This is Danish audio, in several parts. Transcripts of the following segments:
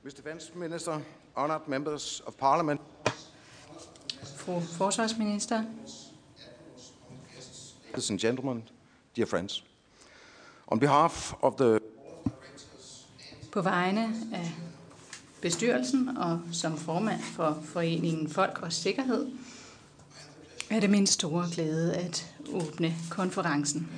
Mr. Defense Minister, honored members of Parliament. Fru forsvarsminister. Ladies and gentlemen, dear friends. On behalf of the... På vegne af bestyrelsen og som formand for Foreningen Folk og Sikkerhed er det min store glæde at åbne konferencen.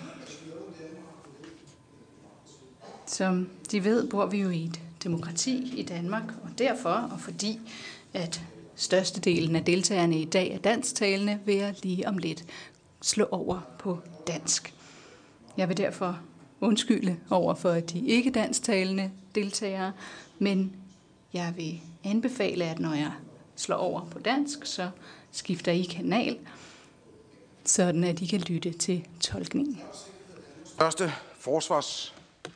Som de ved, bor vi jo i et demokrati i Danmark, og derfor, og fordi at størstedelen af deltagerne i dag er dansktalende, vil jeg lige om lidt slå over på dansk. Jeg vil derfor undskylde over for de ikke dansktalende deltagere, men jeg vil anbefale, at når jeg slår over på dansk, så skifter I kanal, sådan at I kan lytte til tolkningen. Første forsvars-,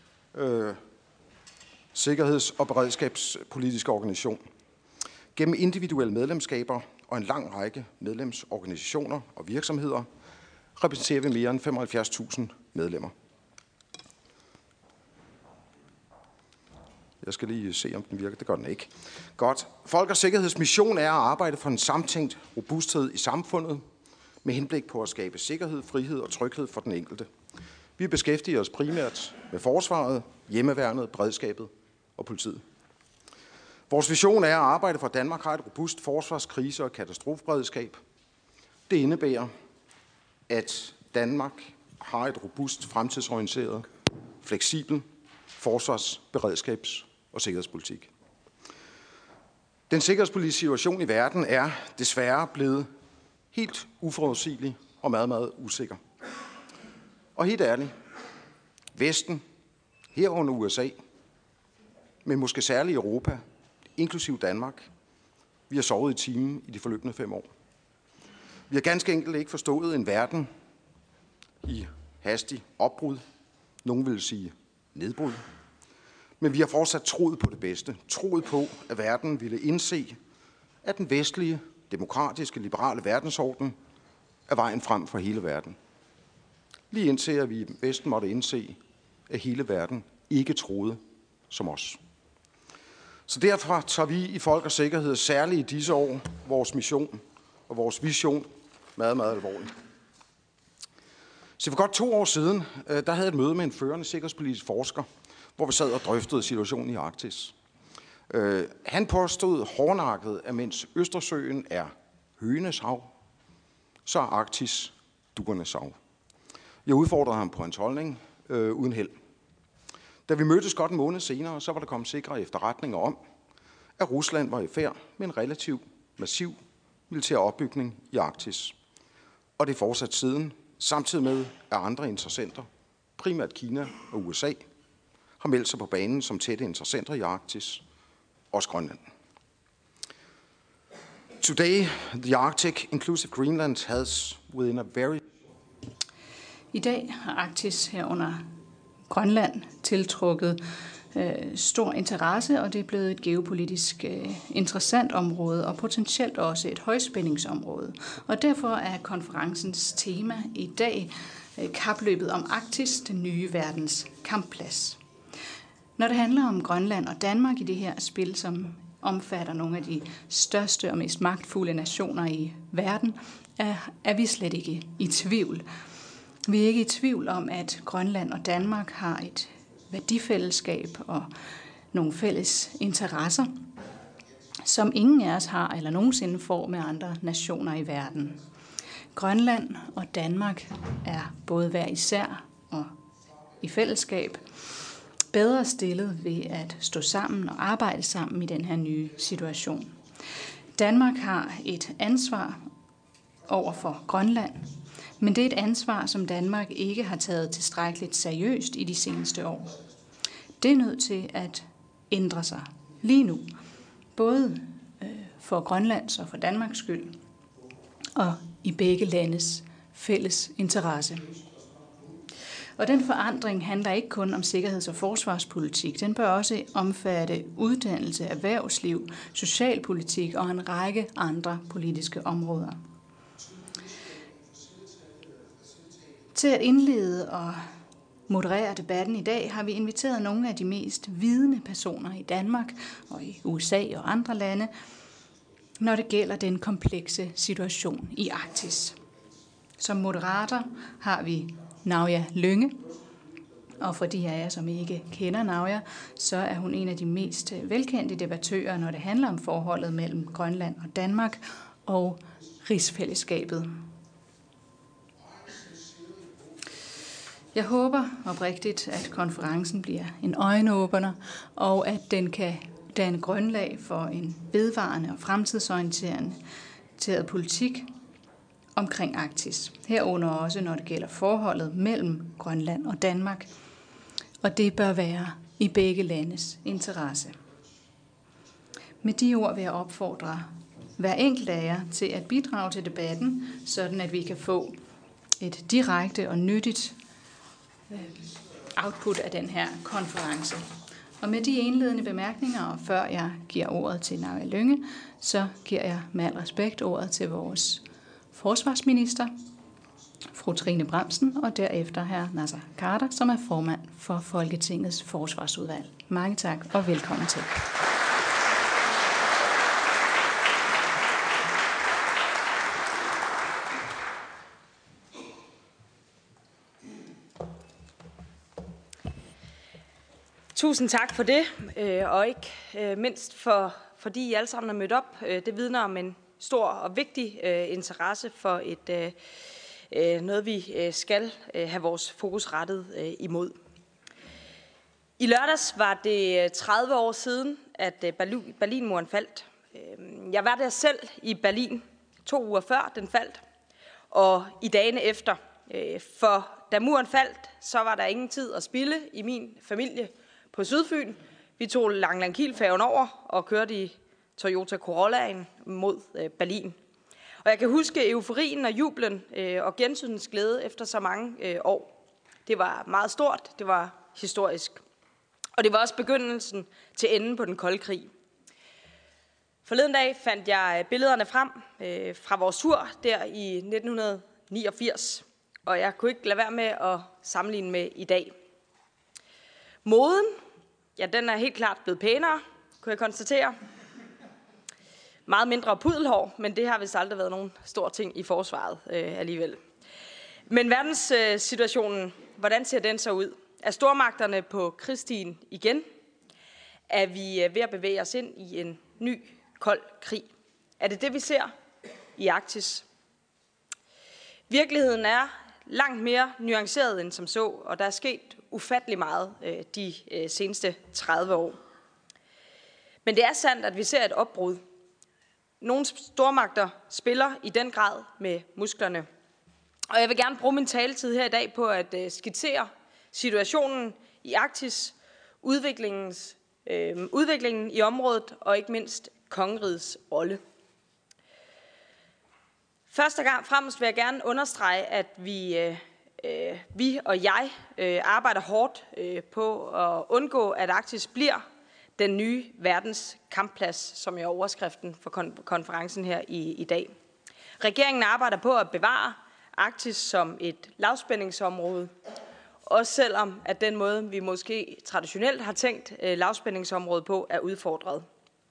sikkerheds- og beredskabspolitiske organisation. Gennem individuelle medlemskaber og en lang række medlemsorganisationer og virksomheder repræsenterer vi mere end 75.000 medlemmer. Jeg skal lige se, om den virker. Det gør den ikke. Godt. Folk og Sikkerheds mission er at arbejde for en samtænkt robusthed i samfundet med henblik på at skabe sikkerhed, frihed og tryghed for den enkelte. Vi beskæftiger os primært med forsvaret, hjemmeværnet, beredskabet og politiet. Vores vision er at arbejde for, at Danmark har et robust forsvars-, krise- og katastrofeberedskab. Det indebærer, at Danmark har et robust, fremtidsorienteret, fleksibel forsvars-, beredskabs- og sikkerhedspolitik. Den sikkerhedspolitiske situation i verden er desværre blevet helt uforudsigelig og meget, meget usikker. Og helt ærligt, Vesten, herunder USA, men måske særligt Europa, inklusiv Danmark, vi har sovet i timen i de forløbende 5 år. Vi har ganske enkelt ikke forstået en verden i hastig opbrud, nogen vil sige nedbrud, men vi har fortsat troet på det bedste, troet på, at verden ville indse, at den vestlige, demokratiske, liberale verdensorden er vejen frem for hele verden. Lige indtil at vi i Vesten måtte indse, at hele verden ikke troede som os. Så derfor tager vi i Folk og Sikkerhed, særligt i disse år, vores mission og vores vision meget, meget alvorligt. Så for godt 2 år siden, der havde jeg et møde med en førende sikkerhedspolitisk forsker, hvor vi sad og drøftede situationen i Arktis. Han påstod hårdnakket, at mens Østersøen er høgenes hav, så er Arktis duernes hav. Jeg udfordrede ham på hans holdning uden held. Da vi mødtes godt en måned senere, så var der kommet sikre efterretninger om, at Rusland var i færd med en relativt massiv militær opbygning i Arktis. Og det er fortsat siden, samtidig med, at andre interessenter, primært Kina og USA, har meldt sig på banen som tætte interessenter i Arktis, også Grønland. Today, the Arctic Inclusive Greenland has within a very... I dag har Arktis herunder Grønland tiltrukket stor interesse, og det er blevet et geopolitisk interessant område, og potentielt også et højspændingsområde. Og derfor er konferencens tema i dag kapløbet om Arktis, den nye verdens kampplads. Når det handler om Grønland og Danmark i det her spil, som omfatter nogle af de største og mest magtfulde nationer i verden, er vi slet ikke i tvivl. Vi er ikke i tvivl om, at Grønland og Danmark har et værdifællesskab og nogle fælles interesser, som ingen af os har eller nogensinde får med andre nationer i verden. Grønland og Danmark er både hver især og i fællesskab bedre stillet ved at stå sammen og arbejde sammen i den her nye situation. Danmark har et ansvar over for Grønland, men det er et ansvar, som Danmark ikke har taget tilstrækkeligt seriøst i de seneste år. Det er nødt til at ændre sig lige nu, både for Grønlands og for Danmarks skyld, og i begge landes fælles interesse. Og den forandring handler ikke kun om sikkerheds- og forsvarspolitik. Den bør også omfatte uddannelse, erhvervsliv, socialpolitik og en række andre politiske områder. Til at indlede og moderere debatten i dag, har vi inviteret nogle af de mest vidende personer i Danmark og i USA og andre lande, når det gælder den komplekse situation i Arktis. Som moderator har vi Naja Lynge, og for de af jer, som ikke kender Naja, så er hun en af de mest velkendte debattører, når det handler om forholdet mellem Grønland og Danmark og rigsfællesskabet. Jeg håber oprigtigt, at konferencen bliver en øjenåbner, og at den kan danne grundlag for en vedvarende og fremtidsorienteret politik omkring Arktis. Herunder også, når det gælder forholdet mellem Grønland og Danmark. Og det bør være i begge landes interesse. Med de ord vil jeg opfordre hver enkelt af jer til at bidrage til debatten, sådan at vi kan få et direkte og nyttigt output af den her konference. Og med de indledende bemærkninger, og før jeg giver ordet til Naja Lynge, så giver jeg med al respekt ordet til vores forsvarsminister, fru Trine Bramsen, og derefter hr. Naser Khader, som er formand for Folketingets forsvarsudvalg. Mange tak og velkommen til. Tusind tak for det, og ikke mindst fordi I alle sammen er mødt op. Det vidner om en stor og vigtig interesse for noget, vi skal have vores fokus rettet imod. I lørdags var det 30 år siden, at Berlinmuren faldt. Jeg var der selv i Berlin 2 uger før den faldt, og i dagene efter. For da muren faldt, så var der ingen tid at spilde i min familie på Sydfyn. Vi tog Langeland-Kiel-færgen over og kørte i Toyota Corollaen mod Berlin. Og jeg kan huske euforien og jublen og gensynens glæde efter så mange år. Det var meget stort, det var historisk. Og det var også begyndelsen til enden på den kolde krig. Forleden dag fandt jeg billederne frem fra vores tur der i 1989. Og jeg kunne ikke lade være med at sammenligne med i dag. Moden, ja, den er helt klart blevet pænere, kunne jeg konstatere. Meget mindre pudelhår, men det har vist aldrig været nogen stor ting i forsvaret alligevel. Men verdenssituationen, hvordan ser den så ud? Er stormagterne på krigsstien igen? Er vi ved at bevæge os ind i en ny, kold krig? Er det det, vi ser i Arktis? Virkeligheden er langt mere nuanceret end som så, og der er sket ufattelig meget de seneste 30 år. Men det er sandt, at vi ser et opbrud. Nogle stormagter spiller i den grad med musklerne. Og jeg vil gerne bruge min taletid her i dag på at skitsere situationen i Arktis, udviklingen i området og ikke mindst kongerigets rolle. Først og fremmest vil jeg gerne understrege, at vi og jeg arbejder hårdt på at undgå, at Arktis bliver den nye verdens kampplads, som er overskriften for konferencen her i dag. Regeringen arbejder på at bevare Arktis som et lavspændingsområde, også selvom at den måde, vi måske traditionelt har tænkt lavspændingsområdet på, er udfordret.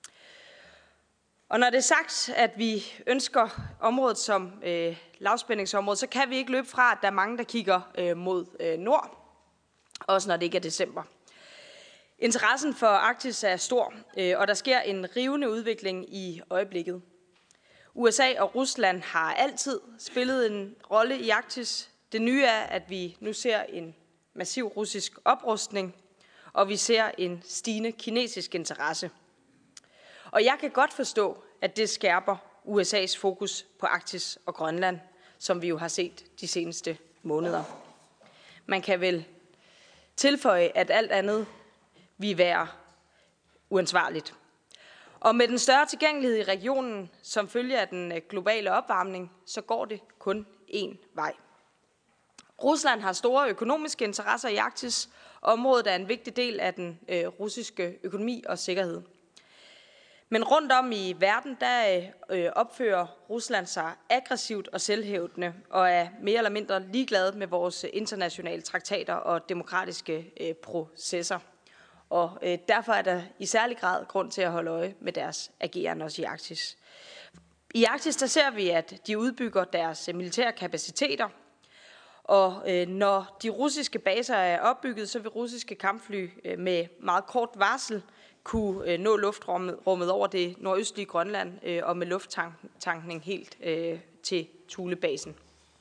Og når det er sagt, at vi ønsker området som lavspændingsområde, så kan vi ikke løbe fra, at der er mange, der kigger mod nord, også når det ikke er december. Interessen for Arktis er stor, og der sker en rivende udvikling i øjeblikket. USA og Rusland har altid spillet en rolle i Arktis. Det nye er, at vi nu ser en massiv russisk oprustning, og vi ser en stigende kinesisk interesse. Og jeg kan godt forstå, at det skærper USA's fokus på Arktis og Grønland, som vi jo har set de seneste måneder. Man kan vel tilføje, at alt andet vil være uansvarligt. Og med den større tilgængelighed i regionen, som følge af den globale opvarmning, så går det kun én vej. Rusland har store økonomiske interesser i Arktis. Området er en vigtig del af den russiske økonomi og sikkerhed. Men rundt om i verden, der opfører Rusland sig aggressivt og selvhævdende og er mere eller mindre ligeglade med vores internationale traktater og demokratiske processer. Og derfor er der i særlig grad grund til at holde øje med deres ageren også i Arktis. I Arktis der ser vi, at de udbygger deres militære kapaciteter, og når de russiske baser er opbygget, så vil russiske kampfly med meget kort varsel kunne nå luftrummet over det nordøstlige Grønland og med lufttankning helt til Thulebasen.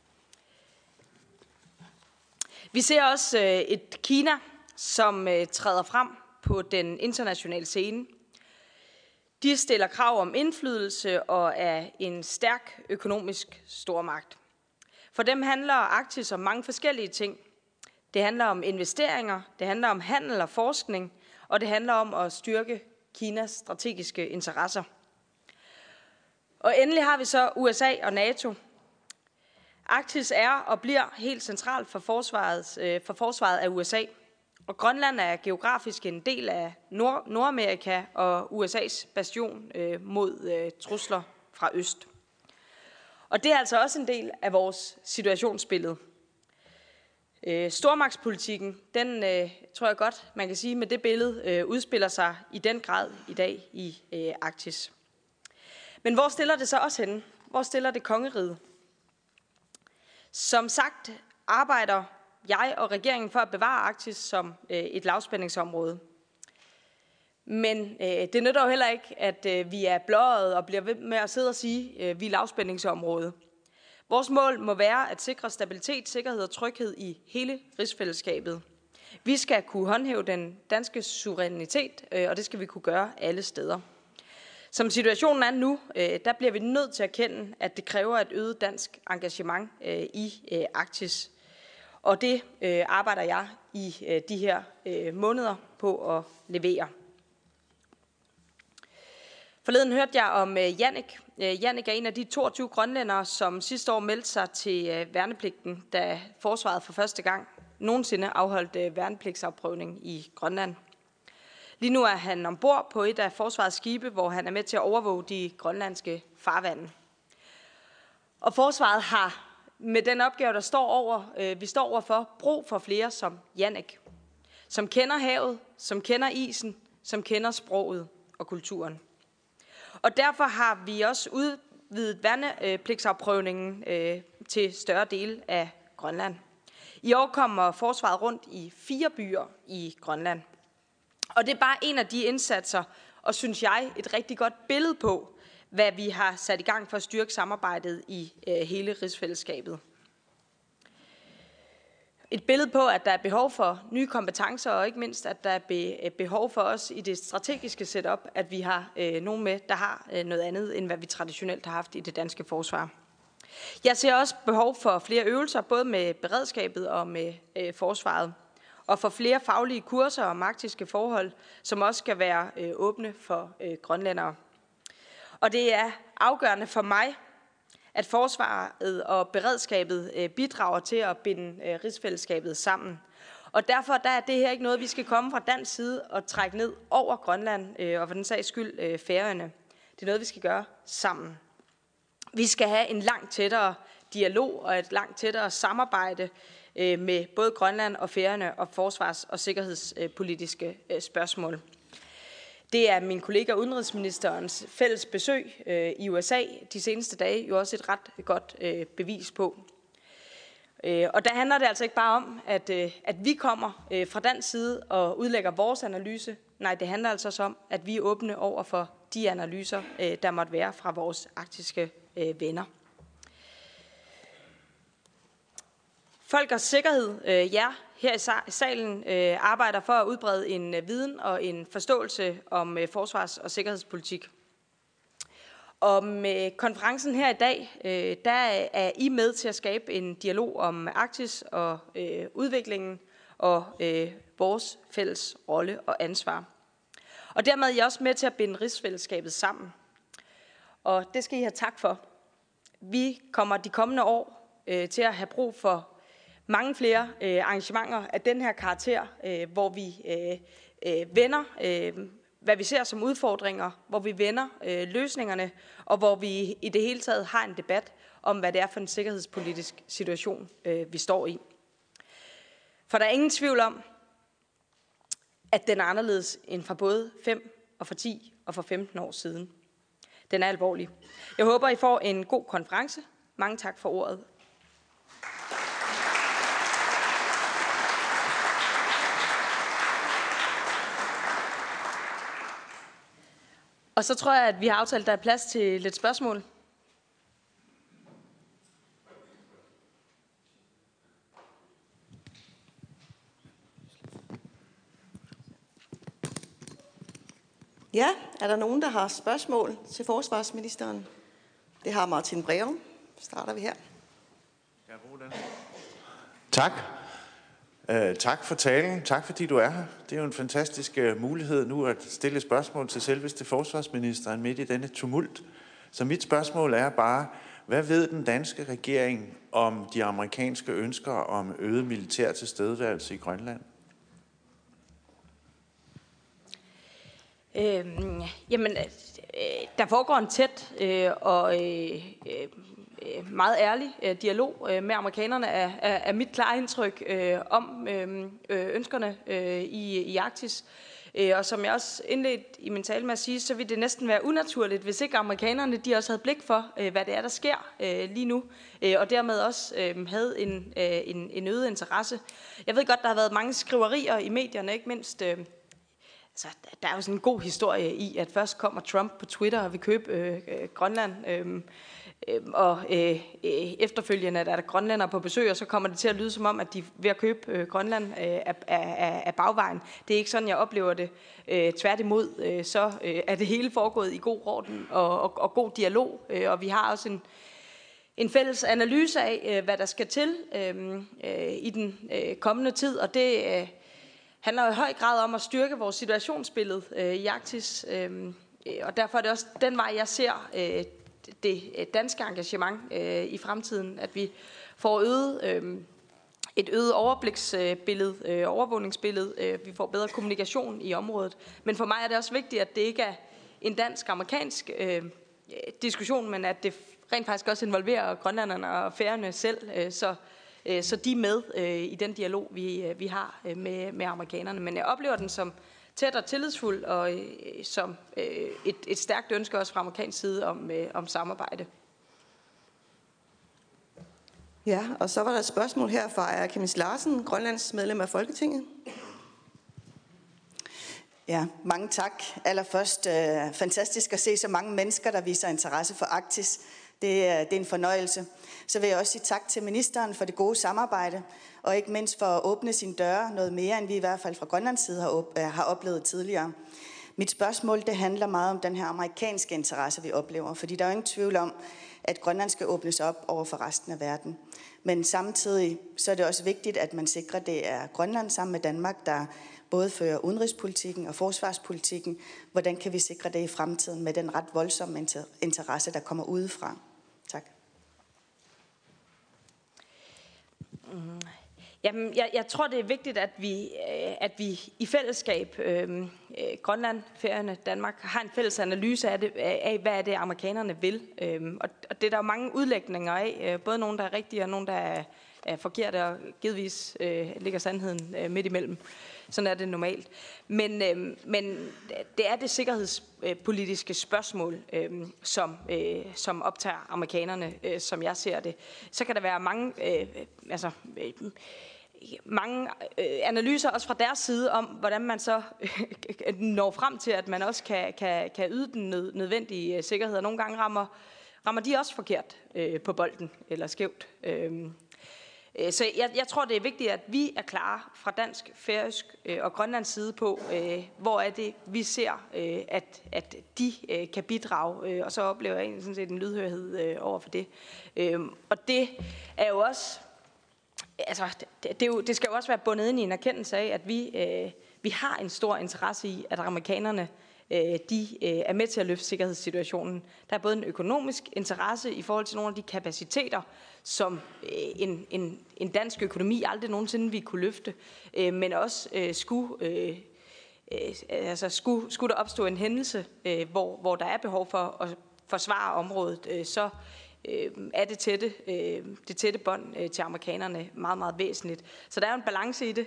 Vi ser også et Kina, som træder frem på den internationale scene. De stiller krav om indflydelse og er en stærk økonomisk stormagt. For dem handler Arktis om mange forskellige ting. Det handler om investeringer, det handler om handel og forskning, og det handler om at styrke Kinas strategiske interesser. Og endelig har vi så USA og NATO. Arktis er og bliver helt centralt for forsvaret af USA. Og Grønland er geografisk en del af Nordamerika og USA's bastion mod trusler fra øst. Og det er altså også en del af vores situationsbillede. Stormagtspolitikken, den tror jeg godt, man kan sige med det billede, udspiller sig i den grad i dag i Arktis. Men hvor stiller det så også henne? Hvor stiller det kongeriget? Som sagt arbejder jeg og regeringen for at bevare Arktis som et lavspændingsområde. Men det nytter jo heller ikke, at vi er blåøjet og bliver ved med at sidde og sige, at vi er lavspændingsområde. Vores mål må være at sikre stabilitet, sikkerhed og tryghed i hele rigsfællesskabet. Vi skal kunne håndhæve den danske suverænitet, og det skal vi kunne gøre alle steder. Som situationen er nu, der bliver vi nødt til at erkende, at det kræver et øget dansk engagement i Arktis. Og det arbejder jeg i de her måneder på at levere. Forleden hørte jeg om Jannik. Jannik er en af de 22 grønlændere, som sidste år meldte sig til værnepligten, da forsvaret for første gang nogensinde afholdt værnepligtsafprøvning i Grønland. Lige nu er han ombord på et af forsvarets skibe, hvor han er med til at overvåge de grønlandske farvande. Og forsvaret har med den opgave, vi står overfor, brug for flere som Jannik, som kender havet, som kender isen, som kender sproget og kulturen. Og derfor har vi også udvidet værnepligtsafprøvningen til større dele af Grønland. I år kommer forsvaret rundt i 4 byer i Grønland. Og det er bare en af de indsatser, og synes jeg et rigtig godt billede på, hvad vi har sat i gang for at styrke samarbejdet i hele rigsfællesskabet. Et billede på, at der er behov for nye kompetencer, og ikke mindst, at der er behov for os i det strategiske setup, at vi har nogen med, der har noget andet, end hvad vi traditionelt har haft i det danske forsvar. Jeg ser også behov for flere øvelser, både med beredskabet og med forsvaret, og for flere faglige kurser om arktiske forhold, som også skal være åbne for grønlændere. Og det er afgørende for mig, at forsvaret og beredskabet bidrager til at binde rigsfællesskabet sammen. Og derfor der er det her ikke noget, vi skal komme fra dansk side og trække ned over Grønland, og for den sags skyld Færøerne. Det er noget, vi skal gøre sammen. Vi skal have en langt tættere dialog og et langt tættere samarbejde med både Grønland og Færøerne og forsvars- og sikkerhedspolitiske spørgsmål. Det er min kollega udenrigsministerens fælles besøg i USA de seneste dage jo også et ret godt bevis på. Og der handler det altså ikke bare om, at vi kommer fra dansk side og udlægger vores analyse. Nej, det handler altså også om, at vi er åbne over for de analyser, der måtte være fra vores arktiske venner. Folk og sikkerhed, her i salen arbejder for at udbrede en viden og en forståelse om forsvars- og sikkerhedspolitik. Og med konferencen her i dag, der er I med til at skabe en dialog om Arktis og udviklingen og vores fælles rolle og ansvar. Og dermed er I også med til at binde rigsfællesskabet sammen. Og det skal I have tak for. Vi kommer de kommende år til at have brug for mange flere arrangementer af den her karakter, hvor vi vender hvad vi ser som udfordringer, hvor vi vender løsningerne, og hvor vi i det hele taget har en debat om, hvad det er for en sikkerhedspolitisk situation, vi står i. For der er ingen tvivl om, at den er anderledes end fra både 5 og for 10 og for 15 år siden. Den er alvorlig. Jeg håber, I får en god konference. Mange tak for ordet. Og så tror jeg, at vi har aftalt, at der er plads til lidt spørgsmål. Ja, er der nogen, der har spørgsmål til forsvarsministeren? Det har Martin Breum. Starter vi her. Tak. Tak for talen. Tak fordi du er her. Det er jo en fantastisk mulighed nu at stille spørgsmål til selveste forsvarsministeren midt i denne tumult. Så mit spørgsmål er bare, hvad ved den danske regering om de amerikanske ønsker om øget militær tilstedeværelse i Grønland? Jamen, der foregår en tæt og meget ærlig dialog med amerikanerne af mit klare indtryk om ønskerne i Arktis. Og som jeg også indledte i min tale med at sige, så vil det næsten være unaturligt, hvis ikke amerikanerne de også havde blik for, hvad det er, der sker lige nu, og dermed også havde en øget interesse. Jeg ved godt, der har været mange skriverier i medierne, ikke mindst. Altså, der er jo sådan en god historie i, at først kommer Trump på Twitter og vil købe Grønland, og efterfølgende er der grønlændere på besøg, og så kommer det til at lyde som om, at de er ved at købe Grønland af bagvejen. Det er ikke sådan, jeg oplever det. Tværtimod, så er det hele foregået i god orden og god dialog, og vi har også en fælles analyse af, hvad der skal til i den kommende tid, og det handler i høj grad om at styrke vores situationsbillede i Arktis, og derfor er det også den vej, jeg ser det danske engagement i fremtiden, at vi får et øget overbliksbillede, overvågningsbillede, vi får bedre kommunikation i området. Men for mig er det også vigtigt, at det ikke er en dansk-amerikansk diskussion, men at det rent faktisk også involverer grønlænderne og færøerne selv, så de er med i den dialog, vi har med amerikanerne. Men jeg oplever den som tæt og tillidsfuld, og som et stærkt ønske også fra amerikansk side om samarbejde. Ja, og så var der et spørgsmål her fra Kenneth Larsen, Grønlands medlem af Folketinget. Ja, mange tak. Allerførst fantastisk at se så mange mennesker, der viser interesse for Arktis. Det er en fornøjelse. Så vil jeg også sige tak til ministeren for det gode samarbejde, og ikke mindst for at åbne sine døre noget mere, end vi i hvert fald fra Grønlands side har oplevet tidligere. Mit spørgsmål, det handler meget om den her amerikanske interesse, vi oplever, fordi der er jo ingen tvivl om, at Grønland skal åbnes op over for resten af verden. Men samtidig så er det også vigtigt, at man sikrer, at det er Grønland sammen med Danmark, der både fører udenrigspolitikken og forsvarspolitikken. Hvordan kan vi sikre det i fremtiden med den ret voldsomme interesse, der kommer udefra? Tak. Jamen, jeg tror, det er vigtigt, at vi i fællesskab, Grønland, Færøerne, Danmark, har en fælles analyse af hvad er det, amerikanerne vil. Og det er der jo mange udlægninger af, både nogle, der er rigtige, og nogle, der er forkerte, og givetvis ligger sandheden midt imellem. Sådan er det normalt. Men det er det sikkerhedspolitiske spørgsmål, som optager amerikanerne, som jeg ser det. Så kan der være mange analyser også fra deres side om, hvordan man så når frem til, at man også kan yde den nødvendige sikkerhed. Og nogle gange rammer de også forkert på bolden eller skævt. Så jeg tror, det er vigtigt, at vi er klare fra dansk, færøsk og Grønlands side på, hvor er det, vi ser, at de kan bidrage. Og så oplever jeg egentlig sådan set en lydhørhed over for det. Og det er jo også, altså, det skal jo også være bundet ind i en erkendelse af, at vi har en stor interesse i, at amerikanerne de er med til at løfte sikkerhedssituationen. Der er både en økonomisk interesse i forhold til nogle af de kapaciteter, som en dansk økonomi aldrig nogensinde ville kunne løfte, men også skulle altså skulle der opstå en hændelse, hvor der er behov for at forsvare området, så er det tætte bånd til amerikanerne meget, meget væsentligt. Så der er en balance i det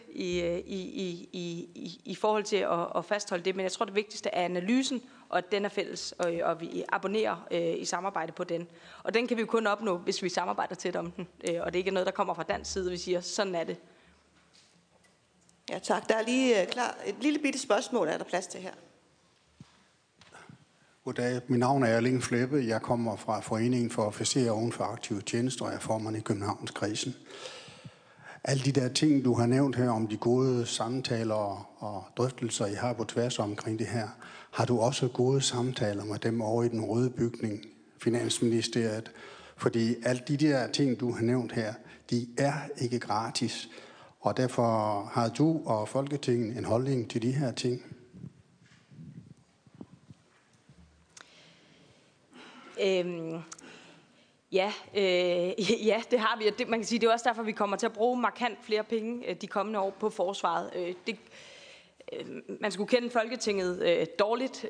i forhold til at fastholde det, men jeg tror, det vigtigste er analysen, og at den er fælles, og vi abonnerer i samarbejde på den. Og den kan vi jo kun opnå, hvis vi samarbejder tæt om den, og det ikke er noget, der kommer fra dansk side, vi siger, sådan er det. Ja, tak. Der er lige klar et lille bitte spørgsmål, er der plads til her? Goddag, mit navn er Erling Fleppe. Jeg kommer fra Foreningen for Officerer oven for aktive tjenester, og jeg er formand i Københavnskredsen. Alle de der ting, du har nævnt her om de gode samtaler og drøftelser, I har på tværs omkring det her, har du også gode samtaler med dem over i den røde bygning, Finansministeriet? Fordi alle de der ting, du har nævnt her, de er ikke gratis. Og derfor har du og Folketinget en holdning til de her ting? Ja, det har vi. Man kan sige, det er også derfor, vi kommer til at bruge markant flere penge de kommende år på forsvaret. Man skulle kende Folketinget dårligt,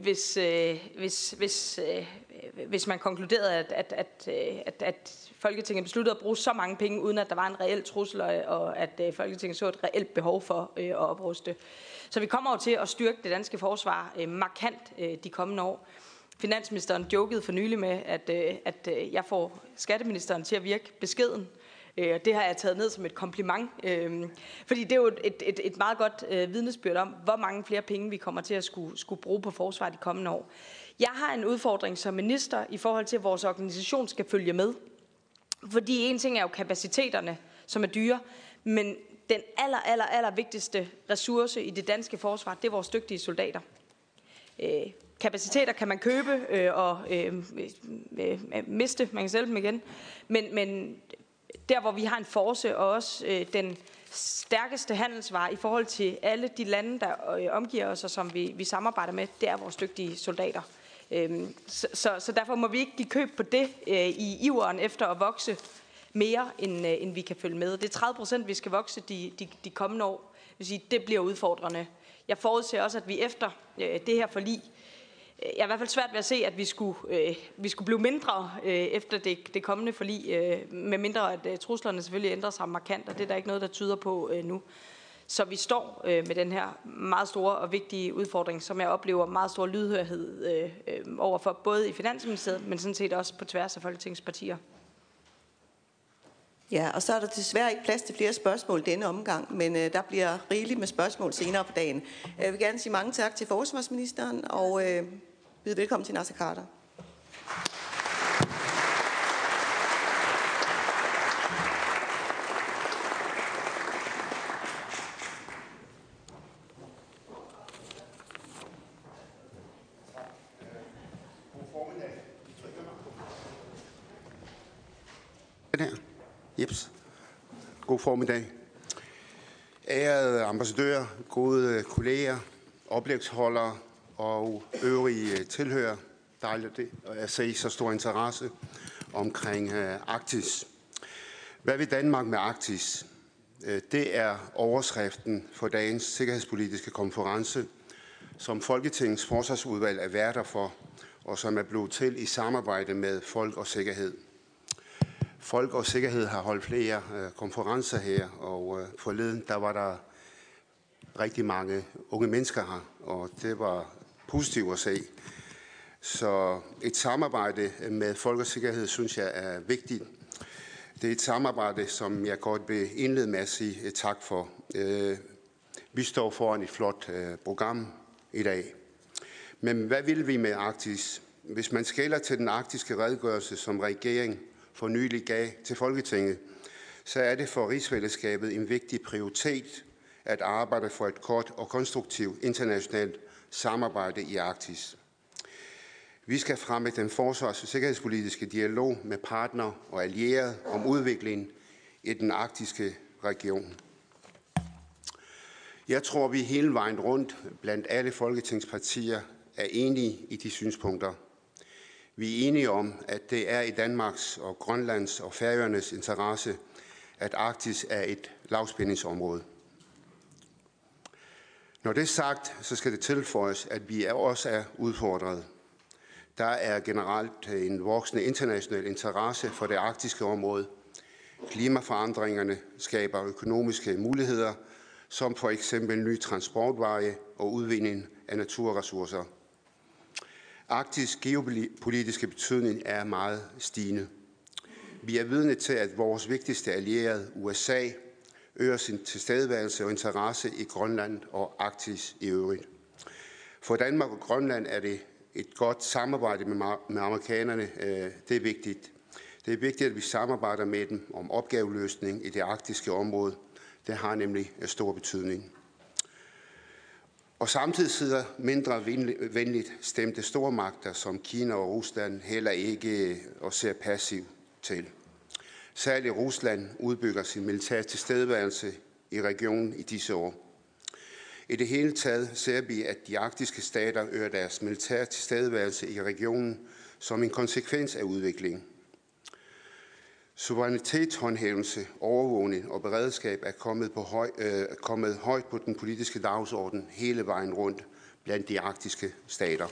hvis man konkluderede, at Folketinget besluttede at bruge så mange penge, uden at der var en reel trussel, og at Folketinget så et reelt behov for at opruste. Så vi kommer jo til at styrke det danske forsvar markant de kommende år. Finansministeren jokede for nylig med, at jeg får skatteministeren til at virke beskeden. Det har jeg taget ned som et kompliment, fordi det er jo et meget godt vidnesbyrd om, hvor mange flere penge vi kommer til at skulle bruge på forsvar de kommende år. Jeg har en udfordring som minister i forhold til, at vores organisation skal følge med. Fordi en ting er jo kapaciteterne, som er dyre, men den aller vigtigste ressource i det danske forsvar, det er vores dygtige soldater. Kapaciteter kan man købe og miste, man kan sælge dem igen, men der hvor vi har en force og også den stærkeste handelsvare i forhold til alle de lande, der omgiver os og som vi samarbejder med, det er vores dygtige soldater. Så derfor må vi ikke give køb på det i iveren efter at vokse mere, end vi kan følge med. Det er 30%, vi skal vokse de kommende år. Det bliver udfordrende. Jeg forudser også, at vi efter det her forlig, jeg er i hvert fald svært ved at se, at vi skulle blive mindre efter det kommende forlig, med mindre at truslerne selvfølgelig ændrer sig markant, og det er der ikke noget, der tyder på nu. Så vi står med den her meget store og vigtige udfordring, som jeg oplever meget stor lydhørhed overfor, både i Finansministeriet, men sådan set også på tværs af Folketingets partier. Ja, og så er der desværre ikke plads til flere spørgsmål denne omgang, men der bliver rigeligt med spørgsmål senere på dagen. Jeg vil gerne sige mange tak til forsvarsministeren og byde velkommen til Naser Khader. Jeps. God formiddag. Ærede ambassadører, gode kolleger, oplægsholdere og øvrige tilhører. Dejligt at se så stor interesse omkring Arktis. Hvad vil Danmark med Arktis? Det er overskriften for dagens sikkerhedspolitiske konference, som Folketingets forsvarsudvalg er værter for, og som er blevet til i samarbejde med Folk og Sikkerhed. Folk og Sikkerhed har holdt flere konferencer her, og forleden der var der rigtig mange unge mennesker her, og det var positivt at se. Så et samarbejde med Folk og Sikkerhed synes jeg er vigtigt. Det er et samarbejde, som jeg godt vil indlede med at sige tak for. Vi står foran et flot program i dag. Men hvad vil vi med Arktis? Hvis man skælder til den arktiske redegørelse, som regeringen for nylig gav til Folketinget, så er det for rigsfællesskabet en vigtig prioritet at arbejde for et kort og konstruktivt internationalt samarbejde i Arktis. Vi skal fremme den forsvars- og sikkerhedspolitiske dialog med partnere og allierede om udviklingen i den arktiske region. Jeg tror, vi hele vejen rundt blandt alle folketingspartier er enige i de synspunkter. Vi er enige om, at det er i Danmarks og Grønlands og Færøernes interesse, at Arktis er et lavspændingsområde. Når det er sagt, så skal det tilføjes, at vi også er udfordret. Der er generelt en voksende international interesse for det arktiske område. Klimaforandringerne skaber økonomiske muligheder, som for eksempel nye transportveje og udvinding af naturressourcer. Arktis geopolitiske betydning er meget stigende. Vi er vidne til, at vores vigtigste allierede, USA, øger sin tilstedeværelse og interesse i Grønland og Arktis i øvrigt. For Danmark og Grønland er det et godt samarbejde med amerikanerne. Det er vigtigt. Det er vigtigt, at vi samarbejder med dem om opgaveløsning i det arktiske område. Det har nemlig stor betydning. Og samtidig sidder mindre venligt stemte stormagter som Kina og Rusland heller ikke og ser passivt til. Særligt Rusland udbygger sin militære tilstedeværelse i regionen i disse år. I det hele taget ser vi, at de arktiske stater øger deres militære tilstedeværelse i regionen som en konsekvens af udviklingen. Suverænitetshåndhævelse, overvågning og beredskab er kommet højt på den politiske dagsorden hele vejen rundt blandt de arktiske stater.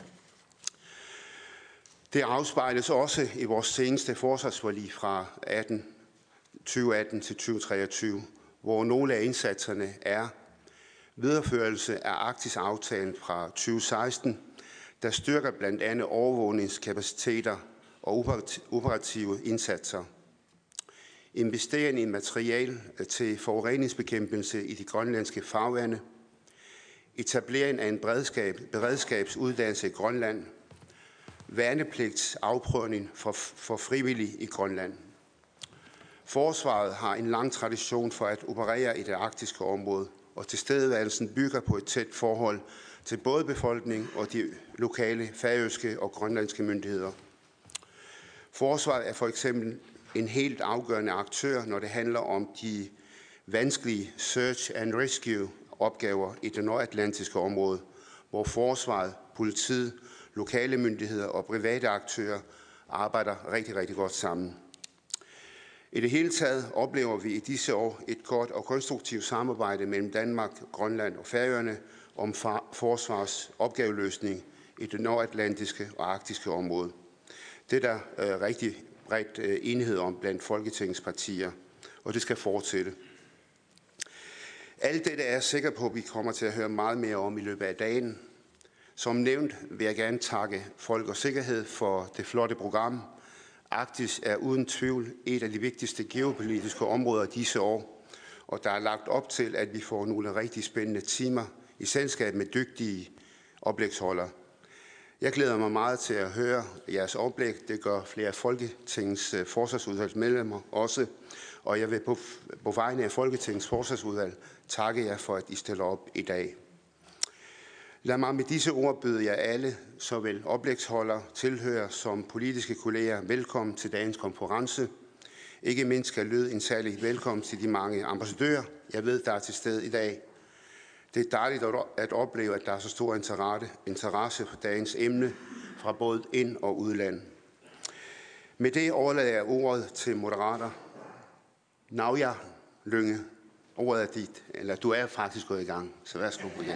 Det afspejles også i vores seneste forsvarsforlig fra 2018 til 2023, hvor nogle af indsatserne er videreførelse af Arktis-aftalen fra 2016, der styrker blandt andet overvågningskapaciteter og operative indsatser. Investering i materiel til forureningsbekæmpelse i de grønlandske farvande. Etablering af en beredskabsuddannelse i Grønland. Værnepligtsafprøvning for frivillige i Grønland. Forsvaret har en lang tradition for at operere i det arktiske område, og tilstedeværelsen bygger på et tæt forhold til både befolkning og de lokale færøske og grønlandske myndigheder. Forsvaret er for eksempel en helt afgørende aktør, når det handler om de vanskelige search and rescue opgaver i det nordatlantiske område, hvor forsvaret, politiet, lokale myndigheder og private aktører arbejder rigtig, rigtig godt sammen. I det hele taget oplever vi i disse år et godt og konstruktivt samarbejde mellem Danmark, Grønland og Færøerne om forsvars opgaveløsning i det nordatlantiske og arktiske område. Det er der rigtig bredt enighed om blandt Folketingets partier, og det skal fortsætte. Alt dette er jeg sikker på, at vi kommer til at høre meget mere om i løbet af dagen. Som nævnt vil jeg gerne takke Folk og Sikkerhed for det flotte program. Arktis er uden tvivl et af de vigtigste geopolitiske områder disse år, og der er lagt op til, at vi får nogle rigtig spændende timer i selskab med dygtige oplægsholdere. Jeg glæder mig meget til at høre jeres oplæg. Det gør flere Folketingets forsvarsudvalgsmedlemmer også, og jeg vil på vegne af Folketingets forsvarsudvalg takke jer for, at I stiller op i dag. Lad mig med disse ord byde jer alle, såvel oplægsholdere, tilhører som politiske kolleger, velkommen til dagens konference. Ikke mindst skal lyde en særlig velkommen til de mange ambassadører, jeg ved, der er til stede i dag. Det er dejligt at opleve, at der er så stor interesse for dagens emne fra både ind- og udland. Med det overlader jeg ordet til moderator Naja Lynge. Ordet er dit, eller du er faktisk gået i gang, så værsgo på igen.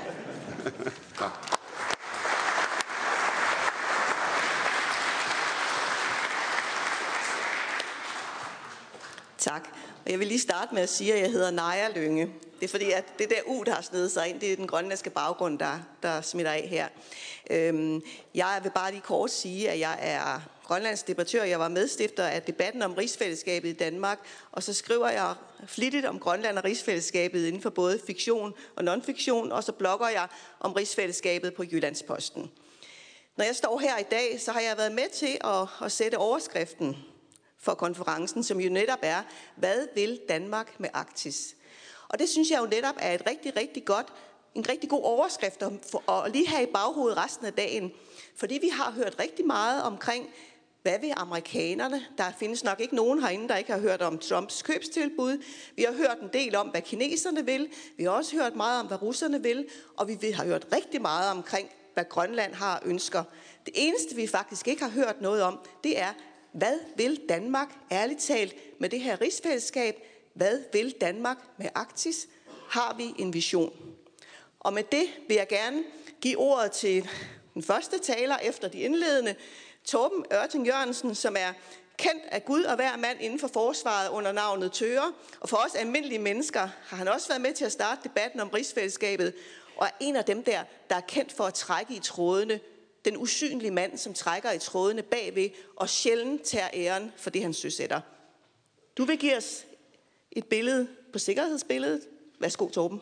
Tak. Og jeg vil lige starte med at sige, at jeg hedder Naja Lynge. Det er fordi, at det der U, der har snedet sig ind, det er den grønlandske baggrund, der smitter af her. Jeg vil bare lige kort sige, at jeg er grønlandsk debattør. Jeg var medstifter af debatten om rigsfællesskabet i Danmark, og så skriver jeg flittigt om Grønland og rigsfællesskabet inden for både fiktion og non-fiktion, og så blogger jeg om rigsfællesskabet på Jyllandsposten. Når jeg står her i dag, så har jeg været med til at sætte overskriften for konferencen, som jo netop er, hvad vil Danmark med Arktis? Og det synes jeg jo netop er et en rigtig god overskrift at lige have i baghovedet resten af dagen. Fordi vi har hørt rigtig meget omkring, hvad vil amerikanerne? Der findes nok ikke nogen herinde, der ikke har hørt om Trumps købstilbud. Vi har hørt en del om, hvad kineserne vil. Vi har også hørt meget om, hvad russerne vil. Og vi har hørt rigtig meget omkring, hvad Grønland har ønsker. Det eneste, vi faktisk ikke har hørt noget om, det er, hvad vil Danmark ærligt talt med det her rigsfællesskab? Hvad vil Danmark med Arktis? Har vi en vision? Og med det vil jeg gerne give ordet til den første taler efter de indledende, Torben Ørting Jørgensen, som er kendt af Gud og hver mand inden for forsvaret under navnet Tøre. Og for os almindelige mennesker har han også været med til at starte debatten om rigsfællesskabet, og er en af dem der er kendt for at trække i trådene. Den usynlige mand, som trækker i trådene bagved og sjældent tager æren for det, han søsætter. Du vil give os et billede på sikkerhedsbilledet. Værsgo, Torben.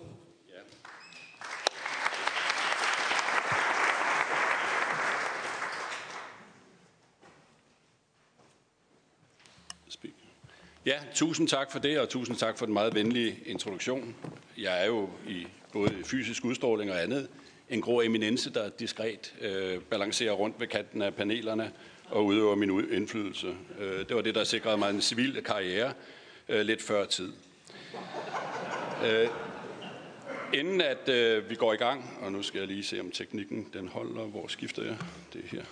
Ja, tusind tak for det, og tusind tak for den meget venlige introduktion. Jeg er jo i både fysisk udstråling og andet en grå eminence, der diskret balancerer rundt ved kanten af panelerne og udøver min indflydelse. Det var det, der sikrede mig en civil karriere lidt før tid. Inden at vi går i gang, og nu skal jeg lige se, om teknikken den holder. Hvor skifter jeg? Det er her.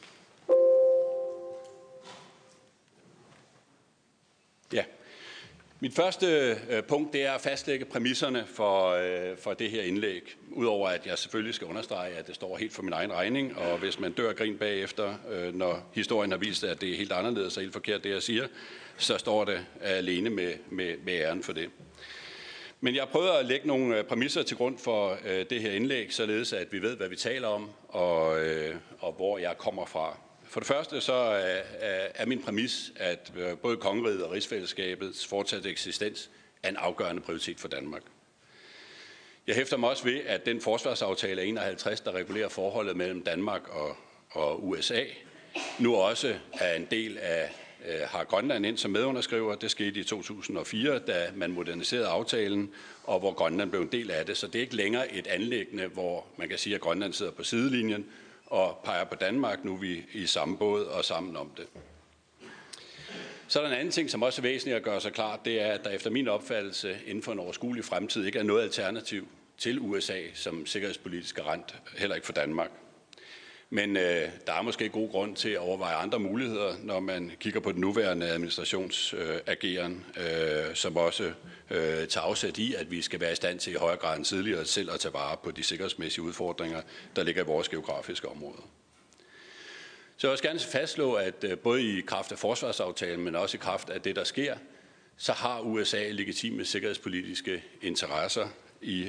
Ja. Mit første punkt, det er at fastlægge præmisserne for det her indlæg. Udover at jeg selvfølgelig skal understrege, at det står helt for min egen regning, og hvis man dør af grin bagefter, når historien har vist, at det er helt anderledes og helt forkert, det jeg siger, så står det alene med æren for det. Men jeg prøver at lægge nogle præmisser til grund for det her indlæg, således at vi ved, hvad vi taler om, og hvor jeg kommer fra. For det første så er min præmis, at både kongeriget og rigsfællesskabets fortsatte eksistens er en afgørende prioritet for Danmark. Jeg hæfter mig også ved, at den forsvarsaftale af 51, der regulerer forholdet mellem Danmark og USA, nu også er en del af, har Grønland ind som medunderskriver. Det skete i 2004, da man moderniserede aftalen, og hvor Grønland blev en del af det. Så det er ikke længere et anliggende, hvor man kan sige, at Grønland sidder på sidelinjen og peger på Danmark. Nu er vi i samme båd og sammen om det. Så er der en anden ting, som også er væsentligt at gøre sig klart, det er, at der efter min opfattelse inden for en overskuelig fremtid ikke er noget alternativ til USA som sikkerhedspolitisk garant, heller ikke for Danmark. Men der er måske god grund til at overveje andre muligheder, når man kigger på den nuværende administrationsageren, som også tager afsæt i, at vi skal være i stand til i højere grad end tidligere selv at tage vare på de sikkerhedsmæssige udfordringer, der ligger i vores geografiske område. Så jeg vil også gerne fastslå, at både i kraft af forsvarsaftalen, men også i kraft af det, der sker, så har USA legitime sikkerhedspolitiske interesser i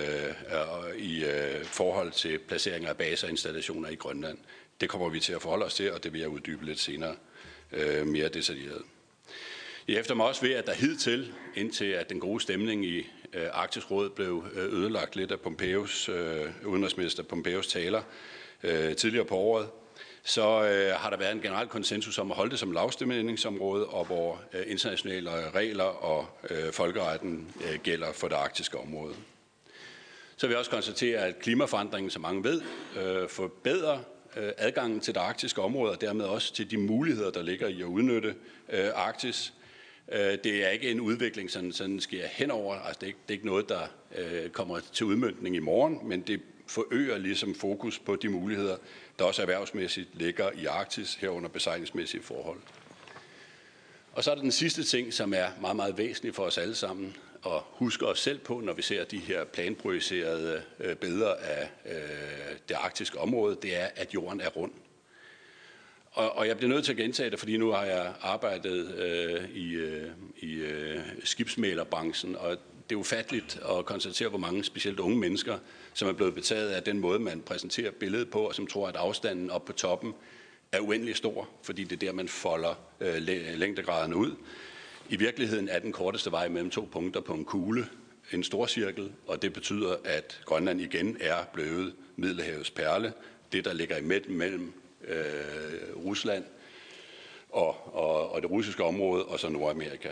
forhold til placering af baser og installationer i Grønland. Det kommer vi til at forholde os til, og det vil jeg uddybe lidt senere mere detaljeret. Jeg hæfter mig også ved, at der hidtil, indtil at den gode stemning i Arktisk Råd blev ødelagt lidt af udenrigsminister Pompeos taler tidligere på året, så har der været en generel konsensus om at holde det som lavstemningsområde, og hvor internationale regler og folkeretten gælder for det arktiske område. Så vil jeg også konstatere, at klimaforandringen, som mange ved, forbedrer adgangen til det arktiske område, og dermed også til de muligheder, der ligger i at udnytte Arktis. Det er ikke en udvikling, sådan sker henover. Altså, det er ikke noget, der kommer til udmøntning i morgen, men det forøger ligesom fokus på de muligheder, der også erhvervsmæssigt ligger i Arktis, herunder besejlingsmæssige forhold. Og så er der den sidste ting, som er meget, meget væsentlig for os alle sammen, og huske os selv på, når vi ser de her planprojicerede billeder af det arktiske område, det er, at jorden er rund. Og jeg bliver nødt til at gentage det, fordi nu har jeg arbejdet i skibsmælerbranchen, og det er ufatteligt at konstatere, hvor mange specielt unge mennesker, som er blevet betaget af den måde, man præsenterer billedet på, og som tror, at afstanden op på toppen er uendelig stor, fordi det er der, man folder længdegraderne ud. I virkeligheden er den korteste vej mellem to punkter på en kugle en stor cirkel, og det betyder, at Grønland igen er blevet Middelhavets perle, det der ligger mellem Rusland og det russiske område, og så Nordamerika.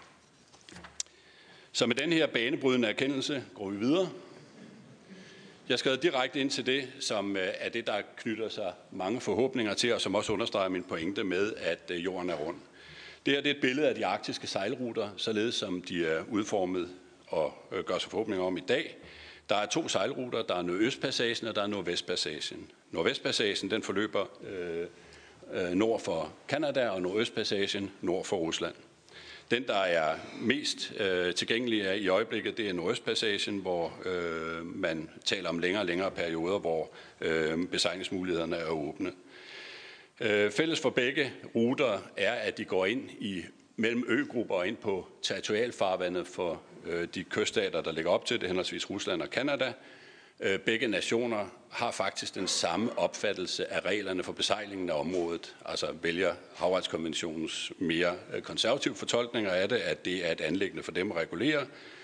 Så med den her banebrydende erkendelse går vi videre. Jeg skal direkte ind til det, som er det, der knytter sig mange forhåbninger til, og som også understreger min pointe med, at jorden er rund. Det her det er et billede af de arktiske sejlruter, således som de er udformet og gør sig forhåbninger om i dag. Der er to sejlruter, der er Nordøstpassagen og der er Nordvestpassagen. Nordvestpassagen den forløber nord for Kanada og Nordøstpassagen nord for Rusland. Den, der er mest tilgængelig i øjeblikket, det er Nordøstpassagen, hvor man taler om længere og længere perioder, hvor besejlingsmulighederne er åbne. Fælles for begge ruter er, at de går ind mellem øgrupper og ind på territorialfarvandet for de kyststater, der ligger op til det, henholdsvis Rusland og Kanada. Begge nationer har faktisk den samme opfattelse af reglerne for besejlingen af området, altså vælger Havretskonventionens mere konservative fortolkninger af det, at det er et anliggende for dem at regulere.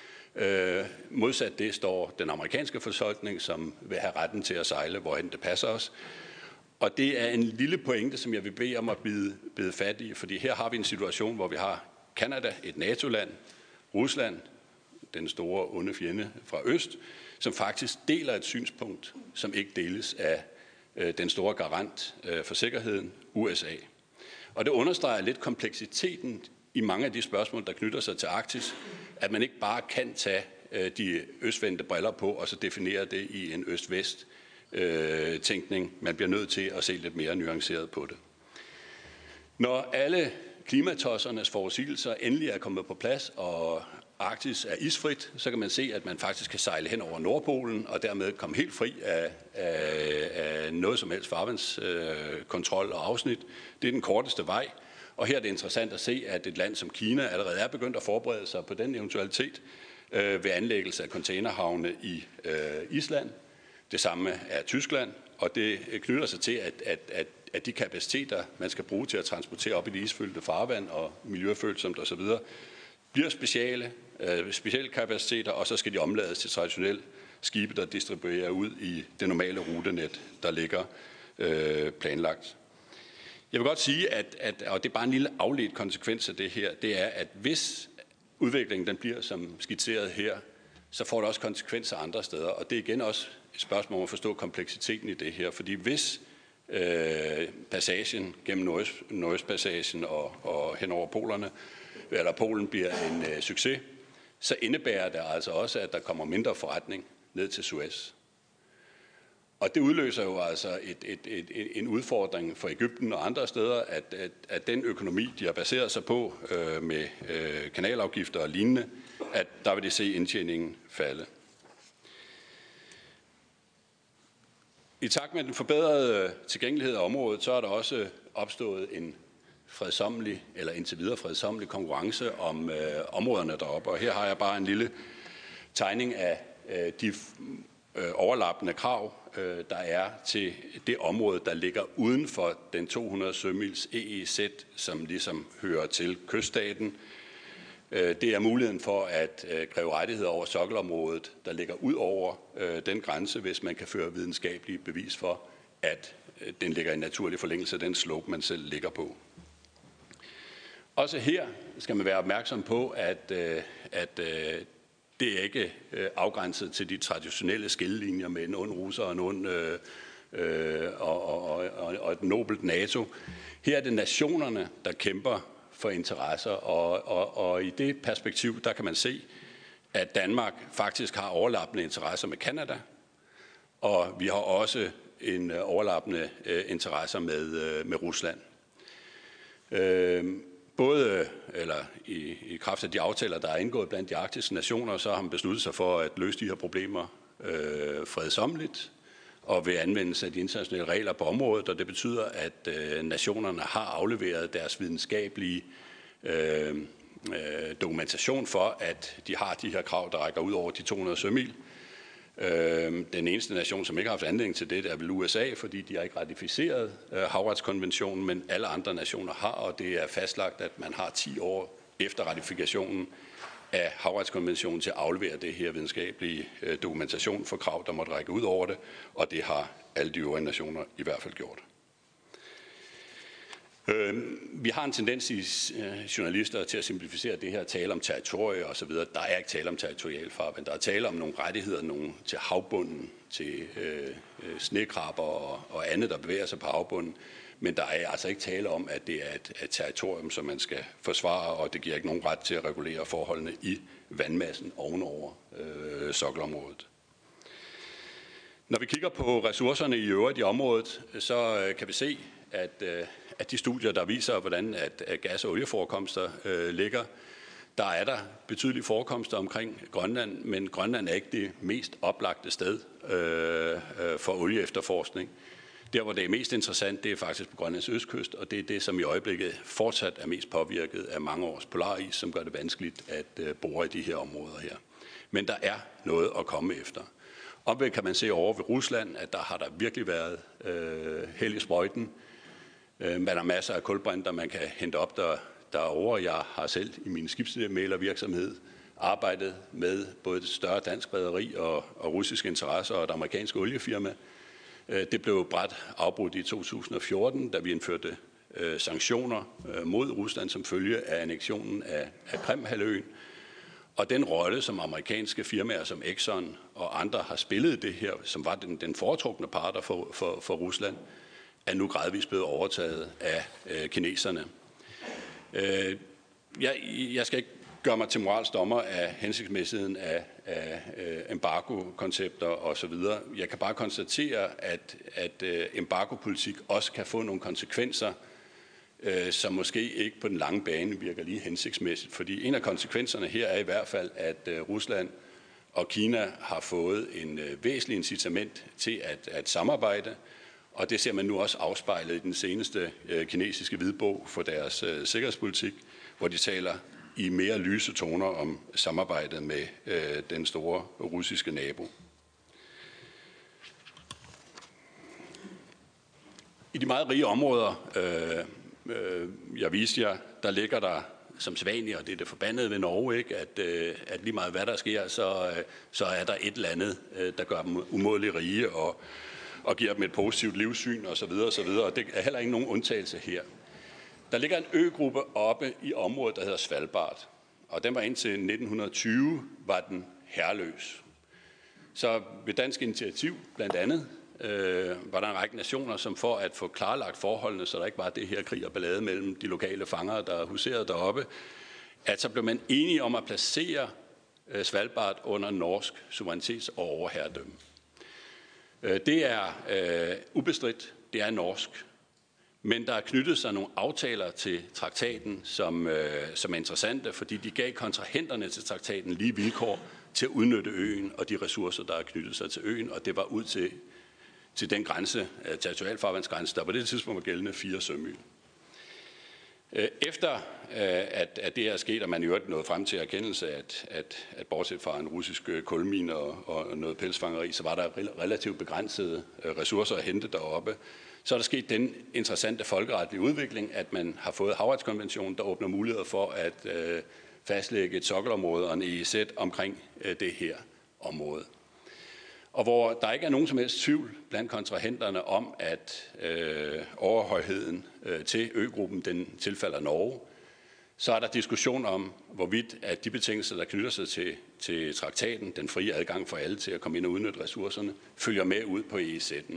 Modsat det står den amerikanske fortolkning, som vil have retten til at sejle, hvorhen det passer os. Og det er en lille pointe, som jeg vil bede om at bide fat i, fordi her har vi en situation, hvor vi har Kanada, et NATO-land, Rusland, den store onde fjende fra øst, som faktisk deler et synspunkt, som ikke deles af den store garant for sikkerheden, USA. Og det understreger lidt kompleksiteten i mange af de spørgsmål, der knytter sig til Arktis, at man ikke bare kan tage de østvendte briller på og så definere det i en øst-vest tænkning. Man bliver nødt til at se lidt mere nuanceret på det. Når alle klimatossernes forudsigelser endelig er kommet på plads, og Arktis er isfrit, så kan man se, at man faktisk kan sejle hen over Nordpolen og dermed komme helt fri af noget som helst farvandskontrol og afsnit. Det er den korteste vej. Og her er det interessant at se, at et land som Kina allerede er begyndt at forberede sig på den eventualitet ved anlæggelse af containerhavne i Island. Det samme er Tyskland, og det knytter sig til, at de kapaciteter, man skal bruge til at transportere op i de isfyldte farvand og miljøfølsomt osv., bliver specielle kapaciteter, og så skal de omlades til traditionelle skibe, der distribuerer ud i det normale rutenet, der ligger planlagt. Jeg vil godt sige, og det er bare en lille afledt konsekvens af det her, det er, at hvis udviklingen den bliver som skitseret her, så får det også konsekvenser andre steder, og det er igen også et spørgsmål om at forstå kompleksiteten i det her, fordi hvis passagen gennem Nordøstpassagen og hen over polerne, eller Polen bliver en succes, så indebærer det altså også, at der kommer mindre forretning ned til Suez. Og det udløser jo altså en udfordring for Egypten og andre steder, at den økonomi, de har baseret sig på med kanalafgifter og lignende, at der vil de se indtjeningen falde. I takt med den forbedrede tilgængelighed af området, så er der også opstået en fredsommelig, eller indtil videre fredsommelig konkurrence om områderne deroppe. Og her har jeg bare en lille tegning af de overlappende krav, der er til det område, der ligger uden for den 200 sømils EEZ, som ligesom hører til kyststaten. Det er muligheden for at kræve rettigheder over sokkelområdet, der ligger ud over den grænse, hvis man kan føre videnskabelige bevis for, at den ligger i naturlig forlængelse af den slope, man selv ligger på. Også her skal man være opmærksom på, at det er ikke afgrænset til de traditionelle skillelinjer med en ond russer og en ond og et nobelt NATO. Her er det nationerne, der kæmper for interesser, og i det perspektiv, der kan man se, at Danmark faktisk har overlappende interesser med Kanada, og vi har også en overlappende interesser med Rusland. I kraft af de aftaler, der er indgået blandt de arktiske nationer, så har man besluttet sig for at løse de her problemer fredsommeligt og ved anvendelse af de internationale regler på området, og det betyder, at nationerne har afleveret deres videnskabelige dokumentation for, at de har de her krav, der rækker ud over de 200 sømil. Den eneste nation, som ikke har haft anledning til det, er vel USA, fordi de har ikke ratificeret Havretskonventionen, men alle andre nationer har, og det er fastlagt, at man har 10 år efter ratifikationen af Havretskonventionen til at aflevere det her videnskabelige dokumentation for krav, der måtte række ud over det, og det har alle de øvrige nationer i hvert fald gjort. Vi har en tendens i journalister til at simplificere det her, tale om territorier osv. Der er ikke tale om territorialfarvand. Der er tale om nogle rettigheder til havbunden, til snekrabber og andet, der bevæger sig på havbunden. Men der er altså ikke tale om, at det er et territorium, som man skal forsvare, og det giver ikke nogen ret til at regulere forholdene i vandmassen ovenover sokkelområdet. Når vi kigger på ressourcerne i øvrigt i området, så kan vi se, at de studier, der viser, hvordan at gas- og olieforekomster ligger, der er der betydelige forekomster omkring Grønland, men Grønland er ikke det mest oplagte sted for olieefterforskning. Der, hvor det er mest interessant, det er faktisk på Grønlands østkyst, og det er det, som i øjeblikket fortsat er mest påvirket af mange års polaris, som gør det vanskeligt at bore i de her områder her. Men der er noget at komme efter. Omvendt kan man se over ved Rusland, at der har der virkelig været held i sprøjten. Man har masser af kulbrinter, man kan hente op derovre. Jeg har selv i min skibsmæglervirksomhed arbejdet med både et større dansk rederi og russiske interesser og et amerikansk oliefirma. Det blev brat afbrudt i 2014, da vi indførte sanktioner mod Rusland som følge af annektionen af Krimhalvøen. Og den rolle, som amerikanske firmaer som Exxon og andre har spillet det her, som var den foretrukne partner for Rusland, er nu gradvist blevet overtaget af kineserne. Jeg skal ikke gøre mig til moralsk dommer af hensigtsmæssigheden af embargo-koncepter osv. Jeg kan bare konstatere, at embargo-politik også kan få nogle konsekvenser, som måske ikke på den lange bane virker lige hensigtsmæssigt. Fordi en af konsekvenserne her er i hvert fald, at Rusland og Kina har fået en væsentlig incitament til at samarbejde, og det ser man nu også afspejlet i den seneste kinesiske hvidbog for deres sikkerhedspolitik, hvor de taler i mere lyse toner om samarbejdet med den store russiske nabo. I de meget rige områder, jeg viste jer, der ligger der som sædvanligt, og det er det forbandede ved Norge, ikke? At lige meget hvad der sker, så er der et eller andet, der gør dem umådeligt rige og giver dem et positivt livssyn osv. Og det er heller ikke nogen undtagelse her. Der ligger en øgruppe oppe i området, der hedder Svalbard, og den var indtil 1920 var den herreløs. Så ved dansk initiativ blandt andet var der en række nationer, som for at få klarlagt forholdene, så der ikke var det her krig og ballade mellem de lokale fangere, der huserede deroppe, at så blev man enige om at placere Svalbard under norsk suverænitets- og overherredømme. Det er ubestridt, det er norsk, men der er knyttet sig nogle aftaler til traktaten, som er interessante, fordi de gav kontrahenterne til traktaten lige vilkår til at udnytte øen og de ressourcer, der er knyttet sig til øen, og det var ud til den grænse, territorialfarvandsgrænse, der på det tidspunkt var gældende 4 sømil. Efter at det er sket, og man i øvrigt nåede frem til erkendelse, at bortset fra en russisk kulmine og noget pelsfangeri, så var der relativt begrænsede ressourcer at hente deroppe. Så er der sket den interessante folkeretlige udvikling, at man har fået Havretskonventionen, der åbner muligheder for at fastlægge et sokkelområde og en EEZ omkring det her område. Og hvor der ikke er nogen som helst tvivl blandt kontrahenterne om, at overhøjheden til øgruppen den tilfalder Norge, så er der diskussion om, hvorvidt at de betingelser, der knytter sig til traktaten, den frie adgang for alle til at komme ind og udnytte ressourcerne, følger med ud på EEZ'en.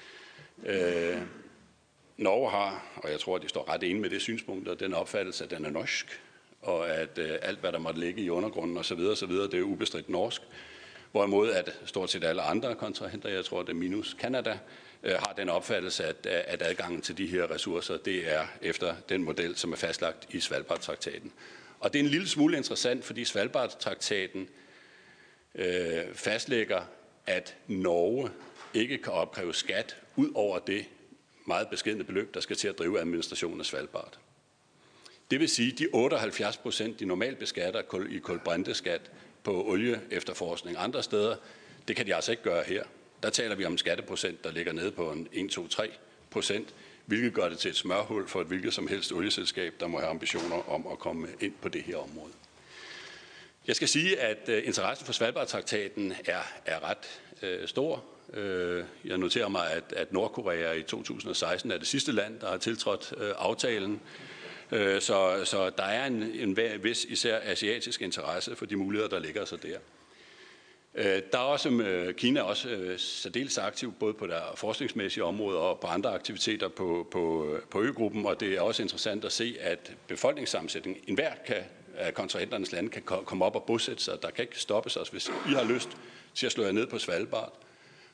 Norge har, og jeg tror, at de står ret ene med det synspunkt, og den opfattelse, at den er norsk, og at alt, hvad der måtte ligge i undergrunden osv., det er ubestridt norsk. Hvorimod at stort set alle andre kontrahenter, jeg tror, det er minus Canada, har den opfattelse, at adgangen til de her ressourcer, det er efter den model, som er fastlagt i Svalbard-traktaten. Og det er en lille smule interessant, fordi Svalbard-traktaten fastlægger, at Norge ikke kan opkræve skat ud over det meget beskedne beløb, der skal til at drive administrationen af Svalbard. Det vil sige, at de 78%, de normalt beskatter i kulbrinteskat på olieefterforskning andre steder, det kan de altså ikke gøre her. Der taler vi om en skatteprocent, der ligger nede på en 1-2-3%, hvilket gør det til et smørhul for et hvilket som helst olieselskab, der må have ambitioner om at komme ind på det her område. Jeg skal sige, at interessen for Svalbard-traktaten er ret stor. Jeg noterer mig, at Nordkorea i 2016 er det sidste land, der har tiltrådt aftalen. Så der er en vis især asiatisk interesse for de muligheder, der ligger sig der. Der er også Kina er også særdeles aktiv både på der forskningsmæssige områder og på andre aktiviteter på øgruppen, og det er også interessant at se, at befolkningssammensætningen enhver af kontrahenternes lande kan komme op og bosætte sig. Der kan ikke stoppes os, hvis I har lyst til at slå jer ned på Svalbard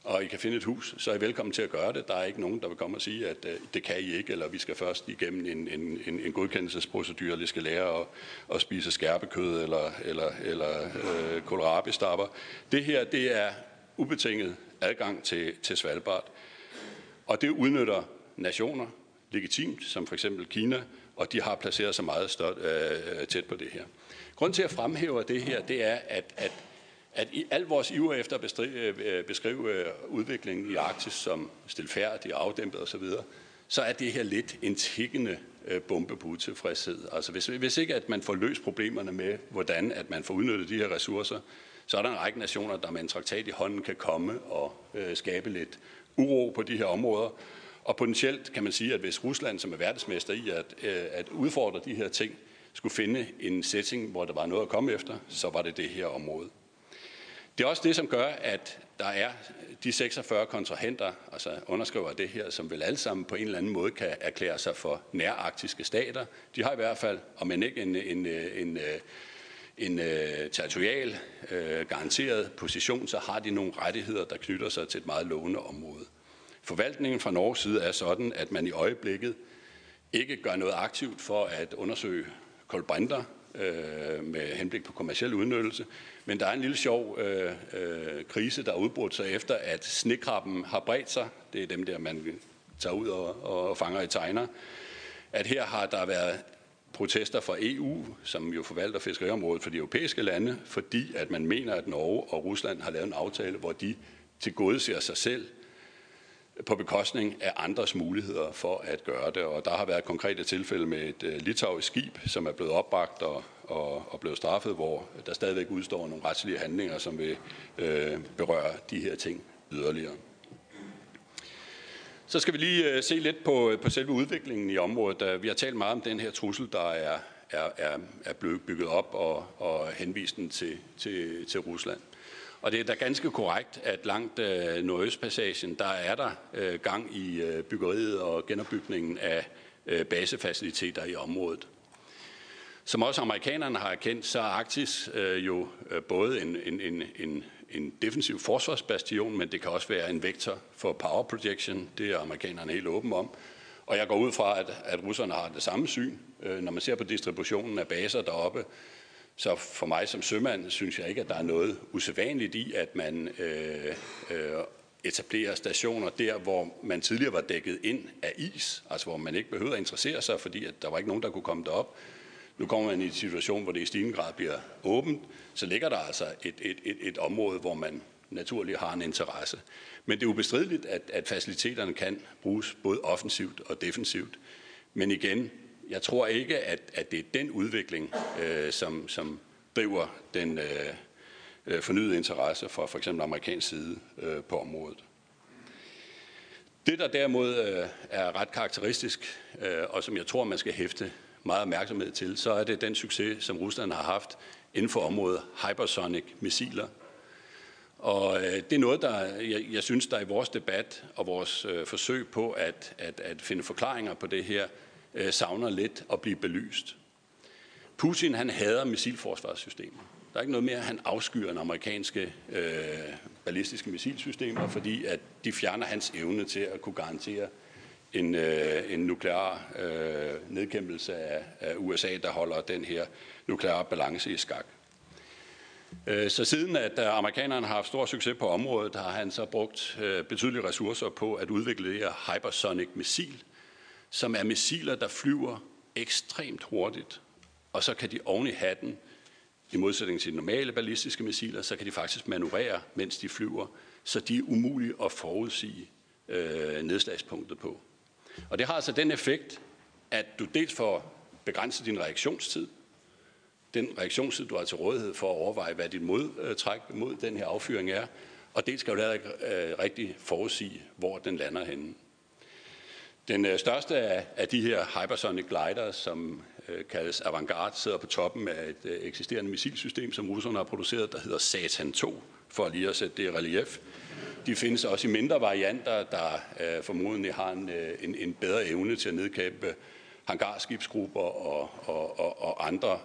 og I kan finde et hus, så er I velkommen til at gøre det. Der er ikke nogen, der vil komme og sige, at det kan I ikke, eller vi skal først igennem en godkendelsesprocedure, eller I skal lære at spise skærpekød eller kohlrabi-stapper. Det her, det er ubetinget adgang til Svalbard. Og det udnytter nationer legitimt, som for eksempel Kina, og de har placeret sig meget tæt på det her. Grunden til at fremhæve det her, det er, at i al vores iver efter at beskrive udviklingen i Arktis som stilfærdig, afdæmpet osv., så er det her lidt en tikkende bombe på utilfredshed. Altså hvis ikke at man får løst problemerne med, hvordan at man får udnyttet de her ressourcer, så er der en række nationer, der med en traktat i hånden kan komme og skabe lidt uro på de her områder. Og potentielt kan man sige, at hvis Rusland, som er verdensmester i at udfordre de her ting, skulle finde en setting, hvor der var noget at komme efter, så var det her område. Det er også det, som gør, at der er de 46 kontrahenter, altså underskriver det her, som vel alle sammen på en eller anden måde kan erklære sig for nærarktiske stater. De har i hvert fald, om end ikke en territorial garanteret position, så har de nogle rettigheder, der knytter sig til et meget lovende område. Forvaltningen fra Norges side er sådan, at man i øjeblikket ikke gør noget aktivt for at undersøge kulbrinter med henblik på kommerciel udnyttelse, men der er en lille sjov krise, der er udbrudt sig efter, at snekrabben har bredt sig. Det er dem der, man tager ud og fanger i tegner. At her har der været protester fra EU, som jo forvalter fiskeriområdet for de europæiske lande, fordi at man mener, at Norge og Rusland har lavet en aftale, hvor de tilgodeser sig selv på bekostning af andres muligheder for at gøre det. Og der har været konkrete tilfælde med et litauisk skib, som er blevet opbragt og blevet straffet, hvor der stadigvæk udstår nogle retslige handlinger, som vil berøre de her ting yderligere. Så skal vi lige se lidt på selve udviklingen i området. Vi har talt meget om den her trussel, der er blevet bygget op og henvisen til Rusland. Og det er da ganske korrekt, at langt Nordøstpassagen, der er der gang i byggeriet og genopbygningen af basefaciliteter i området. Som også amerikanerne har erkendt, så er Arktis jo både en defensiv forsvarsbastion, men det kan også være en vektor for power projection. Det er amerikanerne helt åbne om. Og jeg går ud fra, at russerne har det samme syn. Når man ser på distributionen af baser deroppe, så for mig som sømand synes jeg ikke, at der er noget usædvanligt i, at man etablerer stationer der, hvor man tidligere var dækket ind af is, altså hvor man ikke behøvede at interessere sig, fordi at der var ikke nogen, der kunne komme derop. Nu kommer man i en situation, hvor det i stigende grad bliver åbent, så ligger der altså et område, hvor man naturligt har en interesse. Men det er ubestrideligt, at faciliteterne kan bruges både offensivt og defensivt. Men igen, jeg tror ikke, at det er den udvikling, som driver den fornyede interesse fra for eksempel amerikansk side på området. Det, der derimod er ret karakteristisk, og som jeg tror, man skal hæfte meget opmærksomhed til, så er det den succes, som Rusland har haft inden for området hypersonic missiler. Og det er noget, der jeg synes, der i vores debat og vores forsøg på at finde forklaringer på det her, savner lidt at blive belyst. Putin, han hader missilforsvarssystemer. Der er ikke noget mere, han afskyer end amerikanske ballistiske missilsystemer, fordi at de fjerner hans evne til at kunne garantere en nuklear nedkæmpelse af USA, der holder den her nukleare balance i skak. Så siden at amerikanerne har haft stor succes på området, har han så brugt betydelige ressourcer på at udvikle det her hypersonic missil, som er missiler, der flyver ekstremt hurtigt, og så kan de oven i hatten, i modsætning til de normale ballistiske missiler, så kan de faktisk manøvrere, mens de flyver, så de er umulige at forudsige nedslagspunktet på. Og det har altså den effekt, at du dels får begrænset din reaktionstid, den reaktionstid, du har til rådighed for at overveje, hvad dit modtræk mod den her affyring er, og dels skal du heller ikke rigtig forudsige, hvor den lander henne. Den største af de her hypersonic gliders, som kaldes Avangard, sidder på toppen af et eksisterende missilsystem, som russerne har produceret, der hedder Satan 2, for lige at sætte det i relief. De findes også i mindre varianter, der formodentlig har en bedre evne til at nedkæmpe hangarskibsgrupper og andre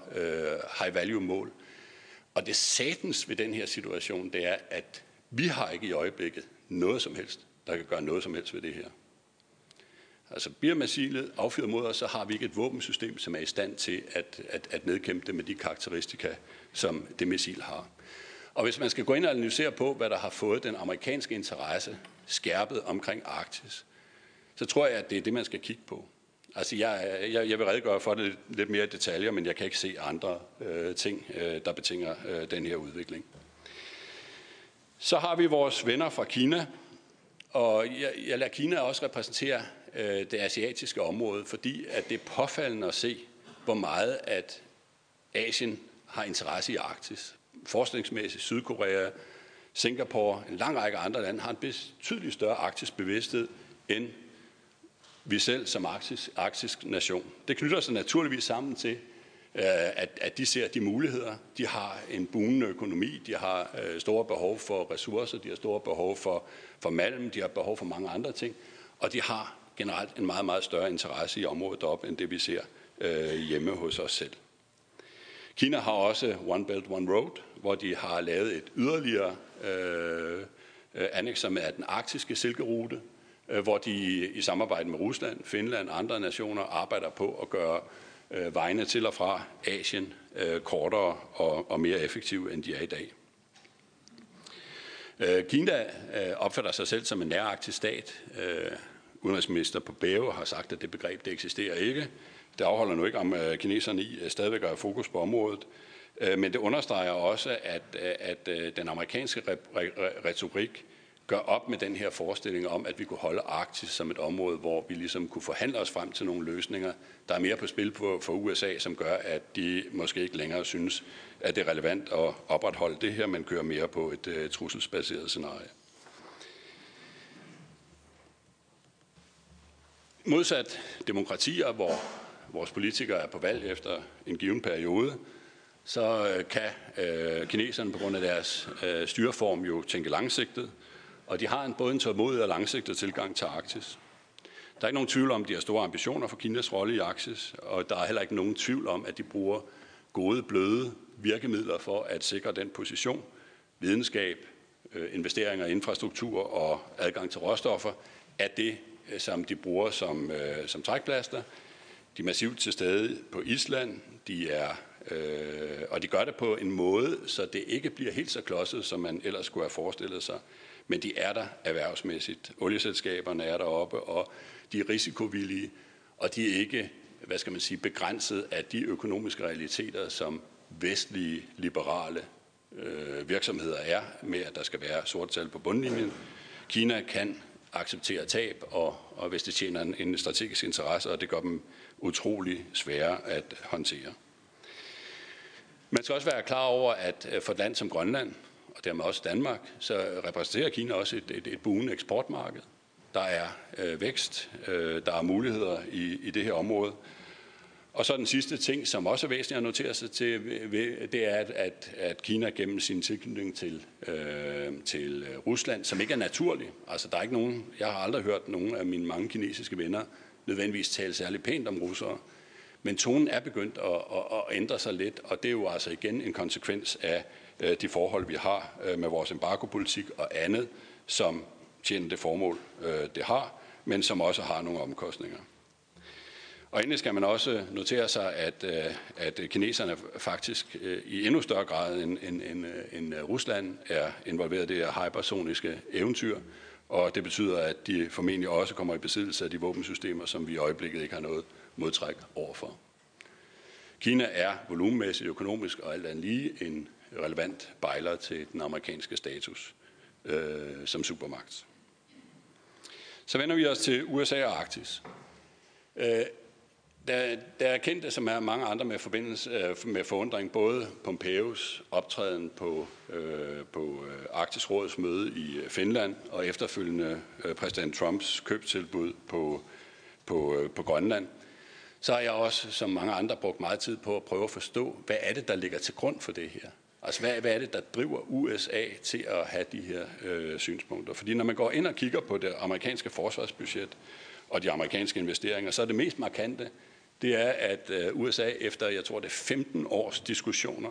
high-value-mål. Og det satans ved den her situation, det er, at vi har ikke i øjeblikket noget som helst, der kan gøre noget som helst ved det her. Altså bliver missilet affyret mod os, så har vi ikke et våbensystem, som er i stand til at nedkæmpe det med de karakteristika, som det missil har. Og hvis man skal gå ind og analysere på, hvad der har fået den amerikanske interesse skærpet omkring Arktis, så tror jeg, at det er det, man skal kigge på. Altså jeg vil redegøre for det lidt mere i detaljer, men jeg kan ikke se andre ting, der betinger den her udvikling. Så har vi vores venner fra Kina, og jeg lader Kina også repræsentere det asiatiske område, fordi at det er påfaldende at se, hvor meget at Asien har interesse i Arktis. Forskningsmæssigt Sydkorea, Singapore, en lang række andre lande har en betydeligt større arktisk bevidsthed end vi selv som arktisk nation. Det knytter sig naturligvis sammen til, at de ser de muligheder. De har en bugnende økonomi, de har store behov for ressourcer, de har store behov for malm, de har behov for mange andre ting, og de har generelt en meget, meget større interesse i området deroppe, end det vi ser hjemme hos os selv. Kina har også One Belt, One Road, hvor de har lavet et yderligere annekser med den arktiske silkerute, hvor de i samarbejde med Rusland, Finland og andre nationer arbejder på at gøre vejene til og fra Asien kortere og mere effektive, end de er i dag. Kina opfatter sig selv som en nærarktisk stat. Udenrigsminister Pompeo har sagt, at det begreb det eksisterer ikke. Det afholder nu ikke om kineserne i stadigvæk at have fokus på området. Men det understreger også, at den amerikanske retorik gør op med den her forestilling om, at vi kunne holde Arktis som et område, hvor vi ligesom kunne forhandle os frem til nogle løsninger, der er mere på spil for USA, som gør, at de måske ikke længere synes, at det er relevant at opretholde det her, men kører mere på et trusselsbaseret scenarie. Modsat demokratier, hvor vores politikere er på valg efter en given periode, så kan kineserne på grund af deres styreform jo tænke langsigtet, og de har både en tålmodig og langsigtet tilgang til Arktis. Der er ikke nogen tvivl om, at de har store ambitioner for Kinas rolle i Arktis, og der er heller ikke nogen tvivl om, at de bruger gode, bløde virkemidler for at sikre den position, videnskab, investeringer i infrastruktur og adgang til råstoffer, at det, som de bruger som trækplaster. De er massivt til stede på Island, og de gør det på en måde, så det ikke bliver helt så klodset, som man ellers skulle have forestillet sig. Men de er der erhvervsmæssigt. Olieselskaberne er deroppe, og de er risikovillige, og de er ikke, begrænset af de økonomiske realiteter, som vestlige, liberale virksomheder er, med at der skal være sorte tal på bundlinjen. Kina kan acceptere tab, og hvis det tjener en strategisk interesse, og det gør dem utrolig svære at håndtere. Man skal også være klar over, at for et land som Grønland, og dermed også Danmark, så repræsenterer Kina også et bugnende eksportmarked. Der er vækst, der er muligheder i det her område. Og så den sidste ting, som også er væsentligt at notere sig til, det er, at Kina gennem sin tilknytning til Rusland, som ikke er naturlig, altså der er ikke nogen, jeg har aldrig hørt nogen af mine mange kinesiske venner nødvendigvis tale særlig pænt om russere, men tonen er begyndt at ændre sig lidt, og det er jo altså igen en konsekvens af de forhold, vi har med vores embargopolitik og andet, som tjener det formål, det har, men som også har nogle omkostninger. Og endelig skal man også notere sig, at kineserne faktisk i endnu større grad end Rusland er involveret i det her hypersoniske eventyr, og det betyder, at de formentlig også kommer i besiddelse af de våbensystemer, som vi i øjeblikket ikke har noget modtræk overfor. Kina er volumenmæssigt, økonomisk og alt andet lige en relevant bejler til den amerikanske status som supermagt. Så vender vi os til USA og Arktis. Der er kendte, som er mange andre med forundring, både Pompeos optræden på Arktisk Råds møde i Finland og efterfølgende præsident Trumps købstilbud på Grønland. Så har jeg også, som mange andre, brugt meget tid på at prøve at forstå, hvad er det, der ligger til grund for det her? Altså, hvad er det, der driver USA til at have de her synspunkter? Fordi når man går ind og kigger på det amerikanske forsvarsbudget og de amerikanske investeringer, så er det mest markante, det er, at USA efter, jeg tror det er 15 års diskussioner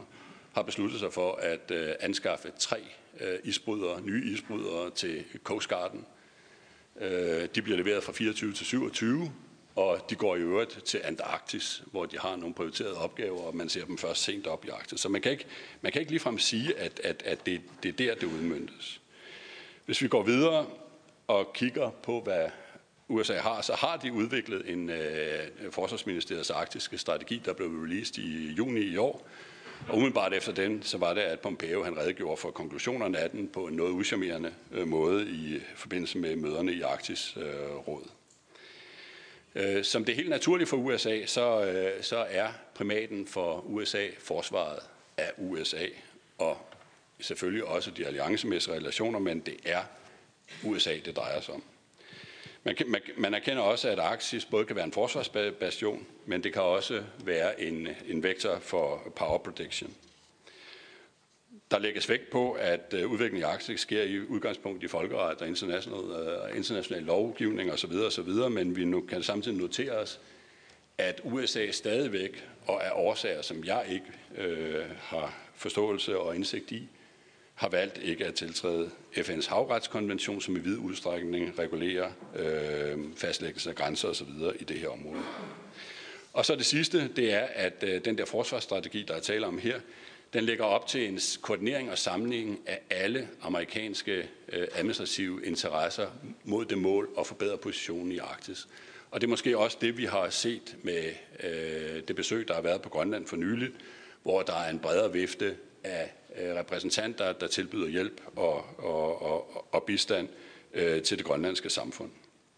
har besluttet sig for at anskaffe 3 nye isbrydere til Coast Guarden. De bliver leveret fra 24 til 27, og de går i øvrigt til Antarktis, hvor de har nogle prioriterede opgaver, og man ser dem først sent op i Arktis. Så man kan ikke ligefrem sige, at det er der, det udmøntes. Hvis vi går videre og kigger på, hvad USA har, så har de udviklet en forsvarsministeriets arktiske strategi, der blev released i juni i år. Og umiddelbart efter den, så var det, at Pompeo han redegjorde for konklusionerne af den på en noget uschammerende måde i forbindelse med møderne i Arktisk Råd. Som det er helt naturligt for USA, så er primaten for USA forsvaret af USA, og selvfølgelig også de alliancemæssige relationer, men det er USA, det drejer sig om. Man erkender også, at Arktis både kan være en forsvarsbastion, men det kan også være en vektor for power protection. Der lægges vægt på, at udviklingen i Arktis sker i udgangspunkt i folkeret og international lovgivning osv., men vi kan samtidig notere os, at USA stadigvæk, og af årsager, som jeg ikke har forståelse og indsigt i, har valgt ikke at tiltræde FN's havretskonvention, som i vid udstrækning regulerer fastlæggelse af grænser osv. i det her område. Og så det sidste, det er, at den der forsvarsstrategi, der er tale om her, den lægger op til en koordinering og sammenligning af alle amerikanske administrative interesser mod det mål at forbedre positionen i Arktis. Og det er måske også det, vi har set med det besøg, der har været på Grønland for nyligt, hvor der er en bredere vifte af repræsentanter, der tilbyder hjælp og bistand til det grønlandske samfund.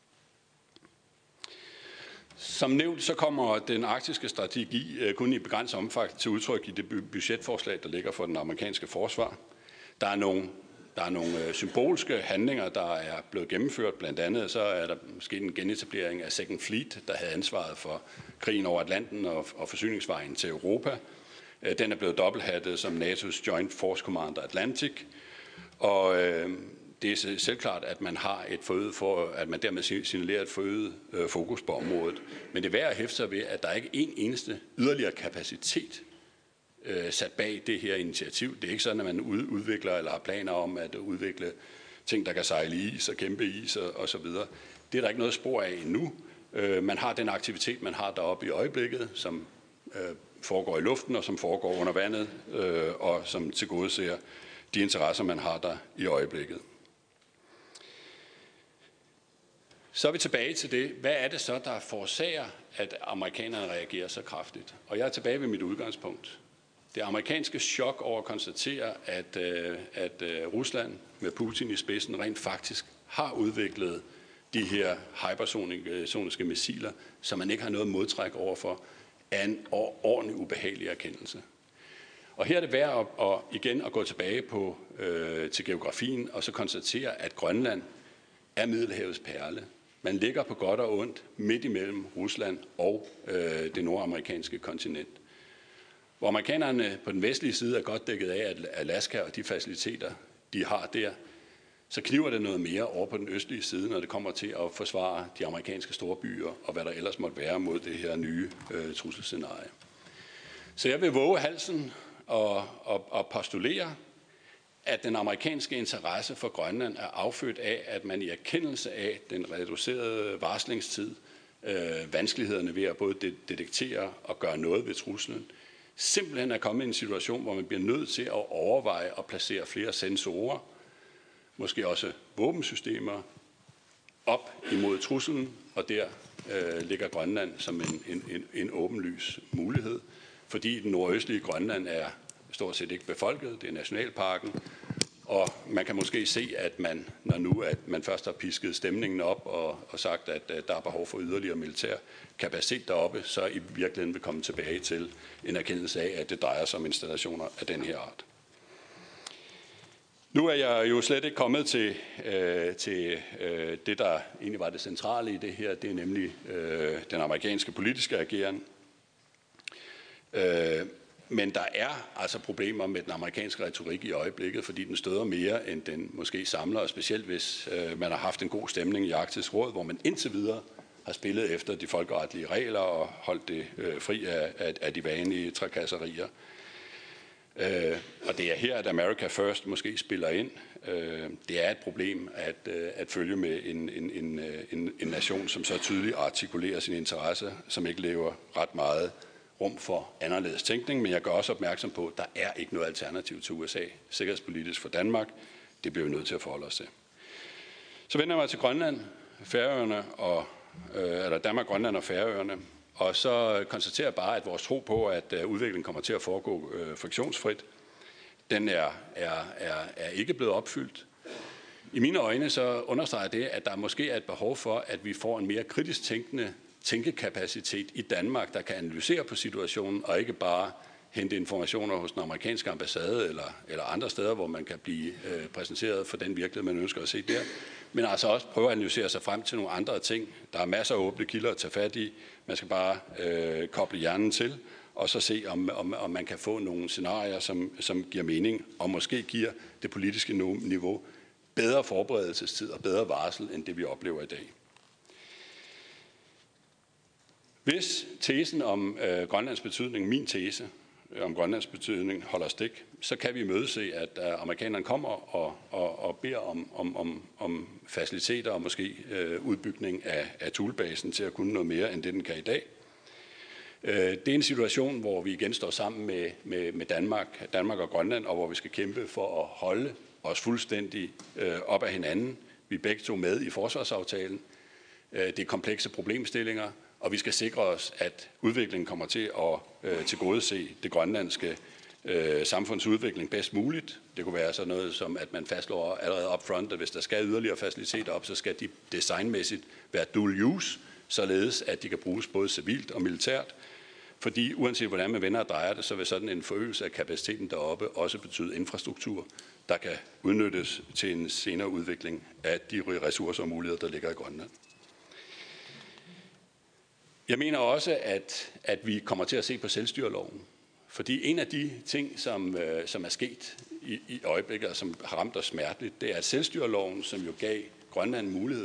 Som nævnt, så kommer den arktiske strategi kun i begrænset omfang til udtryk i det budgetforslag, der ligger for den amerikanske forsvar. Der er nogle symbolske handlinger, der er blevet gennemført. Blandt andet så er der sket en genetablering af Second Fleet, der havde ansvaret for krigen over Atlanten og forsyningsvejen til Europa. Den er blevet dobbelthattet som NATO's Joint Force Commander Atlantic, og det er selvklart, at man har at man dermed signalerer et forøget fokus på området. Men det er værd at hæfte sig ved, at der ikke er en eneste yderligere kapacitet sat bag det her initiativ. Det er ikke sådan, at man udvikler eller har planer om at udvikle ting, der kan sejle i is og kæmpe is og så videre. Det er der ikke noget spor af endnu. Man har den aktivitet, man har deroppe i øjeblikket, som foregår i luften og som foregår under vandet, og som tilgodeser de interesser, man har der i øjeblikket. Så er vi tilbage til det. Hvad er det så, der forårsager, at amerikanerne reagerer så kraftigt? Og jeg er tilbage ved mit udgangspunkt. Det amerikanske chok over at konstatere, at Rusland med Putin i spidsen rent faktisk har udviklet de her hypersoniske missiler, som man ikke har noget modtræk overfor, er en ordentlig ubehagelig erkendelse. Og her er det værd at gå tilbage til geografien og så konstatere, at Grønland er Middelhavets perle. Man ligger på godt og ondt midt imellem Rusland og det nordamerikanske kontinent. Hvor amerikanerne på den vestlige side er godt dækket af Alaska og de faciliteter, de har der, så kniver det noget mere over på den østlige side, når det kommer til at forsvare de amerikanske storbyer og hvad der ellers måtte være mod det her nye trusselscenarie. Så jeg vil våge halsen og postulere, at den amerikanske interesse for Grønland er affødt af, at man i erkendelse af den reducerede varslingstid, vanskelighederne ved at både detektere og gøre noget ved truslen, simpelthen er kommet i en situation, hvor man bliver nødt til at overveje at placere flere sensorer, måske også våbensystemer, op imod truslen, og der ligger Grønland som en åbenlys mulighed, fordi den nordøstlige Grønland er stort set ikke befolket, det er nationalparken, og man kan måske se, at når man først har pisket stemningen op og sagt, at der er behov for yderligere militær kapacitet deroppe, så i virkeligheden vil komme tilbage til en erkendelse af, at det drejer sig om installationer af den her art. Nu er jeg jo slet ikke kommet til det, der egentlig var det centrale i det her. Det er nemlig den amerikanske politiske ageren. Men der er altså problemer med den amerikanske retorik i øjeblikket, fordi den støder mere, end den måske samler, og specielt hvis man har haft en god stemning i Arktisk Råd, hvor man indtil videre har spillet efter de folkeretlige regler og holdt det fri af de vanlige trakasserier. Og det er her, at America First måske spiller ind. Det er et problem at følge med en nation, som så tydeligt artikulerer sine interesser, som ikke lever ret meget rum for anderledes tænkning, men jeg gør også opmærksom på, at der er ikke noget alternativ til USA, sikkerhedspolitisk for Danmark. Det bliver vi nødt til at forholde os til. Så vender jeg mig til Grønland, Færøerne eller Danmark, Grønland og Færøerne, og så konstaterer jeg bare, at vores tro på, at udviklingen kommer til at foregå friktionsfrit, den er ikke blevet opfyldt. I mine øjne så understreger det, at der måske er et behov for, at vi får en mere kritisk tænkende tænkekapacitet i Danmark, der kan analysere på situationen, og ikke bare hente informationer hos den amerikanske ambassade eller andre steder, hvor man kan blive præsenteret for den virkelighed, man ønsker at se der. Men altså også prøve at analysere sig frem til nogle andre ting. Der er masser af åbne kilder at tage fat i. Man skal bare koble hjernen til, og så se, om man kan få nogle scenarier, som giver mening, og måske giver det politiske niveau bedre forberedelsestid og bedre varsel, end det vi oplever i dag. Hvis tesen om Grønlands betydning, min tese om Grønlands betydning, holder stik, så kan vi imødese, at amerikanerne kommer og beder om faciliteter og måske udbygning af Thulebasen til at kunne noget mere, end det den kan i dag. Det er en situation, hvor vi igen står sammen med Danmark og Grønland, og hvor vi skal kæmpe for at holde os fuldstændig op af hinanden. Vi er begge to med i forsvarsaftalen. Det er komplekse problemstillinger, og vi skal sikre os, at udviklingen kommer til at tilgodese det grønlandske samfundsudvikling bedst muligt. Det kunne være sådan noget som, at man fastslår allerede upfront, at hvis der skal yderligere faciliteter op, så skal de designmæssigt være dual use, således at de kan bruges både civilt og militært. Fordi uanset hvordan man vender og drejer det, så vil sådan en forøgelse af kapaciteten deroppe også betyde infrastruktur, der kan udnyttes til en senere udvikling af de ressourcer og muligheder, der ligger i Grønland. Jeg mener også, at vi kommer til at se på selvstyreloven. Fordi en af de ting, som er sket i øjeblikket, og som har ramt os smerteligt, det er, at selvstyreloven, som jo gav Grønland mulighed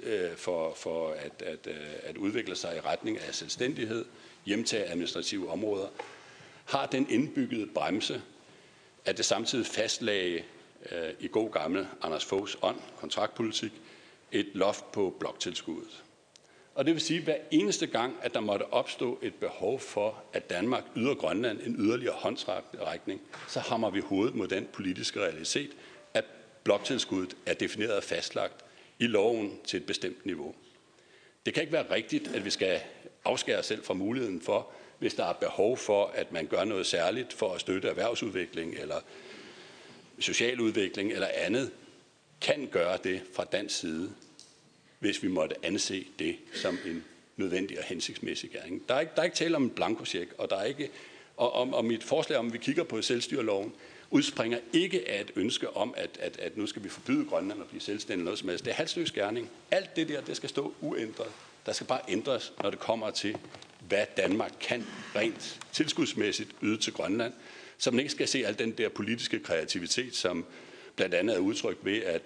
for at udvikle sig i retning af selvstændighed, hjemtage administrative områder, har den indbyggede bremse, at det samtidig fastlagde i god gammel Anders Foghs ånd, kontraktpolitik, et loft på bloktilskuddet. Og det vil sige, at hver eneste gang, at der måtte opstå et behov for, at Danmark yder Grønland en yderligere håndsrækning, så hammer vi hovedet mod den politiske realitet, at bloktilskuddet er defineret og fastlagt i loven til et bestemt niveau. Det kan ikke være rigtigt, at vi skal afskære os selv fra muligheden for, hvis der er behov for, at man gør noget særligt for at støtte erhvervsudvikling eller social udvikling eller andet, kan gøre det fra dansk side, hvis vi måtte anse det som en nødvendig og hensigtsmæssig gerning. Der er ikke tale om en blankocheck, og der er ikke, og mit forslag om, at vi kigger på selvstyreloven, udspringer ikke af et ønske om, at nu skal vi forbyde Grønland at blive selvstændig noget som helst. Det er halsløs gerning. Alt det der, det skal stå uændret. Der skal bare ændres, når det kommer til, hvad Danmark kan rent tilskudsmæssigt yde til Grønland, så man ikke skal se al den der politiske kreativitet, som blandt andet er udtrykt ved, at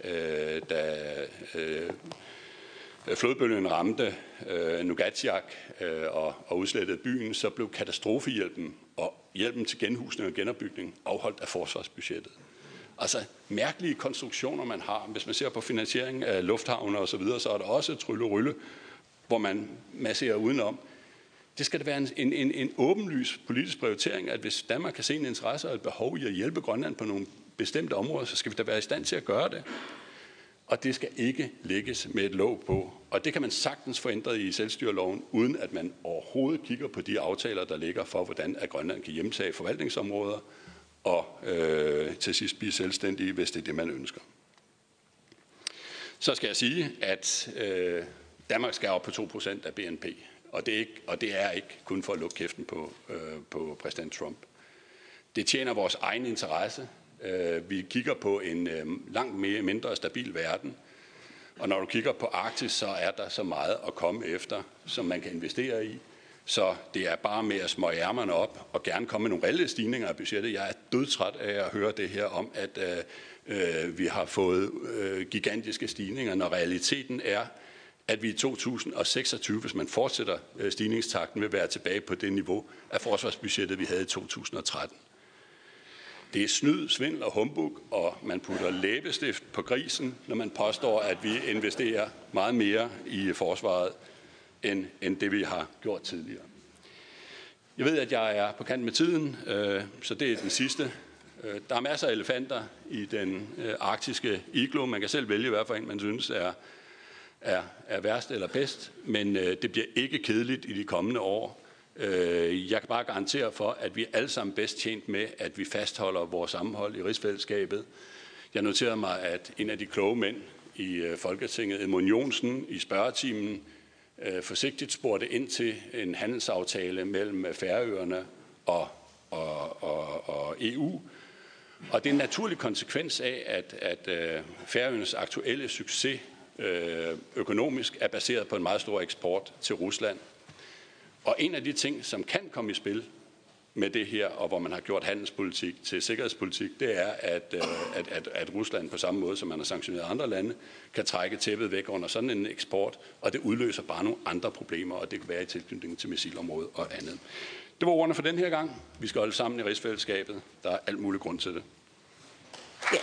da flodbølgen ramte Nuugaatsiaq og udslettede byen, så blev katastrofehjælpen og hjælpen til genhusning og genopbygning afholdt af forsvarsbudgettet. Altså mærkelige konstruktioner, man har. Hvis man ser på finansieringen af lufthavne og så videre, så er der også trylle-rylle, hvor man masserer udenom. Det skal da være en åbenlys politisk prioritering, at hvis Danmark kan se en interesse og et behov i at hjælpe Grønland på nogle bestemte områder, så skal vi da være i stand til at gøre det. Og det skal ikke lægges med et låg på. Og det kan man sagtens få ændret i selvstyreloven, uden at man overhovedet kigger på de aftaler, der ligger for, hvordan at Grønland kan hjemtage forvaltningsområder og til sidst blive selvstændige, hvis det er det, man ønsker. Så skal jeg sige, at Danmark skal op på 2% af BNP. Og det er ikke kun for at lukke kæften på præsident Trump. Det tjener vores egen interesse. Vi kigger på en langt mindre stabil verden. Og når du kigger på Arktis, så er der så meget at komme efter, som man kan investere i. Så det er bare med at smøge ærmerne op og gerne komme med nogle reelle stigninger af budgettet. Jeg er dødtræt af at høre det her om, at vi har fået gigantiske stigninger, når realiteten er, at vi i 2026, hvis man fortsætter stigningstakten, vil være tilbage på det niveau af forsvarsbudgettet, vi havde i 2013. Det er snyd, svindel og humbug, og man putter læbestift på grisen, når man påstår, at vi investerer meget mere i forsvaret, end det vi har gjort tidligere. Jeg ved, at jeg er på kant med tiden, så det er den sidste. Der er masser af elefanter i den arktiske iglo. Man kan selv vælge, hvad for en man synes er værst eller bedst, men det bliver ikke kedeligt i de kommende år. Jeg kan bare garantere for, at vi er alle sammen bedst tjent med, at vi fastholder vores sammenhold i rigsfællesskabet. Jeg noterede mig, at en af de kloge mænd i Folketinget, Edmund Johnsen, i spørgetimen forsigtigt spurgte ind til en handelsaftale mellem Færøerne og EU. Og det er en naturlig konsekvens af, at Færøernes aktuelle succes økonomisk er baseret på en meget stor eksport til Rusland. Og en af de ting, som kan komme i spil med det her, og hvor man har gjort handelspolitik til sikkerhedspolitik, det er, at Rusland på samme måde, som man har sanktioneret andre lande, kan trække tæppet væk under sådan en eksport, og det udløser bare nogle andre problemer, og det kan være i tilknytning til missilområdet og andet. Det var ordene for den her gang. Vi skal holde sammen i rigsfællesskabet. Der er alt mulig grund til det. Ja.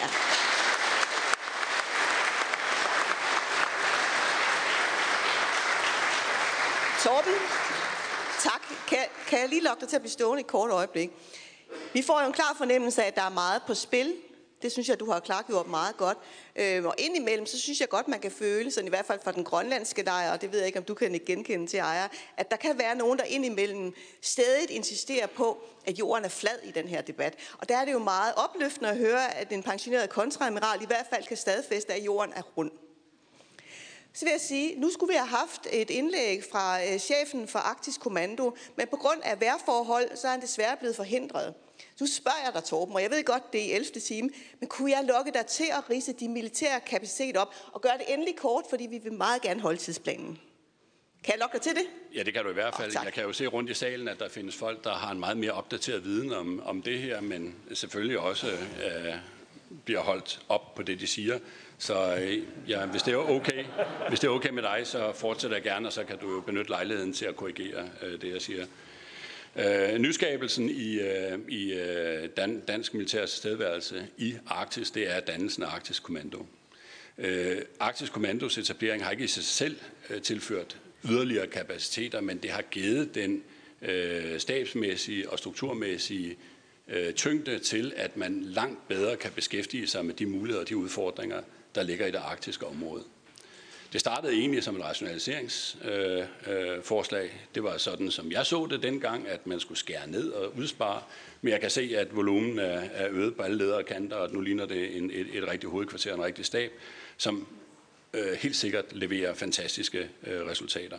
Torben, tak. Kan jeg lige lokke dig til at blive stående et kort øjeblik? Vi får jo en klar fornemmelse af, at der er meget på spil. Det synes jeg, du har klargjort meget godt. Og indimellem, så synes jeg godt, man kan føle, sådan i hvert fald fra den grønlandske lejr, og det ved jeg ikke, om du kan genkende til ejer, at der kan være nogen, der indimellem stadig insisterer på, at jorden er flad i den her debat. Og der er det jo meget opløftende at høre, at en pensioneret kontreadmiral i hvert fald kan stadfæste, at jorden er rund. Så vil jeg sige, nu skulle vi have haft et indlæg fra chefen for Arktisk Kommando, men på grund af vejrforhold, så er han desværre blevet forhindret. Nu spørger jeg dig, Torben, og jeg ved godt, det er i 11. time, men kunne jeg lokke dig til at ridse de militære kapacitet op og gøre det endelig kort, fordi vi vil meget gerne holde tidsplanen? Kan jeg lokke dig til det? Ja, det kan du i hvert fald. Jeg kan jo se rundt i salen, at der findes folk, der har en meget mere opdateret viden om det her, men selvfølgelig også bliver holdt op på det, de siger. Så ja, hvis det er okay med dig, så fortsætter jeg gerne, og så kan du jo benytte lejligheden til at korrigere det, jeg siger. Nyskabelsen i dansk militær tilstedeværelse i Arktis, det er dannelsen af Arktisk Kommando. Arktisk Kommandos etablering har ikke i sig selv tilført yderligere kapaciteter, men det har givet den stabsmæssige og strukturmæssige tyngde til, at man langt bedre kan beskæftige sig med de muligheder og de udfordringer, der ligger i det arktiske område. Det startede egentlig som et rationaliseringsforslag. Det var sådan, som jeg så det dengang, at man skulle skære ned og udspare. Men jeg kan se, at volumen er øget på alle ledere og kanter, og nu ligner det et rigtigt hovedkvarter, en rigtig stab, som helt sikkert leverer fantastiske resultater.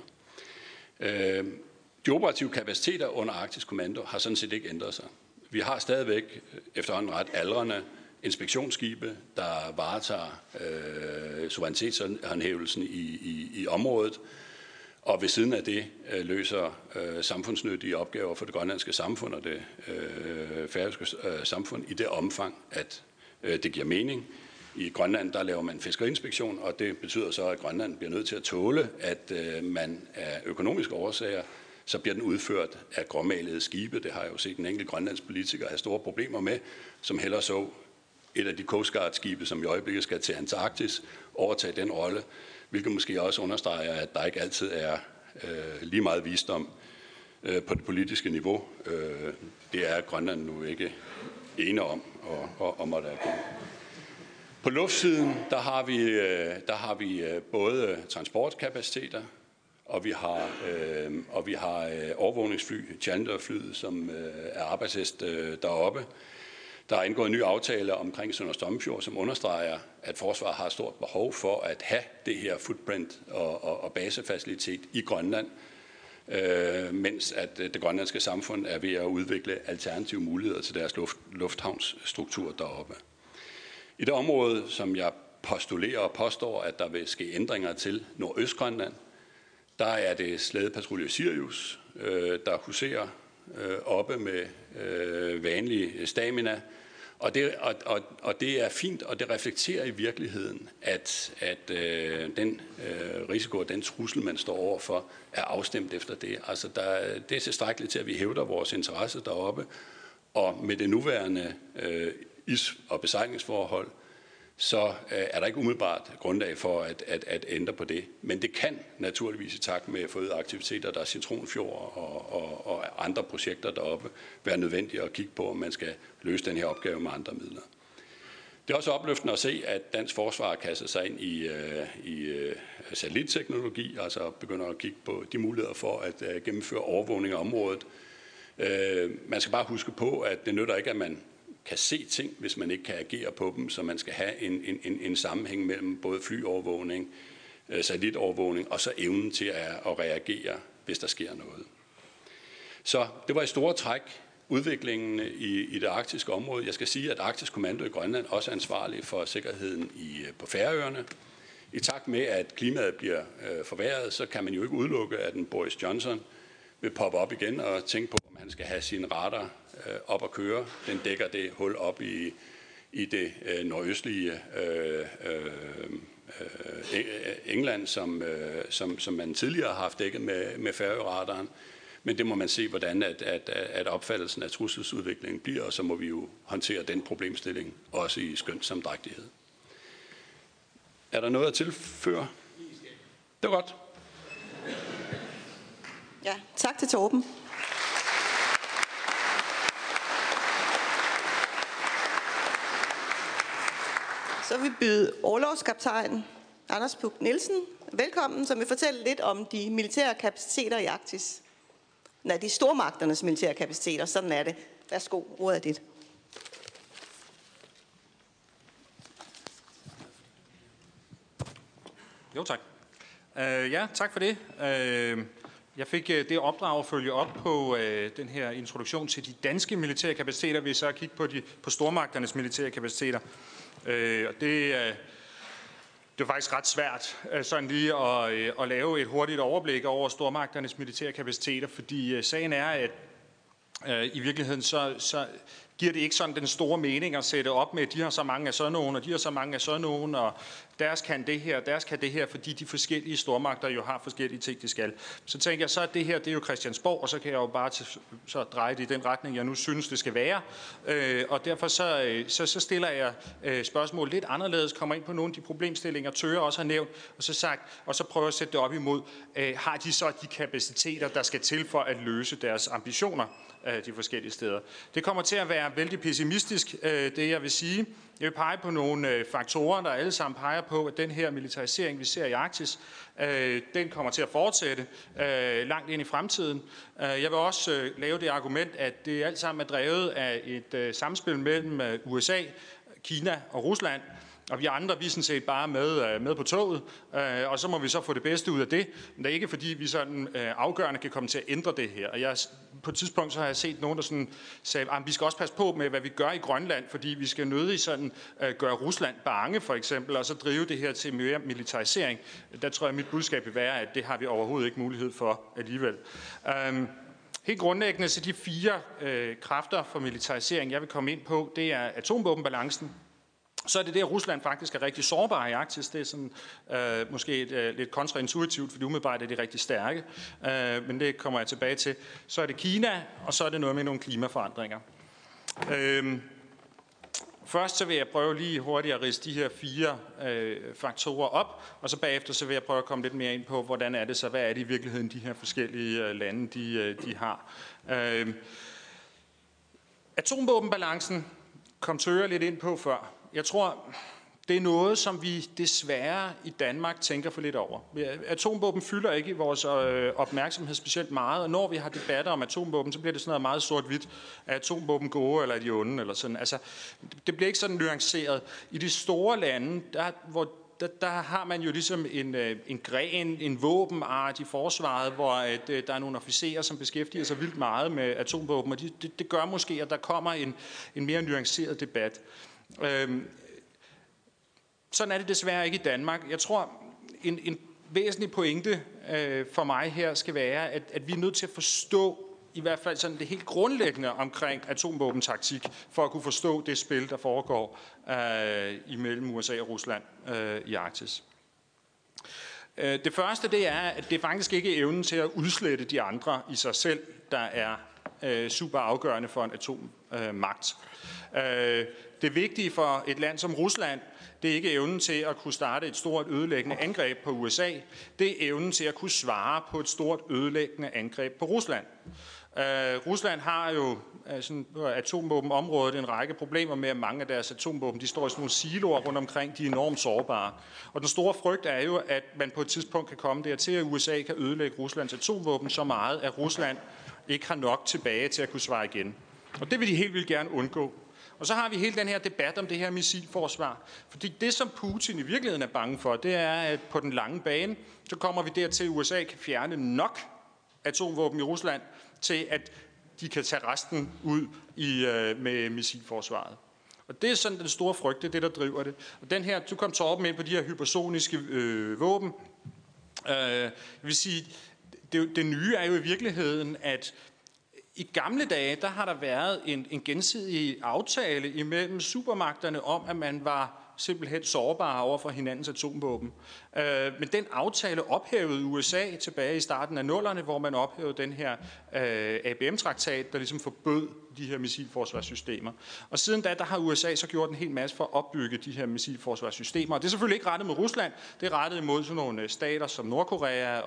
De operative kapaciteter under Arktisk Kommando har sådan set ikke ændret sig. Vi har stadigvæk efterhånden ret aldrende inspektionsskibe, der varetager suverænitetshåndhævelsen i området, og ved siden af det løser samfundsnyttige opgaver for det grønlandske samfund og det færøske samfund i det omfang, at det giver mening. I Grønland der laver man fiskeriinspektion, og det betyder så, at Grønland bliver nødt til at tåle, at man af økonomiske årsager så bliver den udført af gråmalede skibe. Det har jeg jo set en enkelt grønlandsk politiker have store problemer med, som hellere så et af de Coast Guard-skibe, som i øjeblikket skal til Antarktis, overtage den rolle, hvilket måske også understreger, at der ikke altid er lige meget visdom på det politiske niveau. Det er Grønland nu ikke ene om, og måtte have. På luftsiden, der har vi både transportkapaciteter, og vi har overvågningsfly, Challenger-flyet, som er arbejdshest deroppe. Der er indgået en ny aftale omkring Sønder Strømfjord, som understreger, at forsvaret har et stort behov for at have det her footprint og basefacilitet i Grønland, mens at det grønlandske samfund er ved at udvikle alternative muligheder til deres lufthavnsstruktur deroppe. I det område, som jeg postulerer og påstår, at der vil ske ændringer til Nordøstgrønland, der er det slædepatrulje Sirius, der huserer oppe med vanlig stamina. Og det er fint, og det reflekterer i virkeligheden, at den risiko og den trussel, man står overfor, er afstemt efter det. Altså, det er tilstrækkeligt til, at vi hævder vores interesse deroppe, Og med det nuværende is- og besejlingsforhold, så er der ikke umiddelbart grundlag for at ændre på det. Men det kan naturligvis i takt med forøgede aktiviteter, der er Citronfjord og andre projekter deroppe, være nødvendigt at kigge på, om man skal løse den her opgave med andre midler. Det er også opløftende at se, at dansk forsvar kaster sig ind i satellitteknologi, altså begynder at kigge på de muligheder for at gennemføre overvågning af området. Man skal bare huske på, at det nytter ikke, at man kan se ting, hvis man ikke kan agere på dem, så man skal have en sammenhæng mellem både flyovervågning, satellitovervågning og så evnen til at reagere, hvis der sker noget. Så det var i store træk udviklingen i det arktiske område. Jeg skal sige, at Arktisk Kommando i Grønland også er ansvarlig for sikkerheden på Færøerne. I takt med, at klimaet bliver forværret, så kan man jo ikke udelukke, at en Boris Johnson vil poppe op igen og tænke på, om han skal have sin radar op at køre. Den dækker det hul op i det nordøstlige England, som man tidligere har haft dækket med Færøradaren. Men det må man se, hvordan at opfattelsen af trusselsudviklingen bliver, og så må vi jo håndtere den problemstilling også i skønsomdrægtighed. Er der noget at tilføre? Det var godt. Ja, tak til Torben. Så vil vi byde orlogskaptajn Anders Puk Nielsen velkommen, som vil fortælle lidt om de militære kapaciteter i Arktis. Nej, de stormagternes militære kapaciteter, sådan er det. Værsgo, ordet er dit. Jo, tak. Tak for det. Jeg fik det opdrag at følge op på den her introduktion til de danske militære kapaciteter, ved så at kigge på stormagternes militære kapaciteter. Det er faktisk ret svært sådan lige at lave et hurtigt overblik over stormagternes militære kapaciteter, fordi sagen er, at i virkeligheden så giver det ikke sådan den store mening at sætte op med, at de har så mange af sådan nogen, og de har så mange af sådan nogen, og deres kan det her, deres kan det her, fordi de forskellige stormagter jo har forskellige ting, de skal. Så tænker jeg, så at det her, det er jo Christiansborg, og så kan jeg jo bare så dreje det i den retning, jeg nu synes, det skal være. Og derfor så stiller jeg spørgsmål lidt anderledes, kommer ind på nogle af de problemstillinger, Tøre også har nævnt, og så prøver at sætte det op imod, har de så de kapaciteter, der skal til for at løse deres ambitioner de forskellige steder. Det kommer til at være vældig pessimistisk, det jeg vil sige. Jeg vil pege på nogle faktorer, der alle sammen peger på, at den her militarisering, vi ser i Arktis, den kommer til at fortsætte langt ind i fremtiden. Jeg vil også lave det argument, at det alt sammen er drevet af et samspil mellem USA, Kina og Rusland. Og vi andre, vi er sådan set bare med på toget, og så må vi så få det bedste ud af det. Men det er ikke fordi, vi sådan afgørende kan komme til at ændre det her. Og på et tidspunkt så har jeg set nogen, der sådan sagde, at vi skal også passe på med, hvad vi gør i Grønland, fordi vi skal nødig sådan gøre Rusland bange, for eksempel, og så drive det her til mere militarisering. Der tror jeg, at mit budskab vil være, at det har vi overhovedet ikke mulighed for alligevel. Helt grundlæggende, så de 4 kræfter for militarisering, jeg vil komme ind på, det er atomvåbenbalancen. Så er det der, Rusland faktisk er rigtig sårbar i Arktis. Det er sådan, måske lidt kontraintuitivt, fordi umiddelbart er de rigtig stærke. Men det kommer jeg tilbage til. Så er det Kina, og så er det noget med nogle klimaforandringer. Først så vil jeg prøve lige hurtigt at ridse de her 4 faktorer op, og så bagefter så vil jeg prøve at komme lidt mere ind på, hvordan er det så, hvad er det i virkeligheden, de her forskellige lande, de har. Atomvåbenbalancen kom Tøre lidt ind på før. Jeg tror, det er noget, som vi desværre i Danmark tænker for lidt over. Atomvåben fylder ikke i vores opmærksomhed specielt meget, og når vi har debatter om atomvåben, så bliver det sådan noget meget sort-hvidt. Er atomvåben gode, eller er de onde, eller sådan. Altså, det bliver ikke sådan nuanceret. I de store lande, der har man jo ligesom en gren, en våbenart i forsvaret, hvor der er nogle officerer, som beskæftiger sig vildt meget med atomvåben, og det gør måske, at der kommer en mere nuanceret debat. Sådan er det desværre ikke i Danmark. Jeg tror, en væsentlig pointe for mig her skal være, at vi er nødt til at forstå i hvert fald sådan det helt grundlæggende omkring atomvåbentaktik, for at kunne forstå det spil, der foregår imellem USA og Rusland i Arktis. Det første, det er, at det faktisk ikke er evnen til at udslette de andre i sig selv, der er super afgørende for en atommagt. Det vigtige for et land som Rusland, det er ikke evnen til at kunne starte et stort ødelæggende angreb på USA. Det er evnen til at kunne svare på et stort ødelæggende angreb på Rusland. Rusland har jo på atomvåbenområdet en række problemer med, at mange af deres atomvåben de står i sådan nogle siloer rundt omkring, de er enormt sårbare. Og den store frygt er jo, at man på et tidspunkt kan komme dertil, at USA kan ødelægge Ruslands atomvåben så meget, at Rusland ikke har nok tilbage til at kunne svare igen. Og det vil de helt vildt gerne undgå. Og så har vi hele den her debat om det her missilforsvar. Fordi det, som Putin i virkeligheden er bange for, det er, at på den lange bane, så kommer vi dertil, at USA kan fjerne nok atomvåben i Rusland, til at de kan tage resten ud med missilforsvaret. Og det er sådan den store frygt, det er det, der driver det. Og den her, du kom Torben ind på de her hypersoniske våben. Jeg vil sige, det nye er jo i virkeligheden, at i gamle dage, der har der været en gensidig aftale imellem supermagterne om, at man var simpelthen sårbare over for hinandens atomvåben. Men den aftale ophævede USA tilbage i starten af 00'erne, hvor man ophævede den her ABM-traktat, der ligesom forbød de her missilforsvarssystemer. Og siden da, der har USA så gjort en hel masse for at opbygge de her missilforsvarssystemer. Og det er selvfølgelig ikke rettet mod Rusland, det er rettet imod sådan nogle stater som Nordkorea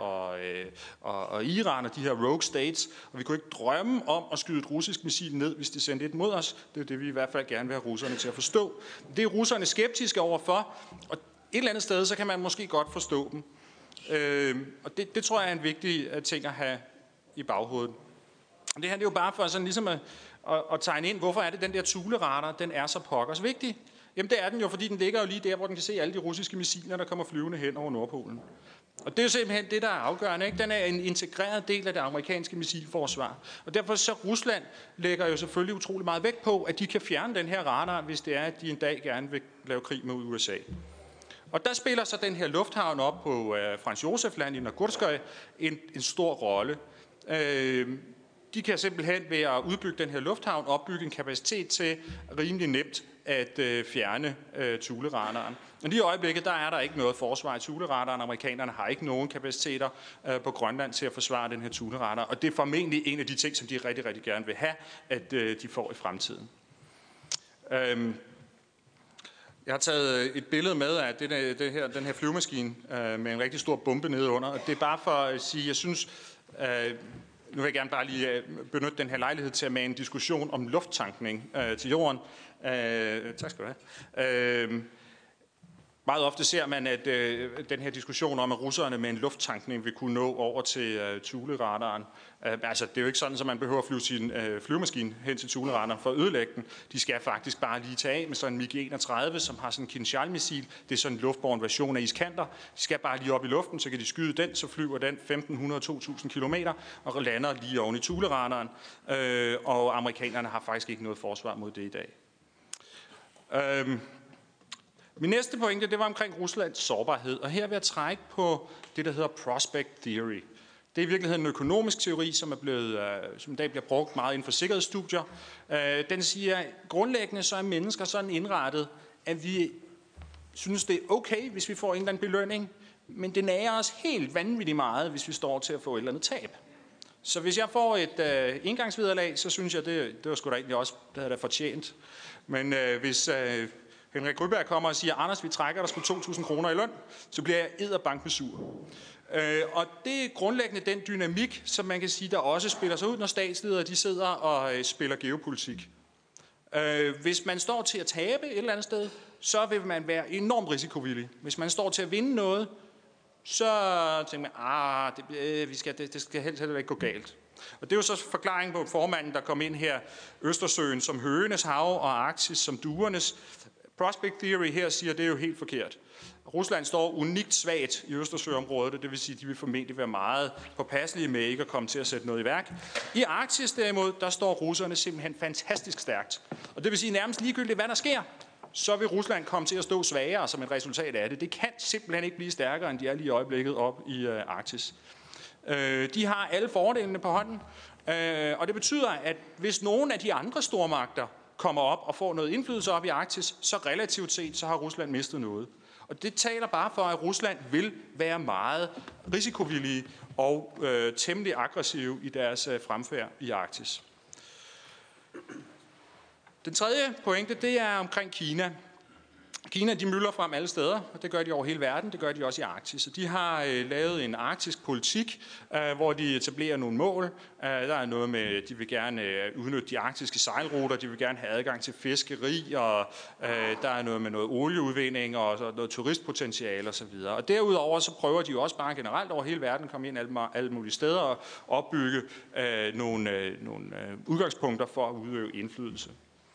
og Iran og de her rogue states. Og vi kunne ikke drømme om at skyde et russisk missil ned, hvis de sendte et mod os. Det er det, vi i hvert fald gerne vil have russerne til at forstå. Det er russerne skeptiske overfor, og et eller andet sted, så kan man måske godt forstå dem. Og det tror jeg er en vigtig ting at have i baghovedet. Det her det er jo bare for sådan ligesom at tegne ind, hvorfor er det den der Thule-radar, den er så pokkers vigtig. Jamen det er den jo, fordi den ligger jo lige der, hvor den kan se alle de russiske missiler, der kommer flyvende hen over Nordpolen. Og det er jo simpelthen det, der er afgørende. Ikke? Den er en integreret del af det amerikanske missilforsvar. Og derfor så Rusland lægger jo selvfølgelig utrolig meget vægt på, at de kan fjerne den her radar, hvis det er, at de en dag gerne vil lave krig med USA. Og der spiller så den her lufthavn op på Franz Josef Land i Nagurskoye en stor rolle. De kan simpelthen ved at udbygge den her lufthavn opbygge en kapacitet til rimelig nemt at fjerne Thule-radaren. Men lige i øjeblikket, der er der ikke noget forsvar i Thule-radaren. Amerikanerne har ikke nogen kapaciteter på Grønland til at forsvare den her Thule-radar. Og det er formentlig en af de ting, som de rigtig, rigtig gerne vil have, at de får i fremtiden. Jeg har taget et billede med af den her flyvemaskine med en rigtig stor bombe nede under. Og det er bare for at sige, jeg synes... Nu vil jeg gerne bare lige benytte den her lejlighed til at mane en diskussion om lufttankning til jorden. Tak skal du have. Meget ofte ser man, at den her diskussion om, at russerne med en lufttankning vil kunne nå over til Thule-radaren. Altså, det er jo ikke sådan, at man behøver at flyve sin flyvemaskine hen til Thule-radaren for at ødelægge den. De skal faktisk bare lige tage af med sådan en MiG-31, som har sådan en Kinjal-missil. Det er sådan en luftbåren version af Iskander. De skal bare lige op i luften, så kan de skyde den, så flyver den 1.500-2.000 kilometer og lander lige oven i Thule-radaren. Og amerikanerne har faktisk ikke noget forsvar mod det i dag. Min næste pointe, det var omkring Ruslands sårbarhed, og her vil jeg trække på det, der hedder prospect theory. Det er i virkeligheden en økonomisk teori, som i dag bliver brugt meget inden for sikkerhedsstudier. Den siger, grundlæggende så er mennesker sådan indrettet, at vi synes, det er okay, hvis vi får en eller anden belønning, men det nager os helt vanvittigt meget, hvis vi står til at få et eller andet tab. Så hvis jeg får et engangsvederlag, så synes jeg, det var sgu da egentlig også, det havde da fortjent. Men hvis Henrik Grøberg kommer og siger, Anders, vi trækker der sgu 2.000 kroner i løn, så bliver jeg edderbankende sur. Og det er grundlæggende den dynamik, som man kan sige, der også spiller sig ud, når statsledere de sidder og spiller geopolitik. Hvis man står til at tabe et eller andet sted, så vil man være enormt risikovillig. Hvis man står til at vinde noget, så tænker man, det skal helst ikke gå galt. Og det er jo så forklaringen på formanden, der kom ind her, Østersøen som høgenes hav og Arktis som duernes. Prospect Theory her siger, det er jo helt forkert. Rusland står unikt svagt i Østersøområdet, og det vil sige, at de vil formentlig være meget påpasselige med ikke at komme til at sætte noget i værk. I Arktis derimod, der står russerne simpelthen fantastisk stærkt. Og det vil sige, nærmest ligegyldigt, hvad der sker, så vil Rusland komme til at stå svagere som et resultat af det. Det kan simpelthen ikke blive stærkere, end de er lige i øjeblikket op i Arktis. De har alle fordelene på hånden, og det betyder, at hvis nogen af de andre stormagter kommer op og får noget indflydelse op i Arktis, så relativt set, så har Rusland mistet noget. Og det taler bare for, at Rusland vil være meget risikovillige og temmelig aggressive i deres fremfærd i Arktis. Den tredje pointe, det er omkring Kina. Kina, de myldrer frem alle steder, og det gør de over hele verden, det gør de også i Arktis. Og de har lavet en arktisk politik, hvor de etablerer nogle mål. Der er noget med, de vil gerne udnytte de arktiske sejlruter, de vil gerne have adgang til fiskeri, og der er noget med noget olieudvinding og noget turistpotentiale osv. Og derudover så prøver de jo også bare generelt over hele verden at komme ind alle mulige steder og opbygge nogle udgangspunkter for at udøve indflydelse.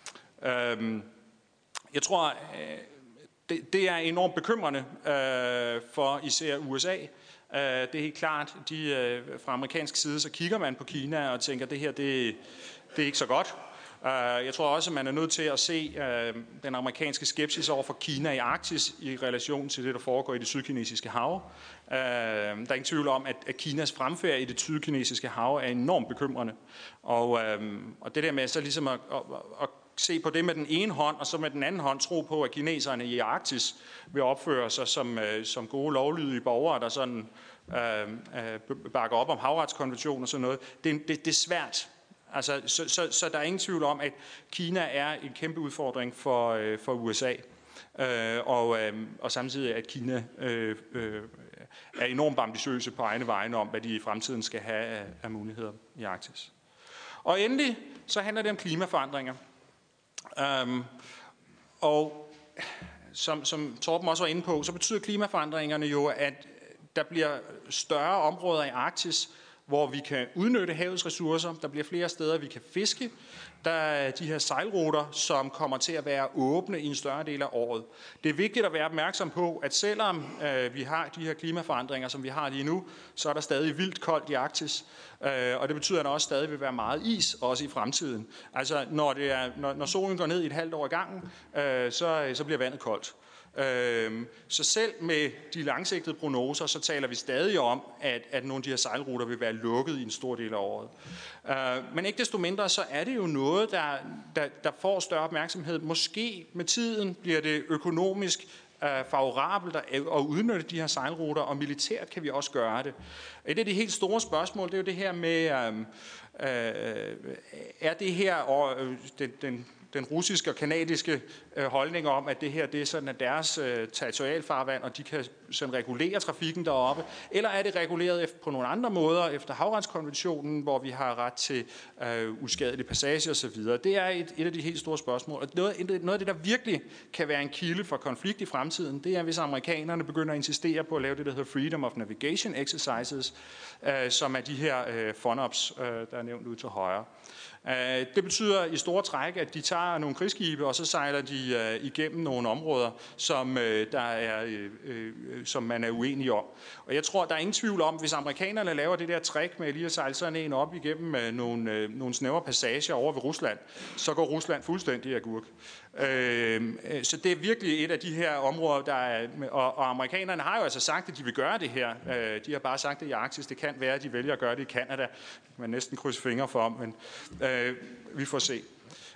Jeg tror, det er enormt bekymrende for især USA. Det er helt klart, fra amerikansk side, så kigger man på Kina og tænker, at det her det er ikke så godt. Jeg tror også, at man er nødt til at se den amerikanske skepsis over for Kina i Arktis i relation til det, der foregår i det sydkinesiske hav. Der er ingen tvivl om, at Kinas fremfærd i det sydkinesiske hav er enormt bekymrende. Og det der med så ligesom at se på det med den ene hånd, og så med den anden hånd tro på, at kineserne i Arktis vil opføre sig som gode lovlydige borgere, der sådan bakker op om havretskonventionen og sådan noget. Det er svært. Altså, så der er ingen tvivl om, at Kina er en kæmpe udfordring for USA. Og samtidig at Kina er enormt ambitiøse på egne vegne om, hvad de i fremtiden skal have af muligheder i Arktis. Og endelig så handler det om klimaforandringer. Og som Torben også var inde på, så betyder klimaforandringerne jo, at der bliver større områder i Arktis, hvor vi kan udnytte havets ressourcer. Der bliver flere steder, vi kan fiske. Der er de her sejlruter, som kommer til at være åbne i en større del af året. Det er vigtigt at være opmærksom på, at selvom vi har de her klimaforandringer, som vi har lige nu, så er der stadig vildt koldt i Arktis. Og det betyder, at der også stadig vil være meget is, også i fremtiden. Altså, når solen går ned i et halvt år i gangen, så bliver vandet koldt. Så selv med de langsigtede prognoser, så taler vi stadig om, at nogle af de her sejlruter vil være lukket i en stor del af året. Men ikke desto mindre, så er det jo noget, der får større opmærksomhed. Måske med tiden bliver det økonomisk favorabelt at udnytte de her sejlruter, og militært kan vi også gøre det. Et af de helt store spørgsmål, det er jo det her med, er det her den russiske og kanadiske holdning om, at det her det er sådan, at deres territorialfarvand, og de kan sådan regulere trafikken deroppe, eller er det reguleret på nogle andre måder efter havretskonventionen, hvor vi har ret til uskadelig passage osv. Det er et af de helt store spørgsmål. Og noget af det, der virkelig kan være en kilde for konflikt i fremtiden, det er, hvis amerikanerne begynder at insistere på at lave det, der hedder Freedom of Navigation Exercises, som er de her FONOPS, der er nævnt ude til højre. Det betyder i store træk, at de tager nogle krigsskibe, og så sejler de igennem nogle områder, som man er uenig om. Og jeg tror, der er ingen tvivl om, hvis amerikanerne laver det der trick med lige at sejle sådan en op igennem nogle snævre passager over ved Rusland, så går Rusland fuldstændig agurk. Så det er virkelig et af de her områder, der er, og amerikanerne har jo altså sagt, at de vil gøre det her. De har bare sagt det i Arktis. Det kan være, at de vælger at gøre det i Canada. Man næsten krydse fingre for, men vi får se.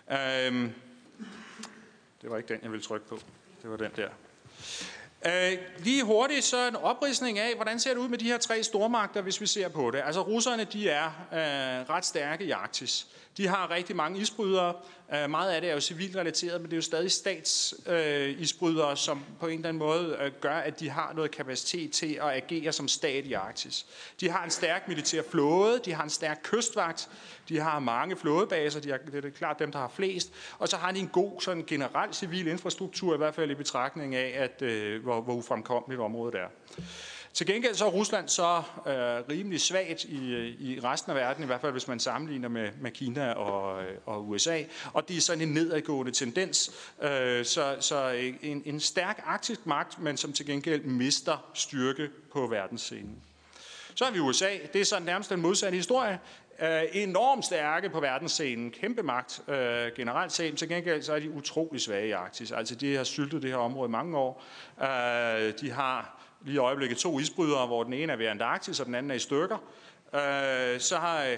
Det var ikke den, jeg ville trykke på. Det var den der. Lige hurtigt så en opridsning af, hvordan ser det ud med de her tre stormagter, hvis vi ser på det. Altså russerne, de er ret stærke i Arktis. De har rigtig mange isbrydere. Meget af det er jo civilt relateret, men det er jo stadig statsisbrydere, som på en eller anden måde gør, at de har noget kapacitet til at agere som stat i Arktis. De har en stærk militær flåde, de har en stærk kystvagt, de har mange flådebaser, det er klart dem, der har flest, og så har de en god sådan generel civil infrastruktur, i hvert fald i betragtning af, hvor ufremkommeligt området er. Til gengæld så er Rusland så rimelig svagt i resten af verden, i hvert fald hvis man sammenligner med Kina og USA, og det er sådan en nedadgående tendens. Så en stærk arktisk magt, men som til gengæld mister styrke på verdensscenen. Så har vi USA, det er sådan nærmest den modsatte historie. Enormt stærke på verdensscenen, kæmpe magt generelt set, til gengæld så er de utrolig svage i Arktis. Altså de har syltet det her område i mange år. De har lige i øjeblikket 2 isbrydere, hvor den ene er ved Antarktis, og den anden er i stykker. Så har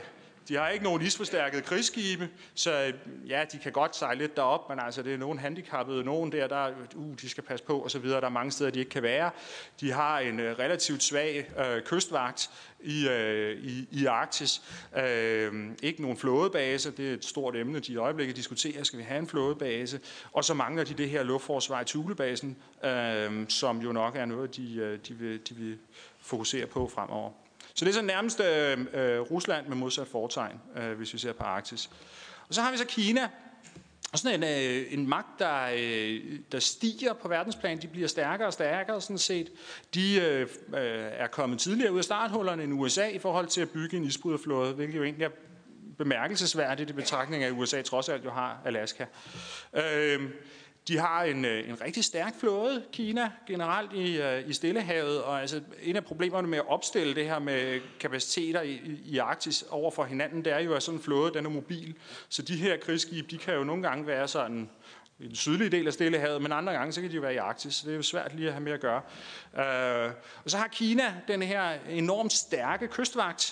De har ikke nogen isforstærkede krigsskibe, så ja, de kan godt sejle lidt derop, men altså det er nogen handicappede, nogen der de skal passe på osv. Der er mange steder, de ikke kan være. De har en relativt svag kystvagt i Arktis. Ikke nogen flådebase, det er et stort emne, de i øjeblikket diskuterer, skal vi have en flådebase? Og så mangler de det her luftforsvar i Thulebasen, som jo nok er noget, de vil fokusere på fremover. Så det er så nærmest Rusland med modsat fortegn, hvis vi ser på Arktis. Og så har vi så Kina, og sådan en magt, der stiger på verdensplan. De bliver stærkere og stærkere, sådan set. De er kommet tidligere ud af starthullerne end USA i forhold til at bygge en isbryderflåde, hvilket jo egentlig er bemærkelsesværdigt i betragtning af, at USA trods alt jo har Alaska. De har en rigtig stærk flåde, Kina, generelt i Stillehavet, og altså en af problemerne med at opstille det her med kapaciteter i Arktis over for hinanden, det er jo, at sådan en flåde, den er mobil. Så de her krigsskibe, de kan jo nogle gange være sådan i den sydlige del af Stillehavet, men andre gange, så kan de jo være i Arktis. Så det er jo svært lige at have med at gøre. Og så har Kina den her enormt stærke kystvagt,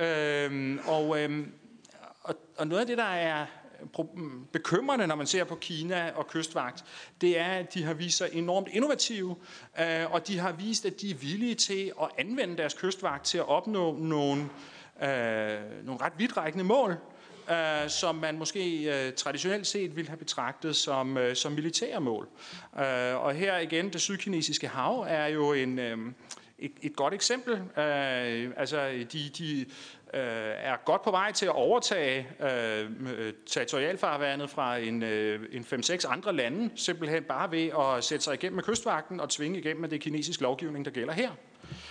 og noget af det, der er bekymrende, når man ser på Kina og kystvagt, det er, at de har vist sig enormt innovative, og de har vist, at de er villige til at anvende deres kystvagt til at opnå nogle ret vidtrækkende mål, som man måske traditionelt set ville have betragtet som militære mål. Og her igen, det sydkinesiske hav er jo et godt eksempel. Altså, de er godt på vej til at overtage territorialfarvandet fra en 5-6 andre lande, simpelthen bare ved at sætte sig igennem med kystvagten og tvinge igennem med det kinesiske lovgivning, der gælder her.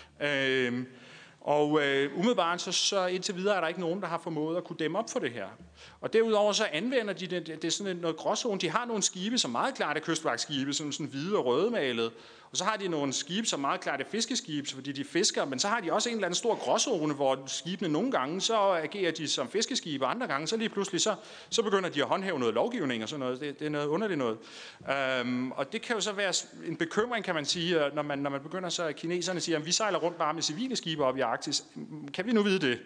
Umiddelbart så indtil videre er der ikke nogen, der har formået at kunne dæmme op for det her. Og derudover så anvender de det er sådan noget gråzone. De har nogle skibe, som meget klart er kystvagtskibe, som sådan hvide og rødmalede. Og så har de nogle skibe, som meget klart er fiskeskibe, fordi de fisker. Men så har de også en eller anden stor gråzone, hvor skibene nogle gange, så agerer de som fiskeskibe, og andre gange, så lige pludselig, så begynder de at håndhæve noget lovgivning og sådan noget. Det er noget underligt noget. Og det kan jo så være en bekymring, kan man sige, når man begynder så, at kineserne siger, at vi sejler rundt bare med civile skibe op i Arktis. Kan vi nu vide det?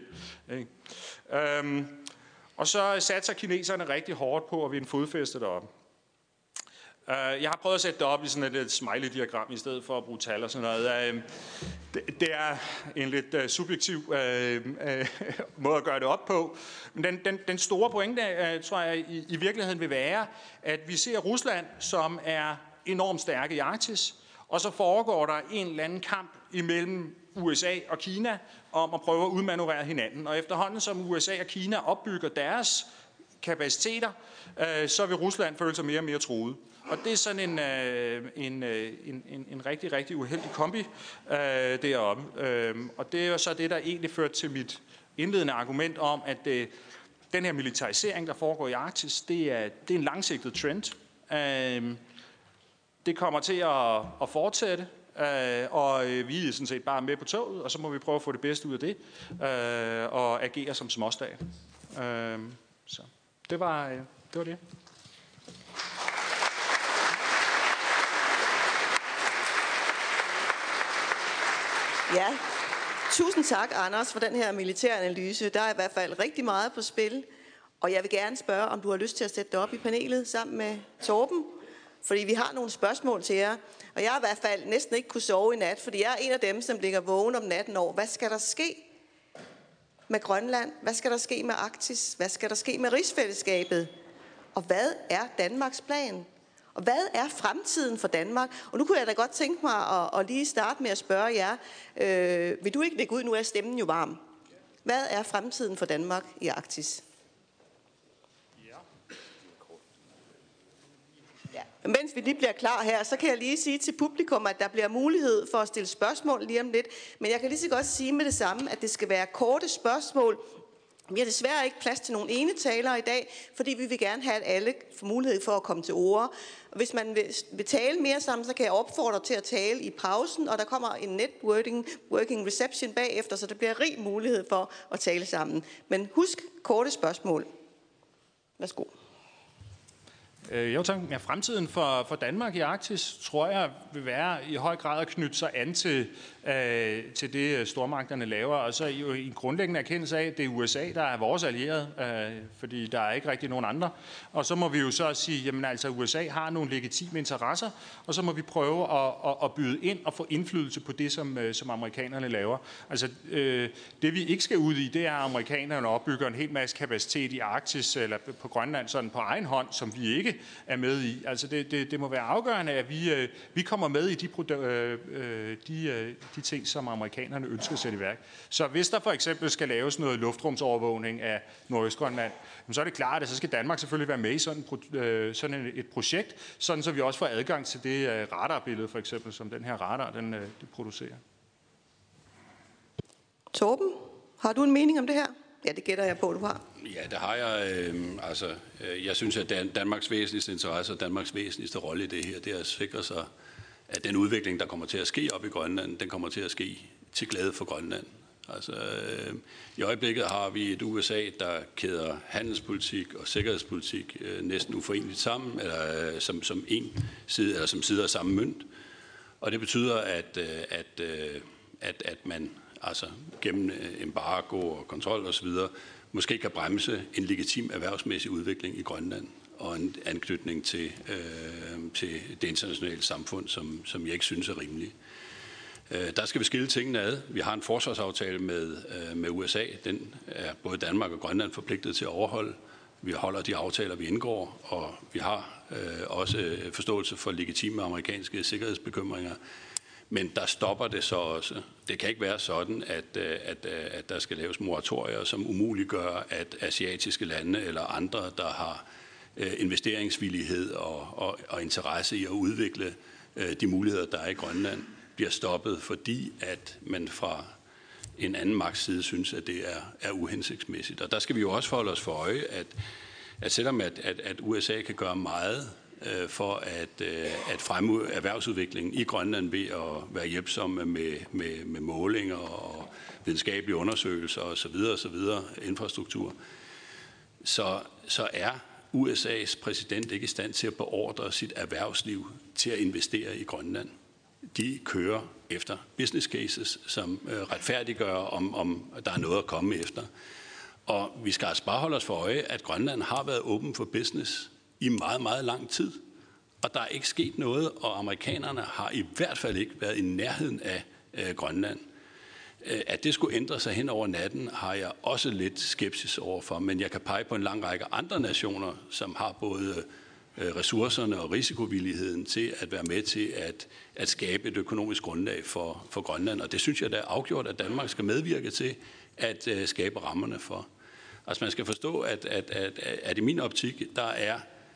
Og så satser kineserne rigtig hårdt på at vinde fodfæste deroppe. Jeg har prøvet at sætte det op i sådan et smiley-diagram i stedet for at bruge tal og sådan noget. Det er en lidt subjektiv måde at gøre det op på. Men den store pointe, tror jeg, i virkeligheden vil være, at vi ser Rusland, som er enormt stærke i Arktis, og så foregår der en eller anden kamp imellem USA og Kina om at prøve at udmanøvrere hinanden. Og efterhånden som USA og Kina opbygger deres kapaciteter, så vil Rusland føle sig mere og mere truet. Og det er sådan en rigtig, rigtig uheldig kombi deroppe. Og det er jo så det, der egentlig førte til mit indledende argument om, at den her militarisering, der foregår i Arktis, det er en langsigtet trend. Det kommer til at fortsætte, og vi er sådan set bare med på toget, og så må vi prøve at få det bedste ud af det, og agere som småstat. Så det var det. Ja, tusind tak, Anders, for den her militære analyse. Der er i hvert fald rigtig meget på spil, og jeg vil gerne spørge, om du har lyst til at sætte dig op i panelet sammen med Torben, fordi vi har nogle spørgsmål til jer. Og jeg har i hvert fald næsten ikke kunne sove i nat, fordi jeg er en af dem, som ligger vågen om natten over, hvad skal der ske med Grønland? Hvad skal der ske med Arktis? Hvad skal der ske med rigsfællesskabet? Og hvad er Danmarks plan? Og hvad er fremtiden for Danmark? Og nu kunne jeg da godt tænke mig at lige starte med at spørge jer. Vil du ikke lægge ud? Nu er stemmen jo varm. Hvad er fremtiden for Danmark i Arktis? Ja. Mens vi lige bliver klar her, så kan jeg lige sige til publikum, at der bliver mulighed for at stille spørgsmål lige om lidt. Men jeg kan lige så godt sige med det samme, at det skal være korte spørgsmål. Vi har desværre ikke plads til nogen ene talere i dag, fordi vi vil gerne have, at alle får mulighed for at komme til ord. Og hvis man vil tale mere sammen, så kan jeg opfordre til at tale i pausen, og der kommer en networking reception bagefter, så der bliver rig mulighed for at tale sammen. Men husk korte spørgsmål. Værsgo. Jo, tanken er fremtiden for Danmark i Arktis, tror jeg, vil være i høj grad at knytte sig an til det, stormagterne laver, og så jo i en grundlæggende erkendelse af, at det er USA, der er vores allierede, fordi der er ikke rigtig nogen andre. Og så må vi jo så sige, jamen altså USA har nogle legitime interesser, og så må vi prøve at byde ind og få indflydelse på det, som amerikanerne laver. Altså det vi ikke skal ud i, det er, at amerikanerne opbygger en hel masse kapacitet i Arktis eller på Grønland sådan på egen hånd, som vi ikke er med i. Altså det må være afgørende, at vi kommer med i de ting, som amerikanerne ønsker at sætte i værk. Så hvis der for eksempel skal laves noget luftrumsovervågning af Nordøstgrønland, så er det klart, at så skal Danmark selvfølgelig være med i sådan et projekt, sådan så vi også får adgang til det radarbillede, for eksempel, som den her radar, den producerer. Torben, har du en mening om det her? Ja, det gætter jeg på, du har. Ja, det har jeg. Jeg synes, at Danmarks væsentligste interesse og Danmarks væsentligste rolle i det her, det er at sikre sig, at den udvikling, der kommer til at ske op i Grønland, den kommer til at ske til glæde for Grønland. Altså, i øjeblikket har vi et USA, der kæder handelspolitik og sikkerhedspolitik næsten uforeneligt sammen, eller som en side, eller som sider af samme mønt. Og det betyder, at man altså gennem embargo og kontrol osv. måske kan bremse en legitim erhvervsmæssig udvikling i Grønland og en anknytning til det internationale samfund, som jeg ikke synes er rimelig. Der skal vi skille tingene ad. Vi har en forsvarsaftale med USA. Den er både Danmark og Grønland forpligtet til at overholde. Vi holder de aftaler, vi indgår, og vi har også forståelse for legitime amerikanske sikkerhedsbekymringer. Men der stopper det så også. Det kan ikke være sådan, at der skal laves moratorier, som umuliggør, at asiatiske lande eller andre, der har investeringsvillighed og interesse i at udvikle de muligheder, der er i Grønland, bliver stoppet, fordi at man fra en anden magts side synes, at det er uhensigtsmæssigt. Og der skal vi jo også holde os for øje, at selvom at USA kan gøre meget for at fremme erhvervsudviklingen i Grønland ved at være hjælpsomme med målinger og videnskabelige undersøgelser osv., infrastruktur, så er USA's præsident ikke i stand til at beordre sit erhvervsliv til at investere i Grønland. De kører efter business cases, som retfærdiggør, om der er noget at komme efter. Og vi skal altså bare holde os for øje, at Grønland har været åben for business i meget, meget lang tid. Og der er ikke sket noget, og amerikanerne har i hvert fald ikke været i nærheden af Grønland. At det skulle ændre sig hen over natten, har jeg også lidt skepsis overfor, men jeg kan pege på en lang række andre nationer, som har både ressourcerne og risikovilligheden til at være med til at skabe et økonomisk grundlag for Grønland. Og det synes jeg, der er afgjort, at Danmark skal medvirke til at skabe rammerne for. Altså man skal forstå, at i min optik, der er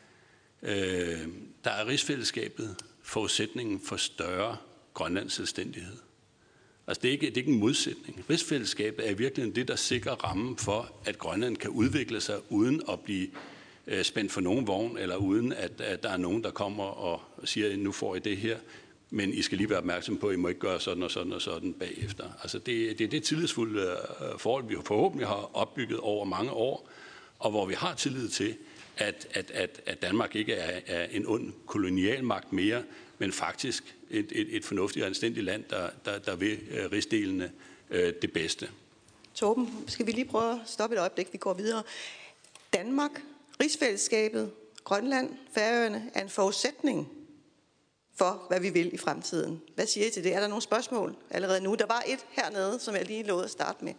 rigsfællesskabet forudsætningen for større Grønlands selvstændighed. Altså det er ikke en modsætning. Rigsfællesskabet er virkelig det, der sikrer rammen for, at Grønland kan udvikle sig uden at blive spændt for nogen vogn, eller uden at der er nogen, der kommer og siger, nu får I det her, men I skal lige være opmærksom på, at I må ikke gøre sådan og sådan og sådan bagefter. Altså det er det tillidsfulde forhold, vi forhåbentlig har opbygget over mange år, og hvor vi har tillid til, at Danmark ikke er en ond kolonialmagt mere, men faktisk et fornuftigt og anstændigt land, der vil rigsdelene det bedste. Torben, skal vi lige prøve at stoppe et øjeblik, vi går videre. Danmark, rigsfællesskabet, Grønland, Færøerne er en forudsætning for, hvad vi vil i fremtiden. Hvad siger I til det? Er der nogle spørgsmål allerede nu? Der var et hernede, som jeg lige lovede at starte med.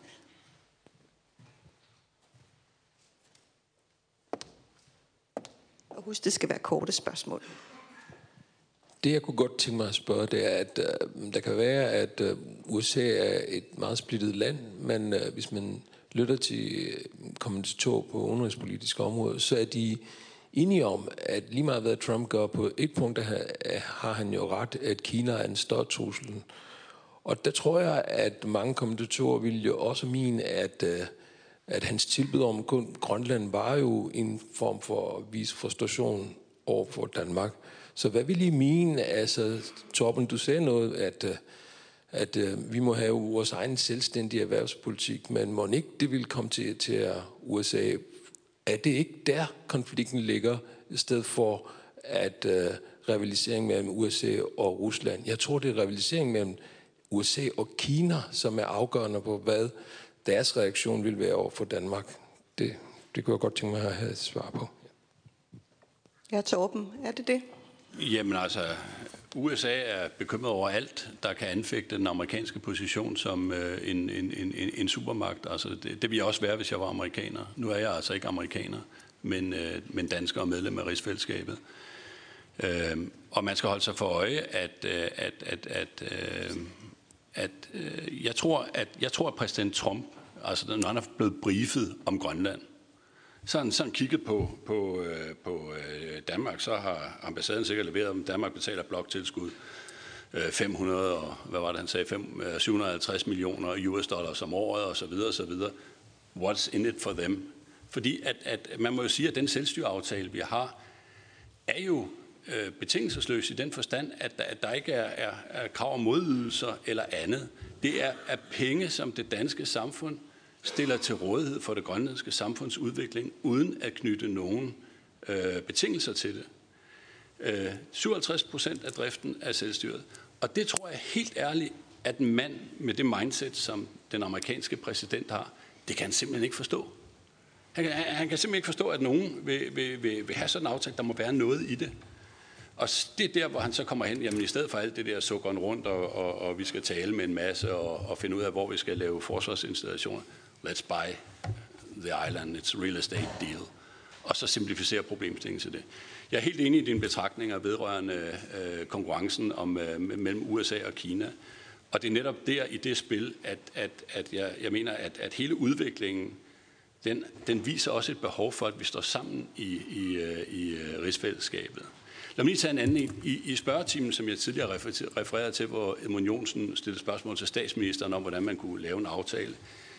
Og husk, det skal være korte spørgsmål. Det, jeg kunne godt tænke mig at spørge, det er, at der kan være, at USA er et meget splittet land, men hvis man lytter til kommentatorer på udenrigspolitiske områder, så er de enige om, at lige meget hvad Trump gør på et punkt, har han jo ret, at Kina er en større trussel. Og der tror jeg, at mange kommentatorer vil jo også mene, at hans tilbud om Grønland var jo en form for vis frustration over for Danmark. Så hvad vil I mene? Altså, Torben, du sagde noget, at vi må have vores egen selvstændige erhvervspolitik, men må ikke det vil komme til at USA Er det ikke der, konflikten ligger, i stedet for at rivalisering mellem USA og Rusland? Jeg tror, det er rivalisering mellem USA og Kina, som er afgørende på, hvad deres reaktion vil være over for Danmark. Det kunne jeg godt tænke mig at have et svar på. Ja, Torben, er det det? Jamen altså, USA er bekymret over alt, der kan anfægte den amerikanske position som en supermagt. Altså, det ville jeg også være, hvis jeg var amerikaner. Nu er jeg altså ikke amerikaner, men dansker og medlem af rigsfællesskabet. Og man skal holde sig for øje, jeg tror, at præsident Trump, altså når han er blevet briefet om Grønland, sådan kigget på Danmark, så har ambassaden sikkert leveret, om Danmark betaler bloktilskud 500, og hvad var det, han sagde, 750 millioner US dollars om året, og så videre, og så videre. What's in it for them? Fordi at man må jo sige, at den selvstyreaftale, vi har, er jo betingelsesløs i den forstand, at der ikke er krav om modydelser eller andet. Det er penge, som det danske samfund stiller til rådighed for det grønlandske samfunds udvikling, uden at knytte nogen betingelser til det. 57% af driften er selvstyret. Og det tror jeg helt ærligt, at en mand med det mindset, som den amerikanske præsident har, det kan han simpelthen ikke forstå. Han kan simpelthen ikke forstå, at nogen vil have sådan en aftale, der må være noget i det. Og det er der, hvor han så kommer hen, jamen i stedet for alt det der sukkeren rundt, og vi skal tale med en masse, og finde ud af, hvor vi skal lave forsvarsinstallationer. Let's buy the island, it's a real estate deal. Og så simplificere problemstillingen til det. Jeg er helt enig i dine betragtninger vedrørende konkurrencen mellem USA og Kina. Og det er netop der i det spil, at jeg mener, at hele udviklingen, den viser også et behov for, at vi står sammen i rigsfællesskabet. Lad mig lige tage en anden i spørgetimen, som jeg tidligere refererede til, hvor Edmund Joensen stillede spørgsmål til statsministeren om, hvordan man kunne lave en aftale,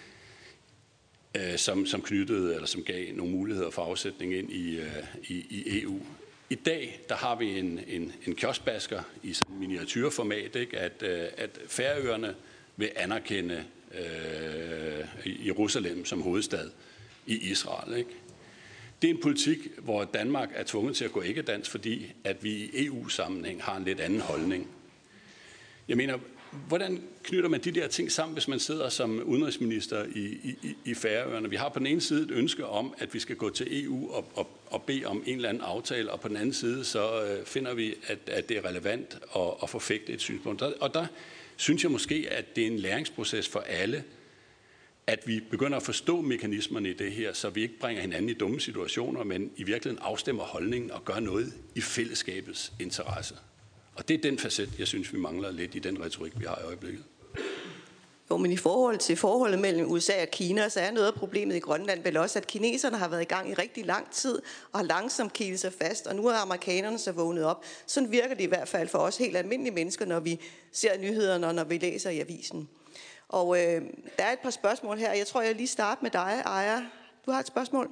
som knyttede, eller som gav nogle muligheder for afsætning ind i EU. I dag, der har vi en kioskbasker i sådan en miniatyrformat, ikke? At Færøerne vil anerkende Jerusalem som hovedstad i Israel, ikke? Det er en politik, hvor Danmark er tvunget til at gå ikke-dansk, fordi at vi i EU-sammenhæng har en lidt anden holdning. Jeg mener, hvordan knytter man de der ting sammen, hvis man sidder som udenrigsminister i Færøerne? Vi har på den ene side et ønske om, at vi skal gå til EU og bede om en eller anden aftale, og på den anden side så finder vi, at det er relevant at forfægte et synspunkt. Og der synes jeg måske, at det er en læringsproces for alle, at vi begynder at forstå mekanismerne i det her, så vi ikke bringer hinanden i dumme situationer, men i virkeligheden afstemmer holdningen og gør noget i fællesskabets interesse. Og det er den facet, jeg synes, vi mangler lidt i den retorik, vi har i øjeblikket. Jo, men i forhold til forholdet mellem USA og Kina, så er noget af problemet i Grønland vel også, at kineserne har været i gang i rigtig lang tid, og har langsomt kigget sig fast, og nu er amerikanerne så vågnet op. Sådan virker det i hvert fald for os helt almindelige mennesker, når vi ser nyhederne, og når vi læser i avisen. Og der er et par spørgsmål her. Jeg tror, jeg lige starter med dig, Aya. Du har et spørgsmål?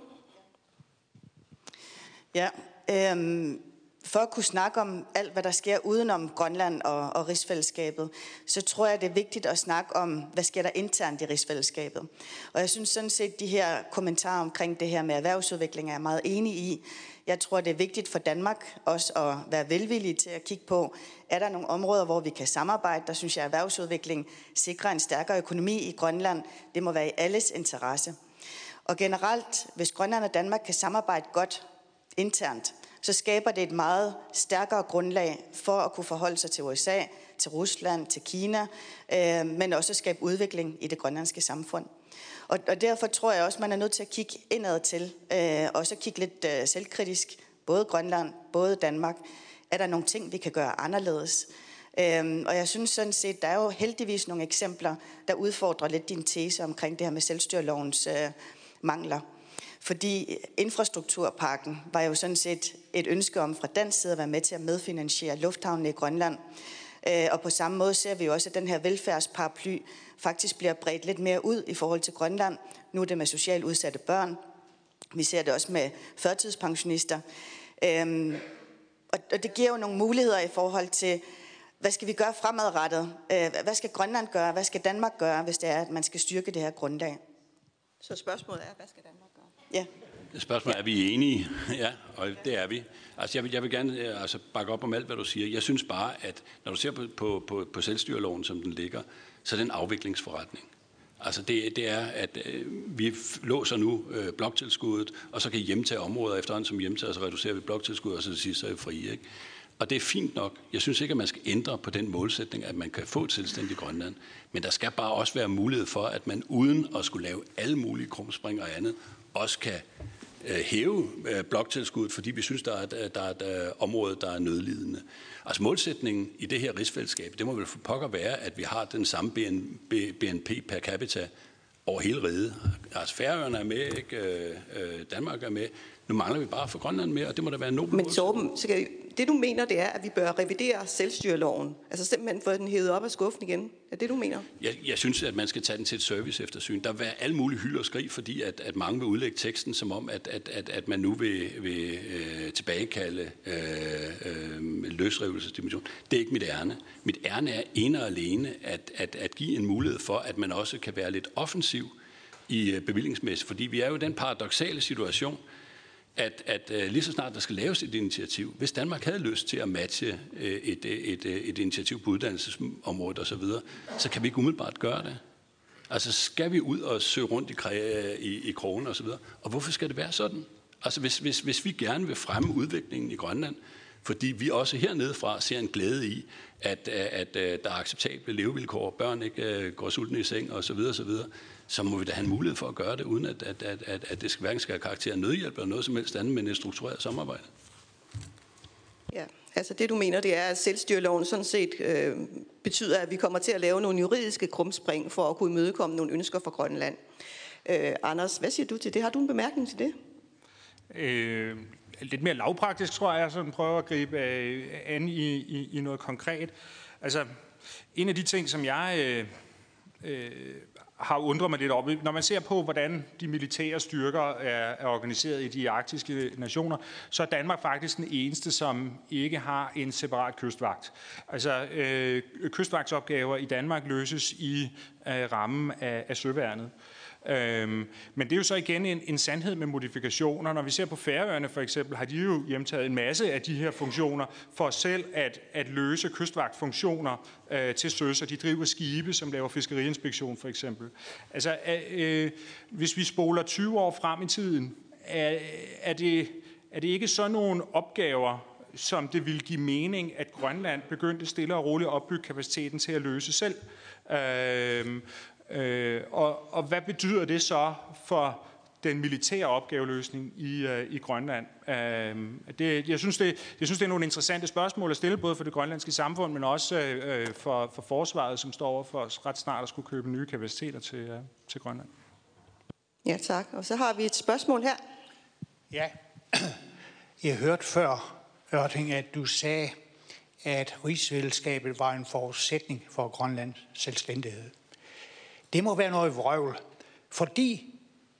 Ja, for at kunne snakke om alt, hvad der sker udenom Grønland og rigsfællesskabet, så tror jeg, det er vigtigt at snakke om, hvad sker der internt i rigsfællesskabet. Og jeg synes sådan set, de her kommentarer omkring det her med erhvervsudvikling er jeg meget enig i. Jeg tror, det er vigtigt for Danmark også at være velvillige til at kigge på, er der nogle områder, hvor vi kan samarbejde. Der synes jeg, at erhvervsudvikling sikrer en stærkere økonomi i Grønland. Det må være i alles interesse. Og generelt, hvis Grønland og Danmark kan samarbejde godt internt, så skaber det et meget stærkere grundlag for at kunne forholde sig til USA, til Rusland, til Kina, men også at skabe udvikling i det grønlandske samfund. Og derfor tror jeg også, man er nødt til at kigge indad til, også at kigge lidt selvkritisk, både Grønland, både Danmark. Er der nogle ting, vi kan gøre anderledes? Og jeg synes sådan set, der er jo heldigvis nogle eksempler, der udfordrer lidt din tese omkring det her med selvstyrelovens mangler. Fordi infrastrukturpakken var jo sådan set et ønske om fra dansk side at være med til at medfinansiere lufthavnen i Grønland. Og på samme måde ser vi jo også, at den her velfærdsparaply faktisk bliver bredt lidt mere ud i forhold til Grønland. Nu er det med socialt udsatte børn. Vi ser det også med førtidspensionister. Og det giver jo nogle muligheder i forhold til, hvad skal vi gøre fremadrettet? Hvad skal Grønland gøre? Hvad skal Danmark gøre, hvis det er, at man skal styrke det her grundlag? Så spørgsmålet er, hvad skal Danmark gøre? Ja. Spørgsmålet er vi enige? Ja, og det er vi. Altså, jeg vil gerne bakke op om alt, hvad du siger. Jeg synes bare, at når du ser på selvstyreloven, som den ligger, så er det en afviklingsforretning. Altså det er, at vi låser nu bloktilskuddet, og så kan I hjemtage områder efterhånden, som hjemtager, så reducerer vi bloktilskuddet, og så til sidst så er vi frie, ikke? Og det er fint nok. Jeg synes ikke, at man skal ændre på den målsætning, at man kan få et selvstændigt Grønland. Men der skal bare også være mulighed for, at man uden at skulle lave alle mulige krumspring og andet, også kan hæve bloktilskuddet, fordi vi synes, der er et område, der er nødlidende. Altså målsætningen i det her rigsfællesskab, det må vel for pokker være, at vi har den samme BNP per capita over hele riget. Altså Færøerne er med, ikke? Danmark er med. Nu mangler vi bare at få Grønland med, og det må da være nobel. Men Torben, det du mener, det er, at vi bør revidere selvstyreloven? Altså simpelthen få den hævet op af skuffen igen? Er det, du mener? Jeg synes, at man skal tage den til et service eftersyn. Der vil være alle mulige hyld og skrig, fordi at mange vil udlægge teksten som om, at man nu vil tilbagekalde løsrivelsesdimension. Det er ikke mit ærne. Mit ærne er ene og alene at give en mulighed for, at man også kan være lidt offensiv i bevillingsmæssigt. Fordi vi er jo i den paradoksale situation, at lige så snart der skal laves et initiativ, hvis Danmark havde lyst til at matche et initiativ på uddannelsesområdet osv., så kan vi ikke umiddelbart gøre det. Altså skal vi ud og søge rundt i krogen osv., og hvorfor skal det være sådan? Altså hvis vi gerne vil fremme udviklingen i Grønland, fordi vi også hernede fra ser en glæde i, at der er acceptable levevilkår, børn ikke går sultne i seng osv., så må vi da have en mulighed for at gøre det, uden at det hverken skal have karakter af nødhjælp eller noget som helst andet, men et struktureret samarbejde. Ja, altså det du mener, det er, at selvstyreloven sådan set betyder, at vi kommer til at lave nogle juridiske krumspring for at kunne imødekomme nogle ønsker for Grønland. Anders, hvad siger du til det? Har du en bemærkning til det? Lidt mere lavpraktisk, tror jeg, sådan prøver at gribe an i noget konkret. Altså, en af de ting, som jeg har undret mig lidt op. Når man ser på, hvordan de militære styrker er organiseret i de arktiske nationer, så er Danmark faktisk den eneste, som ikke har en separat kystvagt. Altså, kystvagtsopgaver i Danmark løses i rammen af søværnet. Men det er jo så igen en sandhed med modifikationer. Når vi ser på Færøerne for eksempel, har de jo hjemtaget en masse af de her funktioner for selv at løse kystvagtfunktioner til søs, og de driver skibe, som laver fiskeriinspektion for eksempel. Altså, hvis vi spoler 20 år frem i tiden, er det ikke sådan nogle opgaver, som det ville give mening, at Grønland begyndte stille og roligt at opbygge kapaciteten til at løse selv? Og hvad betyder det så for den militære opgaveløsning i Grønland? Jeg synes, det er nogle interessante spørgsmål at stille, både for det grønlandske samfund, men også for forsvaret, som står over for ret snart at skulle købe nye kapaciteter til Grønland. Ja, tak. Og så har vi et spørgsmål her. Ja, jeg hørte før, Ørting, at du sagde, at rigsfællesskabet var en forudsætning for Grønlands selvstændighed. Det må være noget vrøvl, fordi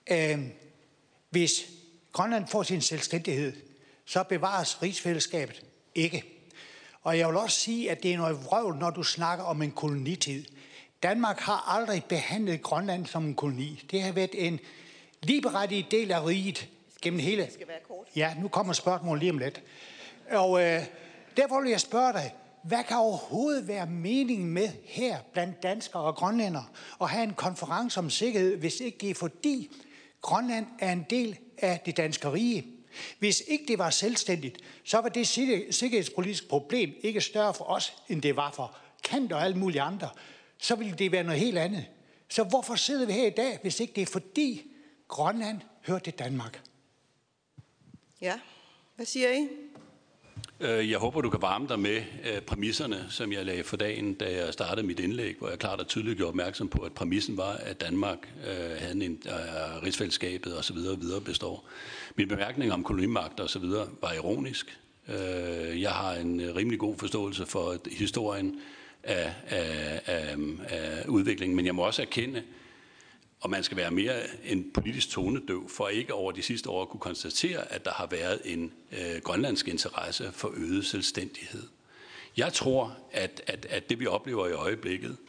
hvis Grønland får sin selvstændighed, så bevares rigsfællesskabet ikke. Og jeg vil også sige, at det er noget vrøvl, når du snakker om en kolonitid. Danmark har aldrig behandlet Grønland som en koloni. Det har været en ligeberettiget del af riget gennem hele... Ja, nu kommer spørgsmålet lige om lidt. Og derfor vil jeg spørge dig, hvad kan overhovedet være meningen med her blandt danskere og grønlændere at have en konference om sikkerhed, hvis ikke det er fordi Grønland er en del af det danske rige? Hvis ikke det var selvstændigt, så var det sikkerhedspolitiske problem ikke større for os, end det var for Kant og alle mulige andre. Så ville det være noget helt andet. Så hvorfor sidder vi her i dag, hvis ikke det er fordi Grønland hører til Danmark? Ja, hvad siger I? Jeg håber, du kan varme dig med præmisserne, som jeg lagde for dagen, da jeg startede mit indlæg, hvor jeg klart og tydeligt gjorde opmærksom på, at præmissen var, at Danmark havde rigsfællesskabet osv. videre består. Min bemærkning om kolonimagter osv. var ironisk. Jeg har en rimelig god forståelse for historien af udviklingen, men jeg må også erkende, og man skal være mere en politisk tonedøv for ikke over de sidste år at kunne konstatere, at der har været en grønlandsk interesse for øget selvstændighed. Jeg tror, at det vi oplever i øjeblikket,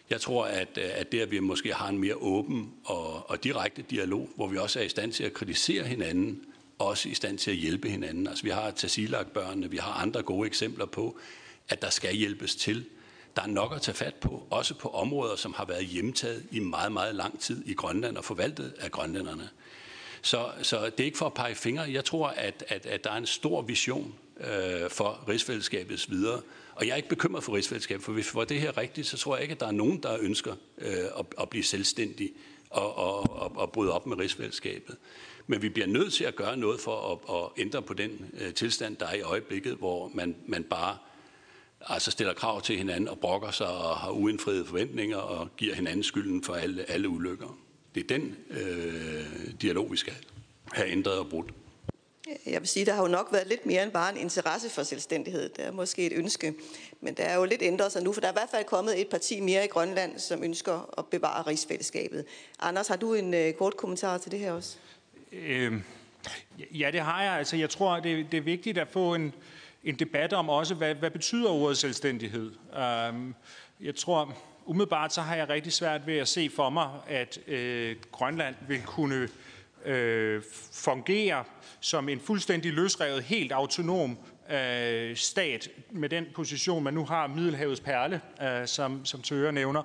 Jeg tror, at det, at vi måske har en mere åben og direkte dialog, hvor vi også er i stand til at kritisere hinanden, også i stand til at hjælpe hinanden. Altså vi har Tasiilaq-børnene, vi har andre gode eksempler på, at der skal hjælpes til. Der er nok at tage fat på, også på områder, som har været hjemtaget i meget, meget lang tid i Grønland og forvaltet af grønlænderne. Så det er ikke for at pege fingre. Jeg tror, at der er en stor vision for rigsfællesskabets videre. Og jeg er ikke bekymret for rigsfællesskabet, for hvis vi får det her rigtigt, så tror jeg ikke, at der er nogen, der ønsker at blive selvstændig og bryde op med rigsfællesskabet. Men vi bliver nødt til at gøre noget for at ændre på den tilstand, der er i øjeblikket, hvor man bare stiller krav til hinanden og brokker sig og har uindfriede forventninger og giver hinanden skylden for alle ulykker. Det er den dialog, vi skal have ændret og brudt. Jeg vil sige, der har jo nok været lidt mere end bare en interesse for selvstændighed. Der er måske et ønske, men der er jo lidt ændret sig nu, for der er i hvert fald kommet et parti mere i Grønland, som ønsker at bevare rigsfællesskabet. Anders, har du en kort kommentar til det her også? Ja, det har jeg. Altså, jeg tror, det er vigtigt at få en debat om også, hvad betyder ordet selvstændighed. Jeg tror, umiddelbart så har jeg rigtig svært ved at se for mig, at Grønland vil kunne fungere som en fuldstændig løsrevet, helt autonom stat med den position, man nu har, Middelhavets perle, som Thøger nævner.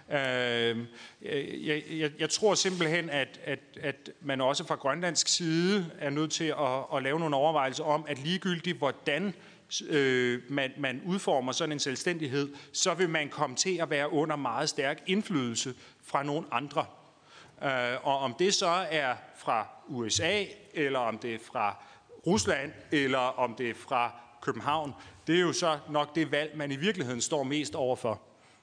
Jeg tror simpelthen, at man også fra grønlandsk side er nødt til at lave nogle overvejelser om, at ligegyldigt hvordan man udformer sådan en selvstændighed, så vil man komme til at være under meget stærk indflydelse fra nogle andre. Og om det så er fra USA, eller om det er fra Rusland, eller om det er fra København, det er jo så nok det valg, man i virkeligheden står mest overfor.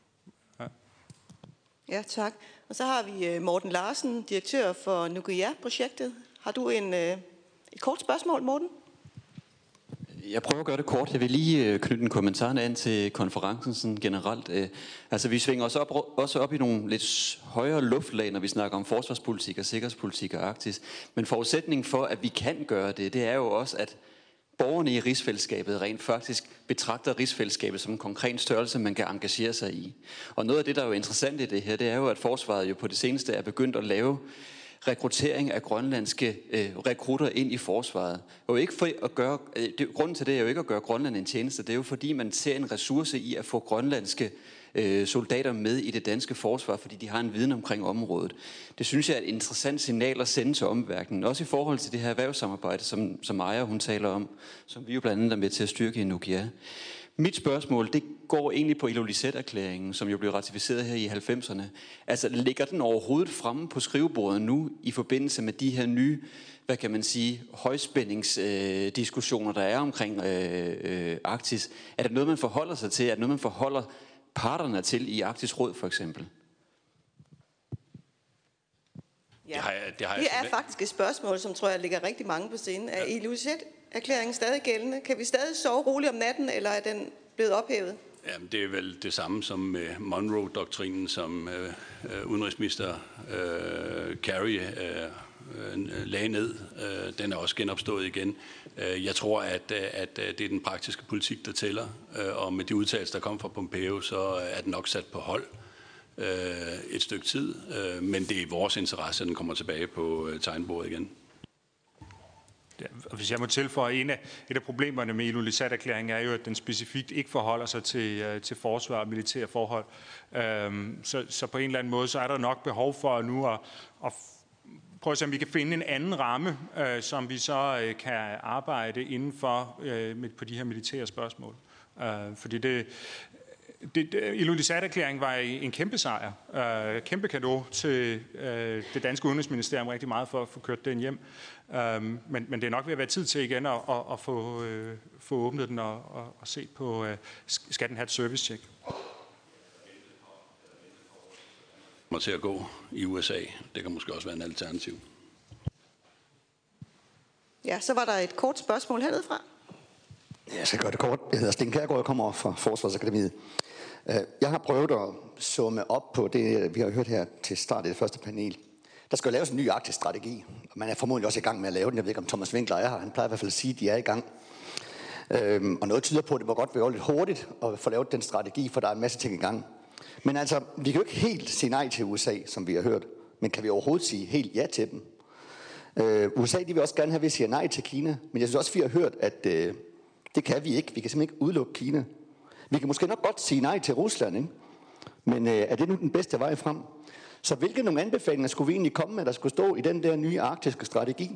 Ja, tak. Og så har vi Morten Larsen, direktør for Nukiya-projektet. Har du et kort spørgsmål, Morten? Jeg prøver at gøre det kort. Jeg vil lige knytte en kommentar an til konferencen sådan generelt. Altså vi svinger os også op i nogle lidt højere luftlag, når vi snakker om forsvarspolitik og sikkerhedspolitik og Arktis. Men forudsætningen for, at vi kan gøre det, det er jo også, at borgerne i rigsfællesskabet rent faktisk betragter rigsfællesskabet som en konkret størrelse, man kan engagere sig i. Og noget af det, der er jo interessant i det her, det er jo, at forsvaret jo på det seneste er begyndt at lave rekruttering af grønlandske rekrutter ind i forsvaret. Og ikke for at gøre, grunden til det er jo ikke at gøre Grønland en tjeneste, det er jo fordi man ser en ressource i at få grønlandske soldater med i det danske forsvar, fordi de har en viden omkring området. Det synes jeg er et interessant signal at sende til omverdenen, også i forhold til det her erhvervssamarbejde, som Aya hun taler om, som vi jo blandt andet er med til at styrke i Nukiya. Mit spørgsmål, det går egentlig på Ilulissat-erklæringen, som jo blev ratificeret her i 90'erne. Altså, ligger den overhovedet fremme på skrivebordet nu, i forbindelse med de her nye, hvad kan man sige, højspændingsdiskussioner, der er omkring Arktis? Er det noget, man forholder sig til? Er det noget, man forholder parterne til i Arktisk Råd, for eksempel? Ja. Det er faktisk et spørgsmål, som tror jeg ligger rigtig mange på scenen. Er Ilulissat-erklæringen stadig gældende? Kan vi stadig sove roligt om natten, eller er den blevet ophævet? Jamen, det er vel det samme som med Monroe-doktrinen, som udenrigsminister Kerry lagde ned. Den er også genopstået igen. Jeg tror, at det er den praktiske politik, der tæller. Og med de udtalelser, der kom fra Pompeo, så er den nok sat på hold et stykke tid. Men det er i vores interesse, at den kommer tilbage på tegnbordet igen. Ja, hvis jeg må tilføje, et af problemerne med Ilulissat-erklæringen er jo, at den specifikt ikke forholder sig til forsvar og militære forhold. Så på en eller anden måde, så er der nok behov for nu at prøve at se, om vi kan finde en anden ramme, som vi så kan arbejde indenfor på de her militære spørgsmål. Fordi Ilulissat-erklæringen var en kæmpe sejr, kæmpe cadeau til det danske udenrigsministerium rigtig meget for at få kørt den hjem. Men det er nok ved at være tid til igen at få åbnet den og se på, skal den have et service-check? Kommer til at gå i USA. Det kan måske også være en alternativ. Ja, så var der et kort spørgsmål hernede fra. Jeg skal gøre det kort. Jeg hedder Sten Kjærgaard, jeg kommer fra Forsvarsakademiet. Jeg har prøvet at summe op på det, vi har hørt her til start i det første panel. Der skal jo laves en ny arktisk strategi, og man er formodentlig også i gang med at lave den. Jeg ved ikke, om Thomas Winkler er her. Han plejer i hvert fald at sige, at de er i gang. Og noget tyder på, at det må godt være lidt hurtigt at få lavet den strategi, for der er en masse ting i gang. Men altså, vi kan jo ikke helt sige nej til USA, som vi har hørt. Men kan vi overhovedet sige helt ja til dem? USA, de vil også gerne have, at vi siger nej til Kina. Men jeg synes også, vi har hørt, at det kan vi ikke. Vi kan simpelthen ikke udelukke Kina. Vi kan måske nok godt sige nej til Rusland, ikke? Men er det nu den bedste vej frem? Så hvilke nogle anbefalinger skulle vi egentlig komme med, der skulle stå i den der nye arktiske strategi?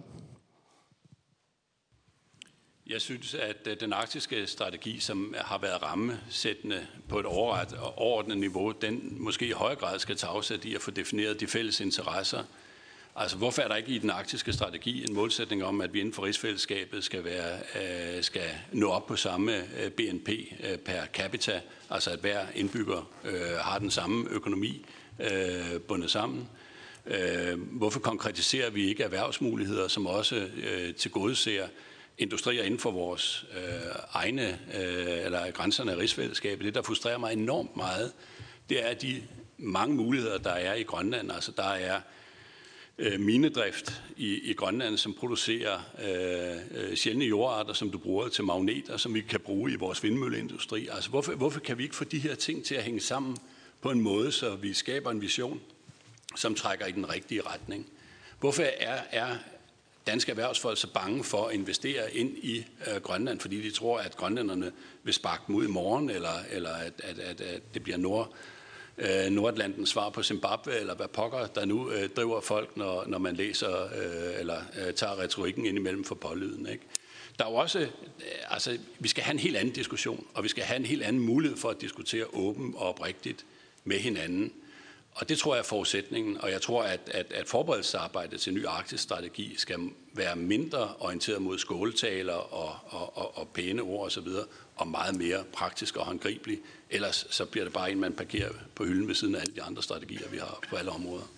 Jeg synes, at den arktiske strategi, som har været rammesættende på et overordnet niveau, den måske i højere grad skal tage afsæt i at få defineret de fælles interesser. Altså, hvorfor er der ikke i den arktiske strategi en målsætning om, at vi inden for rigsfællesskabet skal nå op på samme BNP per capita, altså at hver indbygger har den samme økonomi bundet sammen? Hvorfor konkretiserer vi ikke erhvervsmuligheder, som også tilgodeser industrier inden for vores egne eller grænserne af rigsfællesskabet? Det, der frustrerer mig enormt meget, det er de mange muligheder, der er i Grønland. Altså, der er minedrift i Grønland, som producerer sjældne jordarter, som du bruger til magneter, som vi kan bruge i vores vindmølleindustri. Altså, hvorfor kan vi ikke få de her ting til at hænge sammen på en måde, så vi skaber en vision, som trækker i den rigtige retning? Hvorfor er danske erhvervsfolk så bange for at investere ind i Grønland, fordi de tror, at grønlænderne vil sparke dem ud i morgen, eller at det bliver Nordatlanten svar på Zimbabwe, eller hvad pokker, der nu driver folk, når man læser eller tager retorikken ind imellem for pålyden, ikke? Der er jo også, altså, vi skal have en helt anden diskussion, og vi skal have en helt anden mulighed for at diskutere åbent og oprigtigt med hinanden. Og det tror jeg er forudsætningen, og jeg tror, at forberedelsesarbejdet til ny arktisk strategi skal være mindre orienteret mod skåltaler og pæne ord osv., og meget mere praktisk og håndgribelig. Ellers så bliver det bare en, man parkerer på hylden ved siden af alle de andre strategier, vi har på alle områder.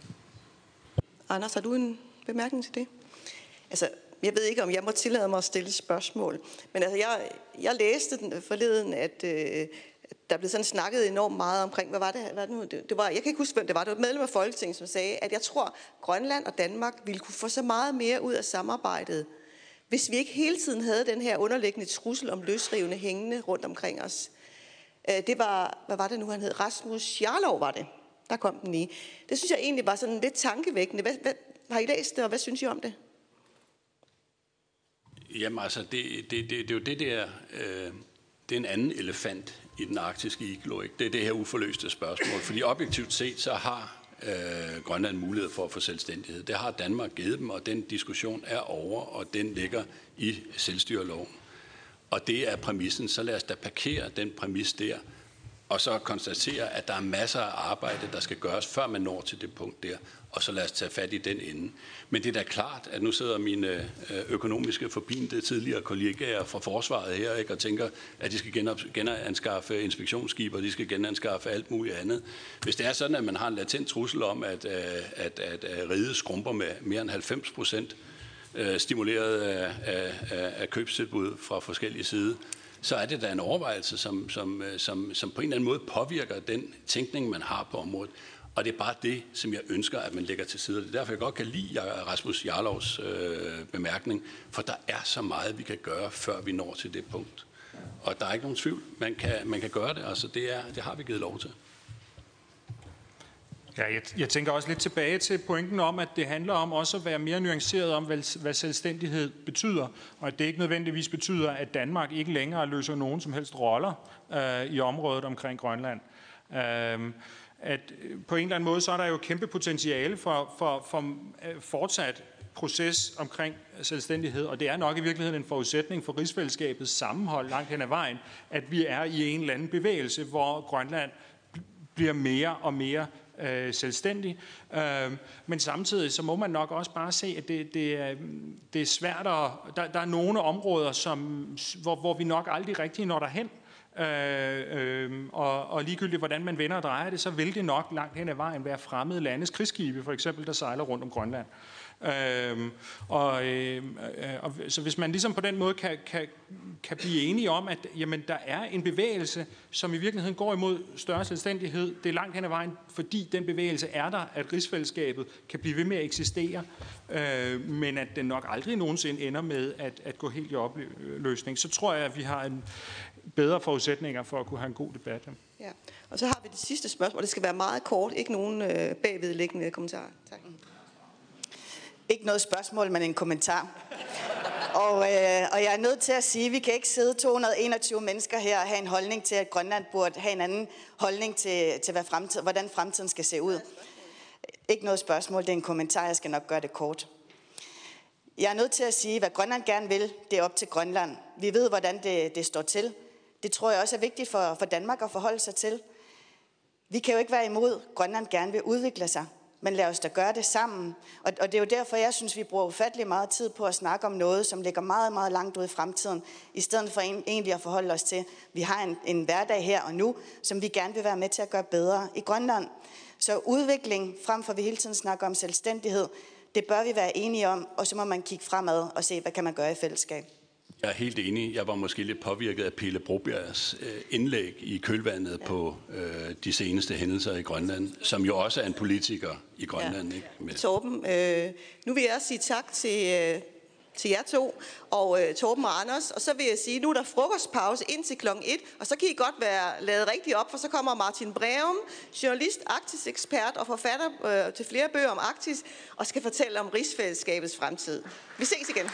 Anders, har du en bemærkning til det? Altså, jeg ved ikke, om jeg må tillade mig at stille spørgsmål, men altså, jeg læste den forleden, at der blev sådan snakket enormt meget omkring, hvad var det nu? Det var, jeg kan ikke huske, hvem det var. Det var et medlem af Folketinget, som sagde, at jeg tror, Grønland og Danmark ville kunne få så meget mere ud af samarbejdet, hvis vi ikke hele tiden havde den her underliggende trussel om løsrivende hængende rundt omkring os. Det var, hvad var det nu, han hed? Rasmus Jarlov var det. Der kom den i. Det synes jeg egentlig var sådan lidt tankevækkende. Hvad har I læst det, og hvad synes I om det? Jamen altså, det er jo det der... Det er en anden elefant i den arktiske iglo, ikke? Det er det her uforløste spørgsmål. Fordi objektivt set, så har Grønland mulighed for at få selvstændighed. Det har Danmark givet dem, og den diskussion er over, og den ligger i selvstyreloven. Og det er præmissen. Så lad os da parkere den præmis der, og så konstatere, at der er masser af arbejde, der skal gøres, før man når til det punkt der, og så lad os tage fat i den ende. Men det er da klart, at nu sidder mine økonomiske forpinte tidligere kollegaer fra forsvaret her, ikke, og tænker, at de skal genanskaffe inspektionsskibe, og de skal genanskaffe alt muligt andet. Hvis det er sådan, at man har en latent trussel om, at riget skrumper med mere end 90%, stimuleret af købstilbud fra forskellige sider, så er det da en overvejelse, som på en eller anden måde påvirker den tænkning, man har på området. Og det er bare det, som jeg ønsker, at man lægger til side. Det er derfor, jeg godt kan lide Rasmus Jarlovs bemærkning, for der er så meget, vi kan gøre, før vi når til det punkt. Og der er ikke nogen tvivl. Man kan gøre det. Altså, det har vi givet lov til. Ja, jeg tænker også lidt tilbage til pointen om, at det handler om også at være mere nuanceret om, hvad selvstændighed betyder, og at det ikke nødvendigvis betyder, at Danmark ikke længere løser nogen som helst roller i området omkring Grønland. At på en eller anden måde, så er der jo kæmpe potentiale for fortsat proces omkring selvstændighed, og det er nok i virkeligheden en forudsætning for rigsfællesskabets sammenhold langt hen ad vejen, at vi er i en eller anden bevægelse, hvor Grønland bliver mere og mere selvstændig. Men samtidig så må man nok også bare se, at det er svært at... Der er nogle områder, hvor vi nok aldrig rigtig når derhen. Og ligegyldigt hvordan man vender og drejer det, så vil det nok langt hen ad vejen være fremmede landes krigsskibe, for eksempel, der sejler rundt om Grønland. Så hvis man ligesom på den måde kan blive enige om, at jamen, der er en bevægelse, som i virkeligheden går imod større selvstændighed, det er langt hen ad vejen, fordi den bevægelse er der, at rigsfællesskabet kan blive ved med at eksistere, men at den nok aldrig nogensinde ender med at gå helt i opløsning, så tror jeg, at vi har en bedre forudsætninger for at kunne have en god debat. Ja. Og så har vi det sidste spørgsmål. Det skal være meget kort. Ikke nogen bagvedliggende kommentarer. Tak. Ikke noget spørgsmål, men en kommentar. Og jeg er nødt til at sige, at vi kan ikke sidde 221 mennesker her og have en holdning til, at Grønland burde have en anden holdning til hvordan fremtiden skal se ud. Ikke noget spørgsmål, det er en kommentar. Jeg skal nok gøre det kort. Jeg er nødt til at sige, hvad Grønland gerne vil, det er op til Grønland. Vi ved, hvordan det står til. Det tror jeg også er vigtigt for Danmark at forholde sig til. Vi kan jo ikke være imod, Grønland gerne vil udvikle sig. Men lad os da gøre det sammen. Og det er jo derfor, jeg synes, vi bruger ufattelig meget tid på at snakke om noget, som ligger meget, meget langt ude i fremtiden, i stedet for egentlig at forholde os til, vi har en hverdag her og nu, som vi gerne vil være med til at gøre bedre i Grønland. Så udvikling, frem for vi hele tiden snakker om selvstændighed, det bør vi være enige om, og så må man kigge fremad og se, hvad kan man gøre i fællesskab. Jeg er helt enig. Jeg var måske lidt påvirket af Pelle Brobjergs indlæg i kølvandet på de seneste hændelser i Grønland, som jo også er en politiker i Grønland. Ja. Ikke? Torben, nu vil jeg sige tak til jer to, og Torben og Anders, og så vil jeg sige, nu er der frokostpause indtil klokken 1, og så kan I godt være lavet rigtig op, for så kommer Martin Breum, journalist, Arktis-ekspert og forfatter til flere bøger om Arktis, og skal fortælle om rigsfællesskabets fremtid. Vi ses igen.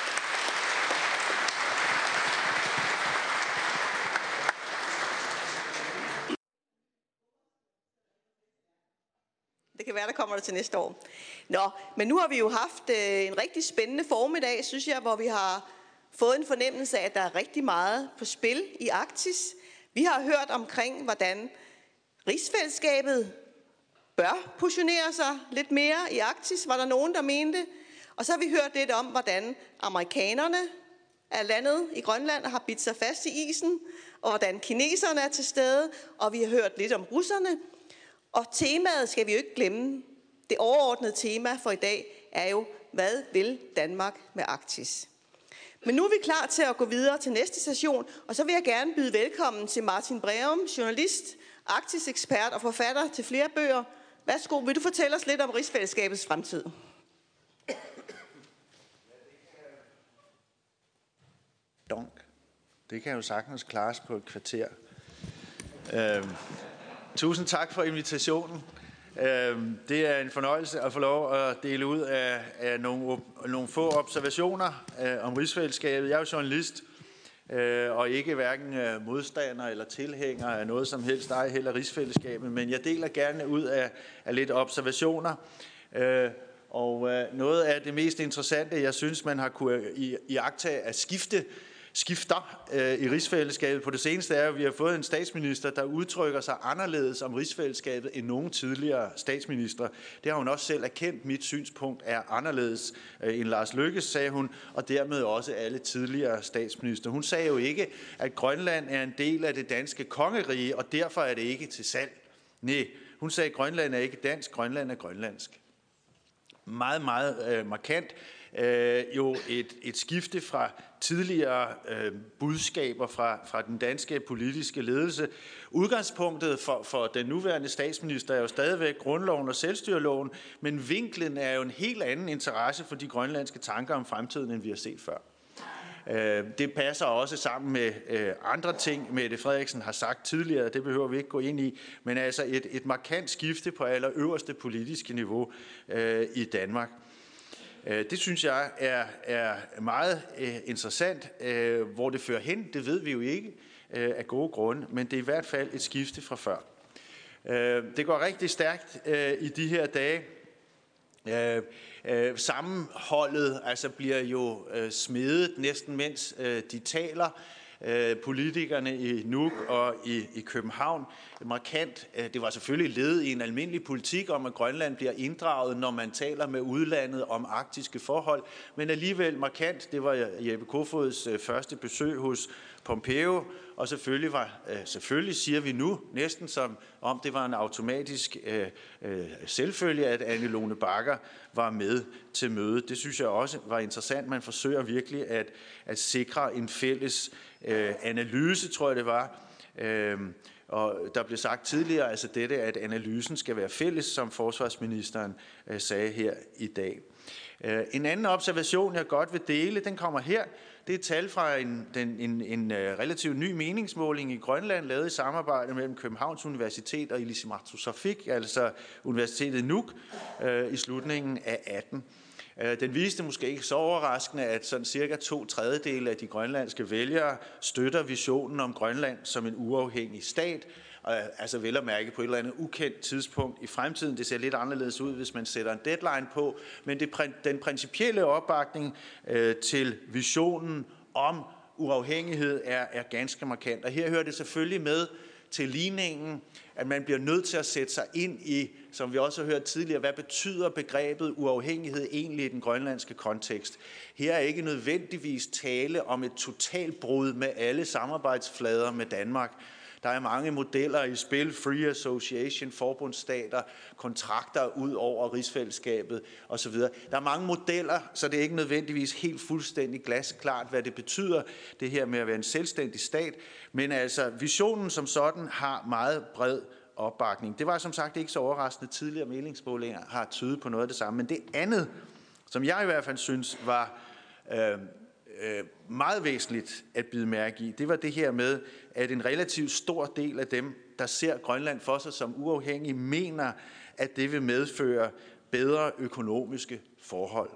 Det kan være, der kommer det til næste år. Nå, men nu har vi jo haft en rigtig spændende formiddag, synes jeg, hvor vi har fået en fornemmelse af, at der er rigtig meget på spil i Arktis. Vi har hørt omkring, hvordan rigsfællesskabet bør positionere sig lidt mere i Arktis, var der nogen, der mente. Og så har vi hørt lidt om, hvordan amerikanerne er landet i Grønland og har bidt sig fast i isen, og hvordan kineserne er til stede, og vi har hørt lidt om russerne. Og temaet skal vi jo ikke glemme. Det overordnede tema for i dag er jo, hvad vil Danmark med Arktis? Men nu er vi klar til at gå videre til næste session, og så vil jeg gerne byde velkommen til Martin Breum, journalist, Arktis-ekspert og forfatter til flere bøger. Værsgo, vil du fortælle os lidt om rigsfællesskabets fremtid? Det kan jo sagtens klares på et kvarter. Tusind tak for invitationen. Det er en fornøjelse at få lov at dele ud af nogle få observationer om rigsfællesskabet. Jeg er jo journalist og ikke hverken modstander eller tilhænger af noget som helst, ej heller rigsfællesskabet, men jeg deler gerne ud af lidt observationer. Og noget af det mest interessante, jeg synes, man har kunne iagttage af skifter i rigsfællesskabet på det seneste, er, at vi har fået en statsminister, der udtrykker sig anderledes om rigsfællesskabet end nogen tidligere statsminister. Det har hun også selv erkendt. Mit synspunkt er anderledes end Lars Løkkes, sagde hun, og dermed også alle tidligere statsminister. Hun sagde jo ikke, at Grønland er en del af det danske kongerige, og derfor er det ikke til salg. Nej, hun sagde, at Grønland er ikke dansk, Grønland er grønlandsk. Meget, meget markant. Jo et skifte fra tidligere budskaber fra den danske politiske ledelse. Udgangspunktet for den nuværende statsminister er jo stadigvæk grundloven og selvstyreloven, men vinklen er jo en helt anden interesse for de grønlandske tanker om fremtiden, end vi har set før. Det passer også sammen med andre ting, Mette Frederiksen har sagt tidligere, det behøver vi ikke gå ind i, men altså et markant skifte på allerøverste politiske niveau i Danmark. Det synes jeg er meget interessant. Hvor det fører hen, det ved vi jo ikke af gode grunde, men det er i hvert fald et skifte fra før. Det går rigtig stærkt i de her dage. Sammenholdet altså bliver jo smedet næsten mens de taler. Politikerne i Nuuk og i København markant. Det var selvfølgelig led i en almindelig politik om, at Grønland bliver inddraget, når man taler med udlandet om arktiske forhold, men alligevel markant. Det var Jeppe Kofods første besøg hos Pompeo, og selvfølgelig siger vi nu, næsten som om det var en automatisk selvfølge, at Anne Lone Bagger var med til mødet. Det synes jeg også var interessant. Man forsøger virkelig at sikre en fælles analyse, tror jeg det var, Og der blev sagt tidligere, altså dette, at analysen skal være fælles, som forsvarsministeren sagde her i dag. En anden observation, jeg godt vil dele, den kommer her. Det er et tal fra en relativt ny meningsmåling i Grønland, lavet i samarbejde mellem Københavns Universitet og Ilisimatusarfik, altså Universitetet i Nuuk, i slutningen af 18. Den viste måske ikke så overraskende, at sådan cirka 2/3 af de grønlandske vælgere støtter visionen om Grønland som en uafhængig stat, altså vel at mærke på et eller andet ukendt tidspunkt i fremtiden. Det ser lidt anderledes ud, hvis man sætter en deadline på, men den principielle opbakning til visionen om uafhængighed er ganske markant. Og her hører det selvfølgelig med til ligningen, at man bliver nødt til at sætte sig ind i, som vi også har hørt tidligere, hvad betyder begrebet uafhængighed egentlig i den grønlandske kontekst. Her er ikke nødvendigvis tale om et totalbrud med alle samarbejdsflader med Danmark. Der er mange modeller i spil, free association, forbundsstater, kontrakter ud over rigsfællesskabet osv. Der er mange modeller, så det er ikke nødvendigvis helt fuldstændig glasklart, hvad det betyder, det her med at være en selvstændig stat. Men altså, visionen som sådan har meget bred opbakning. Det var som sagt ikke så overraskende. Tidligere meningsmålinger har tydet på noget af det samme. Men det andet, som jeg i hvert fald synes var meget væsentligt at bide mærke i, det var det her med, at en relativt stor del af dem, der ser Grønland for sig som uafhængig, mener, at det vil medføre bedre økonomiske forhold.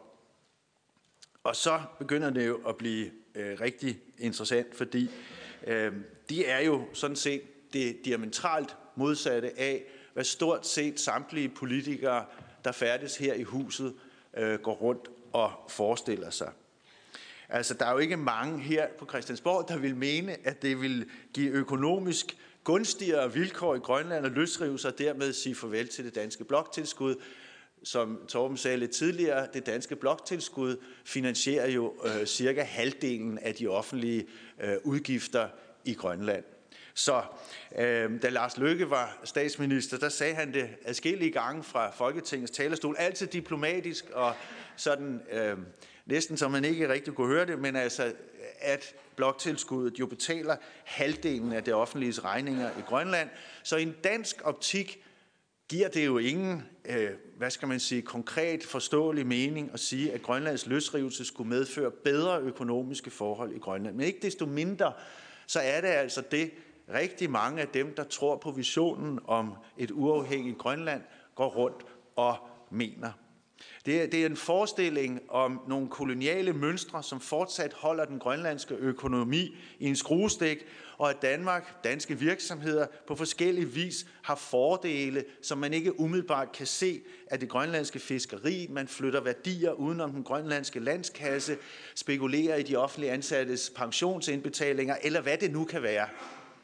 Og så begynder det jo at blive rigtig interessant, fordi de er jo sådan set det diametralt modsatte af, hvad stort set samtlige politikere, der færdes her i huset, går rundt og forestiller sig. Altså, der er jo ikke mange her på Christiansborg, der vil mene, at det vil give økonomisk gunstigere vilkår i Grønland og løsrive sig, og dermed sige farvel til det danske bloktilskud. Som Torben sagde lidt tidligere, det danske bloktilskud finansierer jo cirka halvdelen af de offentlige udgifter i Grønland. Så da Lars Løkke var statsminister, der sagde han det adskillige gange fra Folketingets talerstol, altid diplomatisk og sådan næsten som man ikke rigtig kunne høre det, men altså at bloktilskuddet jo betaler halvdelen af det offentliges regninger i Grønland. Så i en dansk optik giver det jo ingen, hvad skal man sige, konkret forståelig mening at sige, at Grønlands løsrivelse skulle medføre bedre økonomiske forhold i Grønland. Men ikke desto mindre, så er det altså det, rigtig mange af dem, der tror på visionen om et uafhængigt Grønland, går rundt og mener. Det er en forestilling om nogle koloniale mønstre, som fortsat holder den grønlandske økonomi i en skruestik, og at Danmark, danske virksomheder, på forskellige vis har fordele, som man ikke umiddelbart kan se af det grønlandske fiskeri. Man flytter værdier udenom den grønlandske landskasse, spekulerer i de offentlige ansattes pensionsindbetalinger, eller hvad det nu kan være.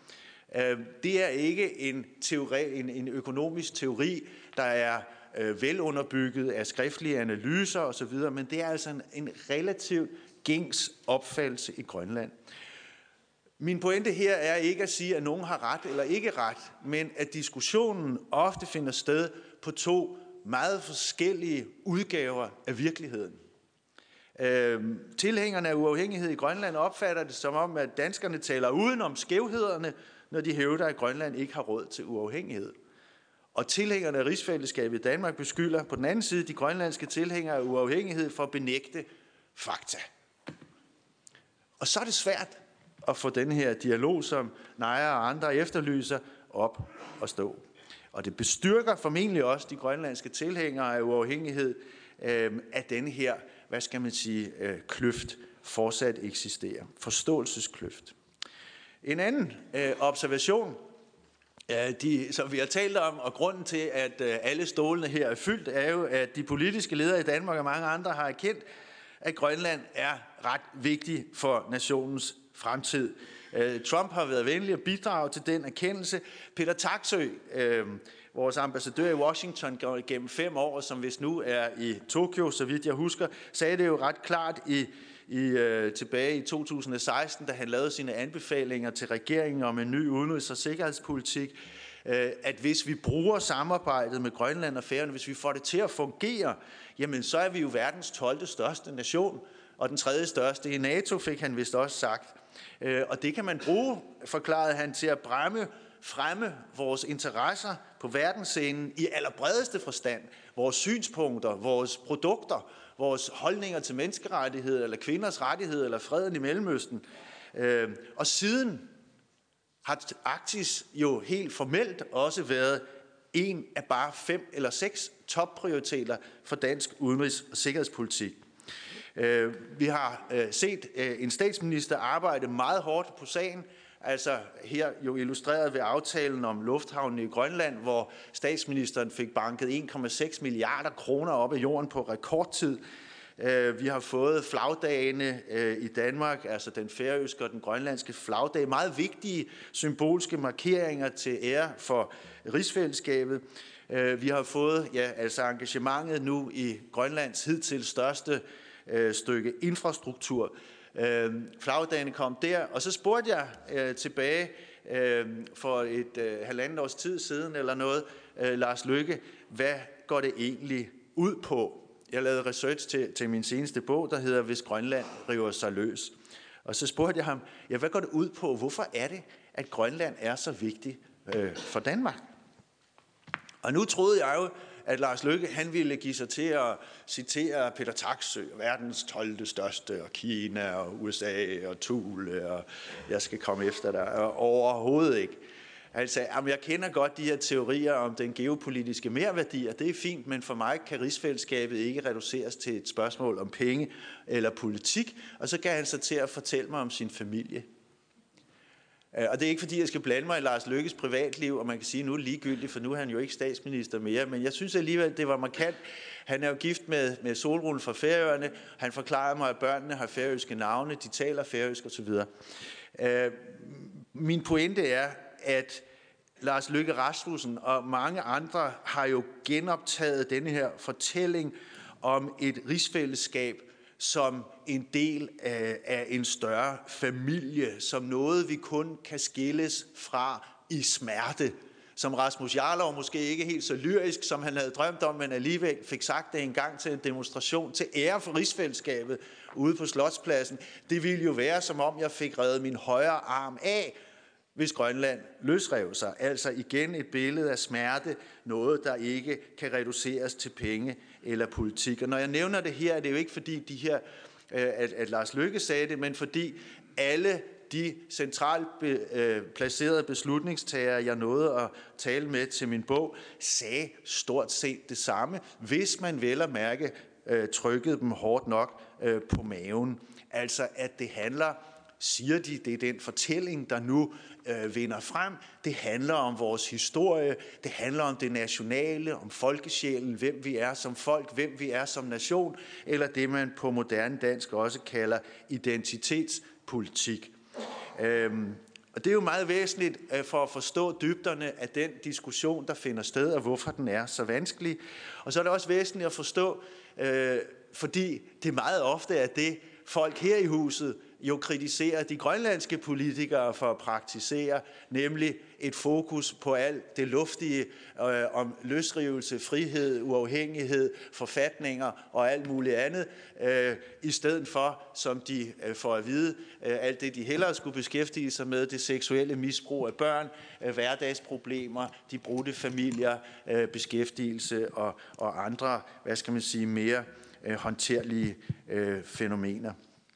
Det er ikke en økonomisk teori, der er velunderbygget af skriftlige analyser osv., men det er altså en relativt gængs opfattelse i Grønland. Min pointe her er ikke at sige, at nogen har ret eller ikke ret, men at diskussionen ofte finder sted på to meget forskellige udgaver af virkeligheden. Tilhængerne af uafhængighed i Grønland opfatter det som om, at danskerne taler udenom skævhederne, når de hævder, at Grønland ikke har råd til uafhængighed. Og tilhængerne af rigsfællesskabet i Danmark beskylder på den anden side de grønlandske tilhængere af uafhængighed for at benægte fakta. Og så er det svært at få den her dialog, som Naja og andre efterlyser, op og stå. Og det bestyrker formentlig også de grønlandske tilhængere af uafhængighed, at den her, hvad skal man sige, kløft fortsat eksisterer. Forståelseskløft. En anden observation, som vi har talt om, og grunden til, at alle stolene her er fyldt, er jo, at de politiske ledere i Danmark og mange andre har erkendt, at Grønland er ret vigtig for nationens fremtid. Trump har været venlig at bidrage til den erkendelse. Peter Taksøe, vores ambassadør i Washington gennem 5 år, som hvis nu er i Tokyo, så vidt jeg husker, sagde det jo ret klart tilbage i 2016, da han lavede sine anbefalinger til regeringen om en ny udenrigs- og sikkerhedspolitik, at hvis vi bruger samarbejdet med Grønland og Færøerne, hvis vi får det til at fungere, jamen så er vi jo verdens 12. største nation, og den 3. største i NATO, fik han vist også sagt. Og det kan man bruge, forklarede han, til at fremme vores interesser på verdensscenen i allerbredeste forstand. Vores synspunkter, vores produkter, vores holdninger til menneskerettigheder, eller kvinders rettigheder, eller freden i Mellemøsten. Og siden har Arktis jo helt formelt også været en af bare 5 eller 6 topprioriteter for dansk udenrigs- og sikkerhedspolitik. Vi har set en statsminister arbejde meget hårdt på sagen, altså her jo illustreret ved aftalen om lufthavnen i Grønland, hvor statsministeren fik banket 1,6 milliarder kroner op af jorden på rekordtid. Vi har fået flagdagene i Danmark, altså den færøske og den grønlandske flagdag. Meget vigtige symbolske markeringer til ære for rigsfællesskabet. Vi har fået altså engagementet nu i Grønlands hidtil største stykke infrastruktur. Flagdagene kom der, og så spurgte jeg tilbage for et halvandet års tid siden eller noget, Lars Løkke, hvad går det egentlig ud på? Jeg lavede research til min seneste bog, der hedder Hvis Grønland river sig løs. Og så spurgte jeg ham, hvad går det ud på? Hvorfor er det, at Grønland er så vigtig for Danmark? Og nu troede jeg jo, at Lars Løkke han ville give sig til at citere Peter Taksøe, verdens 12. største, og Kina, og USA, og Thule, og jeg skal komme efter dig. Overhovedet ikke. Altså, jeg kender godt de her teorier om den geopolitiske merværdi, og det er fint, men for mig kan rigsfællesskabet ikke reduceres til et spørgsmål om penge eller politik, og så gav han sig til at fortælle mig om sin familie. Og det er ikke fordi, jeg skal blande mig i Lars Løkkes privatliv, og man kan sige, nu er det ligegyldigt, for nu er han jo ikke statsminister mere, men jeg synes alligevel, det var markant. Han er jo gift med Solrun fra Færøerne. Han forklarer mig, at børnene har færøske navne, de taler færøsk osv. Min pointe er, at Lars Løkke Rasmussen og mange andre har jo genoptaget denne her fortælling om et rigsfællesskab som en del af en større familie, som noget vi kun kan skilles fra i smerte. Som Rasmus Jarlov måske ikke helt så lyrisk, som han havde drømt om, men alligevel fik sagt det en gang til en demonstration til ære for rigsfællesskabet ude på Slotspladsen. Det ville jo være, som om jeg fik revet min højre arm af, hvis Grønland løsrev sig. Altså igen et billede af smerte, noget der ikke kan reduceres til penge eller politik. Og når jeg nævner det her, er det jo ikke fordi de her, at Lars Løkke sagde det, men fordi alle de centralt placerede beslutningstagere, jeg nåede at tale med til min bog, sagde stort set det samme, hvis man vel at mærke trykkede dem hårdt nok på maven. Altså at det handler, siger de, det er den fortælling, der nu vinder frem. Det handler om vores historie, det handler om det nationale, om folkesjælen, hvem vi er som folk, hvem vi er som nation, eller det man på moderne dansk også kalder identitetspolitik. Og det er jo meget væsentligt for at forstå dybderne af den diskussion, der finder sted, og hvorfor den er så vanskelig. Og så er det også væsentligt at forstå, fordi det meget ofte er det, folk her i huset jo kritiserer de grønlandske politikere for at praktisere, nemlig et fokus på alt det luftige om løsrivelse, frihed, uafhængighed, forfatninger og alt muligt andet, i stedet for, som de får at vide, alt det de hellere skulle beskæftige sig med, det seksuelle misbrug af børn, hverdagsproblemer, de brudte familier, beskæftigelse og andre, hvad skal man sige, mere håndterlige fænomener.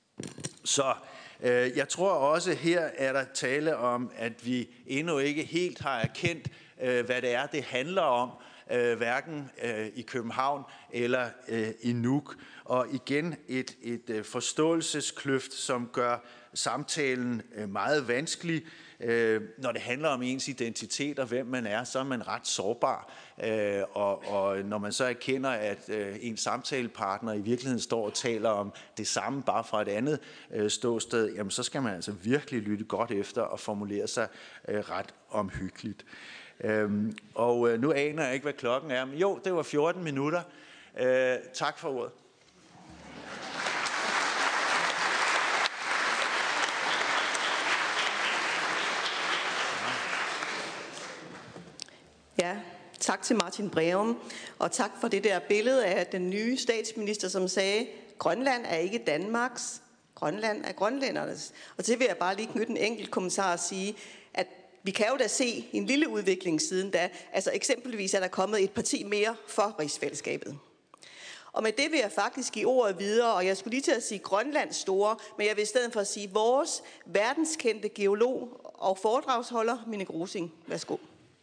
Så jeg tror også, her er der tale om, at vi endnu ikke helt har erkendt, hvad det er, det handler om, hverken i København eller i Nuuk. Og igen et forståelseskløft, som gør samtalen meget vanskelig. Når det handler om ens identitet og hvem man er, så er man ret sårbar. Og når man så erkender, at ens samtalepartner i virkeligheden står og taler om det samme, bare fra et andet ståsted, jamen så skal man altså virkelig lytte godt efter og formulere sig ret omhyggeligt. Og nu aner jeg ikke, hvad klokken er, men jo, det var 14 minutter. Tak for ordet. Ja, tak til Martin Breum, og tak for det der billede af den nye statsminister, som sagde, Grønland er ikke Danmarks, Grønland er grønlændernes. Og til vil jeg bare lige knytte en enkelt kommentar og sige, at Vi kan jo da se en lille udvikling siden da. Altså eksempelvis er der kommet et parti mere for rigsfællesskabet. Og med det vil jeg faktisk give ordet videre, og jeg skulle lige til at sige Grønlands store, men jeg vil i stedet for at sige vores verdenskendte geolog og foredragsholder, Minik Rosing. Værsgo.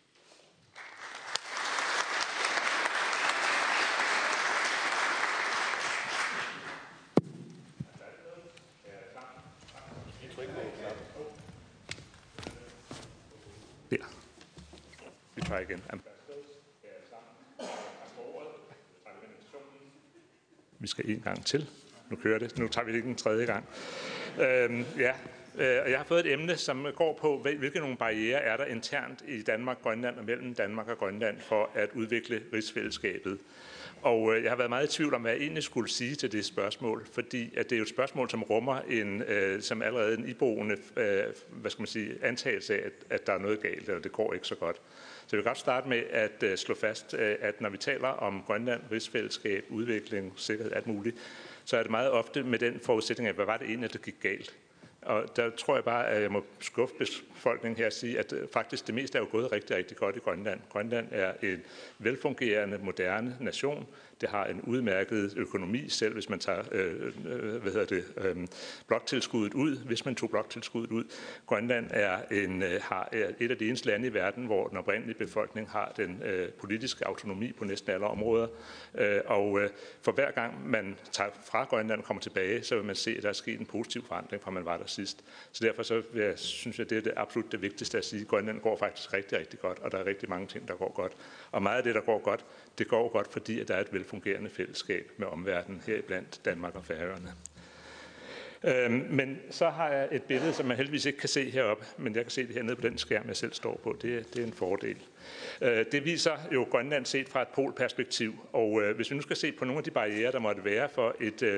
Ja. Vi tager igen. Vi skal en gang til. Nu kører det. Nu tager vi det ikke en tredje gang. Og jeg har fået et emne, som går på, hvilke nogle barrierer er der internt i Danmark, Grønland og mellem Danmark og Grønland for at udvikle rigsfællesskabet. Og jeg har været meget i tvivl om, hvad jeg egentlig skulle sige til det spørgsmål, fordi at det er jo et spørgsmål, som rummer som allerede en iboende antagelse af, at der er noget galt, eller det går ikke så godt. Så jeg vil godt starte med at slå fast, at når vi taler om Grønland, rigsfællesskab, udvikling, sikkerhed, alt muligt, så er det meget ofte med den forudsætning af, hvad var det egentlig, der gik galt. Og der tror jeg bare, at jeg må skuffe befolkningen her og sige, at faktisk det meste er jo gået rigtig, rigtig godt i Grønland. Grønland er en velfungerende, moderne nation. Det har en udmærket økonomi, selv hvis man tager bloktilskuddet ud. Hvis man tog bloktilskuddet ud. Grønland er et af de eneste lande i verden, hvor den oprindelige befolkning har den politiske autonomi på næsten alle områder. For hver gang man tager fra Grønland og kommer tilbage, så vil man se, at der er sket en positiv forandring, fra man var der sidst. Så derfor synes jeg, det er absolut det vigtigste at sige. Grønland går faktisk rigtig, rigtig godt, og der er rigtig mange ting, der går godt. Og meget af det, der går godt, det går godt, fordi at der er et velfungerende fællesskab med omverdenen her blandt Danmark og Færøerne. Men så har jeg et billede, som man heldigvis ikke kan se heroppe, men jeg kan se det hernede på den skærm, jeg selv står på. Det er en fordel. Det viser jo Grønland set fra et polperspektiv, og hvis vi nu skal se på nogle af de barrierer, der måtte være for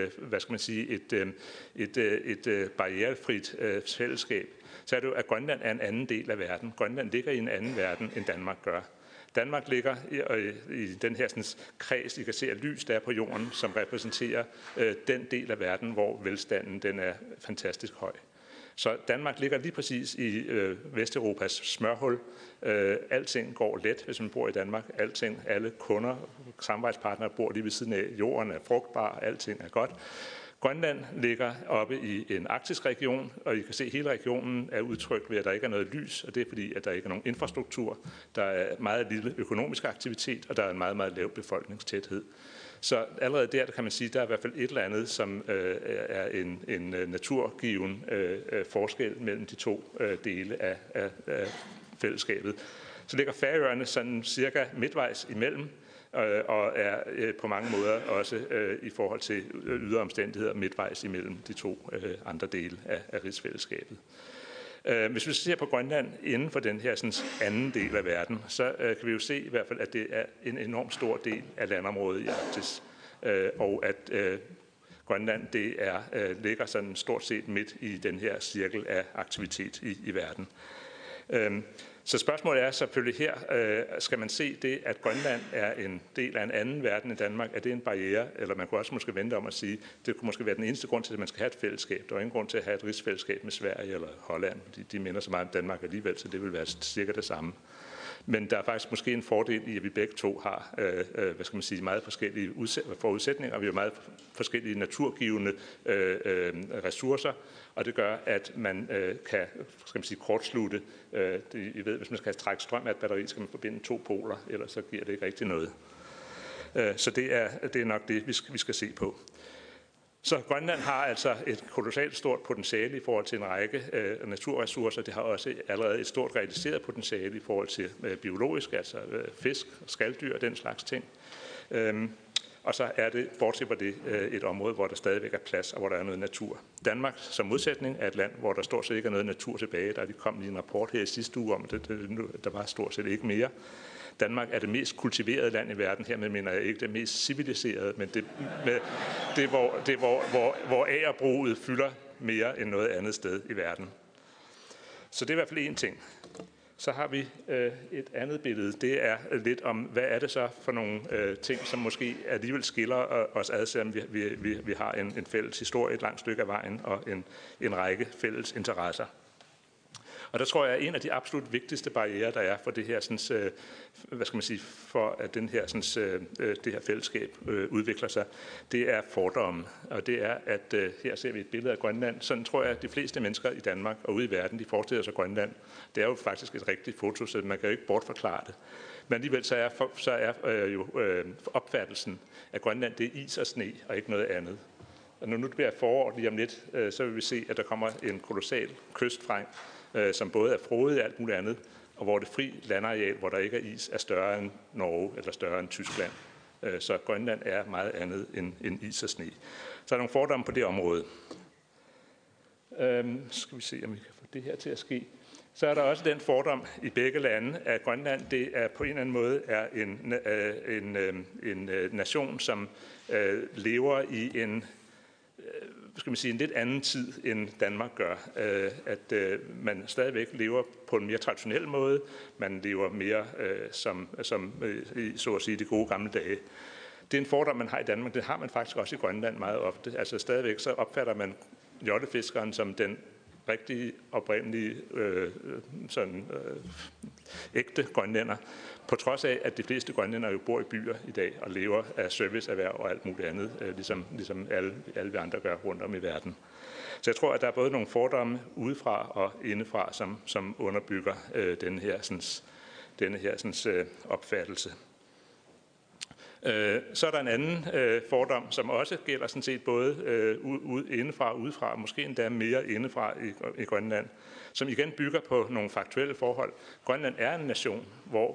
et barrierefrit fællesskab, så er det jo, at Grønland er en anden del af verden. Grønland ligger i en anden verden, end Danmark gør. Danmark ligger i den her kreds, I kan se, at lys, der er på jorden, som repræsenterer den del af verden, hvor velstanden den er fantastisk høj. Så Danmark ligger lige præcis i Vesteuropas smørhul. Alting går let, hvis man bor i Danmark. Alle kunder, samarbejdspartnere bor lige ved siden af. Jorden er frugtbar, alting er godt. Grønland ligger oppe i en arktisk region, og I kan se, at hele regionen er udtrykt ved, at der ikke er noget lys, og det er fordi, at der ikke er nogen infrastruktur. Der er meget lille økonomisk aktivitet, og der er en meget, meget lav befolkningstæthed. Så allerede der kan man sige, at der er i hvert fald et eller andet, som er en naturgiven forskel mellem de to dele af fællesskabet. Så ligger Færøerne sådan cirka midtvejs imellem, og er på mange måder også i forhold til ydre omstændigheder midtvejs imellem de to andre dele af rigsfællesskabet. Hvis vi ser på Grønland inden for den her anden del af verden, så kan vi jo se i hvert fald, at det er en enormt stor del af landområdet i Arktis, og at Grønland ligger sådan stort set midt i den her cirkel af aktivitet i verden. Så spørgsmålet er selvfølgelig her, skal man se det, at Grønland er en del af en anden verden i Danmark, er det en barriere, eller man kunne også måske vente om at sige, det kunne måske være den eneste grund til, at man skal have et fællesskab. Der er ingen grund til at have et rigsfællesskab med Sverige eller Holland, fordi de minder så meget om Danmark alligevel, så det vil være cirka det samme. Men der er faktisk måske en fordel i, at vi begge to har meget forskellige forudsætninger, og vi har meget forskellige naturgivende ressourcer, og det gør, at man kan kortslutte. I ved, hvis man skal trække strøm af et batteri, skal man forbinde to poler, ellers så giver det ikke rigtig noget. Så det er nok det, vi skal se på. Så Grønland har altså et kolossalt stort potentiale i forhold til en række naturressourcer. Det har også allerede et stort realiseret potentiale i forhold til biologisk, altså fisk, skaldyr og den slags ting. Og så er det, bortset fra det, et område, hvor der stadigvæk er plads og hvor der er noget natur. Danmark som modsætning er et land, hvor der stort set ikke er noget natur tilbage. Der kom lige en rapport her i sidste uge om, at der var stort set ikke mere. Danmark er det mest kultiverede land i verden. Hermed mener jeg ikke det mest civiliserede, men hvor agerbruget fylder mere end noget andet sted i verden. Så det er i hvert fald en ting. Så har vi et andet billede. Det er lidt om, hvad er det så for nogle ting, som måske alligevel skiller os ad, selvom vi har en fælles historie et langt stykke af vejen og en række fælles interesser. Og der tror jeg, at en af de absolut vigtigste barrierer, der er for det her, sådan, for at den her, sådan, det her fællesskab udvikler sig, det er fordomme. Og det er, at her ser vi et billede af Grønland. Sådan tror jeg, at de fleste mennesker i Danmark og ude i verden, de forestiller sig Grønland. Det er jo faktisk et rigtigt foto, så man kan jo ikke bortforklare det. Men alligevel så er opfattelsen af Grønland, det er is og sne og ikke noget andet. Og når nu det bliver forår lige om lidt, så vil vi se, at der kommer en kolossal kyst frem, som både er frodig og alt muligt andet, og hvor det fri landareal, hvor der ikke er is, er større end Norge eller større end Tyskland. Så Grønland er meget andet end is og sne. Så er der nogle fordomme på det område. Skal vi se, om vi kan få det her til at ske. Så er der også den fordom i begge lande, at Grønland det er på en eller anden måde er en nation, som lever i en en lidt anden tid, end Danmark gør. At man stadigvæk lever på en mere traditionel måde. Man lever mere som så at sige, de gode gamle dage. Det er en fordom, man har i Danmark. Det har man faktisk også i Grønland meget ofte. Altså stadigvæk så opfatter man jollefiskeren som den rigtige, oprindelige, ægte grønlænder. På trods af, at de fleste grønlænder jo bor i byer i dag og lever af serviceerhverv og alt muligt andet, ligesom alle vi andre gør rundt om i verden. Så jeg tror, at der er både nogle fordomme udefra og indefra, som underbygger denne her opfattelse. Så er der en anden fordom, som også gælder sådan set både indefra og udefra, måske endda mere indefra i Grønland, som igen bygger på nogle faktuelle forhold. Grønland er en nation, hvor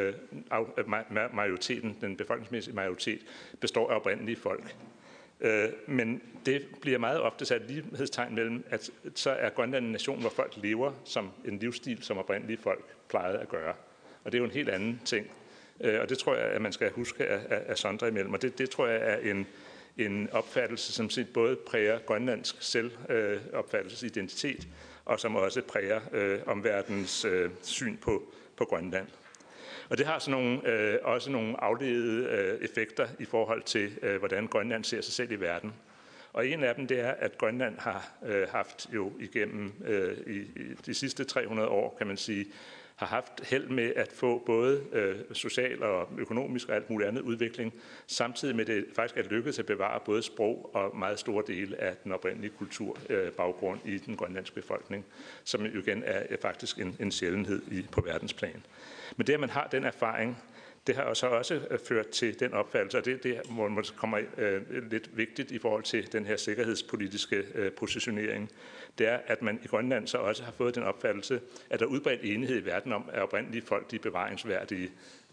majoriteten, den befolkningsmæssige majoritet, består af oprindelige folk. Men det bliver meget ofte sat lighedstegn mellem, at så er Grønland en nation, hvor folk lever som en livsstil, som oprindelige folk plejede at gøre. Og det er jo en helt anden ting. Og det tror jeg, at man skal huske at sondre imellem. Og det tror jeg er en opfattelse, som set både præger grønlandsk selvopfattelsesidentitet, og som også præger omverdenens syn på Grønland. Og det har også nogle afledede effekter i forhold til, hvordan Grønland ser sig selv i verden. Og en af dem, det er, at Grønland har haft jo igennem i de sidste 300 år, kan man sige, har haft held med at få både social og økonomisk og alt muligt andet udvikling, samtidig med det faktisk er lykkedes at bevare både sprog og meget store dele af den oprindelige kulturbaggrund i den grønlandske befolkning, som jo igen er faktisk en sjældenhed på verdensplan. Men det, at man har den erfaring, det har også ført til den opfattelse, og det hvor kommer lidt vigtigt i forhold til den her sikkerhedspolitiske positionering, det er, at man i Grønland så også har fået den opfattelse, at der er udbredt enighed i verden om, at oprindelige folk de er bevaringsværdige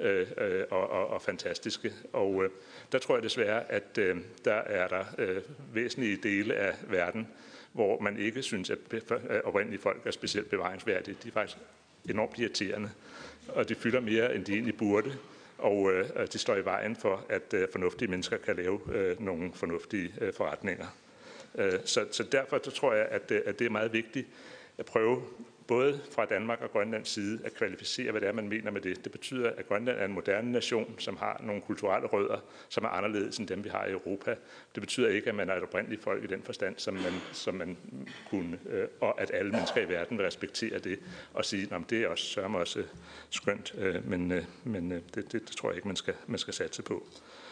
og fantastiske. Og der tror jeg desværre, at der er væsentlige dele af verden, hvor man ikke synes, at oprindelige folk er specielt bevaringsværdige. De er faktisk enormt irriterende, og de fylder mere, end de egentlig burde. Og de står i vejen for, at fornuftige mennesker kan lave nogle fornuftige forretninger. Så derfor tror jeg, at det er meget vigtigt at prøve, både fra Danmark og Grønlands side, at kvalificere, hvad det er, man mener med det. Det betyder, at Grønland er en moderne nation, som har nogle kulturelle rødder, som er anderledes end dem, vi har i Europa. Det betyder ikke, at man er et oprindeligt folk i den forstand, som man kunne, og at alle mennesker i verden vil respektere det og sige, at det er også sørme også skønt, men det tror jeg ikke, man skal satse på.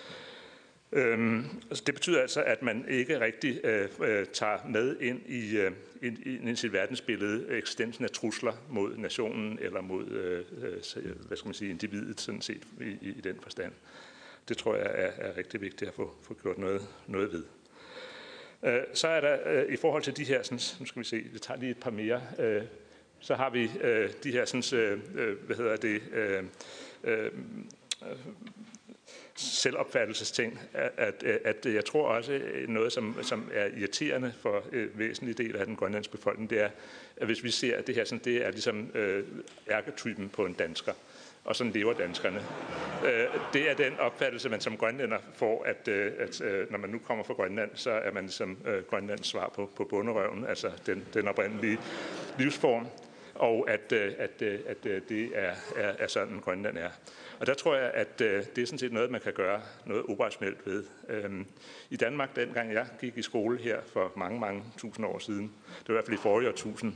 Det betyder altså, at man ikke rigtig tager med ind i sit verdensbillede eksistensen af trusler mod nationen eller mod individet sådan set i den forstand. Det tror jeg er rigtig vigtigt at få gjort noget ved. Så er der i forhold til de her, sådan, nu skal vi se, vi tager lige et par mere, så har vi de her sådan, selvopfattelsesting, at jeg tror også noget, som er irriterende for en væsentlig del af den grønlandske befolkning, det er, at hvis vi ser, at det her sådan, det er ligesom ærketypen på en dansker, og sådan lever danskerne. Det er den opfattelse, man som grønlænder får, at når man nu kommer fra Grønland, så er man ligesom Grønlands svar på bunderøven, altså den oprindelige livsform. og at det er sådan, Grønland er. Og der tror jeg, at det er sådan set noget, man kan gøre noget operationelt ved. I Danmark, dengang jeg gik i skole her for mange, mange tusind år siden, det var i hvert fald i forrige årtusind,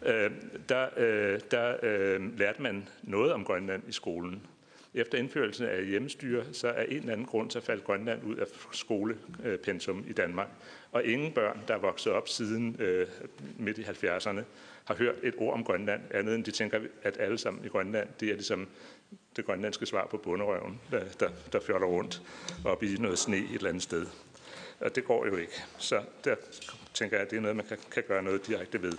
der lærte man noget om Grønland i skolen. Efter indførelsen af hjemmestyre, så er en eller anden grund, så faldt Grønland ud af skolepensum i Danmark. Og ingen børn, der er vokset op siden midt i 70'erne, har hørt et ord om Grønland, andet end de tænker, at alle sammen i Grønland, det er ligesom det grønlandske svar på bonderøven, der fjoller rundt op i noget sne et eller andet sted. Og det går jo ikke. Så der tænker jeg, at det er noget, man kan gøre noget direkte ved.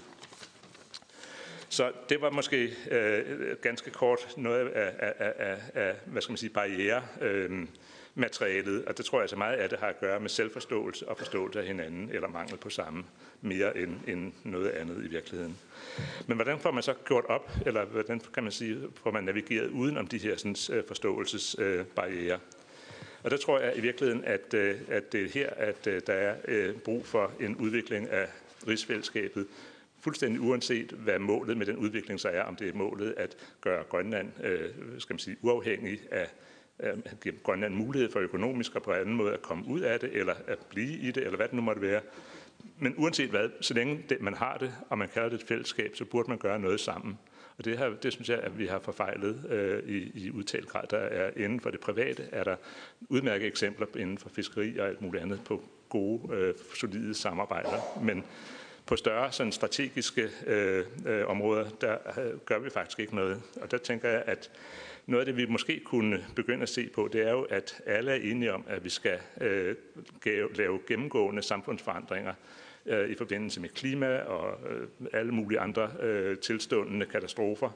Så det var måske ganske kort noget af hvad skal man sige, barrierematerialet, og det tror jeg så meget af det har at gøre med selvforståelse og forståelse af hinanden, eller mangel på samme, mere end noget andet i virkeligheden. Men hvordan får man så gjort op, eller hvordan kan man sige, får man navigeret uden om de her sådan, forståelsesbarrierer? Og der tror jeg i virkeligheden, at det er her, at der er brug for en udvikling af rigsfællesskabet, fuldstændig uanset hvad målet med den udvikling så er, om det er målet at gøre Grønland skal man sige, uafhængig af at give Grønland mulighed for økonomisk og på anden måde at komme ud af det, eller at blive i det, eller hvad det nu måtte være. Men uanset hvad, så længe man har det, og man kalder det et fællesskab, så burde man gøre noget sammen. Og det synes jeg, at vi har forfejlet i udtalt grad. Der er inden for det private, er der udmærkede eksempler inden for fiskeri og alt muligt andet på gode, solide samarbejder. Men på større sådan strategiske områder, der gør vi faktisk ikke noget. Og der tænker jeg, at noget af det, vi måske kunne begynde at se på, det er jo, at alle er enige om, at vi skal lave gennemgående samfundsforandringer i forbindelse med klima og alle mulige andre tilstående katastrofer.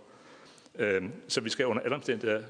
Så vi skal under alle omstændigheder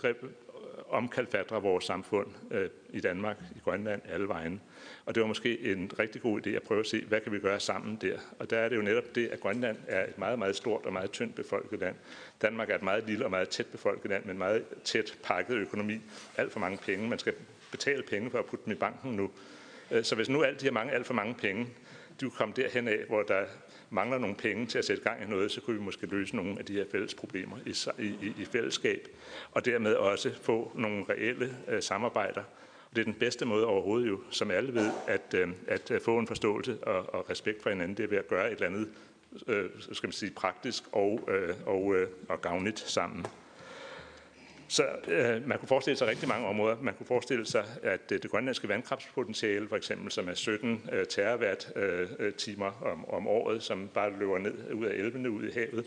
omkalfatre vores samfund i Danmark, i Grønland, alle vejen. Og det var måske en rigtig god idé at prøve at se, hvad kan vi gøre sammen der. Og der er det jo netop det, at Grønland er et meget, meget stort og meget tyndt befolket land. Danmark er et meget lille og meget tæt befolket land, men meget tæt pakket økonomi. Alt for mange penge. Man skal betale penge for at putte dem i banken nu. Så hvis nu alle de her alt for mange penge, de kunne komme derhen af, hvor der mangler nogle penge til at sætte gang i noget, så kunne vi måske løse nogle af de her fælles problemer i fællesskab, og dermed også få nogle reelle samarbejder. Og det er den bedste måde overhovedet jo, som alle ved, at få en forståelse og respekt for hinanden, det er ved at gøre et eller andet skal man sige, praktisk og gavnligt sammen. Så man kunne forestille sig rigtig mange områder. Man kunne forestille sig, at det grønlandske vandkraftspotentiale, for eksempel, som er 17 terawatt-timer om året, som bare løber ned ud af elvene, ud i havet.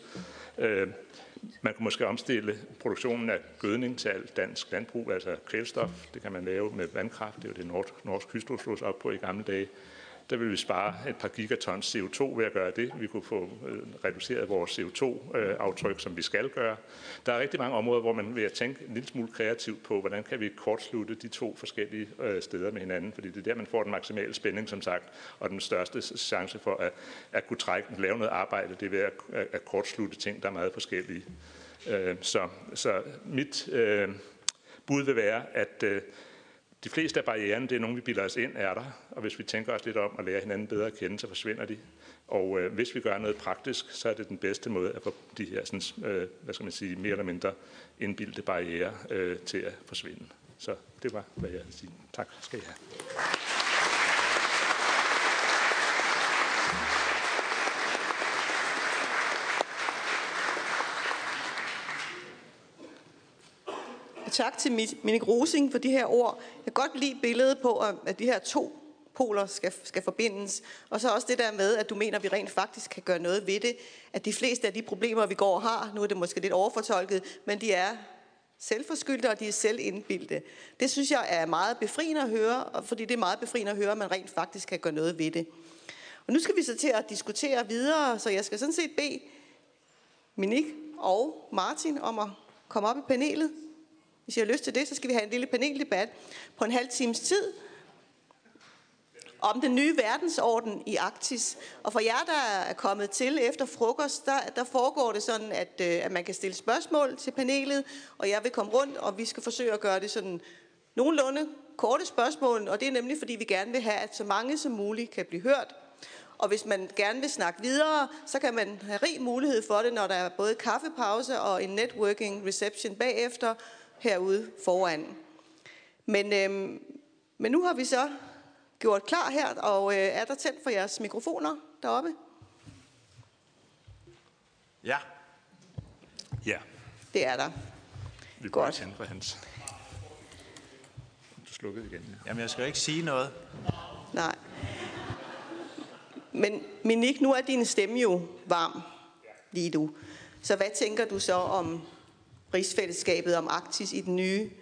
Man kunne måske omstille produktionen af gødning til alt dansk landbrug, altså kvælstof. Det kan man lave med vandkraft. Det er jo det Norsk Hydro slås op på i gamle dage. Der vil vi spare et par gigatons CO2 ved at gøre det. Vi kunne få reduceret vores CO2-aftryk, som vi skal gøre. Der er rigtig mange områder, hvor man vil tænke en lille smule kreativt på, hvordan kan vi kortslutte de to forskellige steder med hinanden. Fordi det er der, man får den maksimale spænding, som sagt, og den største chance for at kunne lave noget arbejde, det er ved at kortslutte ting, der er meget forskellige. Så mit bud vil være, at de fleste af barriererne, det er nogle, vi bilder os ind, er der. Og hvis vi tænker os lidt om at lære hinanden bedre at kende, så forsvinder de. Og hvis vi gør noget praktisk, så er det den bedste måde at få de her sådan, hvad skal man sige, mere eller mindre indbildte barrierer til at forsvinde. Så det var, hvad jeg vil sige. Tak skal I have. Tak til Minik Rosing for de her ord. Jeg kan godt lide billedet på, at de her to poler skal forbindes. Og så også det der med, at du mener, at vi rent faktisk kan gøre noget ved det. At de fleste af de problemer, vi går og har, nu er det måske lidt overfortolket, men de er selvforskyldte, og de er selvindbildte. Det synes jeg er meget befriende at høre, fordi det er meget befriende at høre, at man rent faktisk kan gøre noget ved det. Og nu skal vi så til at diskutere videre, så jeg skal sådan set bede Minik og Martin om at komme op i panelet. Hvis I har lyst til det, så skal vi have en lille paneldebat på en halv times tid om den nye verdensorden i Arktis. Og for jer, der er kommet til efter frokost, der foregår det sådan, at man kan stille spørgsmål til panelet, og jeg vil komme rundt, og vi skal forsøge at gøre det sådan nogenlunde korte spørgsmål, og det er nemlig, fordi vi gerne vil have, at så mange som muligt kan blive hørt. Og hvis man gerne vil snakke videre, så kan man have rig mulighed for det, når der er både kaffepause og en networking reception bagefter herude foran. Men nu har vi så gjort klar her, og er der tændt for jeres mikrofoner deroppe? Ja. Ja. Det er der. Vi godt tænde for hans. Du slukkede igen. Ja. Jamen, jeg skal jo ikke sige noget. Nej. Men Minik, nu er din stemme jo varm lige nu. Så hvad tænker du så om rigsfællesskabet, om Arktis i den nye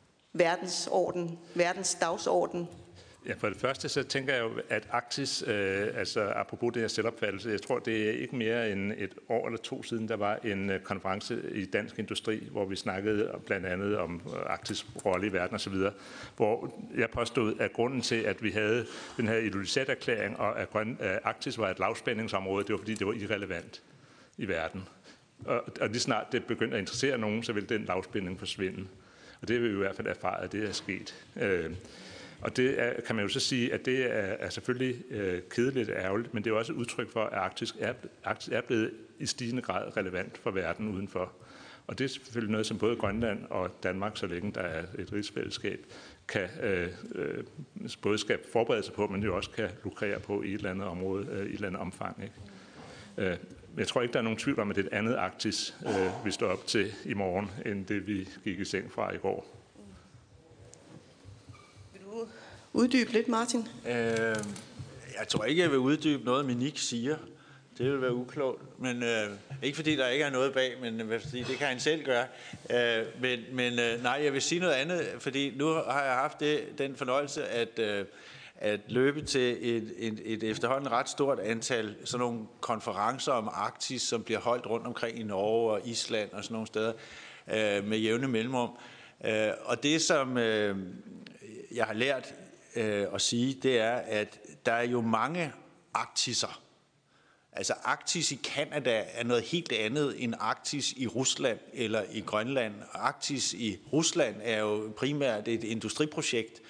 verdens dagsorden? Ja, for det første så tænker jeg jo, at Arktis, altså apropos det her selvopfattelse, jeg tror, det er ikke mere end et år eller to siden, der var en konference i Dansk Industri, hvor vi snakkede blandt andet om Arktis rolle i verden osv., hvor jeg påstod, at grunden til, at vi havde den her Ilulissat-erklæring, og at Arktis var et lavspændingsområde, det var fordi, det var irrelevant i verden. Og lige snart det begyndte at interessere nogen, så ville den lavspænding forsvinde. Og det har vi i hvert fald erfaret, at det er sket. Og det kan man jo så sige, at det er selvfølgelig kedeligt og ærgerligt, men det er også et udtryk for, at Arktis er blevet i stigende grad relevant for verden udenfor. Og det er selvfølgelig noget, som både Grønland og Danmark, så længe der er et rigsfællesskab, kan både skal forberede sig på, men jo også kan lukrere på i et eller andet område, i et eller andet omfang. Ikke? Jeg tror ikke, der er nogen tvivl om, at det er et andet Arktis, vi står op til i morgen, end det vi gik i seng fra i går. Uddyb lidt, Martin. Jeg tror ikke, jeg vil uddybe noget, Minik siger. Det vil være uklogt. Men ikke fordi der ikke er noget bag, men fordi det kan han selv gøre. Nej, jeg vil sige noget andet, fordi nu har jeg haft den fornøjelse at løbe til et efterhånden ret stort antal sådan nogle konferencer om Arktis, som bliver holdt rundt omkring i Norge og Island og sådan nogle steder med jævne mellemrum. Og det, som jeg har lært at sige, det er, at der er jo mange Arktiser. Altså Arktis i Kanada er noget helt andet end Arktis i Rusland eller i Grønland. Arktis i Rusland er jo primært et industriprojekt.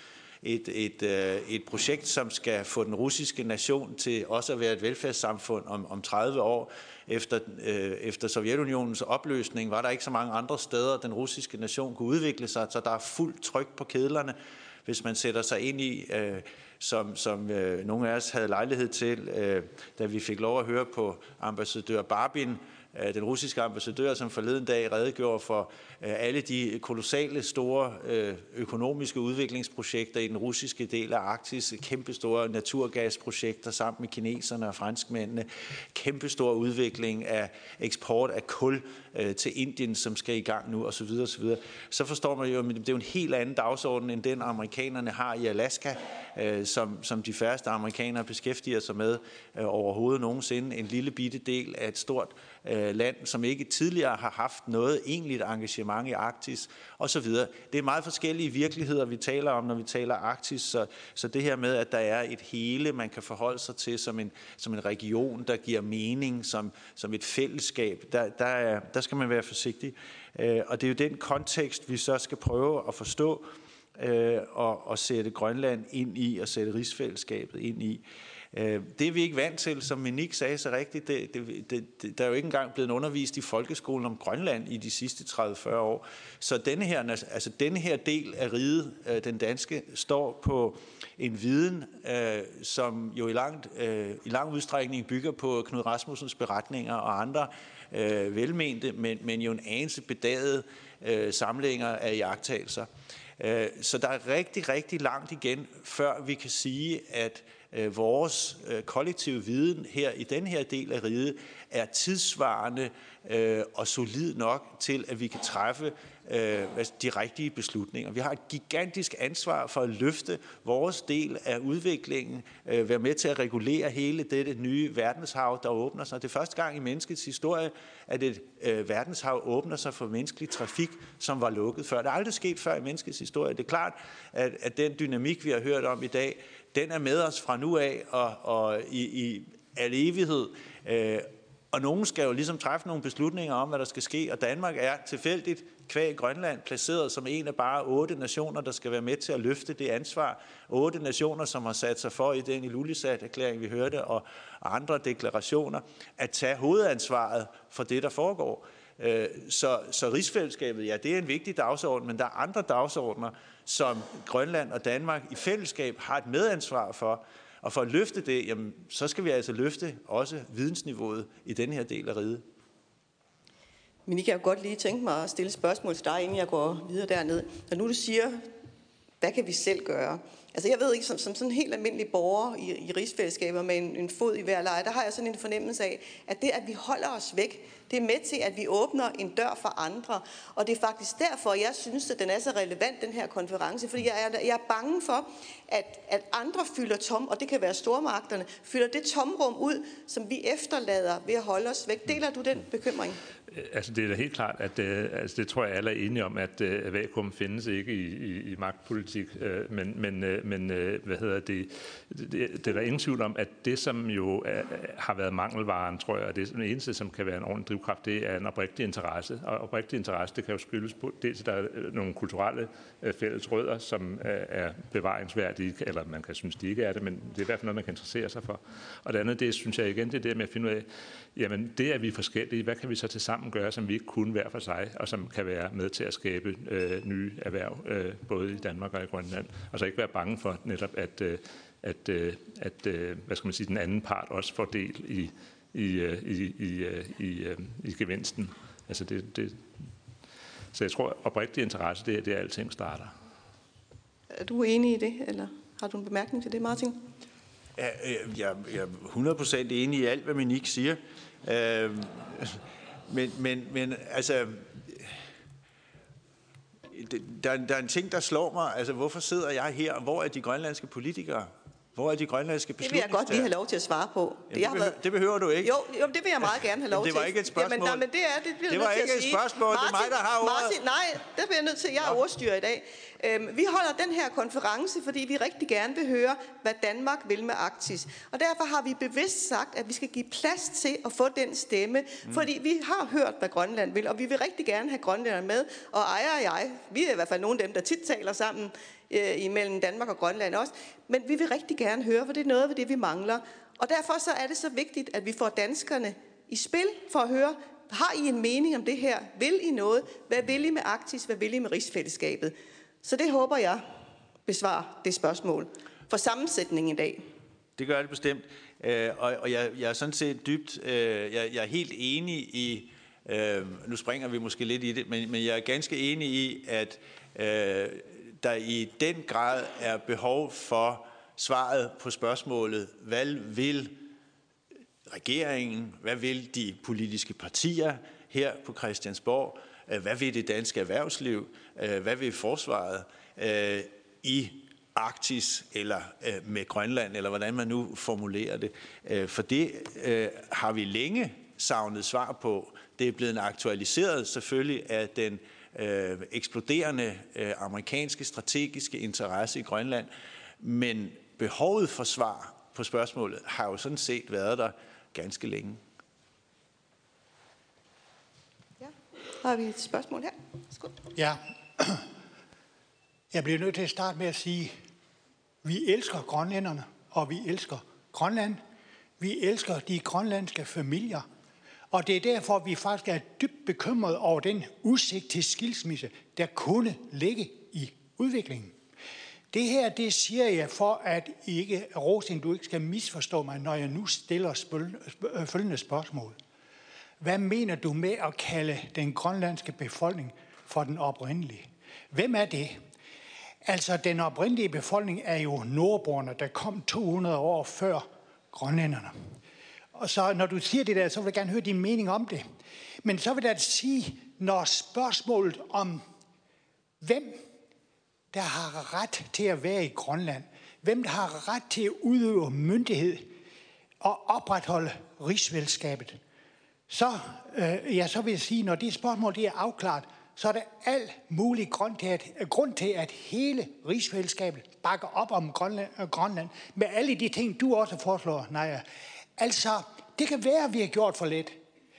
Et projekt, som skal få den russiske nation til også at være et velfærdssamfund om 30 år. Efter Sovjetunionens opløsning var der ikke så mange andre steder, den russiske nation kunne udvikle sig, så der er fuldt tryk på kedlerne, hvis man sætter sig ind i, som nogle af os havde lejlighed til, da vi fik lov at høre på ambassadør Barbin, den russiske ambassadør, som forleden dag redegjorde for alle de kolossale store økonomiske udviklingsprojekter i den russiske del af Arktis, kæmpe store naturgasprojekter sammen med kineserne og franskmændene, kæmpe stor udvikling af eksport af kul til Indien, som skal i gang nu, osv. osv. Så forstår man jo, at det er jo en helt anden dagsorden, end den amerikanerne har i Alaska, som de færreste amerikanere beskæftiger sig med overhovedet nogensinde. En lille bitte del af et stort land, som ikke tidligere har haft noget egentligt engagement i Arktis, osv. Det er meget forskellige virkeligheder, vi taler om, når vi taler Arktis, så det her med, at der er et hele, man kan forholde sig til som en region, der giver mening, som et fællesskab, der skal man være forsigtig. Og det er jo den kontekst, vi så skal prøve at forstå, og sætte Grønland ind i, og sætte rigsfællesskabet ind i. Det er vi ikke vant til, som Minik sagde så rigtigt. Der er jo ikke engang blevet undervist i folkeskolen om Grønland i de sidste 30-40 år. Så denne her del af riget, den danske, står på en viden, som jo i lang udstrækning bygger på Knud Rasmussens beretninger og andre velmente, men jo en anelse bedagede samlinger af iagttagelser. Så der er rigtig, rigtig langt igen, før vi kan sige, at vores kollektive viden her i den her del af riget er tidsvarende og solid nok til, at vi kan træffe de rigtige beslutninger. Vi har et gigantisk ansvar for at løfte vores del af udviklingen, være med til at regulere hele dette nye verdenshav, der åbner sig. Det er første gang i menneskets historie, at et verdenshav åbner sig for menneskelig trafik, som var lukket før. Det er aldrig sket før i menneskets historie. Det er klart, at den dynamik, vi har hørt om i dag, den er med os fra nu af og i al evighed. Og nogen skal jo ligesom træffe nogle beslutninger om, hvad der skal ske, og Danmark er tilfældigt kvæg Grønland placeret som en af bare 8 nationer, der skal være med til at løfte det ansvar. 8 nationer, som har sat sig for i den Ilulissat-erklæring, vi hørte, og andre deklarationer, at tage hovedansvaret for det, der foregår. Så rigsfællesskabet, ja, det er en vigtig dagsorden, men der er andre dagsordener, som Grønland og Danmark i fællesskab har et medansvar for. Og for at løfte det, jamen, så skal vi altså løfte også vidensniveauet i den her del af riget. Men I kan jo godt lige tænke mig at stille spørgsmål til dig, inden jeg går videre derned. Når nu du siger, hvad kan vi selv gøre? Altså jeg ved ikke, som sådan en helt almindelig borger i rigsfællesskaber med en fod i hver lejr, der har jeg sådan en fornemmelse af, at det, at vi holder os væk, det er med til, at vi åbner en dør for andre. Og det er faktisk derfor, jeg synes, at den er så relevant, den her konference. Fordi jeg er bange for, at andre fylder og det kan være stormagterne, fylder det tomrum ud, som vi efterlader ved at holde os væk. Deler du den bekymring? Altså det er da helt klart, at det tror jeg alle er enige om, at vakuum findes ikke i magtpolitik, men hvad hedder det? Det er der ingen tvivl om, at det som jo har været mangelvaren, tror jeg, og det eneste, som kan være en ordentlig drivkraft, det er en oprigtig interesse. Og oprigtig interesse, det kan jo skyldes på, dels at der er nogle kulturelle fælles rødder, som er bevaringsværdige, eller man kan synes, de ikke er det, men det er i hvert fald noget, man kan interessere sig for. Og det andet, det synes jeg igen, det er det med at finde ud af, jamen det er vi forskellige, hvad kan vi så til sammen gøre, som vi ikke kunne hver for sig, og som kan være med til at skabe nye erhverv, både i Danmark og i Grønland. Og så ikke være bange for netop, at hvad skal man sige, den anden part også får del i gevinsten. Altså så jeg tror, oprigtig interesse, det er alting starter. Er du enig i det, eller har du en bemærkning til det, Martin? Jeg er 100% enig i alt, hvad Monique siger. Men altså, der er en ting, der slår mig. Altså, hvorfor sidder jeg her? Hvor er de grønlandske politikere? Hvor er de grønlandske beslutningstagere? Det vil jeg godt lige have lov til at svare på. Det behøver du ikke. Jo, det vil jeg meget gerne have lov til. Det var ikke et spørgsmål. Jamen, men det var ikke et spørgsmål. Det er mig, der har ordet. Martin, nej, der bliver jeg nødt til. Jeg er ordstyrer i dag. Vi holder den her konference, fordi vi rigtig gerne vil høre, hvad Danmark vil med Arktis. Og derfor har vi bevidst sagt, at vi skal give plads til at få den stemme. Fordi vi har hørt, hvad Grønland vil, og vi vil rigtig gerne have grønlænderne med. Og Ejre og jeg, vi er i hvert fald nogle af dem, der tit taler sammen imellem Danmark og Grønland også. Men vi vil rigtig gerne høre, for det er noget af det, vi mangler. Og derfor så er det så vigtigt, at vi får danskerne i spil for at høre, har I en mening om det her? Vil I noget? Hvad vil I med Arktis? Hvad vil I med rigsfællesskabet? Så det håber jeg besvarer det spørgsmål. For sammensætningen i dag. Det gør det bestemt. Og jeg er sådan set dybt, jeg er helt enig i, nu springer vi måske lidt i det, men jeg er ganske enig i, at der i den grad er behov for svaret på spørgsmålet, hvad vil regeringen, hvad vil de politiske partier her på Christiansborg, hvad vil det danske erhvervsliv, hvad vil forsvaret i Arktis eller med Grønland, eller hvordan man nu formulerer det. For det har vi længe savnet svar på. Det er blevet aktualiseret selvfølgelig af den eksploderende amerikanske strategiske interesse i Grønland, men behovet for svar på spørgsmålet har jo sådan set været der ganske længe. Ja, har vi et spørgsmål her? Skål. Ja. Jeg bliver nødt til at starte med at sige, vi elsker grønlænderne, og vi elsker Grønland. Vi elsker de grønlandske familier. Og det er derfor, vi faktisk er dybt bekymrede over den udsigt til skilsmisse, der kunne ligge i udviklingen. Det her, det siger jeg for, at ikke, Rosin, du ikke skal misforstå mig, når jeg nu stiller følgende spørgsmål. Hvad mener du med at kalde den grønlandske befolkning for den oprindelige? Hvem er det? Altså, den oprindelige befolkning er jo nordboerne, der kom 200 år før grønlænderne. Og så når du siger det der, så vil jeg gerne høre din mening om det. Men så vil jeg sige, når spørgsmålet om, hvem der har ret til at være i Grønland, hvem der har ret til at udøve myndighed og opretholde rigsfællesskabet, så vil jeg sige, når det spørgsmål det er afklaret, så er der al mulig grund til, at hele rigsfællesskabet bakker op om Grønland med alle de ting, du også foreslår, Naja. Altså, det kan være, at vi har gjort for lidt.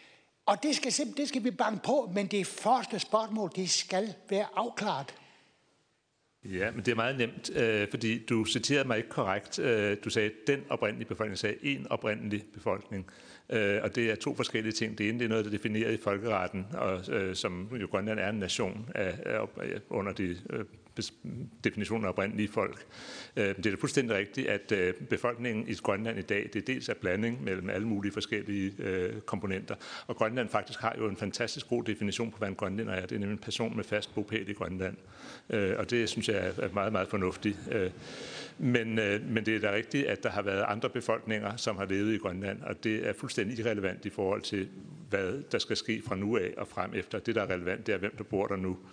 Og det skal vi banke på, men det første spørgsmål, det skal være afklaret. Ja, men det er meget nemt, fordi du citerede mig ikke korrekt. Du sagde, den oprindelige befolkning, sagde en oprindelig befolkning. Og det er to forskellige ting. Det ene, det er noget, der er defineret i folkeretten, og som jo Grønland er en nation under de definitionen af oprindelige folk. Det er da fuldstændig rigtigt, at befolkningen i Grønland i dag, det er dels en blanding mellem alle mulige forskellige komponenter, og Grønland faktisk har jo en fantastisk god definition på, hvad en grønlænder er. Det er nemlig en person med fast bopæl i Grønland. Og det synes jeg er meget, meget fornuftigt. Men det er da rigtigt, at der har været andre befolkninger, som har levet i Grønland, og det er fuldstændig irrelevant i forhold til, hvad der skal ske fra nu af og frem efter. Det, der er relevant, det er, hvem der bor der nu.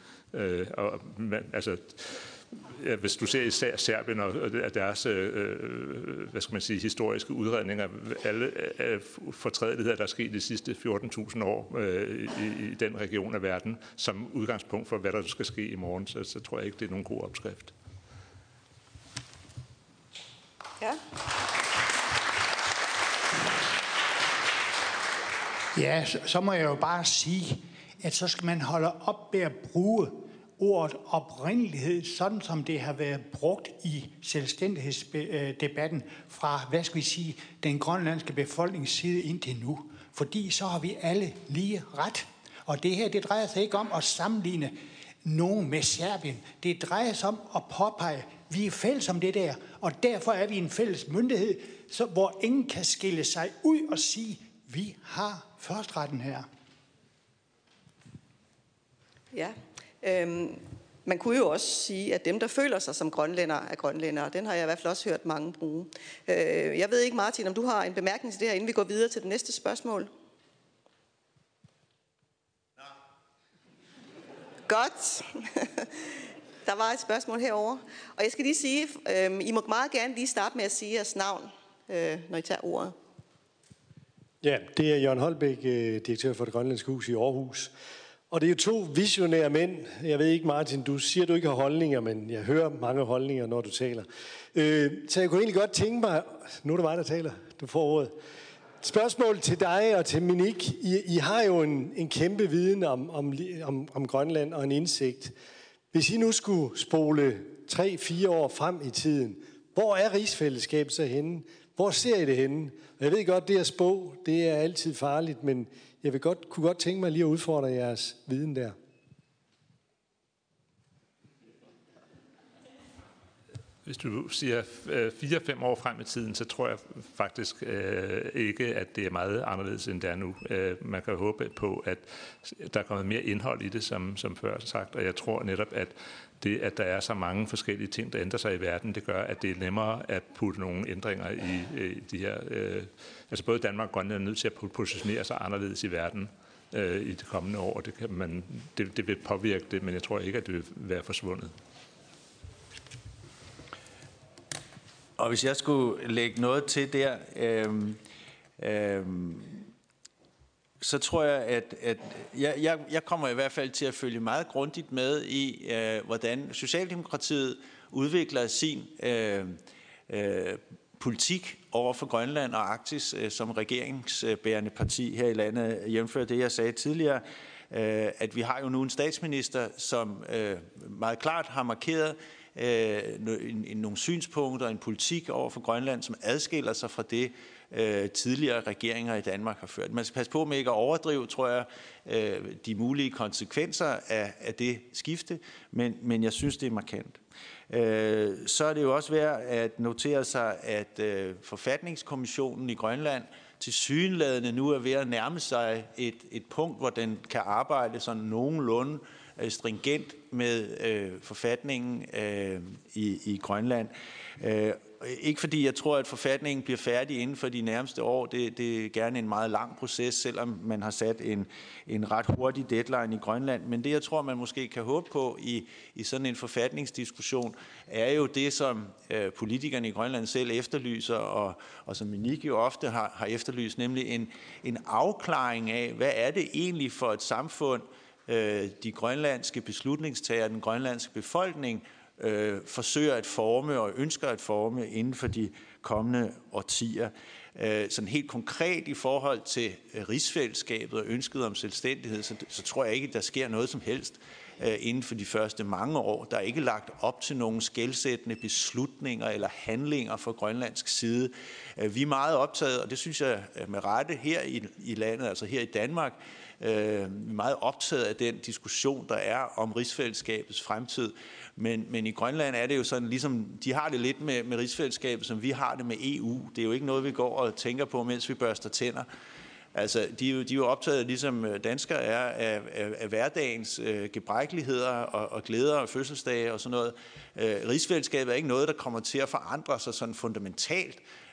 Hvis du ser især Serbien og deres hvad skal man sige, historiske udredninger, alle fortrædeligheder, der er sket de sidste 14.000 år i den region af verden, som udgangspunkt for, hvad der skal ske i morgen, så tror jeg ikke, det er nogen god opskrift. Ja. Ja, så må jeg jo bare sige, at så skal man holde op med at bruge ordet oprindelighed, sådan som det har været brugt i selvstændighedsdebatten fra, hvad skal vi sige, den grønlandske befolknings side indtil nu. Fordi så har vi alle lige ret. Og det her, det drejer sig ikke om at sammenligne nogen med Serbien. Det drejer sig om at påpege, at vi er fælles om det der, og derfor er vi en fælles myndighed, hvor ingen kan skille sig ud og sige, vi har førstretten her. Ja. Man kunne jo også sige, at dem, der føler sig som grønlændere, er grønlændere. Den har jeg i hvert fald også hørt mange bruge. Jeg ved ikke, Martin, om du har en bemærkning til det her, inden vi går videre til det næste spørgsmål? Godt. Der var et spørgsmål herovre. Og jeg skal lige sige, I må meget gerne lige starte med at sige jeres navn, når I tager ordet. Ja, det er Jørgen Holbæk, direktør for det Grønlandske Hus i Aarhus. Og det er jo to visionære mænd. Jeg ved ikke, Martin, du siger, du ikke har holdninger, men jeg hører mange holdninger, når du taler. Så jeg kunne egentlig godt tænke mig, nu er det mig, der taler, du får ordet. Spørgsmål til dig og til Minik. I har jo en kæmpe viden om Grønland og en indsigt. Hvis I nu skulle spole 3-4 år frem i tiden, hvor er rigsfællesskabet så henne? Hvor ser I det henne? Jeg ved godt, det at spå, det er altid farligt, men jeg kunne godt tænke mig lige at udfordre jeres viden der. Hvis du siger 4-5 år frem i tiden, så tror jeg faktisk ikke, at det er meget anderledes, end det er nu. Man kan håbe på, at der er kommet mere indhold i det, som før sagt, og jeg tror netop, at det, at der er så mange forskellige ting, der ændrer sig i verden, det gør, at det er nemmere at putte nogle ændringer i de her... altså både Danmark og Grønland er nødt til at positionere sig anderledes i verden i de kommende år, og det vil påvirke det, men jeg tror ikke, at det vil være forsvundet. Og hvis jeg skulle lægge noget til der, så tror jeg, at jeg kommer i hvert fald til at følge meget grundigt med i, hvordan Socialdemokratiet udvikler sin politik over for Grønland og Arktis som regeringsbærende parti her i landet, jævnfør det, jeg sagde tidligere, at vi har jo nu en statsminister, som meget klart har markeret nogle synspunkter og en politik over for Grønland, som adskiller sig fra det, tidligere regeringer i Danmark har ført. Man skal passe på med ikke at overdrive, tror jeg, de mulige konsekvenser af det skifte, men jeg synes, det er markant. Så er det jo også værd at notere sig, at forfatningskommissionen i Grønland tilsyneladende nu er ved at nærme sig et punkt, hvor den kan arbejde sådan nogenlunde stringent med forfatningen i Grønland. Ikke fordi jeg tror, at forfatningen bliver færdig inden for de nærmeste år. Det er gerne en meget lang proces, selvom man har sat en ret hurtig deadline i Grønland. Men det, jeg tror, man måske kan håbe på i sådan en forfatningsdiskussion, er jo det, som politikerne i Grønland selv efterlyser, og som Minik jo ofte har efterlyst, nemlig en afklaring af, hvad er det egentlig for et samfund, de grønlandske beslutningstagere, den grønlandske befolkning, forsøger at forme og ønsker at forme inden for de kommende årtier. Sådan helt konkret i forhold til rigsfællesskabet og ønsket om selvstændighed, så tror jeg ikke, der sker noget som helst inden for de første mange år. Der er ikke lagt op til nogle skelsættende beslutninger eller handlinger fra grønlandsk side. Vi er meget optaget, og det synes jeg med rette her i landet, altså her i Danmark, vi er meget optaget af den diskussion, der er om rigsfællesskabets fremtid. Men i Grønland er det jo sådan, ligesom de har det lidt med rigsfællesskabet, som vi har det med EU. Det er jo ikke noget, vi går og tænker på, mens vi børster tænder. Altså, de er jo optaget, ligesom danskere er, af hverdagens gebrækkeligheder og glæder og fødselsdage og sådan noget. Rigsfællesskabet er ikke noget, der kommer til at forandre sig sådan fundamentalt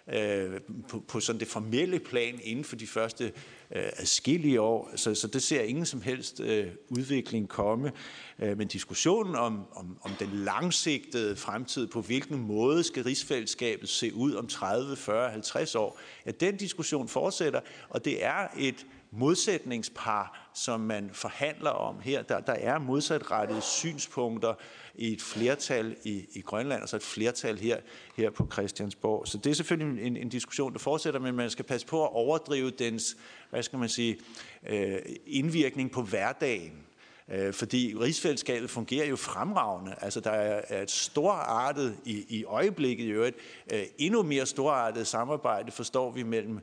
på sådan det formelle plan inden for de første adskillige år. Så det ser ingen som helst udvikling komme. Men diskussionen om den langsigtede fremtid, på hvilken måde skal rigsfællesskabet se ud om 30, 40, 50 år, ja, den diskussion fortsætter, og det er et modsætningspar, som man forhandler om her. Der er modsatrettede synspunkter i et flertal i Grønland, og så et flertal her på Christiansborg. Så det er selvfølgelig en diskussion, der fortsætter, men man skal passe på at overdrive dens, hvad skal man sige, indvirkning på hverdagen. Fordi rigsfællesskabet fungerer jo fremragende. Altså, der er et storartet, i øjeblikket i øvrigt, endnu mere storartet samarbejde, forstår vi, mellem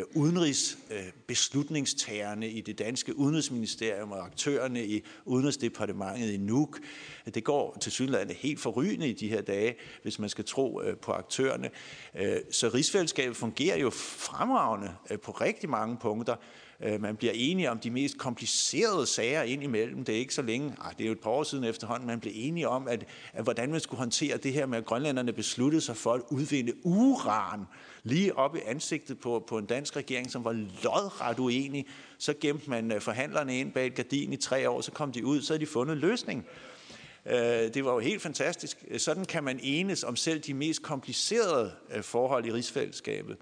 udenrigsbeslutningstagerne i det danske udenrigsministerium og aktørerne i udenrigsdepartementet i Nuuk. Det går tilsyneladende helt forrygende i de her dage, hvis man skal tro på aktørerne. Så rigsfællesskabet fungerer jo fremragende på rigtig mange punkter. Man bliver enige om de mest komplicerede sager indimellem. Det er ikke så længe, det er jo et par år siden efterhånden, man blev enige om, at hvordan man skulle håndtere det her med, at grønlænderne besluttede sig for at udvinde uran lige op i ansigtet på en dansk regering, som var lodret uenig. Så gemte man forhandlerne ind bag et gardin i 3 år, så kom de ud, så havde de fundet en løsning. Det var jo helt fantastisk. Sådan kan man enes om selv de mest komplicerede forhold i rigsfællesskabet.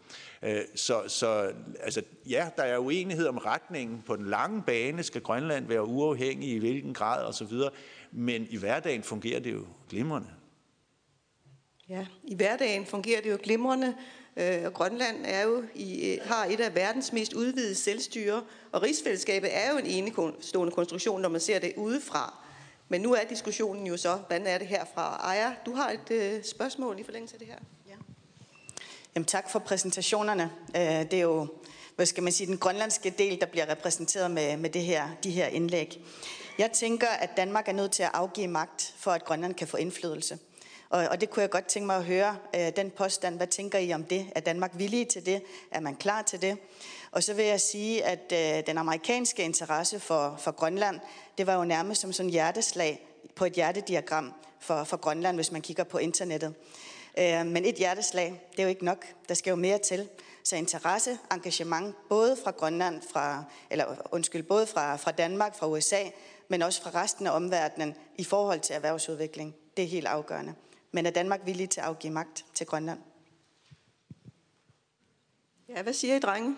Så altså, ja, der er uenighed om retningen. På den lange bane skal Grønland være uafhængig i hvilken grad osv., men i hverdagen fungerer det jo glimrende. Ja, i hverdagen fungerer det jo glimrende, og Grønland er jo har et af verdens mest udvidede selvstyre, og rigsfællesskabet er jo en enestående konstruktion, når man ser det udefra. Men nu er diskussionen jo så, hvordan er det herfra? Aya, du har et spørgsmål i forlængelse af det her. Ja. Jamen, tak for præsentationerne. Det er jo, hvad skal man sige, den grønlandske del, der bliver repræsenteret med de her indlæg. Jeg tænker, at Danmark er nødt til at afgive magt, for at Grønland kan få indflydelse. Og det kunne jeg godt tænke mig at høre, den påstand. Hvad tænker I om det? Er Danmark villig til det? Er man klar til det? Og så vil jeg sige, at den amerikanske interesse for Grønland, det var jo nærmest som sådan en hjerteslag på et hjertediagram for Grønland, hvis man kigger på internettet. Men et hjerteslag, det er jo ikke nok. Der skal jo mere til. Så interesse, engagement, både fra Grønland, både fra Danmark, fra USA, men også fra resten af omverdenen i forhold til erhvervsudvikling. Det er helt afgørende. Men er Danmark villig til at afgive magt til Grønland? Ja, hvad siger I, drenge?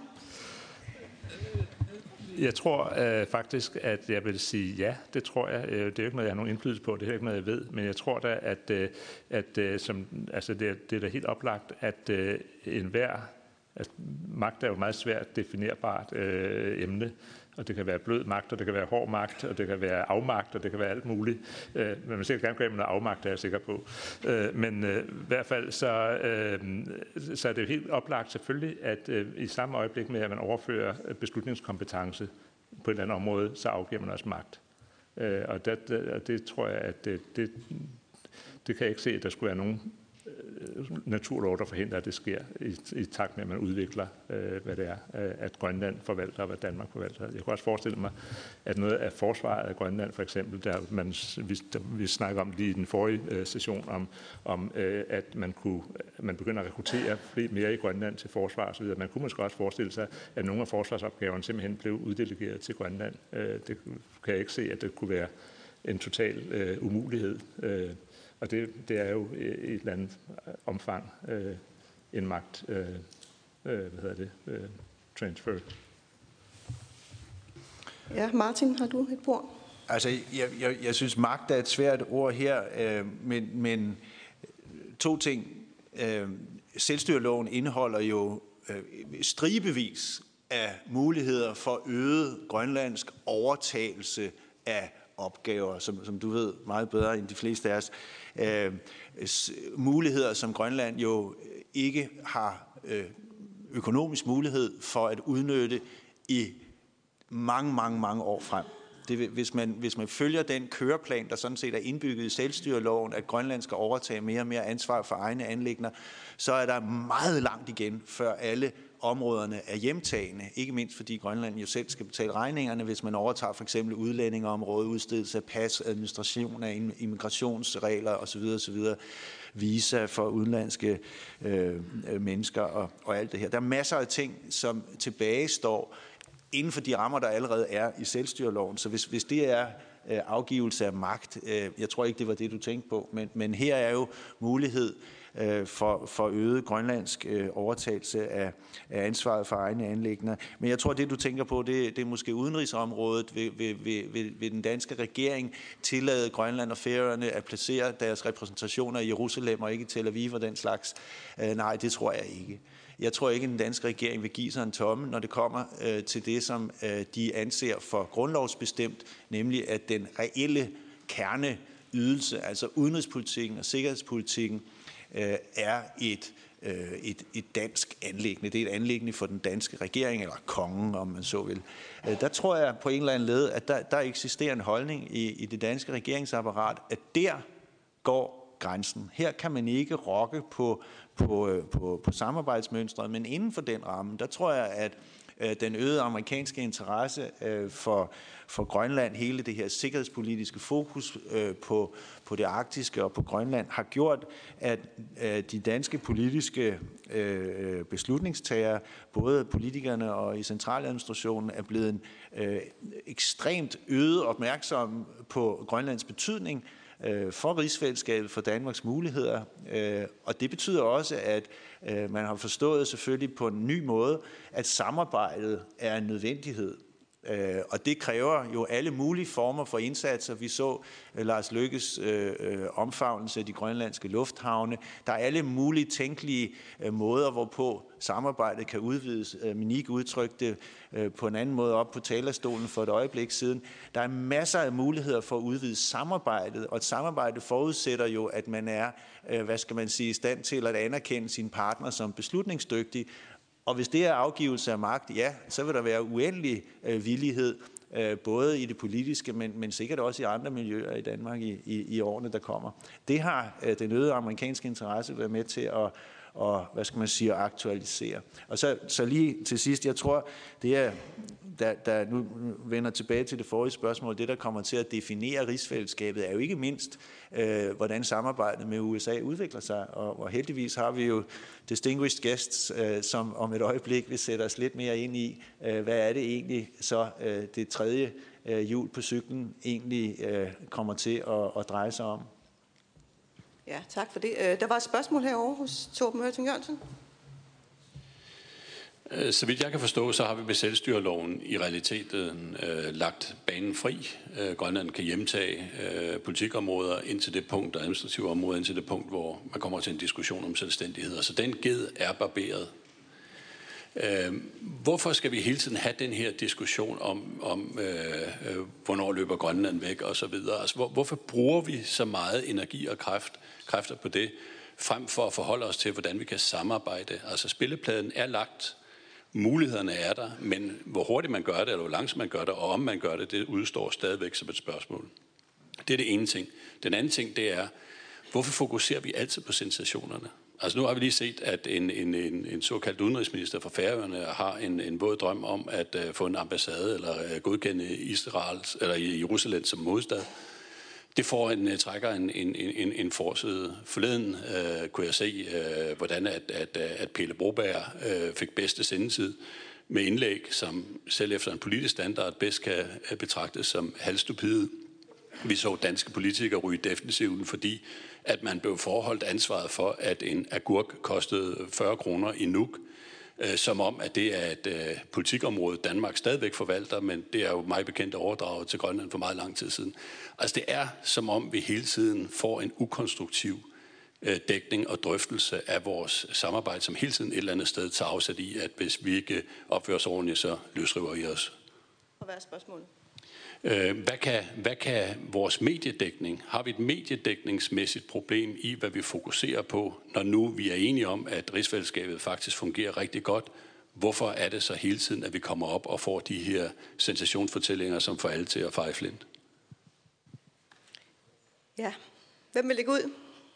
Jeg tror faktisk, at jeg vil sige ja. Det tror jeg. Det er jo ikke noget, jeg har nogen indflydelse på. Det er ikke noget, jeg ved. Men jeg tror da, at det er da helt oplagt, at magt er jo et meget svært definerbart emne. Og det kan være blød magt, og det kan være hård magt, og det kan være afmagt, og det kan være alt muligt. Men man skal gerne glemme noget afmagt, er jeg sikker på. Men i hvert fald så er det jo helt oplagt selvfølgelig, at i samme øjeblik med, at man overfører beslutningskompetence på et eller andet område, så afgiver man også magt. Og det tror jeg, at det kan jeg ikke se, at der skulle være nogen naturlov, der forhindrer, at det sker i takt med, at man udvikler, hvad det er, at Grønland forvalter, og hvad Danmark forvalter. Jeg kan også forestille mig, at noget af forsvaret af Grønland, for eksempel, vi snakker om lige i den forrige session, om at man begynder at rekruttere mere i Grønland til forsvar osv. Man kunne måske også forestille sig, at nogle af forsvarsopgaverne simpelthen blev uddelegeret til Grønland. Det kan jeg ikke se, at det kunne være en total umulighed. Og det er jo i et eller andet omfang en magt, transfer. Ja, Martin, har du et ord? Altså, jeg synes, magt er et svært ord her, men 2 ting. selvstyreloven indeholder jo stribevis af muligheder for øget grønlandsk overtagelse af opgaver, som du ved meget bedre end de fleste af os. Muligheder, som Grønland jo ikke har økonomisk mulighed for at udnytte i mange år frem. Hvis man følger den køreplan, der sådan set er indbygget i selvstyreloven, at Grønland skal overtage mere og mere ansvar for egne anliggender, så er der meget langt igen, før alle områderne er hjemtagende. Ikke mindst fordi Grønland jo selv skal betale regningerne, hvis man overtager for eksempel udlændingeområdet, udstedelse af pas, administration af immigrationsregler osv., visa for udenlandske mennesker og alt det her. Der er masser af ting, som tilbage står inden for de rammer, der allerede er i selvstyreloven. Så hvis det er afgivelse af magt, jeg tror ikke, det var det, du tænkte på, men her er jo mulighed for øget grønlandsk overtagelse af ansvaret for egne anliggender. Men jeg tror, det du tænker på, det er måske udenrigsområdet. Vil den danske regering tillade Grønland og Færøerne at placere deres repræsentationer i Jerusalem og ikke i Tel Aviv og den slags? Nej, det tror jeg ikke. Jeg tror ikke, at den danske regering vil give sig en tomme, når det kommer til det, som de anser for grundlovsbestemt, nemlig at den reelle kerneydelse, altså udenrigspolitikken og sikkerhedspolitikken, er et dansk anliggende. Det er et anliggende for den danske regering, eller kongen, om man så vil. Der tror jeg på en eller anden led, at der eksisterer en holdning i det danske regeringsapparat, at der går grænsen. Her kan man ikke rokke på samarbejdsmønstret, men inden for den ramme, der tror jeg, at den øgede amerikanske interesse for Grønland, hele det her sikkerhedspolitiske fokus på det arktiske og på Grønland, har gjort, at de danske politiske beslutningstagere, både politikerne og i centraladministrationen, er blevet ekstremt øget opmærksomme på Grønlands betydning for rigsfællesskabet, for Danmarks muligheder. Og det betyder også, at man har forstået selvfølgelig på en ny måde, at samarbejdet er en nødvendighed. Og det kræver jo alle mulige former for indsatser. Vi så Lars Løkkes omfavnelse af de grønlandske lufthavne. Der er alle mulige tænkelige måder, hvorpå samarbejdet kan udvides. Minik udtrykte på en anden måde op på talerstolen for et øjeblik siden. Der er masser af muligheder for at udvide samarbejdet, og et samarbejde forudsætter jo, at man er, i stand til at anerkende sin partner som beslutningsdygtig. Og hvis det er afgivelse af magt, ja, så vil der være uendelig villighed, både i det politiske, men sikkert også i andre miljøer i Danmark i årene, der kommer. Det har den øgede amerikanske interesse været med til at aktualisere. Og så lige til sidst, jeg tror, det er, der nu vender tilbage til det forrige spørgsmål, det der kommer til at definere rigsfællesskabet, er jo ikke mindst, hvordan samarbejdet med USA udvikler sig. Og heldigvis har vi jo distinguished guests, som om et øjeblik vil sætte os lidt mere ind i, hvad er det egentlig, så det tredje hjul på cyklen egentlig kommer til at dreje sig om. Ja, tak for det. Der var et spørgsmål herovre hos Torben Mørting Jørgensen. Så vidt jeg kan forstå, så har vi med selvstyreloven i realiteten lagt banen fri. Grønland kan hjemtage politikområder ind til det punkt, og administrative områder ind til det punkt, hvor man kommer til en diskussion om selvstændighed. Så den ged er barberet. Hvorfor skal vi hele tiden have den her diskussion om hvornår løber Grønland væk og så videre? Altså, hvorfor bruger vi så meget energi og kræfter på det, frem for at forholde os til, hvordan vi kan samarbejde? Altså, spillepladen er lagt, mulighederne er der, men hvor hurtigt man gør det, eller hvor langsomt man gør det, og om man gør det, det udstår stadigvæk som et spørgsmål. Det er det ene ting. Den anden ting, det er, hvorfor fokuserer vi altid på sensationerne? Altså nu har vi lige set, at en såkaldt udenrigsminister fra Færøerne har en våd drøm om at få en ambassade eller godkende Israels eller Jerusalem som hovedstad. Det trækker en forside. Forleden kunne jeg se, hvordan at Pelle Broberg fik bedste sendetid med indlæg, som selv efter en politisk standard bedst kan betragtes som halvstupide. Vi så danske politikere ryge defensiven, fordi at man blev forholdt ansvaret for, at en agurk kostede 40 kroner i Nuuk, som om, at det er et politikområde, Danmark stadigvæk forvalter, men det er jo meget bekendt overdraget til Grønland for meget lang tid siden. Altså det er som om, vi hele tiden får en ukonstruktiv dækning og drøftelse af vores samarbejde, som hele tiden et eller andet sted tager afsæt i, at hvis vi ikke opfører os ordentligt, så løsriver I os. Og hvad er spørgsmålet? Hvad kan vores mediedækning, har vi et mediedækningsmæssigt problem i, hvad vi fokuserer på, når nu vi er enige om, at rigsfællesskabet faktisk fungerer rigtig godt? Hvorfor er det så hele tiden, at vi kommer op og får de her sensationsfortællinger, som får alle til at feje flint? Ja. Hvem vil lægge ud?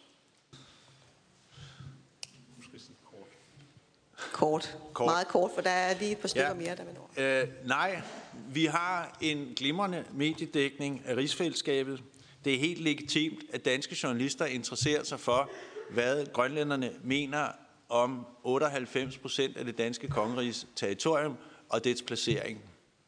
Kort. Meget kort, for der er lige et par stykker mere, der vil nå. Nej, vi har en glimrende mediedækning af rigsfællesskabet. Det er helt legitimt, at danske journalister interesserer sig for, hvad grønlænderne mener om 98% af det danske kongeriges territorium og dets placering.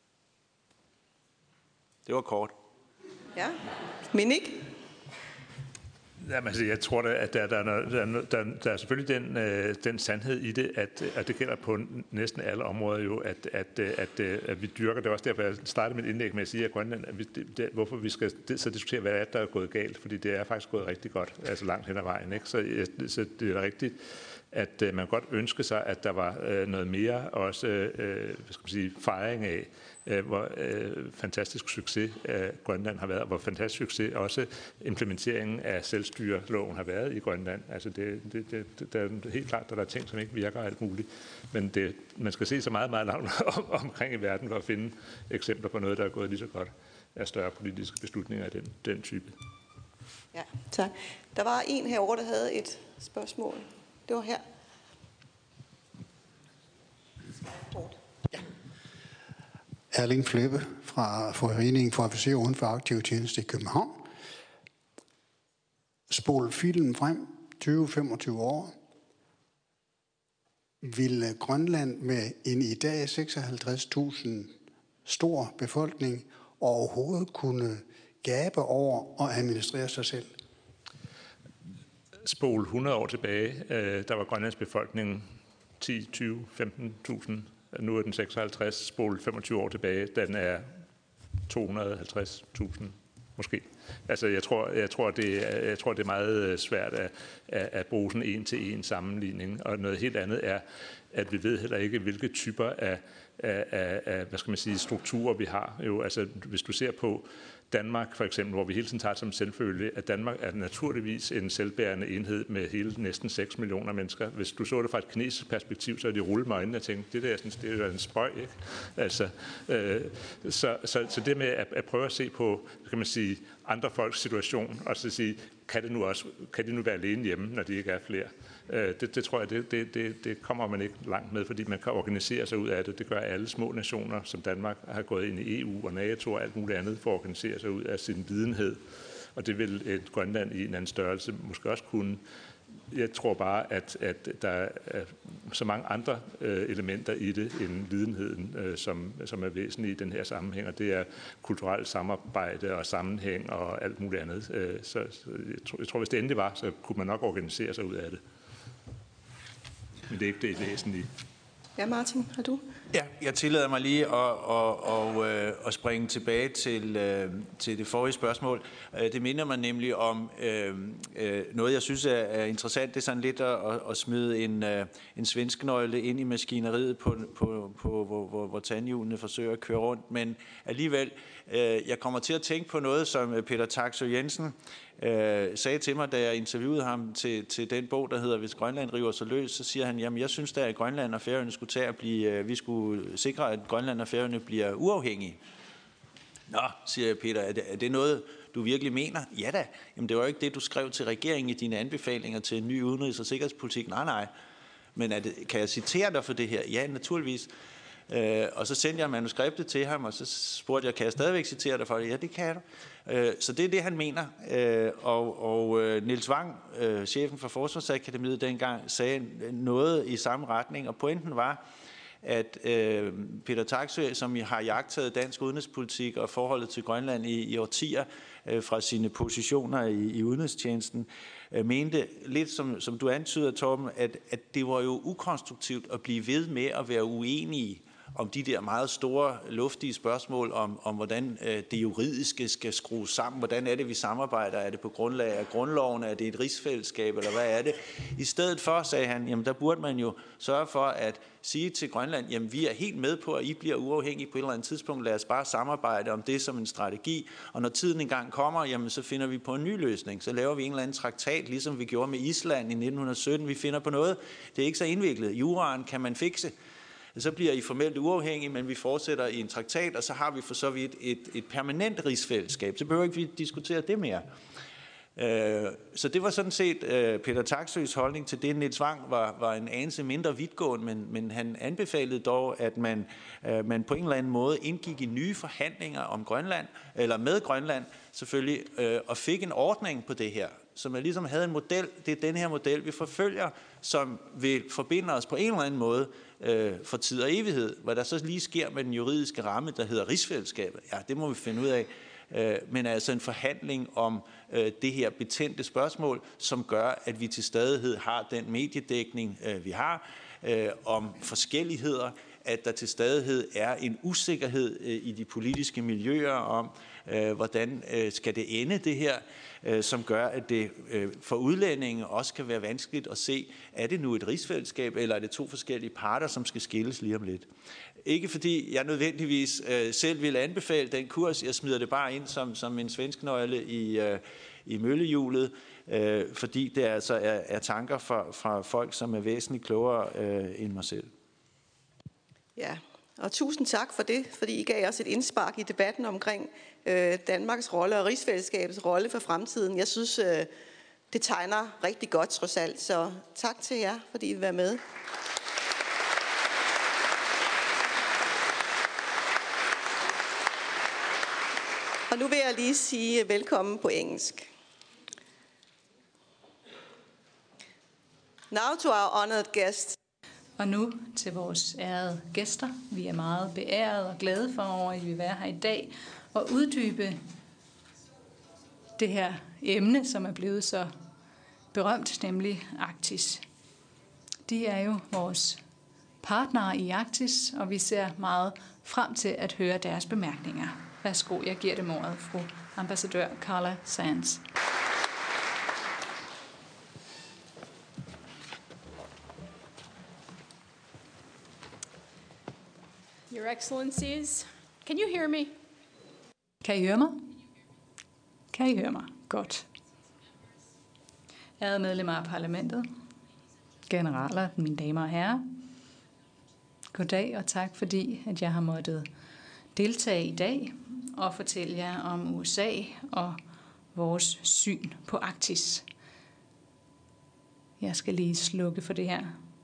Det var kort. Ja. Minik? Jamen, altså, jeg tror da, at der er selvfølgelig den sandhed i det, at det gælder på næsten alle områder jo, at vi dyrker. Det er også derfor, jeg startede mit indlæg med at sige, at Grønland, hvorfor vi skal så diskutere, hvad der er gået galt, fordi det er faktisk gået rigtig godt, altså langt hen ad vejen. Ikke? Så det er da rigtigt, at man godt ønske sig, at der var noget mere også hvad skal man sige, fejring af, hvor fantastisk succes Grønland har været, og hvor fantastisk succes også implementeringen af selvstyreloven har været i Grønland. Altså der er helt klart, at der er ting, som ikke virker alt muligt. Men man skal se så meget, meget langt omkring i verden for at finde eksempler på noget, der er gået lige så godt af større politiske beslutninger af den type. Ja, tak. Der var en herovre, der havde et spørgsmål. Det var her. Erling Fleppe fra Foreningen for Officerer uden for aktiv tjeneste i København. Spol filmen frem 20-25 år. Vil Grønland med en i dag 56.000 stor befolkning overhovedet kunne gabe over og administrere sig selv? Spol 100 år tilbage, der var Grønlands befolkning 10, 20, 15.000. Nu er den 56, spol 25 år tilbage, den er 250.000 måske. Altså jeg tror det er meget svært at bruge sådan en til en sammenligning. Og noget helt andet er, at vi ved heller ikke, hvilke typer af hvad skal man sige, strukturer vi har. Jo, altså hvis du ser på Danmark for eksempel, hvor vi hele tiden tager som selvfølge, at Danmark er naturligvis en selvbærende enhed med hele næsten 6 millioner mennesker. Hvis du så det fra et kinesisk perspektiv, så er de rullet med øjnene og tænkte, det er en spøg, ikke? Altså, så det med at prøve at se på, kan man sige, andre folks situation, og så sige, kan de nu være alene hjemme, når de ikke er flere? Det tror jeg, det kommer man ikke langt med, fordi man kan organisere sig ud af det. Det gør alle små nationer, som Danmark har gået ind i EU og NATO og alt muligt andet, for at organisere sig ud af sin videnhed. Og det vil et Grønland i en anden størrelse måske også kunne. Jeg tror bare, at der er så mange andre elementer i det end videnheden, som er væsentlige i den her sammenhæng, og det er kulturelt samarbejde og sammenhæng og alt muligt andet. Så jeg tror, hvis det endelig var, så kunne man nok organisere sig ud af det. Men det er ikke det væsentlige. Ja, Martin, har du? Ja, jeg tillader mig lige at springe tilbage til det forrige spørgsmål. Det minder mig nemlig om noget, jeg synes er interessant. Det er sådan lidt at smide en svensknøgle ind i maskineriet, hvor tandhjulene forsøger at køre rundt. Men alligevel, jeg kommer til at tænke på noget, som Peter Taksøe Jensen sagde til mig, da jeg interviewede ham til den bog, der hedder Hvis Grønland river sig løs, så siger han, jamen jeg synes da, at Grønland og Færøerne skulle tage at blive, vi skulle sikre, at Grønland og Færøerne bliver uafhængige. Nå, siger Peter, er det noget, du virkelig mener? Ja da. Jamen det var jo ikke det, du skrev til regeringen i dine anbefalinger til en ny udenrigs- og sikkerhedspolitik. Nej. Men kan jeg citere dig for det her? Ja, naturligvis. Og så sendte jeg manuskriptet til ham, og så spurgte jeg, kan jeg stadigvæk citere dig for det? Ja, det kan du. Så det er det, han mener. Og Niels Wang, chefen for Forsvarsakademiet dengang, sagde noget i samme retning, og pointen var, at Peter Taksøe, som har jagtet dansk udenrigspolitik og forholdet til Grønland i årtier fra sine positioner i udenrigstjenesten, mente lidt, som du antyder, Torben, at det var jo ukonstruktivt at blive ved med at være uenige om de der meget store, luftige spørgsmål om hvordan det juridiske skal skrues sammen. Hvordan er det, vi samarbejder? Er det på grundlag af grundloven? Er det et rigsfællesskab? Eller hvad er det? I stedet for, sagde han, jamen der burde man jo sørge for at sige til Grønland, jamen vi er helt med på, at I bliver uafhængige på et eller andet tidspunkt. Lad os bare samarbejde om det som en strategi. Og når tiden engang kommer, jamen så finder vi på en ny løsning. Så laver vi en eller anden traktat, ligesom vi gjorde med Island i 1917. Vi finder på noget. Det er ikke så indviklet. Juraen kan man fikse. Så bliver I formelt uafhængige, men vi fortsætter i en traktat, og så har vi for så vidt et permanent rigsfællesskab. Så behøver vi ikke diskutere det mere. Så det var sådan set Peter Taksøes holdning til det. Niels Wang var en anelse mindre vidtgående, men han anbefalede dog, at man på en eller anden måde indgik i nye forhandlinger om Grønland, eller med Grønland selvfølgelig, og fik en ordning på det her, som man ligesom havde en model. Det er den her model, vi forfølger, som vil forbinde os på en eller anden måde for tid og evighed. Hvad der så lige sker med den juridiske ramme, der hedder rigsfællesskabet, ja, det må vi finde ud af. Men altså en forhandling om det her betændte spørgsmål, som gør, at vi til stadighed har den mediedækning, vi har, om forskelligheder, at der til stadighed er en usikkerhed i de politiske miljøer om, hvordan skal det ende det her, som gør, at det for udlændinge også kan være vanskeligt at se, er det nu et rigsfællesskab, eller er det to forskellige parter, som skal skilles lige om lidt. Ikke fordi jeg nødvendigvis selv vil anbefale den kurs, jeg smider det bare ind som en svensk nøgle i møllehjulet, fordi det altså er tanker fra folk, som er væsentligt klogere end mig selv. Ja, og tusind tak for det, fordi I gav os et indspark i debatten omkring Danmarks rolle og rigsfællesskabets rolle for fremtiden. Jeg synes, det tegner rigtig godt trods alt, så tak til jer, fordi I vil være med. Og nu vil jeg lige sige velkommen på engelsk. Now to our honored guests. Og nu til vores ærede gæster. Vi er meget beæret og glade for over, at I vil være her i dag og uddybe det her emne, som er blevet så berømt, nemlig Arktis. De er jo vores partnere i Arktis, og vi ser meget frem til at høre deres bemærkninger. Værsgo, jeg giver dem ordet, fru ambassadør Carla Sands. Your Excellencies, can you hear me? Kan I høre mig? Kan I høre mig? Godt. Ærede medlemmer af parlamentet, generaler, mine damer og herrer. Goddag og tak fordi, at jeg har måttet deltage i dag og fortælle jer om USA og vores syn på Arktis. Jeg skal lige slukke for det her.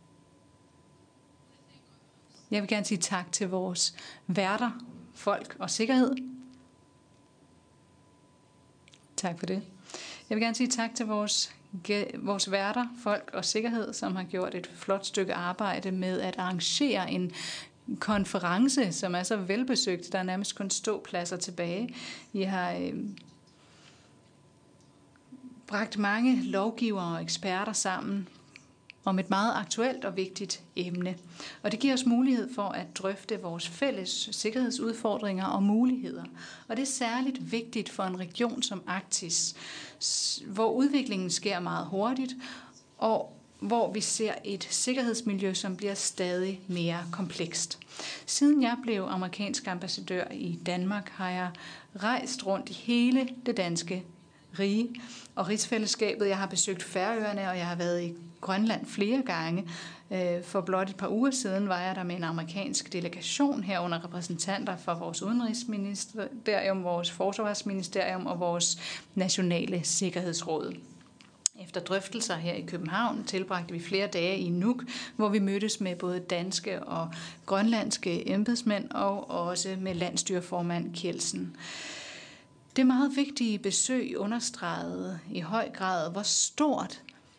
Jeg vil gerne sige tak til vores værter, folk og sikkerhed. Tak for det. Jeg vil gerne sige tak til vores værter, folk og sikkerhed, som har gjort et flot stykke arbejde med at arrangere en konference, som er så velbesøgt. Der er nærmest kun ståpladser tilbage. I har bragt mange lovgivere og eksperter sammen om et meget aktuelt og vigtigt emne. Og det giver os mulighed for at drøfte vores fælles sikkerhedsudfordringer og muligheder. Og det er særligt vigtigt for en region som Arktis, hvor udviklingen sker meget hurtigt, og hvor vi ser et sikkerhedsmiljø, som bliver stadig mere komplekst. Siden jeg blev amerikansk ambassadør i Danmark, har jeg rejst rundt i hele det danske rige og rigsfællesskabet. Jeg har besøgt Færøerne, og jeg har været i Grønland flere gange. For blot et par uger siden var jeg der med en amerikansk delegation herunder repræsentanter for vores udenrigsministerium, vores forsvarsministerium og vores nationale sikkerhedsråd. Efter drøftelser her i København tilbragte vi flere dage i Nuuk, hvor vi mødtes med både danske og grønlandske embedsmænd og også med landsstyreformand Kjeldsen. Det meget vigtige besøg understregede i høj grad, hvor stort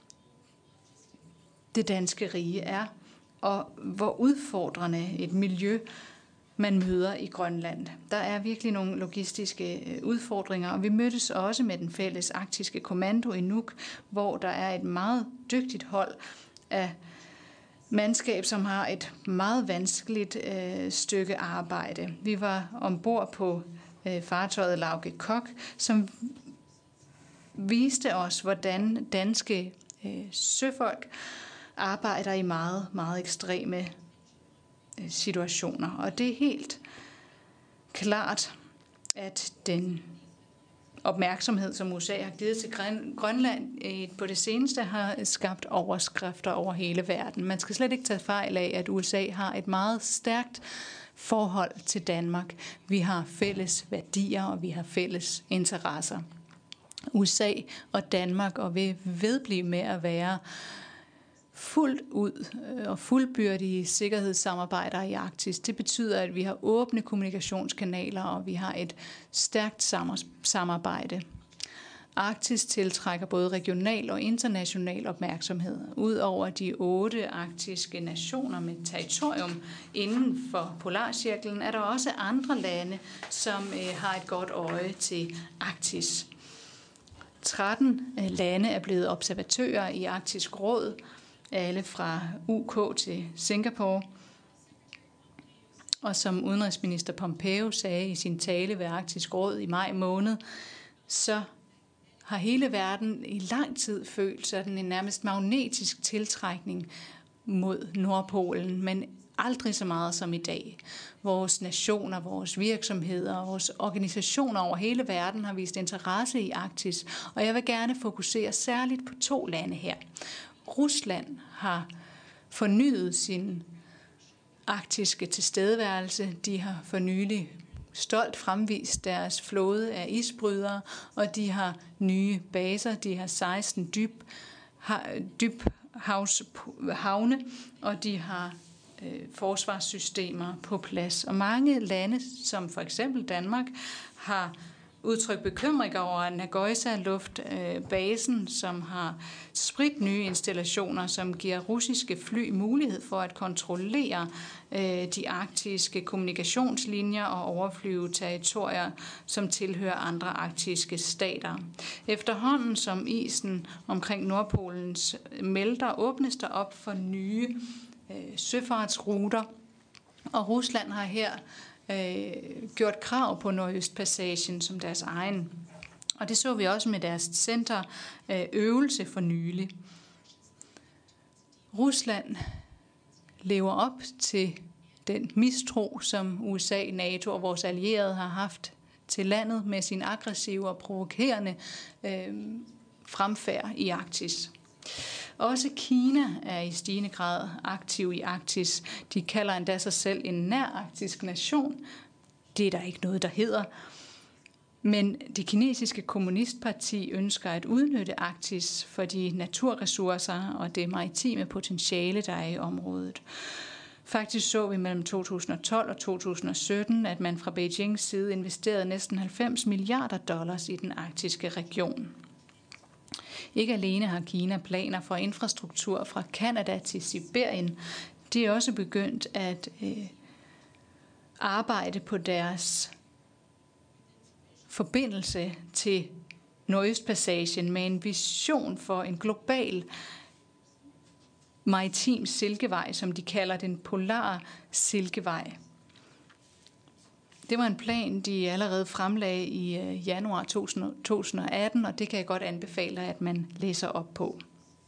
det danske rige er, og hvor udfordrende et miljø man møder i Grønland. Der er virkelig nogle logistiske udfordringer, og vi mødtes også med den fælles arktiske kommando i Nuuk, hvor der er et meget dygtigt hold af mandskab, som har et meget vanskeligt stykke arbejde. Vi var ombord på fartøjet Lauge Kok, som viste os, hvordan danske søfolk arbejder i meget, meget ekstreme situationer. Og det er helt klart, at den opmærksomhed, som USA har givet til Grønland på det seneste, har skabt overskrifter over hele verden. Man skal slet ikke tage fejl af, at USA har et meget stærkt forhold til Danmark. Vi har fælles værdier, og vi har fælles interesser. USA og Danmark og vil vedblive med at være fuldt ud og fuldbyrdige sikkerhedssamarbejder i Arktis. Det betyder, at vi har åbne kommunikationskanaler, og vi har et stærkt samarbejde. Arktis tiltrækker både regional og international opmærksomhed. Udover de 8 arktiske nationer med territorium inden for Polarcirklen, er der også andre lande, som har et godt øje til Arktis. 13 lande er blevet observatører i Arktisk Råd, alle fra UK til Singapore. Og som udenrigsminister Pompeo sagde i sin tale ved Arktisk Råd i maj måned, så har hele verden i lang tid følt sådan en nærmest magnetisk tiltrækning mod Nordpolen, men aldrig så meget som i dag. Vores nationer, vores virksomheder og vores organisationer over hele verden har vist interesse i Arktis, og jeg vil gerne fokusere særligt på 2 lande her. Rusland har fornyet sin arktiske tilstedeværelse. De har for nylig stolt fremvist deres flåde af isbrydere, og de har nye baser. De har 16 dybhavne, og de har forsvarssystemer på plads. Og mange lande, som for eksempel Danmark, har udtrykt bekymring over Nagoya-luftbasen, som har spritnye installationer, som giver russiske fly mulighed for at kontrollere de arktiske kommunikationslinjer og overflyve territorier, som tilhører andre arktiske stater. Efterhånden som isen omkring Nordpolen smelter, åbnes der op for nye søfartsruter, og Rusland har her gjort krav på Nordøstpassagen som deres egen. Og det så vi også med deres centerøvelse for nylig. Rusland lever op til den mistro, som USA, NATO og vores allierede har haft til landet med sin aggressive og provokerende fremfærd i Arktis. Også Kina er i stigende grad aktiv i Arktis. De kalder endda sig selv en nær-arktisk nation. Det er der ikke noget, der hedder. Men det kinesiske kommunistparti ønsker at udnytte Arktis for de naturressourcer og det maritime potentiale, der er i området. Faktisk så vi mellem 2012 og 2017, at man fra Beijings side investerede næsten $90 milliarder i den arktiske region. Ikke alene har Kina planer for infrastruktur fra Kanada til Sibirien. De er også begyndt at arbejde på deres forbindelse til Nordøstpassagen med en vision for en global maritim silkevej, som de kalder den polare silkevej. Det var en plan, de allerede fremlagde i januar 2018, og det kan jeg godt anbefale, at man læser op på.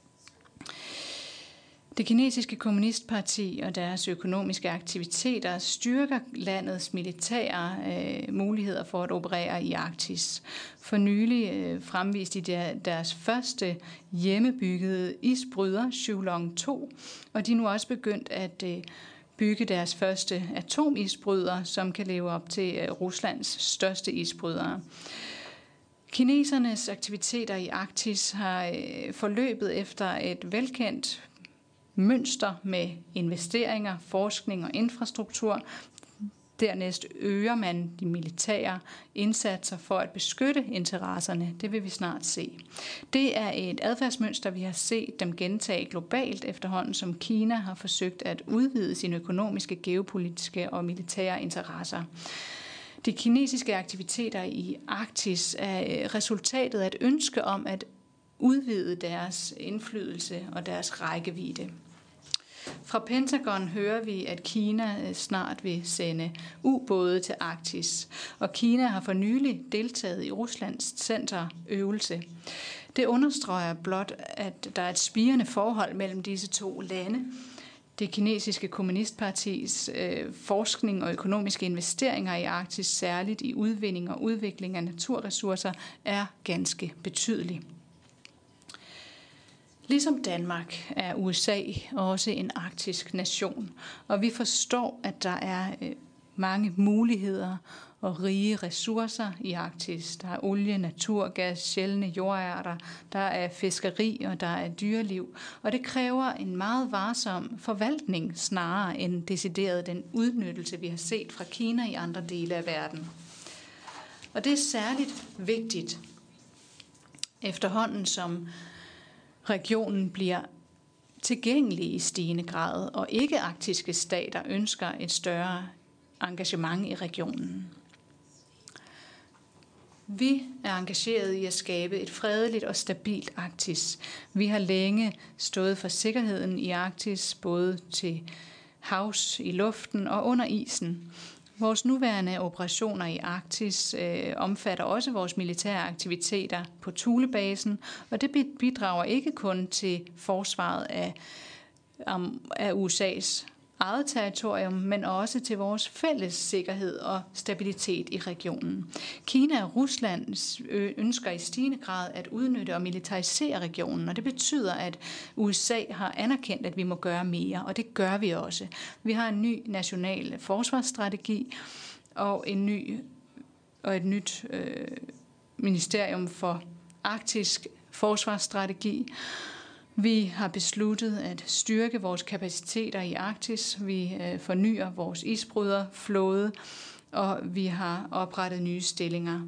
Det kinesiske kommunistparti og deres økonomiske aktiviteter styrker landets militære muligheder for at operere i Arktis. For nylig fremviste de deres første hjemmebyggede isbryder, Shulong 2, og de er nu også begyndt at bygge deres første atomisbrydere, som kan leve op til Ruslands største isbrydere. Kinesernes aktiviteter i Arktis har forløbet efter et velkendt mønster med investeringer, forskning og infrastruktur. Dernæst øger man de militære indsatser for at beskytte interesserne. Det vil vi snart se. Det er et adfærdsmønster, vi har set dem gentage globalt efterhånden, som Kina har forsøgt at udvide sine økonomiske, geopolitiske og militære interesser. De kinesiske aktiviteter i Arktis er resultatet af et ønske om at udvide deres indflydelse og deres rækkevidde. Fra Pentagon hører vi, at Kina snart vil sende ubåde til Arktis, og Kina har for nylig deltaget i Ruslands centerøvelse. Det understreger blot, at der er et spirende forhold mellem disse to lande. Det kinesiske kommunistpartis forskning og økonomiske investeringer i Arktis, særligt i udvinding og udvikling af naturressourcer, er ganske betydelig. Ligesom Danmark er USA også en arktisk nation, og vi forstår, at der er mange muligheder og rige ressourcer i Arktis. Der er olie, naturgas, sjældne jordarter, der er fiskeri og der er dyreliv. Og det kræver en meget varsom forvaltning snarere end decideret den udnyttelse, vi har set fra Kina i andre dele af verden. Og det er særligt vigtigt efterhånden, som regionen bliver tilgængelig i stigende grad, og ikke-arktiske stater ønsker et større engagement i regionen. Vi er engageret i at skabe et fredeligt og stabilt Arktis. Vi har længe stået for sikkerheden i Arktis, både til havs, i luften og under isen. Vores nuværende operationer i Arktis omfatter også vores militære aktiviteter på Thulebasen, og det bidrager ikke kun til forsvaret af USA's eget territorium, men også til vores fælles sikkerhed og stabilitet i regionen. Kina og Rusland ønsker i stigende grad at udnytte og militarisere regionen, og det betyder, at USA har anerkendt, at vi må gøre mere, og det gør vi også. Vi har en ny national forsvarsstrategi og et nyt ministerium for arktisk forsvarsstrategi. Vi har besluttet at styrke vores kapaciteter i Arktis. Vi fornyer vores isbryderflåde, og vi har oprettet nye stillinger.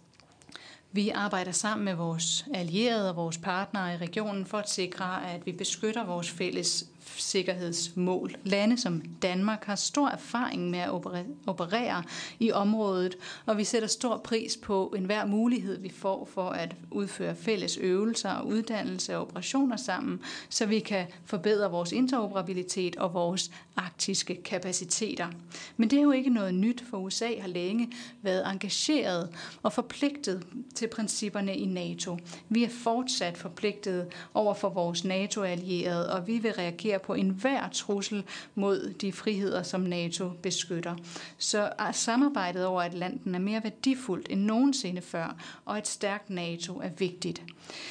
Vi arbejder sammen med vores allierede og vores partnere i regionen for at sikre, at vi beskytter vores fælles sikkerhedsmål. Lande som Danmark har stor erfaring med at operere i området, og vi sætter stor pris på enhver mulighed, vi får for at udføre fælles øvelser og uddannelse og operationer sammen, så vi kan forbedre vores interoperabilitet og vores arktiske kapaciteter. Men det er jo ikke noget nyt, for USA har længe været engageret og forpligtet til principperne i NATO. Vi er fortsat forpligtet over for vores NATO-allierede, og vi vil reagere på enhver trussel mod de friheder, som NATO beskytter. Så samarbejdet over Atlanten er mere værdifuldt end nogensinde før, og et stærkt NATO er vigtigt.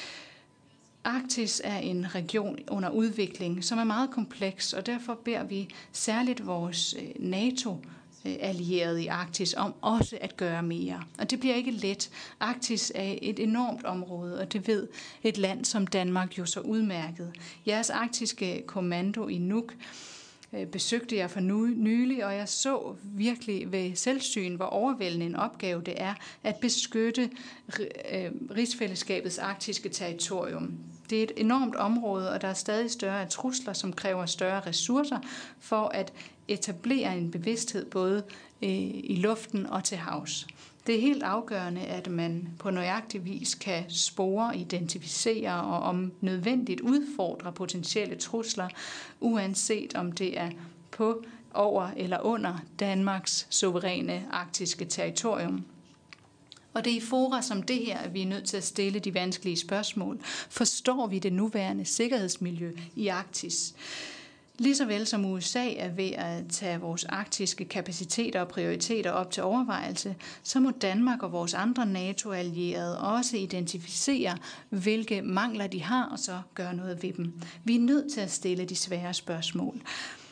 Arktis er en region under udvikling, som er meget kompleks, og derfor beder vi særligt vores NATO-allierede i Arktis om også at gøre mere. Og det bliver ikke let. Arktis er et enormt område, og det ved et land som Danmark jo så udmærket. Jeres arktiske kommando i Nuuk besøgte jeg for nylig, og jeg så virkelig ved selvsyn, hvor overvældende en opgave det er at beskytte rigsfællesskabets arktiske territorium. Det er et enormt område, og der er stadig større trusler, som kræver større ressourcer for at etablere en bevidsthed både i luften og til havs. Det er helt afgørende, at man på nøjagtig vis kan spore, identificere og om nødvendigt udfordre potentielle trusler, uanset om det er på, over eller under Danmarks suveræne arktiske territorium. Og det er i fora som det her, at vi er nødt til at stille de vanskelige spørgsmål. Forstår vi det nuværende sikkerhedsmiljø i Arktis? Ligesåvel som USA er ved at tage vores arktiske kapaciteter og prioriteter op til overvejelse, så må Danmark og vores andre NATO-allierede også identificere, hvilke mangler de har, og så gøre noget ved dem. Vi er nødt til at stille de svære spørgsmål.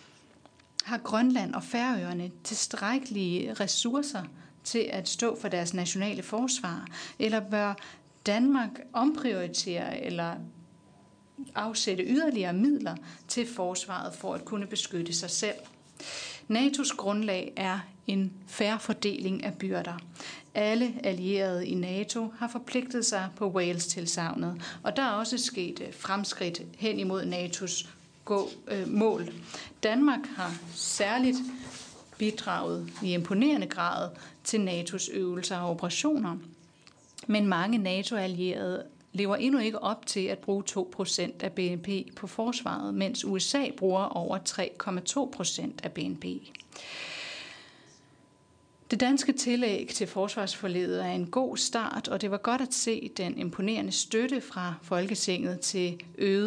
Har Grønland og Færøerne tilstrækkelige ressourcer til at stå for deres nationale forsvar, eller bør Danmark omprioritere eller afsætte yderligere midler til forsvaret for at kunne beskytte sig selv? NATO's grundlag er en fair fordeling af byrder. Alle allierede i NATO har forpligtet sig på Wales-tilsagnet, og der er også sket fremskridt hen imod NATO's mål. Danmark har særligt bidraget i imponerende grad til NATO's øvelser og operationer, men mange NATO-allierede lever endnu ikke op til at bruge 2% af BNP på forsvaret, mens USA bruger over 3,2% af BNP. Det danske tillæg til forsvarsforliget er en god start, og det var godt at se den imponerende støtte fra Folketinget til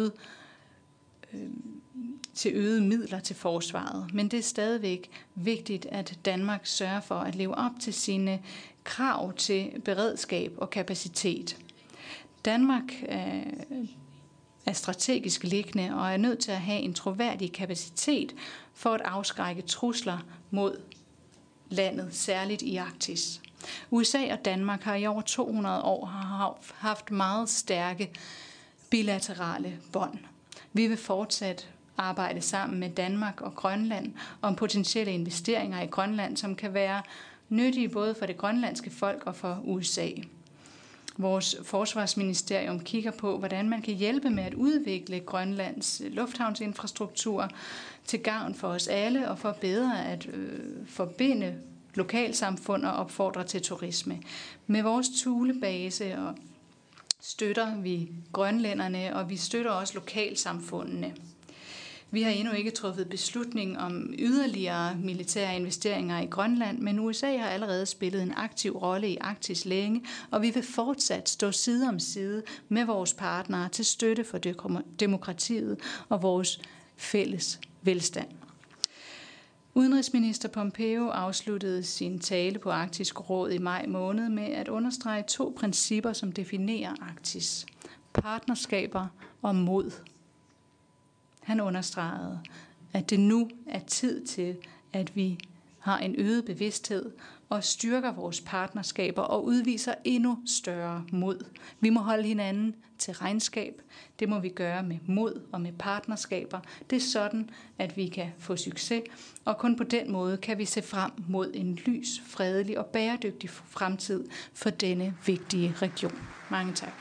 øgede midler til forsvaret. Men det er stadigvæk vigtigt, at Danmark sørger for at leve op til sine krav til beredskab og kapacitet. Danmark er strategisk liggende og er nødt til at have en troværdig kapacitet for at afskrække trusler mod landet, særligt i Arktis. USA og Danmark har i over 200 år haft meget stærke bilaterale bånd. Vi vil fortsat arbejde sammen med Danmark og Grønland om potentielle investeringer i Grønland, som kan være nyttige både for det grønlandske folk og for USA. Vores forsvarsministerium kigger på, hvordan man kan hjælpe med at udvikle Grønlands lufthavnsinfrastruktur til gavn for os alle og for bedre at forbinde lokalsamfund og opfordre til turisme. Med vores Thulebase og støtter vi grønlænderne, og vi støtter også lokalsamfundene. Vi har endnu ikke truffet beslutning om yderligere militære investeringer i Grønland, men USA har allerede spillet en aktiv rolle i Arktis længe, og vi vil fortsat stå side om side med vores partnere til støtte for demokratiet og vores fælles velstand. Udenrigsminister Pompeo afsluttede sin tale på Arktisk Råd i maj måned med at understrege 2 principper, som definerer Arktis: partnerskaber og mod. Han understregede, at det nu er tid til, at vi har en øget bevidsthed og styrker vores partnerskaber og udviser endnu større mod. Vi må holde hinanden til regnskab. Det må vi gøre med mod og med partnerskaber. Det er sådan, at vi kan få succes, og kun på den måde kan vi se frem mod en lys, fredelig og bæredygtig fremtid for denne vigtige region. Mange tak.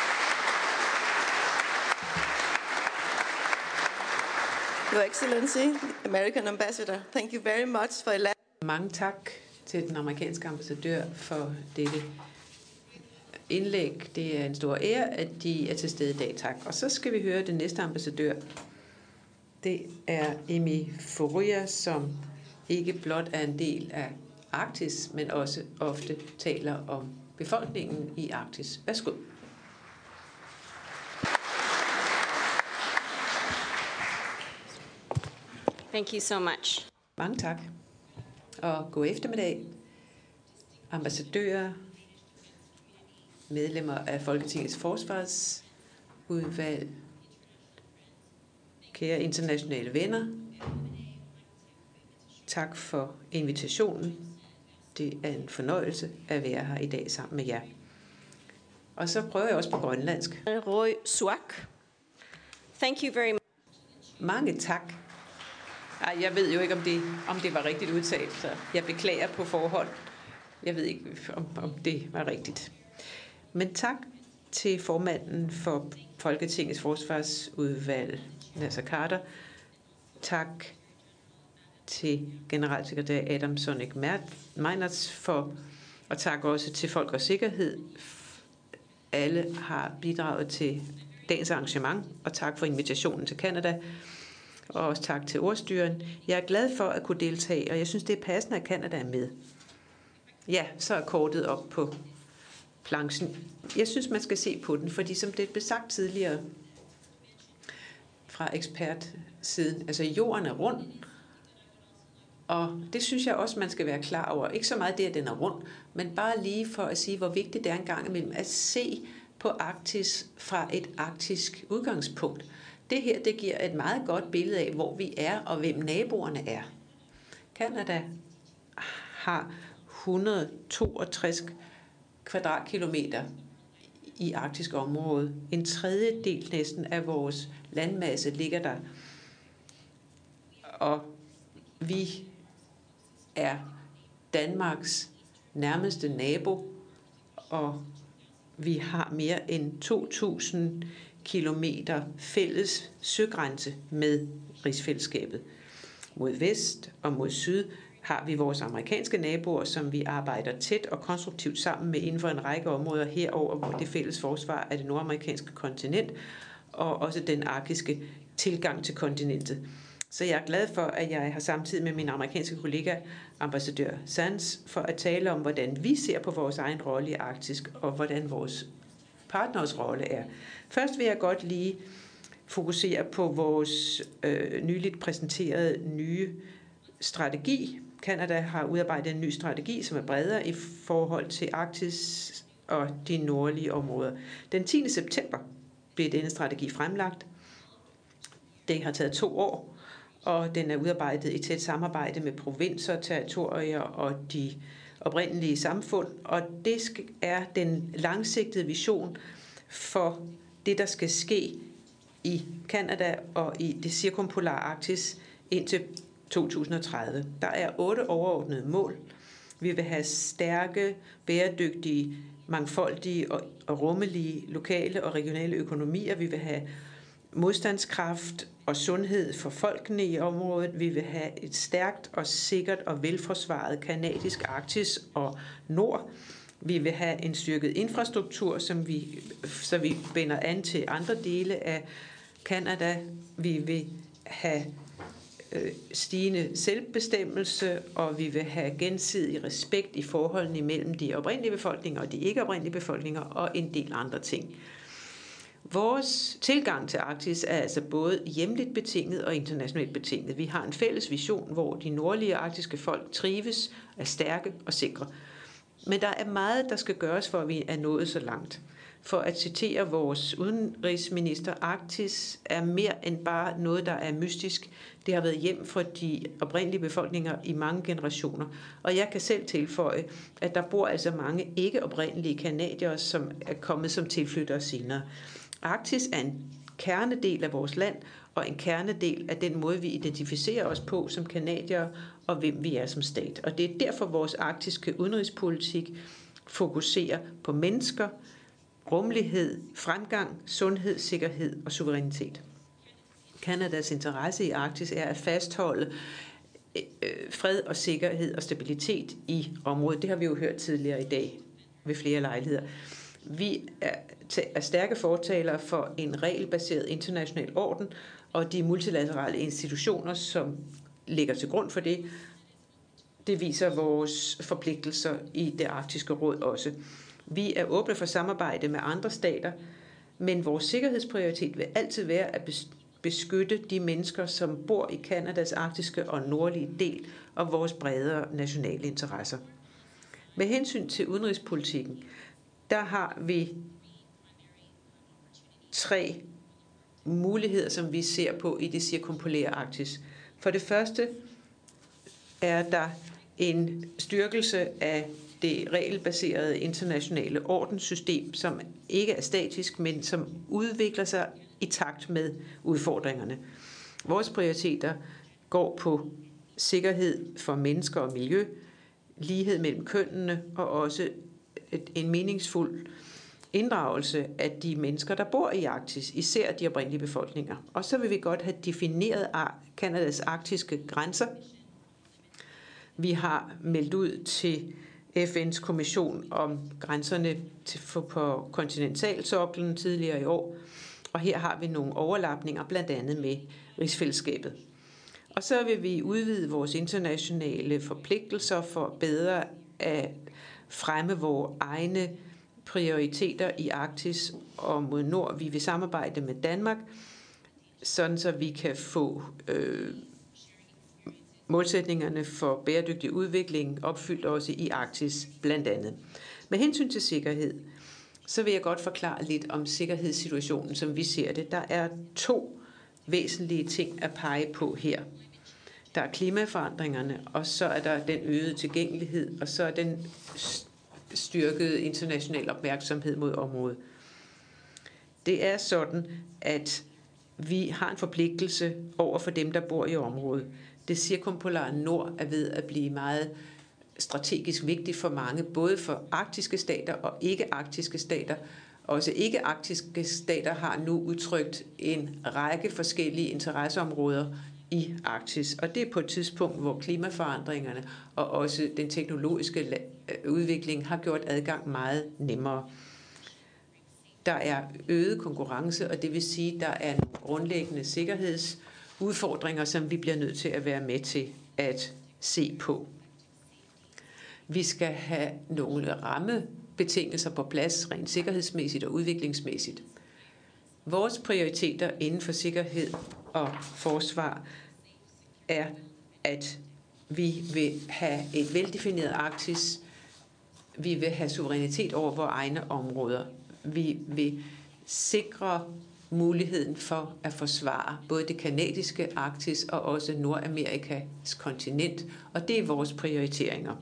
Your Excellency, American Ambassador, thank you very much for Mange tak til den amerikanske ambassadør for dette indlæg. Det er en stor ære, at de er til stede i dag. Tak. Og så skal vi høre den næste ambassadør. Det er Emi Furuya, som ikke blot er en del af Arktis, men også ofte taler om befolkningen i Arktis. Værsgo. Thank you so much. Mange tak. Og god eftermiddag, ambassadører, medlemmer af Folketingets forsvarsudvalg, kære internationale venner. Tak for invitationen. Det er en fornøjelse at være her i dag sammen med jer. Og så prøver jeg også på grønlandsk. Roy Suak. Thank you very much. Mange tak. Ej, jeg ved jo ikke, om det var rigtigt udtalt, så jeg beklager på forhånd. Jeg ved ikke, om det var rigtigt. Men tak til formanden for Folketingets forsvarsudvalg, Nasser Carter. Tak til generalsekretær Adam Sonic Meinertz og tak også til Folk og Sikkerhed. Alle har bidraget til dagens arrangement, og tak for invitationen til Canada. Og også tak til ordstyren. Jeg er glad for at kunne deltage, og jeg synes, det er passende, at Canada er med. Ja, så er kortet op på planchen. Jeg synes, man skal se på den, fordi som det blev sagt tidligere fra ekspertsiden, altså jorden er rund, og det synes jeg også, man skal være klar over. Ikke så meget det, at den er rund, men bare lige for at sige, hvor vigtigt det er en gang imellem at se på Arktis fra et arktisk udgangspunkt. Det her, det giver et meget godt billede af, hvor vi er og hvem naboerne er. Canada har 162 kvadratkilometer i arktisk område. En tredjedel næsten af vores landmasse ligger der. Og vi er Danmarks nærmeste nabo, og vi har mere end 2.000 kilometer fælles søgrænse med rigsfællesskabet. Mod vest og mod syd har vi vores amerikanske naboer, som vi arbejder tæt og konstruktivt sammen med inden for en række områder herover, hvor det fælles forsvar af det nordamerikanske kontinent, og også den arktiske tilgang til kontinentet. Så jeg er glad for, at jeg har samtidig med min amerikanske kollega, ambassadør Sands, for at tale om, hvordan vi ser på vores egen rolle i Arktis, og hvordan vores partners rolle er. Først vil jeg godt lige fokusere på vores nyligt præsenterede nye strategi. Canada har udarbejdet en ny strategi, som er bredere i forhold til Arktis og de nordlige områder. Den 10. september blev denne strategi fremlagt. Det har taget 2 år, og den er udarbejdet i tæt samarbejde med provinser, territorier og de oprindelige samfund, og det er den langsigtede vision for det, der skal ske i Canada og i det cirkumpolare Arktis indtil 2030. Der er 8 overordnede mål. Vi vil have stærke, bæredygtige, mangfoldige og rummelige lokale og regionale økonomier. Vi vil have modstandskraft og sundhed for folkene i området. Vi vil have et stærkt og sikkert og velforsvaret kanadisk Arktis og Nord. Vi vil have en styrket infrastruktur, så vi binder an til andre dele af Canada. Vi vil have stigende selvbestemmelse, og vi vil have gensidig respekt i forholdene imellem de oprindelige befolkninger og de ikke-oprindelige befolkninger og en del andre ting. Vores tilgang til Arktis er altså både hjemligt betinget og internationalt betinget. Vi har en fælles vision, hvor de nordlige arktiske folk trives, er stærke og sikre. Men der er meget, der skal gøres, for at vi er nået så langt. For at citere vores udenrigsminister, Arktis er mere end bare noget, der er mystisk. Det har været hjem for de oprindelige befolkninger i mange generationer. Og jeg kan selv tilføje, at der bor altså mange ikke-oprindelige canadiere, som er kommet som tilflyttere senere. Arktis er en kernedel af vores land, og en kernedel af den måde, vi identificerer os på som canadiere, og hvem vi er som stat. Og det er derfor, vores arktiske udenrigspolitik fokuserer på mennesker, rummelighed, fremgang, sundhed, sikkerhed og suverænitet. Kanadas interesse i Arktis er at fastholde fred og sikkerhed og stabilitet i området. Det har vi jo hørt tidligere i dag ved flere lejligheder. Vi er stærke fortalere for en regelbaseret international orden, og de multilaterale institutioner, som ligger til grund for det, det viser vores forpligtelser i det arktiske råd også. Vi er åbne for samarbejde med andre stater, men vores sikkerhedsprioritet vil altid være at beskytte de mennesker, som bor i Kanadas arktiske og nordlige del, og vores bredere nationale interesser. Med hensyn til udenrigspolitikken, der har vi 3 muligheder, som vi ser på i det cirkumpolære Arktis. For det første er der en styrkelse af det regelbaserede internationale ordenssystem, som ikke er statisk, men som udvikler sig i takt med udfordringerne. Vores prioriteter går på sikkerhed for mennesker og miljø, lighed mellem kønnene og også en meningsfuld inddragelse af de mennesker, der bor i Arktis, især de oprindelige befolkninger. Og så vil vi godt have defineret Kanadas arktiske grænser. Vi har meldt ud til FN's kommission om grænserne på kontinentalsoklen tidligere i år, og her har vi nogle overlapninger, blandt andet med rigsfællesskabet. Og så vil vi udvide vores internationale forpligtelser for bedre at fremme vores egne prioriteter i Arktis og mod nord. Vi vil samarbejde med Danmark, sådan så vi kan få målsætningerne for bæredygtig udvikling opfyldt også i Arktis blandt andet. Med hensyn til sikkerhed, så vil jeg godt forklare lidt om sikkerhedssituationen, som vi ser det. Der er 2 væsentlige ting at pege på her. Der er klimaforandringerne, og så er der den øgede tilgængelighed, og så er den styrkede international opmærksomhed mod området. Det er sådan, at vi har en forpligtelse over for dem, der bor i området. Det cirkumpolare nord er ved at blive meget strategisk vigtigt for mange, både for arktiske stater og ikke-arktiske stater. Også ikke-arktiske stater har nu udtrykt en række forskellige interesseområder i Arktis. Og det er på et tidspunkt, hvor klimaforandringerne og også den teknologiske udvikling har gjort adgang meget nemmere. Der er øget konkurrence, og det vil sige, at der er nogle grundlæggende sikkerhedsudfordringer, som vi bliver nødt til at være med til at se på. Vi skal have nogle rammebetingelser på plads, rent sikkerhedsmæssigt og udviklingsmæssigt. Vores prioriteter inden for sikkerhed og forsvar er, at vi vil have et veldefineret Arktis. Vi vil have suverænitet over vores egne områder. Vi vil sikre muligheden for at forsvare både det kanadiske Arktis og også Nordamerikas kontinent, og det er vores prioriteringer.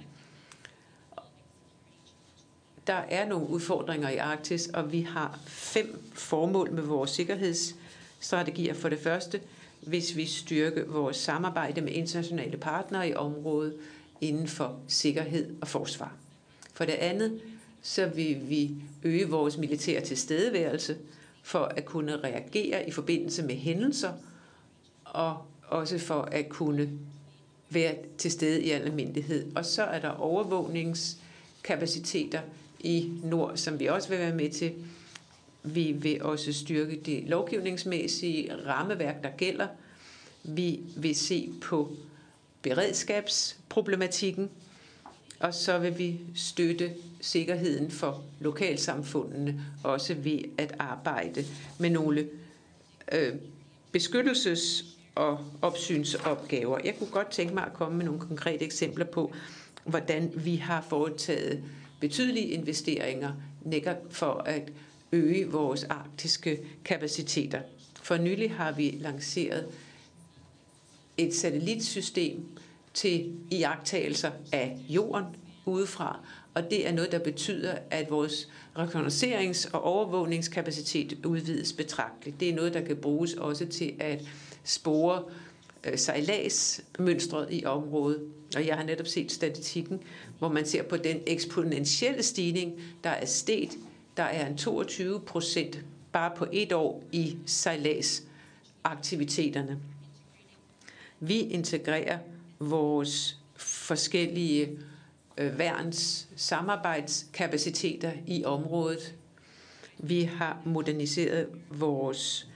Der er nogle udfordringer i Arktis, og vi har 5 formål med vores sikkerhedsstrategier. For det første, hvis vi styrker vores samarbejde med internationale partnere i området inden for sikkerhed og forsvar. For det andet, så vil vi øge vores militære tilstedeværelse for at kunne reagere i forbindelse med hændelser, og også for at kunne være til stede i al almindelighed. Og så er der overvågningskapaciteter i nord, som vi også vil være med til. Vi vil også styrke det lovgivningsmæssige rammeværk, der gælder. Vi vil se på beredskabsproblematikken, og så vil vi støtte sikkerheden for lokalsamfundene, også ved at arbejde med nogle beskyttelses- og opsynsopgaver. Jeg kunne godt tænke mig at komme med nogle konkrete eksempler på, hvordan vi har foretaget betydelige investeringer netop for at øge vores arktiske kapaciteter. For nylig har vi lanceret et satellitsystem til iagttagelser af jorden udefra, og det er noget, der betyder, at vores rekognoscerings- og overvågningskapacitet udvides betragteligt. Det er noget, der kan bruges også til at spore sejladsmønstret i området. Og jeg har netop set statistikken, hvor man ser på den eksponentielle stigning, der er steget. Der er en 22% bare på et år i sejladsaktiviteterne. Vi integrerer vores forskellige værns samarbejdskapaciteter i området. Vi har moderniseret vores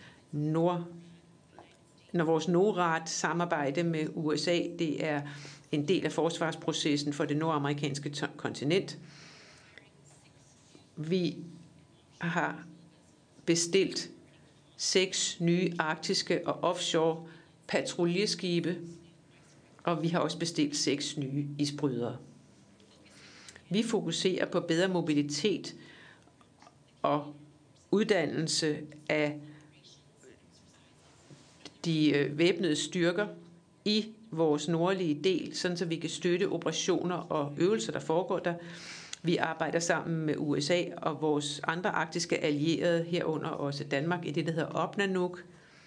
NORAD-samarbejde med USA. Det er en del af forsvarsprocessen for det nordamerikanske kontinent. Vi har bestilt 6 nye arktiske og offshore patruljeskibe, og vi har også bestilt 6 nye isbrydere. Vi fokuserer på bedre mobilitet og uddannelse af de væbnede styrker i vores nordlige del, sådan så vi kan støtte operationer og øvelser, der foregår der. Vi arbejder sammen med USA og vores andre arktiske allierede, herunder også Danmark, i det, der hedder OPNANUK.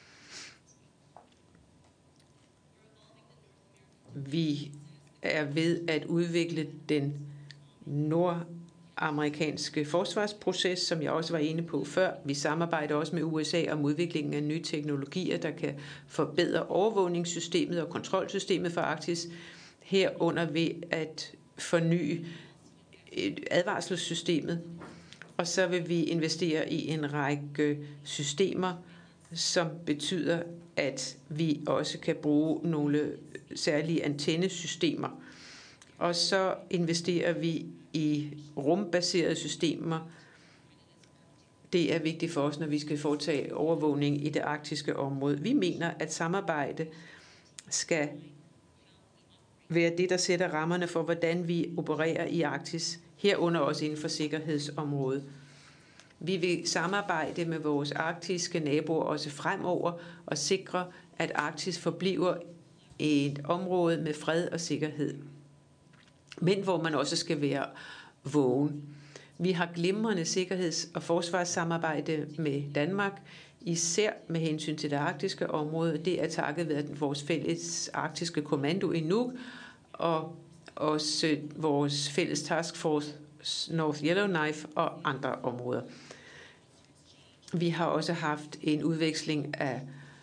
Vi er ved at udvikle den nordamerikanske forsvarsproces, som jeg også var inde på før. Vi samarbejder også med USA om udviklingen af nye teknologier, der kan forbedre overvågningssystemet og kontrolsystemet for Arktis, herunder ved at forny advarselssystemet. Og så vil vi investere i en række systemer, som betyder, at vi også kan bruge nogle særlige antennesystemer. Og så investerer vi i rumbaserede systemer. Det er vigtigt for os, når vi skal foretage overvågning i det arktiske område. Vi mener, at samarbejde skal være det, der sætter rammerne for, hvordan vi opererer i Arktis, herunder også inden for sikkerhedsområdet. Vi vil samarbejde med vores arktiske naboer også fremover og sikre, at Arktis forbliver et område med fred og sikkerhed, men hvor man også skal være vågen. Vi har glimrende sikkerheds- og forsvarssamarbejde med Danmark, især med hensyn til det arktiske område. Det er takket ved vores fælles arktiske kommando i Nuuk og også vores fælles taskforce North Yellowknife og andre områder. Vi har også haft en udveksling af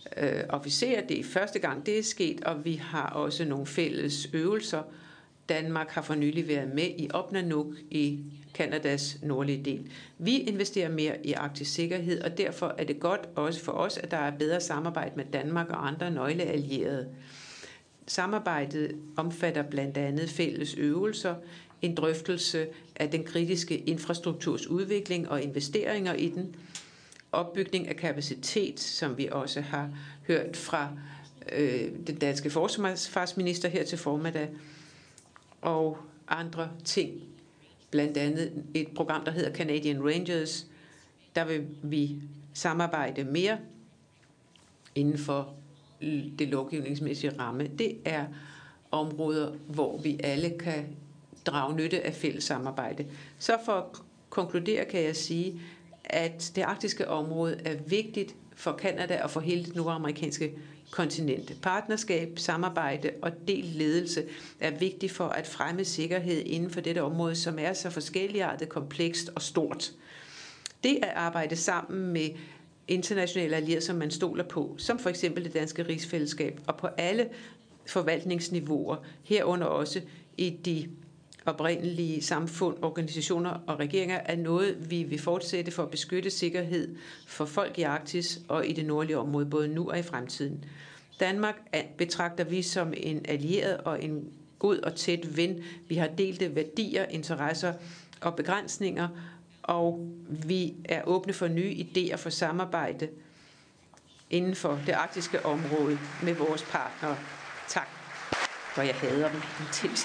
officerer. Det er første gang, det er sket, og vi har også nogle fælles øvelser. Danmark har for nylig været med i Opnanuk i Kanadas nordlige del. Vi investerer mere i arktisk sikkerhed, og derfor er det godt også for os, at der er bedre samarbejde med Danmark og andre nøgleallierede. Samarbejdet omfatter blandt andet fælles øvelser, en drøftelse af den kritiske infrastrukturs udvikling og investeringer i den, opbygning af kapacitet, som vi også har hørt fra den danske forsvarsminister her til formiddag, og andre ting. Blandt andet et program, der hedder Canadian Rangers. Der vil vi samarbejde mere inden for det lovgivningsmæssige ramme. Det er områder, hvor vi alle kan drage nytte af fælles samarbejde. Så for at konkludere kan jeg sige, at det arktiske område er vigtigt for Kanada og for hele det nordamerikanske kontinent. Partnerskab, samarbejde og delt ledelse er vigtigt for at fremme sikkerhed inden for dette område, som er så forskelligartet, komplekst og stort. Det at arbejde sammen med internationale allierede, som man stoler på, som for eksempel det danske rigsfællesskab, og på alle forvaltningsniveauer, herunder også i de oprindelige samfund, organisationer og regeringer, er noget, vi vil fortsætte for at beskytte sikkerhed for folk i Arktis og i det nordlige område, både nu og i fremtiden. Danmark betragter vi som en allieret og en god og tæt ven. Vi har delte værdier, interesser og begrænsninger, og vi er åbne for nye idéer for samarbejde inden for det arktiske område med vores partnere. Tak. For jeg hader dem intenst.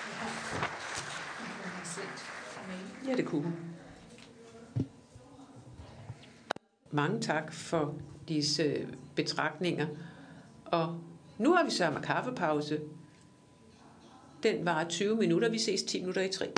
Ja, det kunne. Mange tak for disse betragtninger. Og nu har vi sørget kaffepause. Den varer 20 minutter. Vi ses 10 minutter i 3.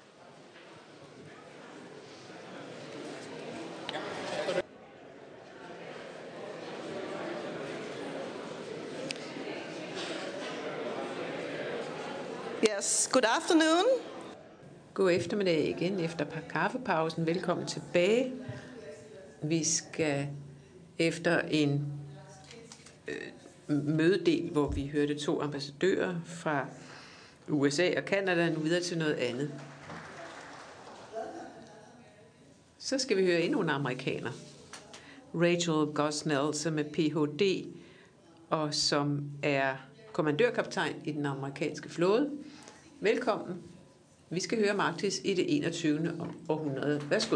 Yes, good afternoon. God eftermiddag igen efter kaffepausen. Velkommen tilbage. Vi skal efter en mødedel, hvor vi hørte 2 ambassadører fra USA og Canada, nu videre til noget andet. Så skal vi høre endnu en amerikaner. Rachel Gosnell, som er Ph.D. og som er kommandørkaptajn i den amerikanske flåde. Velkommen. Vi skal høre om Arktis i det 21. århundrede. Værsgo.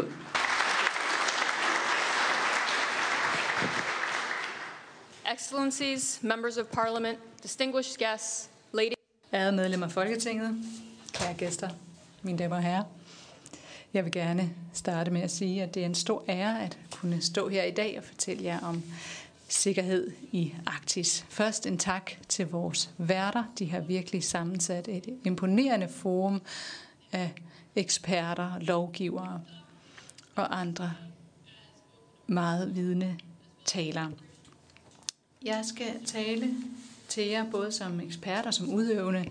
Excellencies, members of parliament, distinguished guests, ladies. Ærede medlemmer af Folketinget, kære gæster, mine damer og herrer. Jeg vil gerne starte med at sige, at det er en stor ære at kunne stå her i dag og fortælle jer om sikkerhed i Arktis. Først en tak til vores værter. De har virkelig sammensat et imponerende forum af eksperter, lovgivere og andre meget vidende talere. Jeg skal tale til jer både som ekspert og som udøvende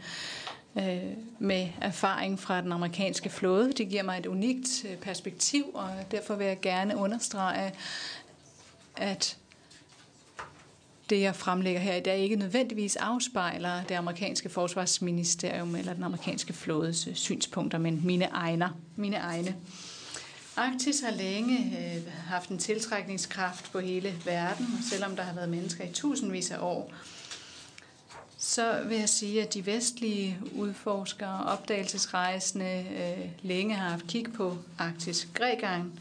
med erfaring fra den amerikanske flåde. Det giver mig et unikt perspektiv, og derfor vil jeg gerne understrege, at det, jeg fremlægger her i dag, ikke nødvendigvis afspejler det amerikanske forsvarsministerium eller den amerikanske flådes synspunkter, men mine egne. Arktis har længe haft en tiltrækningskraft på hele verden, og selvom der har været mennesker i tusindvis af år, så vil jeg sige, at de vestlige udforskere og opdagelsesrejsende længe har haft kig på Arktis. Grækeren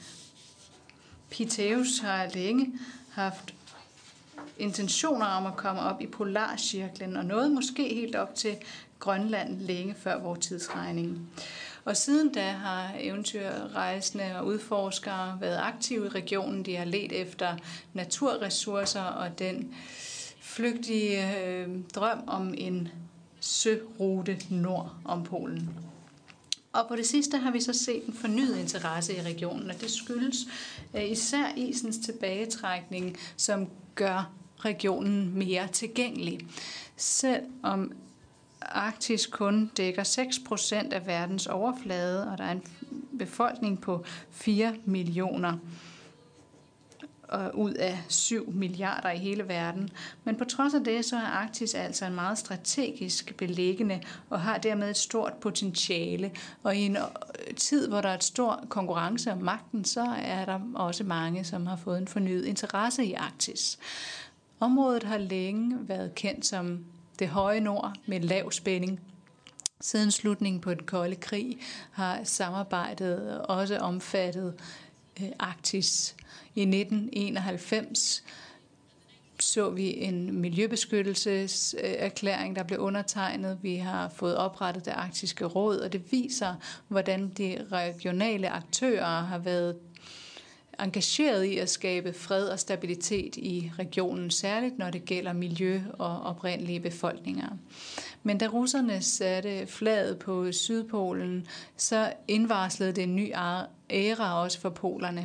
Piteus har længe haft intentioner om at komme op i polarcirklen, og nåede måske helt op til Grønland længe før vores tidsregning. Og siden da har eventyrrejsende og udforskere været aktive i regionen. De har ledt efter naturressourcer og den flygtige drøm om en sørute nord om Polen. Og på det sidste har vi så set en fornyet interesse i regionen, og det skyldes især isens tilbagetrækning, som gør regionen mere tilgængelig. Selvom Arktis kun dækker 6% af verdens overflade, og der er en befolkning på 4 millioner. ud af 7 milliarder i hele verden. Men på trods af det, så er Arktis altså en meget strategisk beliggende og har dermed et stort potentiale. Og i en tid, hvor der er et stor konkurrence om magten, så er der også mange, som har fået en fornyet interesse i Arktis. Området har længe været kendt som det høje nord med lav spænding. Siden slutningen på den kolde krig har samarbejdet også omfattet Arktis. I 1991 så vi en miljøbeskyttelseserklæring, der blev undertegnet. Vi har fået oprettet det arktiske råd, og det viser, hvordan de regionale aktører har været engageret i at skabe fred og stabilitet i regionen, særligt når det gælder miljø og oprindelige befolkninger. Men da russerne satte flaget på Sydpolen, så indvarslede det en ny æra også for polerne.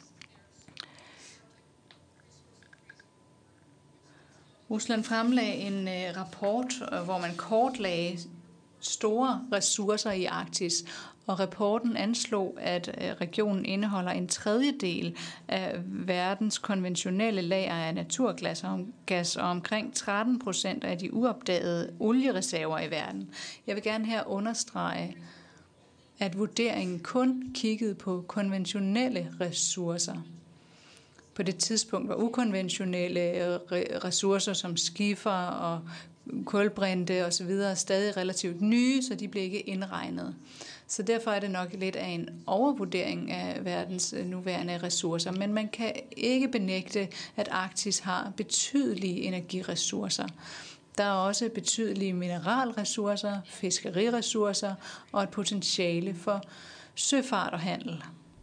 Rusland fremlagde en rapport, hvor man kortlagde store ressourcer i Arktis, og rapporten anslog, at regionen indeholder en tredjedel af verdens konventionelle lager af naturgas og omkring 13% af de uopdagede oliereserver i verden. Jeg vil gerne her understrege, at vurderingen kun kiggede på konventionelle ressourcer. På det tidspunkt var ukonventionelle ressourcer som skifer og kulbrinte osv. stadig relativt nye, så de blev ikke indregnet. Så derfor er det nok lidt af en overvurdering af verdens nuværende ressourcer, men man kan ikke benægte, at Arktis har betydelige energiressourcer. Der er også betydelige mineralressourcer, fiskeriressourcer og et potentiale for søfart og handel.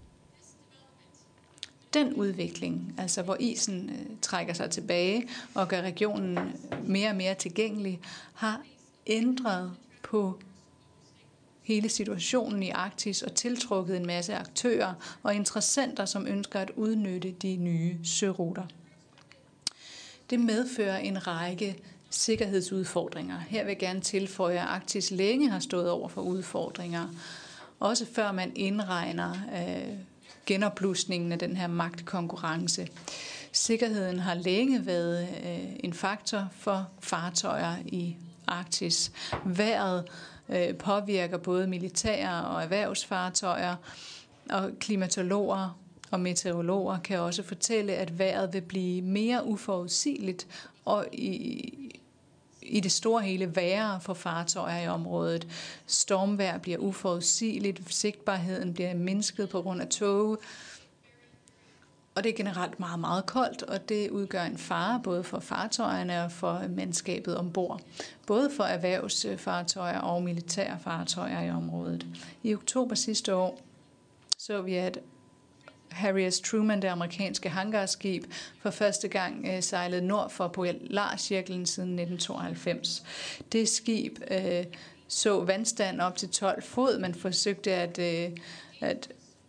Den udvikling, altså hvor isen trækker sig tilbage og gør regionen mere og mere tilgængelig, har ændret på hele situationen i Arktis og tiltrukket en masse aktører og interessenter, som ønsker at udnytte de nye søruter. Det medfører en række sikkerhedsudfordringer. Her vil jeg gerne tilføje, at Arktis længe har stået over for udfordringer, også før man indregner genopblusningen af den her magtkonkurrence. Sikkerheden har længe været en faktor for fartøjer i Arktis. Vejret påvirker både militære og erhvervsfartøjer, og klimatologer og meteorologer kan også fortælle, at vejret vil blive mere uforudsigeligt og i det store hele værre for fartøjer i området. Stormvejr bliver uforudsigeligt, sigtbarheden bliver mindsket på grund af tåge, og det er generelt meget, meget koldt, og det udgør en fare både for fartøjerne og for mandskabet ombord. Både for erhvervsfartøjer og militære fartøjer i området. I oktober sidste år så vi, at Harry S. Truman, det amerikanske hangarskib, for første gang sejlede nord for Polarcirklen siden 1992. Det skib så vandstand op til 12 fod. Man forsøgte at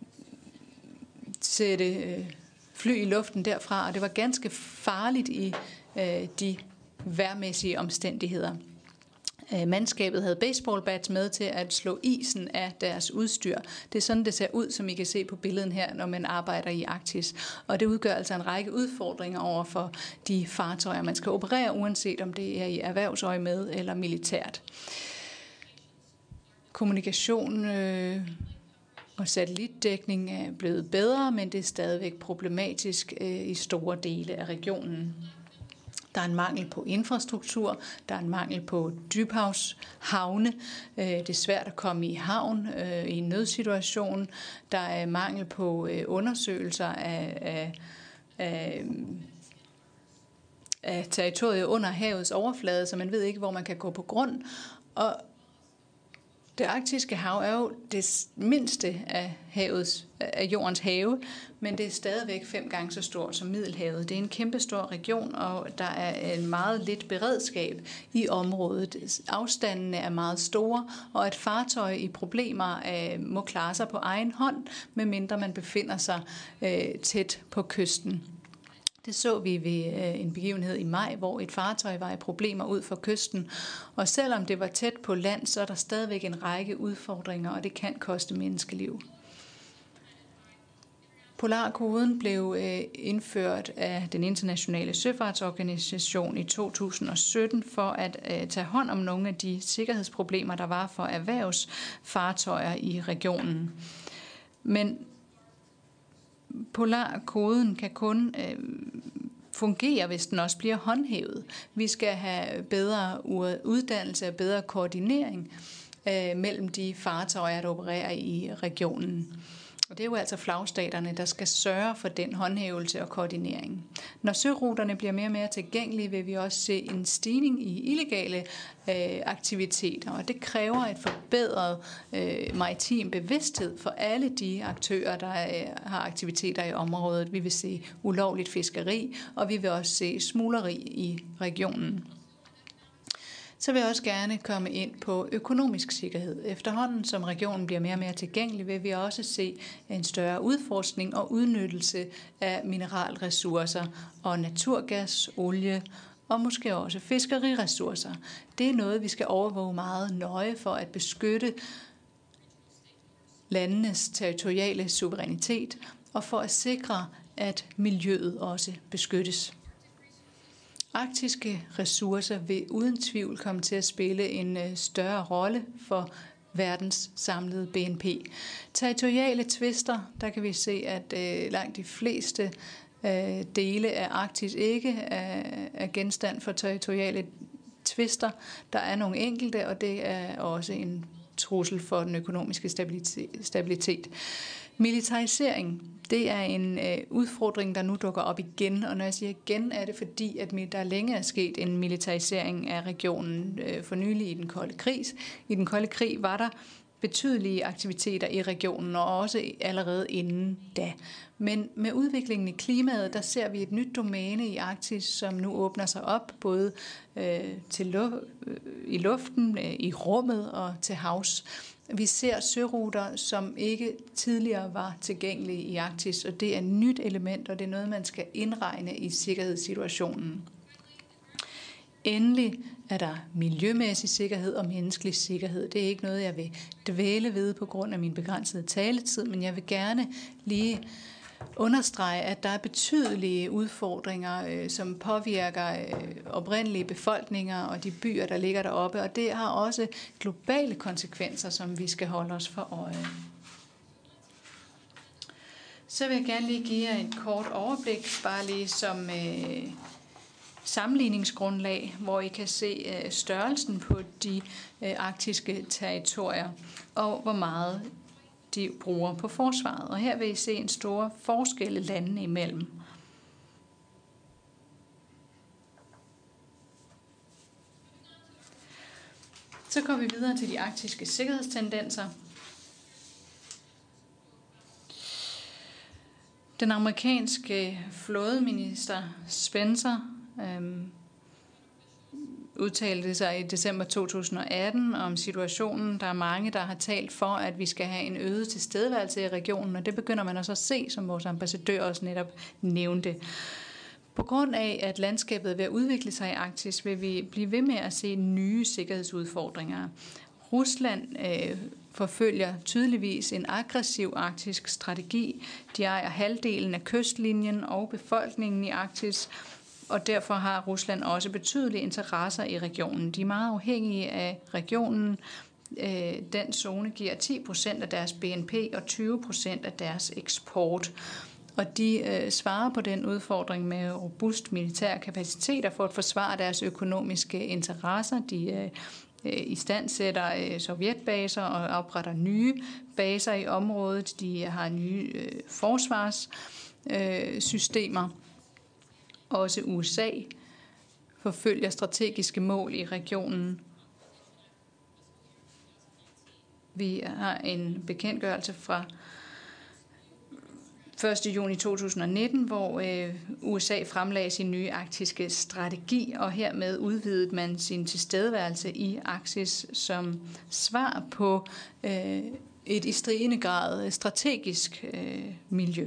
sætte fly i luften derfra, og det var ganske farligt i de vejrmæssige omstændigheder. Mandskabet havde baseballbats med til at slå isen af deres udstyr. Det er sådan, det ser ud, som I kan se på billedet her, når man arbejder i Arktis. Og det udgør altså en række udfordringer over for de fartøjer, man skal operere, uanset om det er i erhvervsøje med eller militært. Kommunikation og satellitdækning er blevet bedre, men det er stadigvæk problematisk i store dele af regionen. Der er en mangel på infrastruktur, der er en mangel på dybhavshavne, det er svært at komme i havn i en nødsituation, der er mangel på undersøgelser af territoriet under havets overflade, så man ved ikke, hvor man kan gå på grund. Og det arktiske hav er jo det mindste af jordens have, men det er stadigvæk 5 gange så stort som Middelhavet. Det er en kæmpestor region, og der er en meget lidt beredskab i området. Afstandene er meget store, og et fartøj i problemer må klare sig på egen hånd, medmindre man befinder sig tæt på kysten. Det så vi ved en begivenhed i maj, hvor et fartøj var i problemer ud for kysten. Og selvom det var tæt på land, så er der stadigvæk en række udfordringer, og det kan koste menneskeliv. Polarkoden blev indført af den internationale søfartsorganisation i 2017 for at tage hånd om nogle af de sikkerhedsproblemer, der var for erhvervsfartøjer i regionen. Men Polarkoden kan kun fungere, hvis den også bliver håndhævet. Vi skal have bedre uddannelse og bedre koordinering mellem de fartøjer, der opererer i regionen. Og det er jo altså flagstaterne, der skal sørge for den håndhævelse og koordinering. Når søruterne bliver mere og mere tilgængelige, vil vi også se en stigning i illegale aktiviteter, og det kræver et forbedret maritim bevidsthed for alle de aktører, der har aktiviteter i området. Vi vil se ulovligt fiskeri, og vi vil også se smugleri i regionen. Så vil jeg også gerne komme ind på økonomisk sikkerhed. Efterhånden som regionen bliver mere og mere tilgængelig, vil vi også se en større udforskning og udnyttelse af mineralressourcer og naturgas, olie og måske også fiskeriressourcer. Det er noget, vi skal overvåge meget nøje for at beskytte landenes territoriale suverænitet og for at sikre, at miljøet også beskyttes. Arktiske ressourcer vil uden tvivl komme til at spille en større rolle for verdens samlede BNP. Territoriale tvister, der kan vi se, at langt de fleste dele af Arktis ikke er genstand for territoriale tvister. Der er nogle enkelte, og det er også en trussel for den økonomiske stabilitet. Militarisering, det er en udfordring, der nu dukker op igen, og når jeg siger igen, er det fordi, at der længe er sket en militarisering af regionen for nylig i den kolde krig. I den kolde krig var der betydelige aktiviteter i regionen, og også allerede inden da. Men med udviklingen i klimaet, der ser vi et nyt domæne i Arktis, som nu åbner sig op, både i luften, i rummet og til havs. Vi ser søruter, som ikke tidligere var tilgængelige i Arktis, og det er et nyt element, og det er noget, man skal indregne i sikkerhedssituationen. Endelig er der miljømæssig sikkerhed og menneskelig sikkerhed. Det er ikke noget, jeg vil dvæle ved på grund af min begrænsede taletid, men jeg vil gerne lige understrege, at der er betydelige udfordringer, som påvirker oprindelige befolkninger og de byer, der ligger deroppe, og det har også globale konsekvenser, som vi skal holde os for øje. Så vil jeg gerne lige give jer et kort overblik, bare lige som sammenligningsgrundlag, hvor I kan se størrelsen på de arktiske territorier og hvor meget de bruger på forsvaret. Og her vil I se en stor forskel landene imellem. Så går vi videre til de arktiske sikkerhedstendenser. Den amerikanske flådeminister Spencer udtalte sig i december 2018 om situationen. Der er mange, der har talt for, at vi skal have en øget tilstedeværelse i regionen, og det begynder man også at se, som vores ambassadør også netop nævnte. På grund af, at landskabet er ved at udvikle sig i Arktis, vil vi blive ved med at se nye sikkerhedsudfordringer. Rusland forfølger tydeligvis en aggressiv arktisk strategi. De ejer halvdelen af kystlinjen og befolkningen i Arktis, og derfor har Rusland også betydelige interesser i regionen. De er meget afhængige af regionen. Den zone giver 10% af deres BNP og 20% af deres eksport. Og de svarer på den udfordring med robust militære kapaciteter for at forsvare deres økonomiske interesser. De istandsætter sovjetbaser og opretter nye baser i området. De har nye forsvarssystemer. Også USA forfølger strategiske mål i regionen. Vi har en bekendtgørelse fra 1. juni 2019, hvor USA fremlagde sin nye arktiske strategi, og hermed udvidede man sin tilstedeværelse i Arktis som svar på et i stigende grad strategisk miljø.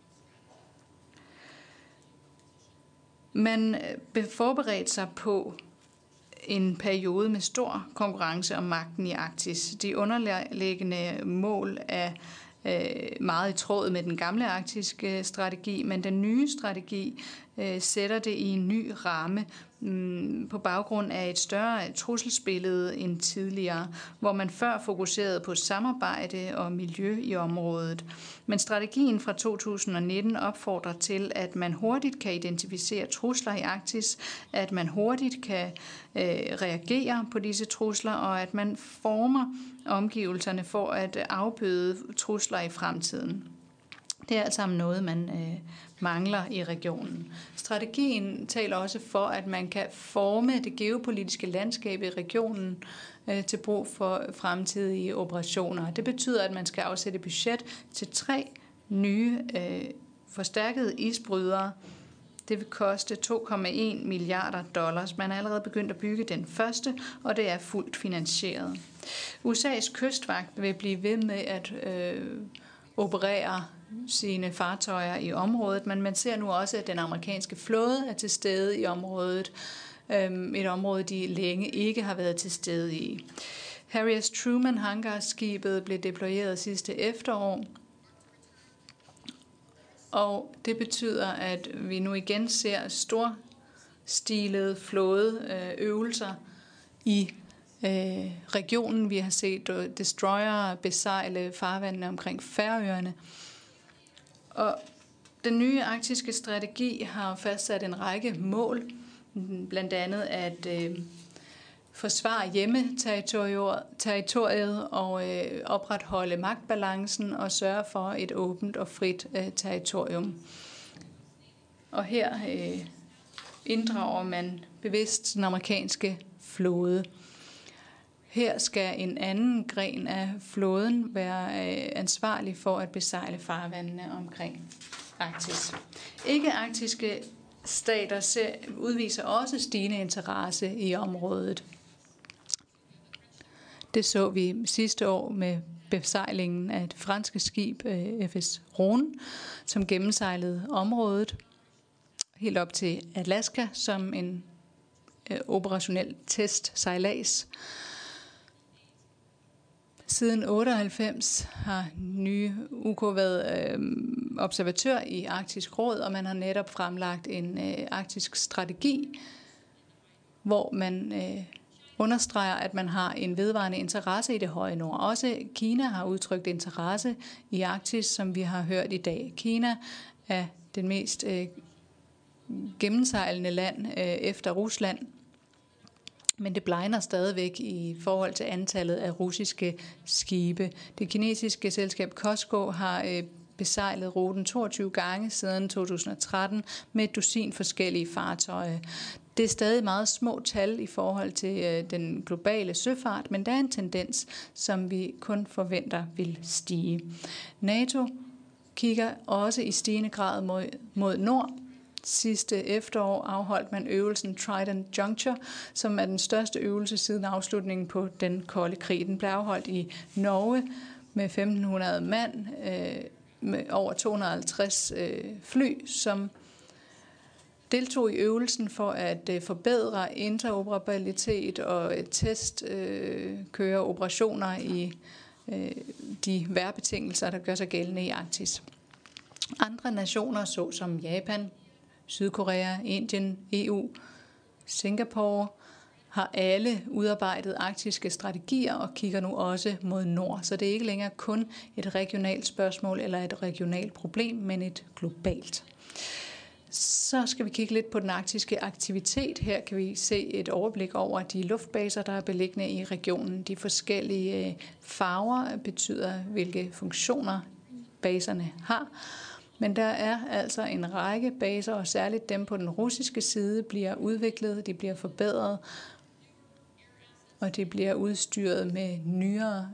Man forberedte sig på en periode med stor konkurrence om magten i Arktis. De underliggende mål er meget i tråd med den gamle arktiske strategi, men den nye strategi sætter det i en ny ramme på baggrund af et større trusselsbillede end tidligere, hvor man før fokuserede på samarbejde og miljø i området. Men strategien fra 2019 opfordrer til, at man hurtigt kan identificere trusler i Arktis, at man hurtigt kan reagere på disse trusler, og at man former omgivelserne for at afbøde trusler i fremtiden. Det er alt sammen noget, man mangler i regionen. Strategien taler også for, at man kan forme det geopolitiske landskab i regionen til brug for fremtidige operationer. Det betyder, at man skal afsætte budget til 3 nye forstærkede isbrydere. Det vil koste $2,1 milliarder. Man er allerede begyndt at bygge den første, og det er fuldt finansieret. USA's kystvagt vil blive ved med at operere sine fartøjer i området, men man ser nu også, at den amerikanske flåde er til stede i området. Et område, de længe ikke har været til stede i. Harry S. Truman hangarskibet blev deployeret sidste efterår, og det betyder, at vi nu igen ser storstilede flådeøvelser i regionen. Vi har set destroyere besejle farvandene omkring Færøerne. Og den nye arktiske strategi har fastsat en række mål, blandt andet at forsvare hjemmeterritoriet og opretholde magtbalancen og sørge for et åbent og frit territorium. Og her inddrager man bevidst den amerikanske flåde. Her skal en anden gren af flåden være ansvarlig for at besejle farvandene omkring Arktis. Ikke-arktiske stater udviser også stigende interesse i området. Det så vi sidste år med besejlingen af et franske skib, FS Rhone, som gennemsejlede området helt op til Alaska som en operationel testsejlads. Siden 1998 har nye UK været observatør i Arktisk Råd, og man har netop fremlagt en arktisk strategi, hvor man understreger, at man har en vedvarende interesse i det høje nord. Også Kina har udtrykt interesse i Arktis, som vi har hørt i dag. Kina er det mest gennemsejlende land efter Rusland, men det blegner stadigvæk i forhold til antallet af russiske skibe. Det kinesiske selskab COSCO har besejlet ruten 22 gange siden 2013 med et dusin forskellige fartøjer. Det er stadig meget små tal i forhold til den globale søfart, men der er en tendens, som vi kun forventer vil stige. NATO kigger også i stigende grad mod nord. Sidste efterår afholdt man øvelsen Trident Juncture, som er den største øvelse siden afslutningen på den kolde krig. Den blev afholdt i Norge med 1.500 mand, med over 250 fly, som deltog i øvelsen for at forbedre interoperabilitet og testkøre operationer i de vejrbetingelser, der gør sig gældende i Arktis. Andre nationer, såsom Japan, Sydkorea, Indien, EU, Singapore, har alle udarbejdet arktiske strategier og kigger nu også mod nord. Så det er ikke længere kun et regionalt spørgsmål eller et regionalt problem, men et globalt. Så skal vi kigge lidt på den arktiske aktivitet. Her kan vi se et overblik over de luftbaser, der er beliggende i regionen. De forskellige farver betyder, hvilke funktioner baserne har. Men der er altså en række baser, og særligt dem på den russiske side bliver udviklet, de bliver forbedret, og de bliver udstyret med nyere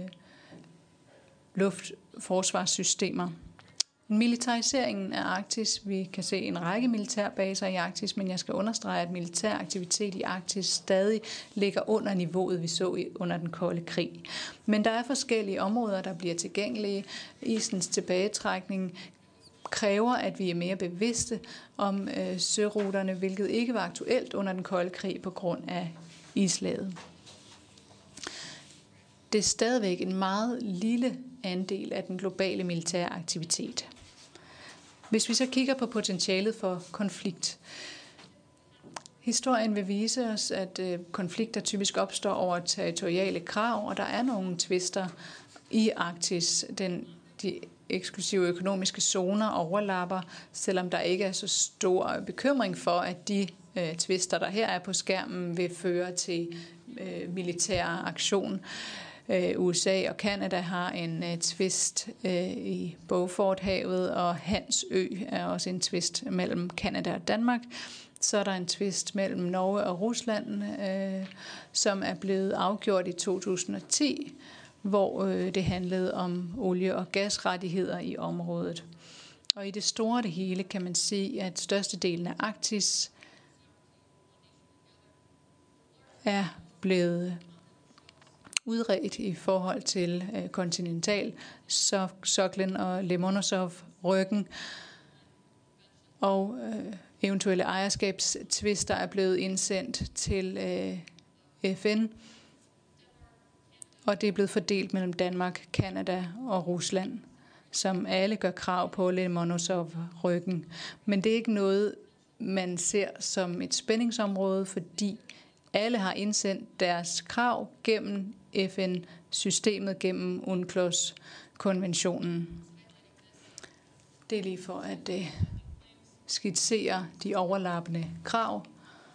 luftforsvarssystemer. Militariseringen af Arktis. Vi kan se en række militærbaser i Arktis, men jeg skal understrege, at militær aktivitet i Arktis stadig ligger under niveauet, vi så under den kolde krig. Men der er forskellige områder, der bliver tilgængelige. Isens tilbagetrækning kræver, at vi er mere bevidste om søruterne, hvilket ikke var aktuelt under den kolde krig på grund af islaget. det er stadigvæk en meget lille andel af den globale militære aktivitet. Hvis vi så kigger på potentialet for konflikt. Historien vil vise os, at konflikter typisk opstår over territoriale krav, og der er nogle tvister i Arktis. De eksklusive økonomiske zoner overlapper, selvom der ikke er så stor bekymring for, at de tvister, der her er på skærmen, vil føre til militær aktion. USA og Kanada har en tvist i Beauforthavet, og Hans Ø er også en tvist mellem Kanada og Danmark. Så er der en tvist mellem Norge og Rusland, som er blevet afgjort i 2010, hvor det handlede om olie- og gasrettigheder i området. Og i det store det hele kan man sige, at størstedelen af Arktis er blevet udredt i forhold til kontinentalsoklen og Lomonosov-ryggen, og eventuelle ejerskabstvister er blevet indsendt til FN, og det er blevet fordelt mellem Danmark, Kanada og Rusland, som alle gør krav på Lomonosov-ryggen. Men det er ikke noget, man ser som et spændingsområde, fordi alle har indsendt deres krav gennem FN-systemet, gennem UNCLOS-konventionen. Det er lige for at skitsere de overlappende krav.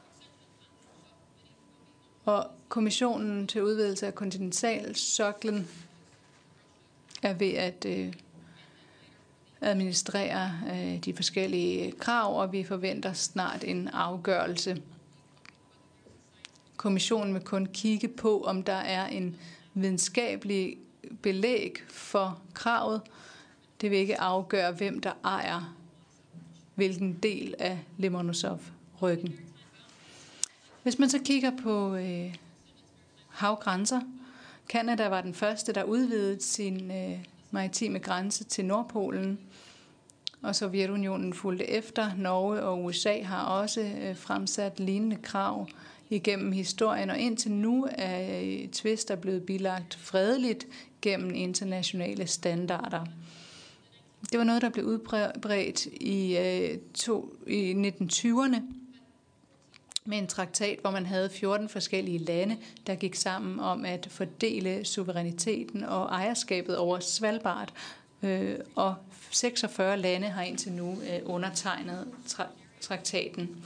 Og kommissionen til udvidelse af kontinentalsoklen er ved at administrere de forskellige krav, og vi forventer snart en afgørelse. Kommissionen vil kun kigge på, om der er en videnskabelig belæg for kravet. Det vil ikke afgøre, hvem der ejer hvilken del af Lomonosov-ryggen. Hvis man så kigger på havgrænser, Kanada var den første, der udvidede sin maritime grænse til Nordpolen, og Sovjetunionen fulgte efter. Norge og USA har også fremsat lignende krav igennem historien, og indtil nu er tvister blevet bilagt fredeligt gennem internationale standarder. Det var noget, der blev udbredt i 1920'erne med en traktat, hvor man havde 14 forskellige lande, der gik sammen om at fordele suveræniteten og ejerskabet over Svalbard. Og 46 lande har indtil nu undertegnet traktaten.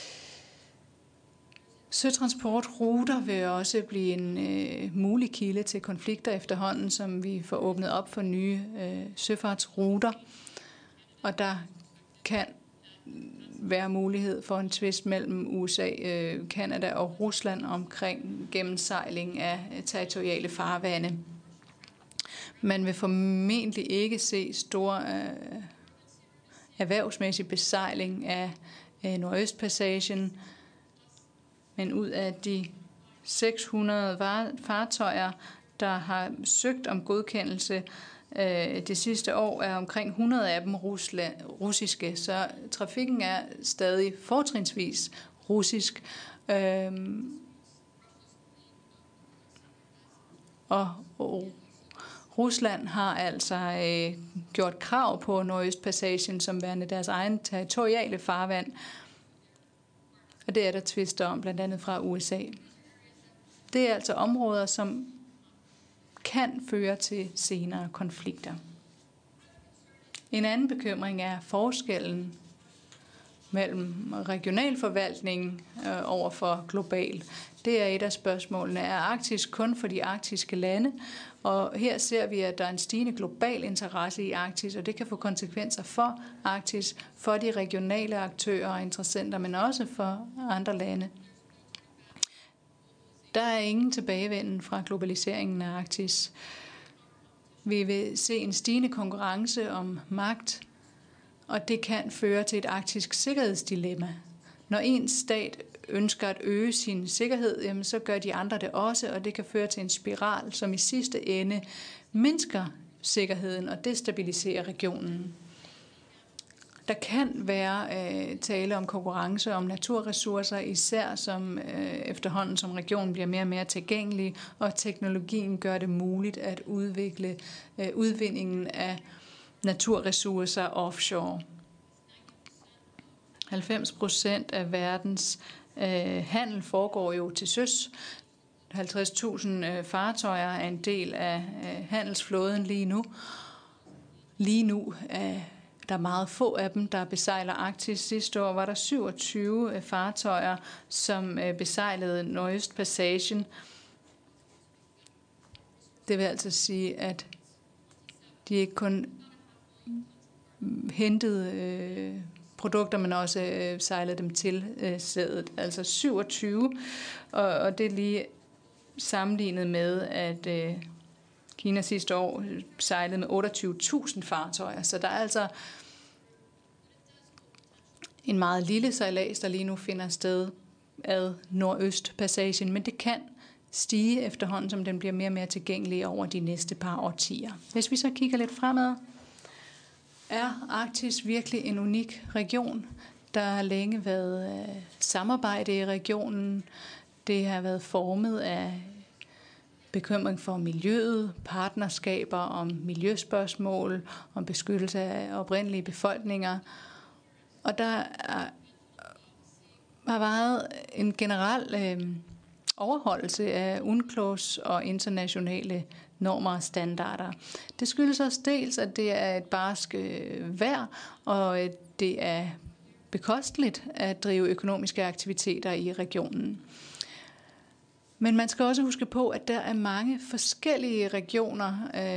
Søtransportruter vil også blive en mulig kilde til konflikter efterhånden, som vi får åbnet op for nye søfartsruter. Og der kan være mulighed for en tvist mellem USA, Kanada og Rusland omkring gennemsejling af territoriale farvande. Man vil formentlig ikke se stor erhvervsmæssig besejling af Nordøstpassagen, men ud af de 600 fartøjer, der har søgt om godkendelse det sidste år, er omkring 100 af dem russiske, så trafikken er stadig fortrinsvis russisk. Og Rusland har altså gjort krav på Nordøstpassagen som værende deres egen territoriale farvand, og det er der tvister om, blandt andet fra USA. Det er altså områder, som kan føre til senere konflikter. En anden bekymring er forskellen mellem regionalforvaltning over for global. Det er et af spørgsmålene. Er Arktis kun for de arktiske lande? Og her ser vi, at der er en stigende global interesse i Arktis, og det kan få konsekvenser for Arktis, for de regionale aktører og interessenter, men også for andre lande. Der er ingen tilbagevenden fra globaliseringen af Arktis. Vi vil se en stigende konkurrence om magt, og det kan føre til et arktisk sikkerhedsdilemma. Når en stat ønsker at øge sin sikkerhed, jamen så gør de andre det også, og det kan føre til en spiral, som i sidste ende mindsker sikkerheden og destabiliserer regionen. Der kan være tale om konkurrence om naturressourcer, især som efterhånden som regionen bliver mere og mere tilgængelig, og teknologien gør det muligt at udvikle udvindingen af naturressourcer offshore. 90% af verdens handel foregår jo til søs. 50.000 fartøjer er en del af handelsflåden lige nu. Lige nu der er meget få af dem, der besejler Arktis. Sidste år var der 27 fartøjer, som besejlede Nordøstpassagen. Det vil altså sige, at de ikke kun hentede produkter, men også sejlede dem til sædet. Altså 27, og det er lige sammenlignet med, at Kina sidste år sejlede med 28.000 fartøjer. Så der er altså en meget lille sejlads, der lige nu finder sted ad Nordøstpassagen, men det kan stige efterhånden, som den bliver mere og mere tilgængelig over de næste par årtier. Hvis vi så kigger lidt fremad, er Arktis virkelig en unik region. Der har længe været samarbejde i regionen. Det har været formet af bekymring for miljøet, partnerskaber om miljøspørgsmål, om beskyttelse af oprindelige befolkninger. Og der har været en generel overholdelse af UNCLOS og internationale normer og standarder. Det skyldes også dels, at det er et barsk vejr, og det er bekosteligt at drive økonomiske aktiviteter i regionen. Men man skal også huske på, at der er mange forskellige regioner.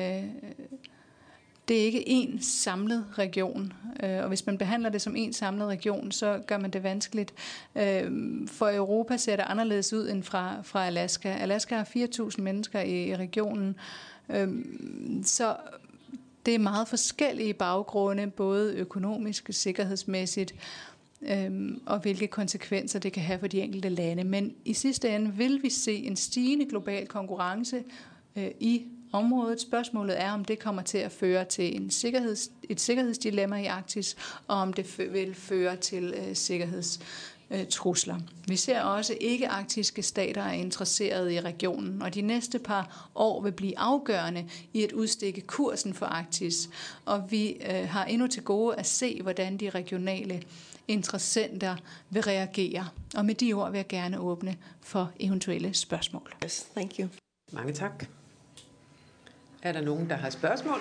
Det er ikke én samlet region, og hvis man behandler det som én samlet region, så gør man det vanskeligt. For Europa ser det anderledes ud end fra Alaska. Alaska har 4.000 mennesker i regionen, så det er meget forskellige baggrunde, både økonomisk og sikkerhedsmæssigt, og hvilke konsekvenser det kan have for de enkelte lande. Men i sidste ende vil vi se en stigende global konkurrence i området. Spørgsmålet er, om det kommer til at føre til et sikkerhedsdilemma i Arktis, og om det vil føre til sikkerhedstrusler. Vi ser også, at ikke-arktiske stater er interesserede i regionen, og de næste par år vil blive afgørende i at udstikke kursen for Arktis. Og vi har endnu til gode at se, hvordan de regionale interessenter vil reagere. Og med de ord vil jeg gerne åbne for eventuelle spørgsmål. Yes, thank you. Mange tak. Er der nogen, der har spørgsmål?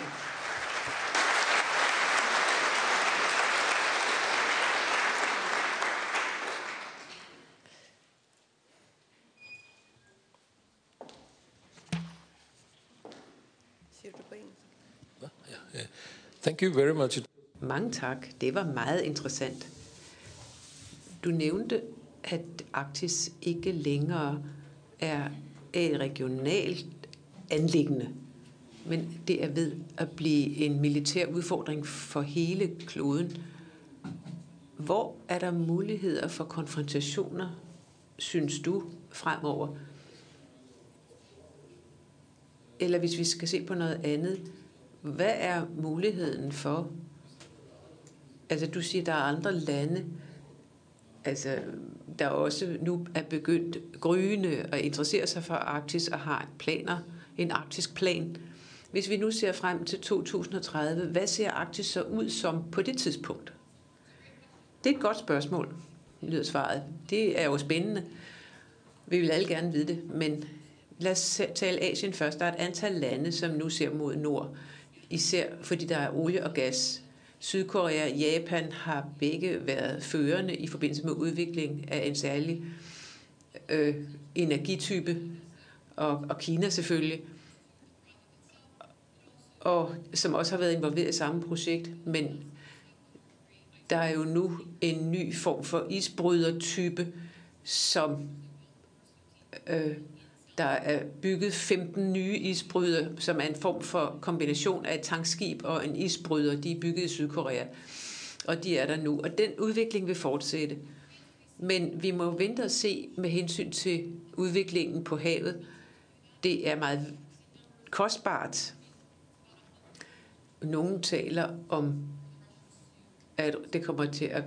Thank you very much. Mange tak. Det var meget interessant. Du nævnte, at Arktis ikke længere er et regionalt anliggende, men det er ved at blive en militær udfordring for hele kloden. Hvor er der muligheder for konfrontationer, synes du, fremover? Eller hvis vi skal se på noget andet, hvad er muligheden for? Altså, du siger, der er andre lande, altså, der også nu er begyndt gryende at interessere sig for Arktis og har en arktisk plan. Hvis vi nu ser frem til 2030, hvad ser Arktis så ud som på det tidspunkt? Det er et godt spørgsmål, lyder svaret. Det er jo spændende. Vi vil alle gerne vide det, men lad os tale Asien først. Der er et antal lande, som nu ser mod nord, især fordi der er olie og gas. Sydkorea og Japan har begge været førende i forbindelse med udvikling af en særlig energitype, og Kina selvfølgelig, og som også har været involveret i samme projekt, men der er jo nu en ny form for isbrydertype, som der er bygget 15 nye isbryder, som er en form for kombination af et tankskib og en isbryder. De er bygget i Sydkorea, og de er der nu. Og den udvikling vil fortsætte. Men vi må vente og se med hensyn til udviklingen på havet. Det er meget kostbart. Nogle taler om at det kommer til at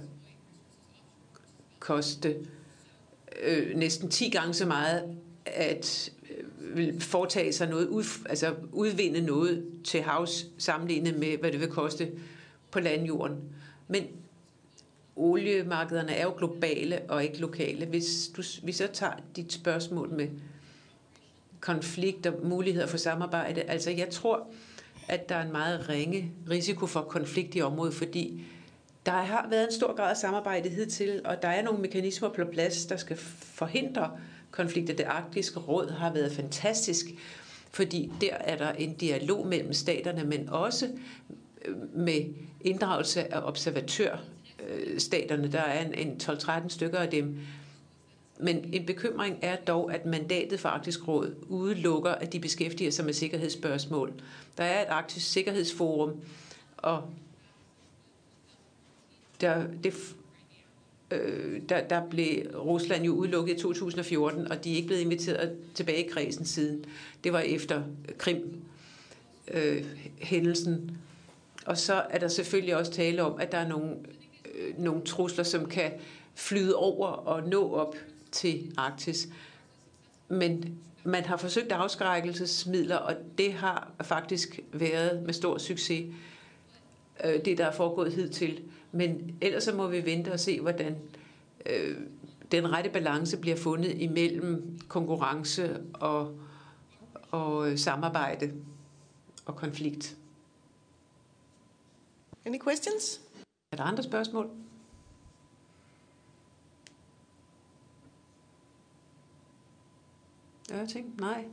koste næsten 10 gange så meget at vil foretage sig noget, udvinde noget til havs, sammenlignet med, hvad det vil koste på landjorden. Men oliemarkederne er jo globale og ikke lokale. Hvis vi så tager dit spørgsmål med konflikt og muligheder for samarbejde, altså jeg tror, at der er en meget ringe risiko for konflikt i området, fordi der har været en stor grad af samarbejde hidtil, og der er nogle mekanismer på plads, der skal forhindre konflikter. Det arktiske råd har været fantastisk, fordi der er der en dialog mellem staterne, men også med inddragelse af observatørstaterne. Der er en 12-13 stykker af dem. Men en bekymring er dog, at mandatet for Arktisk Råd udelukker, at de beskæftiger sig med sikkerhedsspørgsmål. Der er et arktisk sikkerhedsforum, og der blev Rusland jo udelukket i 2014, og de er ikke blevet inviteret tilbage i kredsen siden. Det var efter Krim-hændelsen. Og så er der selvfølgelig også tale om, at der er nogle trusler, som kan flyde over og nå op til Arktis. Men man har forsøgt afskrækkelsesmidler, og det har faktisk været med stor succes, det der er foregået hidtil. Men ellers så må vi vente og se, hvordan den rette balance bliver fundet imellem konkurrence og samarbejde og konflikt. Any questions? Er der andre spørgsmål? Jeg tænkte, nej.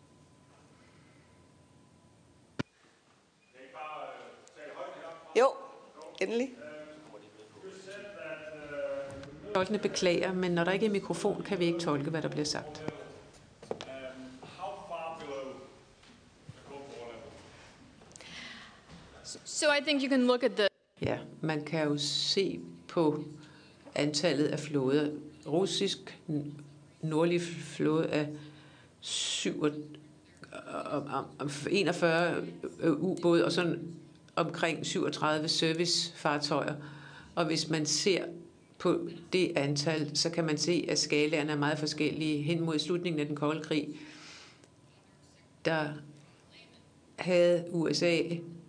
Jo, endelig. Tolkene beklager, men når der ikke er mikrofon, kan vi ikke tolke, hvad der bliver sagt. So I think you can look at the... Ja, man kan jo se på antallet af flåder. Russisk nordlige flåde er 41 ubåde og sådan omkring 37 servicefartøjer. Og hvis man ser på det antal, så kan man se, at skalaerne er meget forskellige. Hen mod slutningen af den kolde krig, der havde USA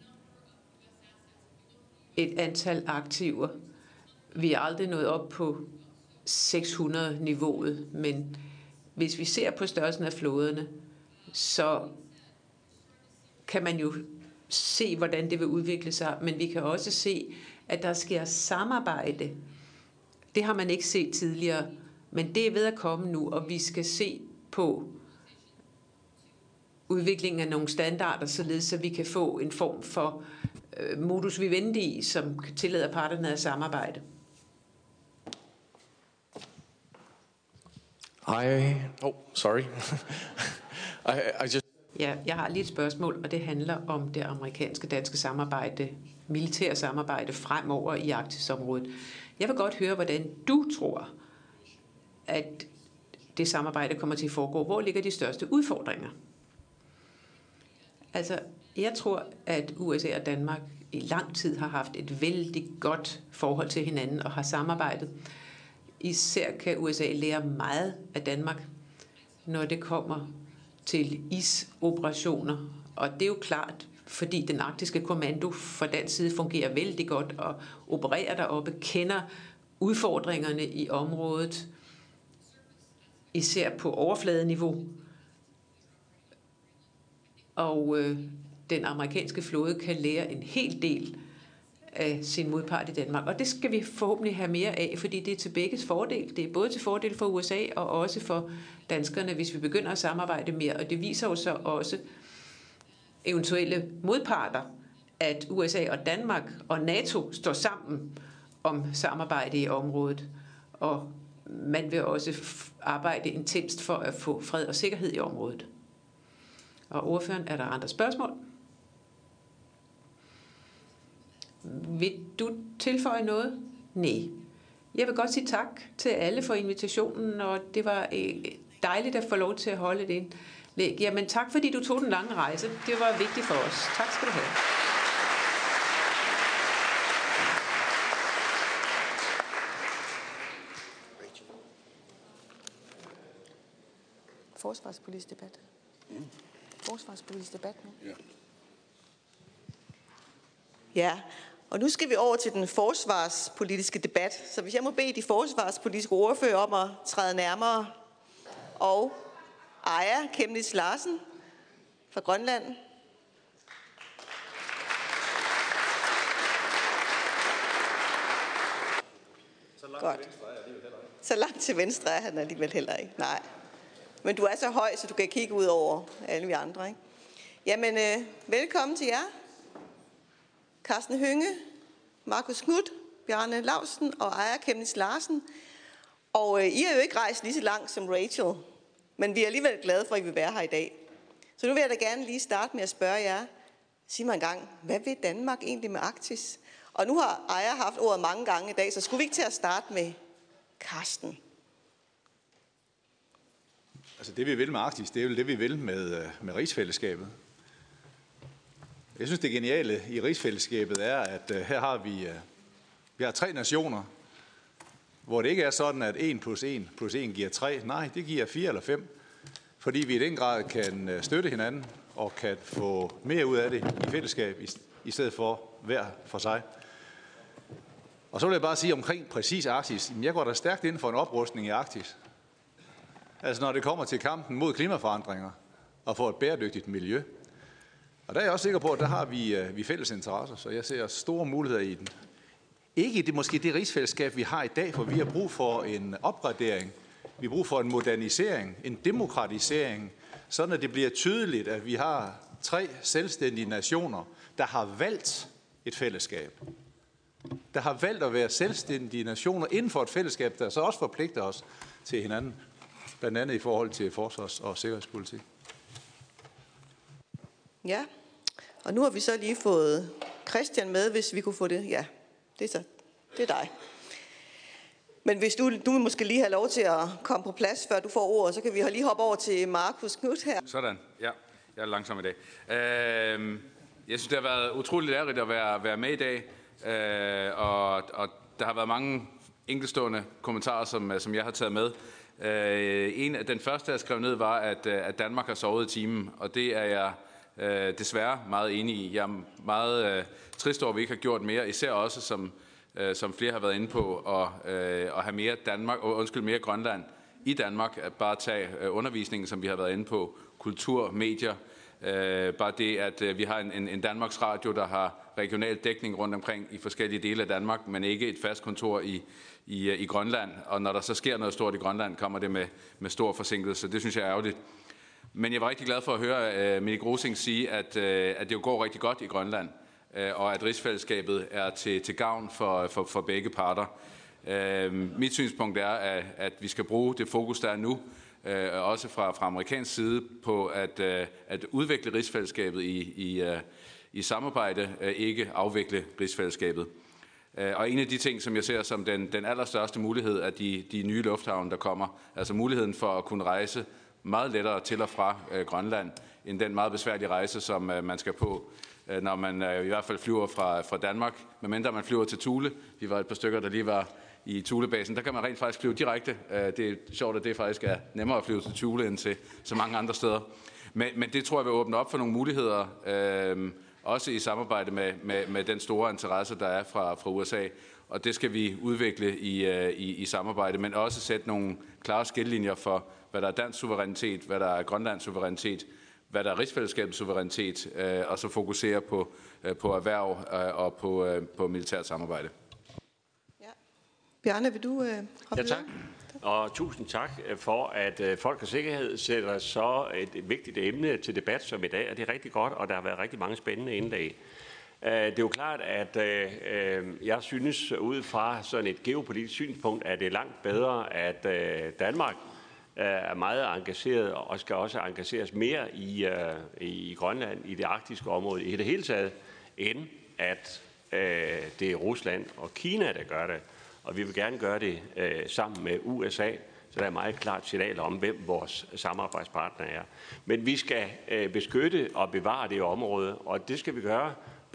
et antal aktiver. Vi er aldrig nået op på 600-niveauet, men hvis vi ser på størrelsen af flåderne, så kan man jo se, hvordan det vil udvikle sig, men vi kan også se, at der sker samarbejde. Det har man ikke set tidligere, men det er ved at komme nu, og vi skal se på udviklingen af nogle standarder, således så vi kan få en form for modus vivendi, som tillader parterne at samarbejde. Sorry. I just... Ja, jeg har lige et spørgsmål, og det handler om det amerikanske-danske samarbejde, militære samarbejde fremover i Arktisområdet. Jeg vil godt høre, hvordan du tror, at det samarbejde kommer til at foregå. Hvor ligger de største udfordringer? Altså, jeg tror, at USA og Danmark i lang tid har haft et vældig godt forhold til hinanden og har samarbejdet. Især kan USA lære meget af Danmark, når det kommer til isoperationer. Og det er jo klart, fordi den arktiske kommando fra den side fungerer vældig godt og opererer deroppe, kender udfordringerne i området, især på overfladeniveau. Og den amerikanske flåde kan lære en hel del af sin modpart i Danmark. Og det skal vi forhåbentlig have mere af, fordi det er til begges fordel. Det er både til fordel for USA og også for danskerne, hvis vi begynder at samarbejde mere. Og det viser jo så også eventuelle modparter, at USA og Danmark og NATO står sammen om samarbejde i området. Og man vil også arbejde intenst for at få fred og sikkerhed i området. Og ordføreren, er der andre spørgsmål? Vil du tilføje noget? Nej. Jeg vil godt sige tak til alle for invitationen, og det var dejligt at få lov til at holde det indlæg. Jamen tak, fordi du tog den lange rejse. Det var vigtigt for os. Tak skal du have. forsvarspolitisk debat. Forsvarspolitisk debat nu. Ja. Ja, og nu skal vi over til den forsvarspolitiske debat. Så hvis jeg må bede de forsvarspolitiske ordfører om at træde nærmere. Og Aaja Chemnitz Larsen fra Grønland. Godt. Så langt til venstre er han alligevel heller ikke. Nej. Men du er så høj, så du kan kigge ud over alle vi andre, ikke? Jamen, velkommen til jer. Karsten Hønge, Marcus Knuth, Bjarne Laustsen og Aaja Chemnitz Larsen. Og I har jo ikke rejst lige så langt som Rachel, men vi er alligevel glade for, at I vil være her i dag. Så nu vil jeg da gerne lige starte med at spørge jer. Sig mig en gang, hvad vil Danmark egentlig med Arktis? Og nu har Aaja haft ordet mange gange i dag, så skulle vi ikke til at starte med Karsten? Altså det vi vil med Arktis, det er jo det vi vil med rigsfællesskabet. Jeg synes det geniale i rigsfællesskabet er, at her har vi har 3 nationer, hvor det ikke er sådan, at 1 + 1 + 1 giver 3. Nej, det giver 4 eller 5. Fordi vi i den grad kan støtte hinanden og kan få mere ud af det i fællesskab, i stedet for hver for sig. Og så vil jeg bare sige omkring præcis Arktis. Jeg går da stærkt ind for en oprustning i Arktis. Altså når det kommer til kampen mod klimaforandringer og for et bæredygtigt miljø. Og der er jeg også sikker på, at der har vi fælles interesser, så jeg ser store muligheder i den. Ikke i det, måske det rigsfællesskab, vi har i dag, for vi har brug for en opgradering. Vi har brug for en modernisering, en demokratisering, sådan at det bliver tydeligt, at vi har 3 selvstændige nationer, der har valgt et fællesskab. Der har valgt at være selvstændige nationer inden for et fællesskab, der så også forpligter os til hinanden, blandt andet i forhold til forsvars- og sikkerhedspolitik. Ja, og nu har vi så lige fået Christian med, hvis vi kunne få det. Ja, det er dig. Men hvis du vil måske lige have lov til at komme på plads, før du får ordet, så kan vi lige hoppe over til Marcus Knuth her. Sådan, ja. Jeg er langsom i dag. Jeg synes, det har været utroligt lærerigt at være med i dag, og der har været mange enkeltstående kommentarer, som jeg har taget med. Den første, jeg skrev ned, var, at Danmark har sovet i timen, og det er jeg desværre meget enig i. Jeg er meget trist over, at vi ikke har gjort mere, især også, som flere har været inde på, at have mere Grønland i Danmark, at bare tage undervisningen, som vi har været inde på, kultur, medier, bare det, at vi har en Danmarks Radio, der har regional dækning rundt omkring i forskellige dele af Danmark, men ikke et fast kontor i Grønland, og når der så sker noget stort i Grønland, kommer det med stor forsinkelse. Det synes jeg er ærgerligt. Men jeg var rigtig glad for at høre Minik Rosing sige, at det jo går rigtig godt i Grønland, og at rigsfællesskabet er til gavn for begge parter. Mit synspunkt er, at vi skal bruge det fokus, der er nu, også fra amerikansk side, på at udvikle rigsfællesskabet i samarbejde, ikke afvikle rigsfællesskabet. Og en af de ting, som jeg ser som den allerstørste mulighed, er de nye lufthavne, der kommer. Altså muligheden for at kunne rejse meget lettere til og fra Grønland, end den meget besværlige rejse, som man skal på, når man i hvert fald flyver fra Danmark, medmindre man flyver til Thule. Vi var et par stykker, der lige var i Thulebasen. Der kan man rent faktisk flyve direkte. Det er sjovt, at det faktisk er nemmere at flyve til Thule end til så mange andre steder. Men det tror jeg vil åbne op for nogle muligheder, også i samarbejde med den store interesse, der er fra USA. Og det skal vi udvikle i samarbejde, men også sætte nogle klare skillelinjer for, hvad der er dansk suverænitet, hvad der er Grønlands suverænitet, hvad der er rigsfællesskabets suverænitet, og så fokusere på erhverv og på militært samarbejde. Ja. Bjarne, vil du hoppe tak. Og tusind tak for, at Folk og Sikkerhed sætter så et vigtigt emne til debat som i dag, og det er rigtig godt, og der har været rigtig mange spændende indlæg. Det er jo klart, at jeg synes, ud fra sådan et geopolitisk synspunkt, at det er langt bedre, at Danmark er meget engageret og skal også engageres mere i Grønland, i det arktiske område i det hele taget, end at det er Rusland og Kina, der gør det. Og vi vil gerne gøre det sammen med USA, så der er meget klart signal om, hvem vores samarbejdspartner er. Men vi skal beskytte og bevare det område, og det skal vi gøre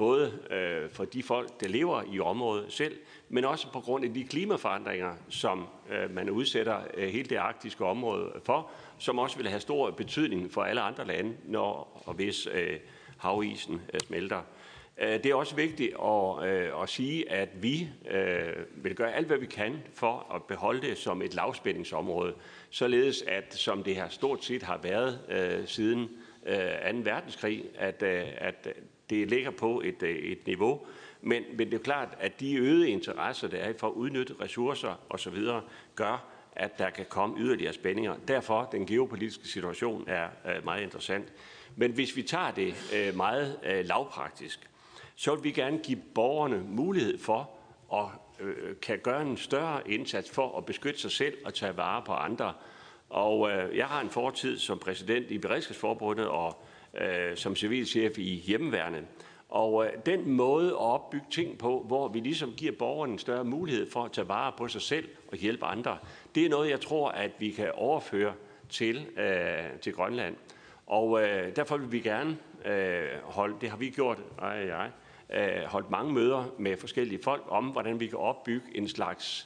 både for de folk, der lever i området selv, men også på grund af de klimaforandringer, som man udsætter hele det arktiske område for, som også vil have stor betydning for alle andre lande, når og hvis havisen smelter. Det er også vigtigt at sige, at vi vil gøre alt, hvad vi kan for at beholde det som et lavspændingsområde, således at, som det her stort set har været siden 2. verdenskrig, at det ligger på et niveau. Men det er klart, at de øgede interesser, der er for at udnytte ressourcer osv., gør, at der kan komme yderligere spændinger. Derfor den geopolitiske situation er meget interessant. Men hvis vi tager det meget lavpraktisk, så vil vi gerne give borgerne mulighed for at kan gøre en større indsats for at beskytte sig selv og tage vare på andre. Og jeg har en fortid som præsident i Beredskabsforbundet og som civilchef i Hjemmeværnet. Og den måde at opbygge ting på, hvor vi ligesom giver borgerne en større mulighed for at tage vare på sig selv og hjælpe andre, det er noget, jeg tror, at vi kan overføre til Grønland. Og derfor vil vi gerne holde, det har vi gjort, holdt mange møder med forskellige folk om, hvordan vi kan opbygge en slags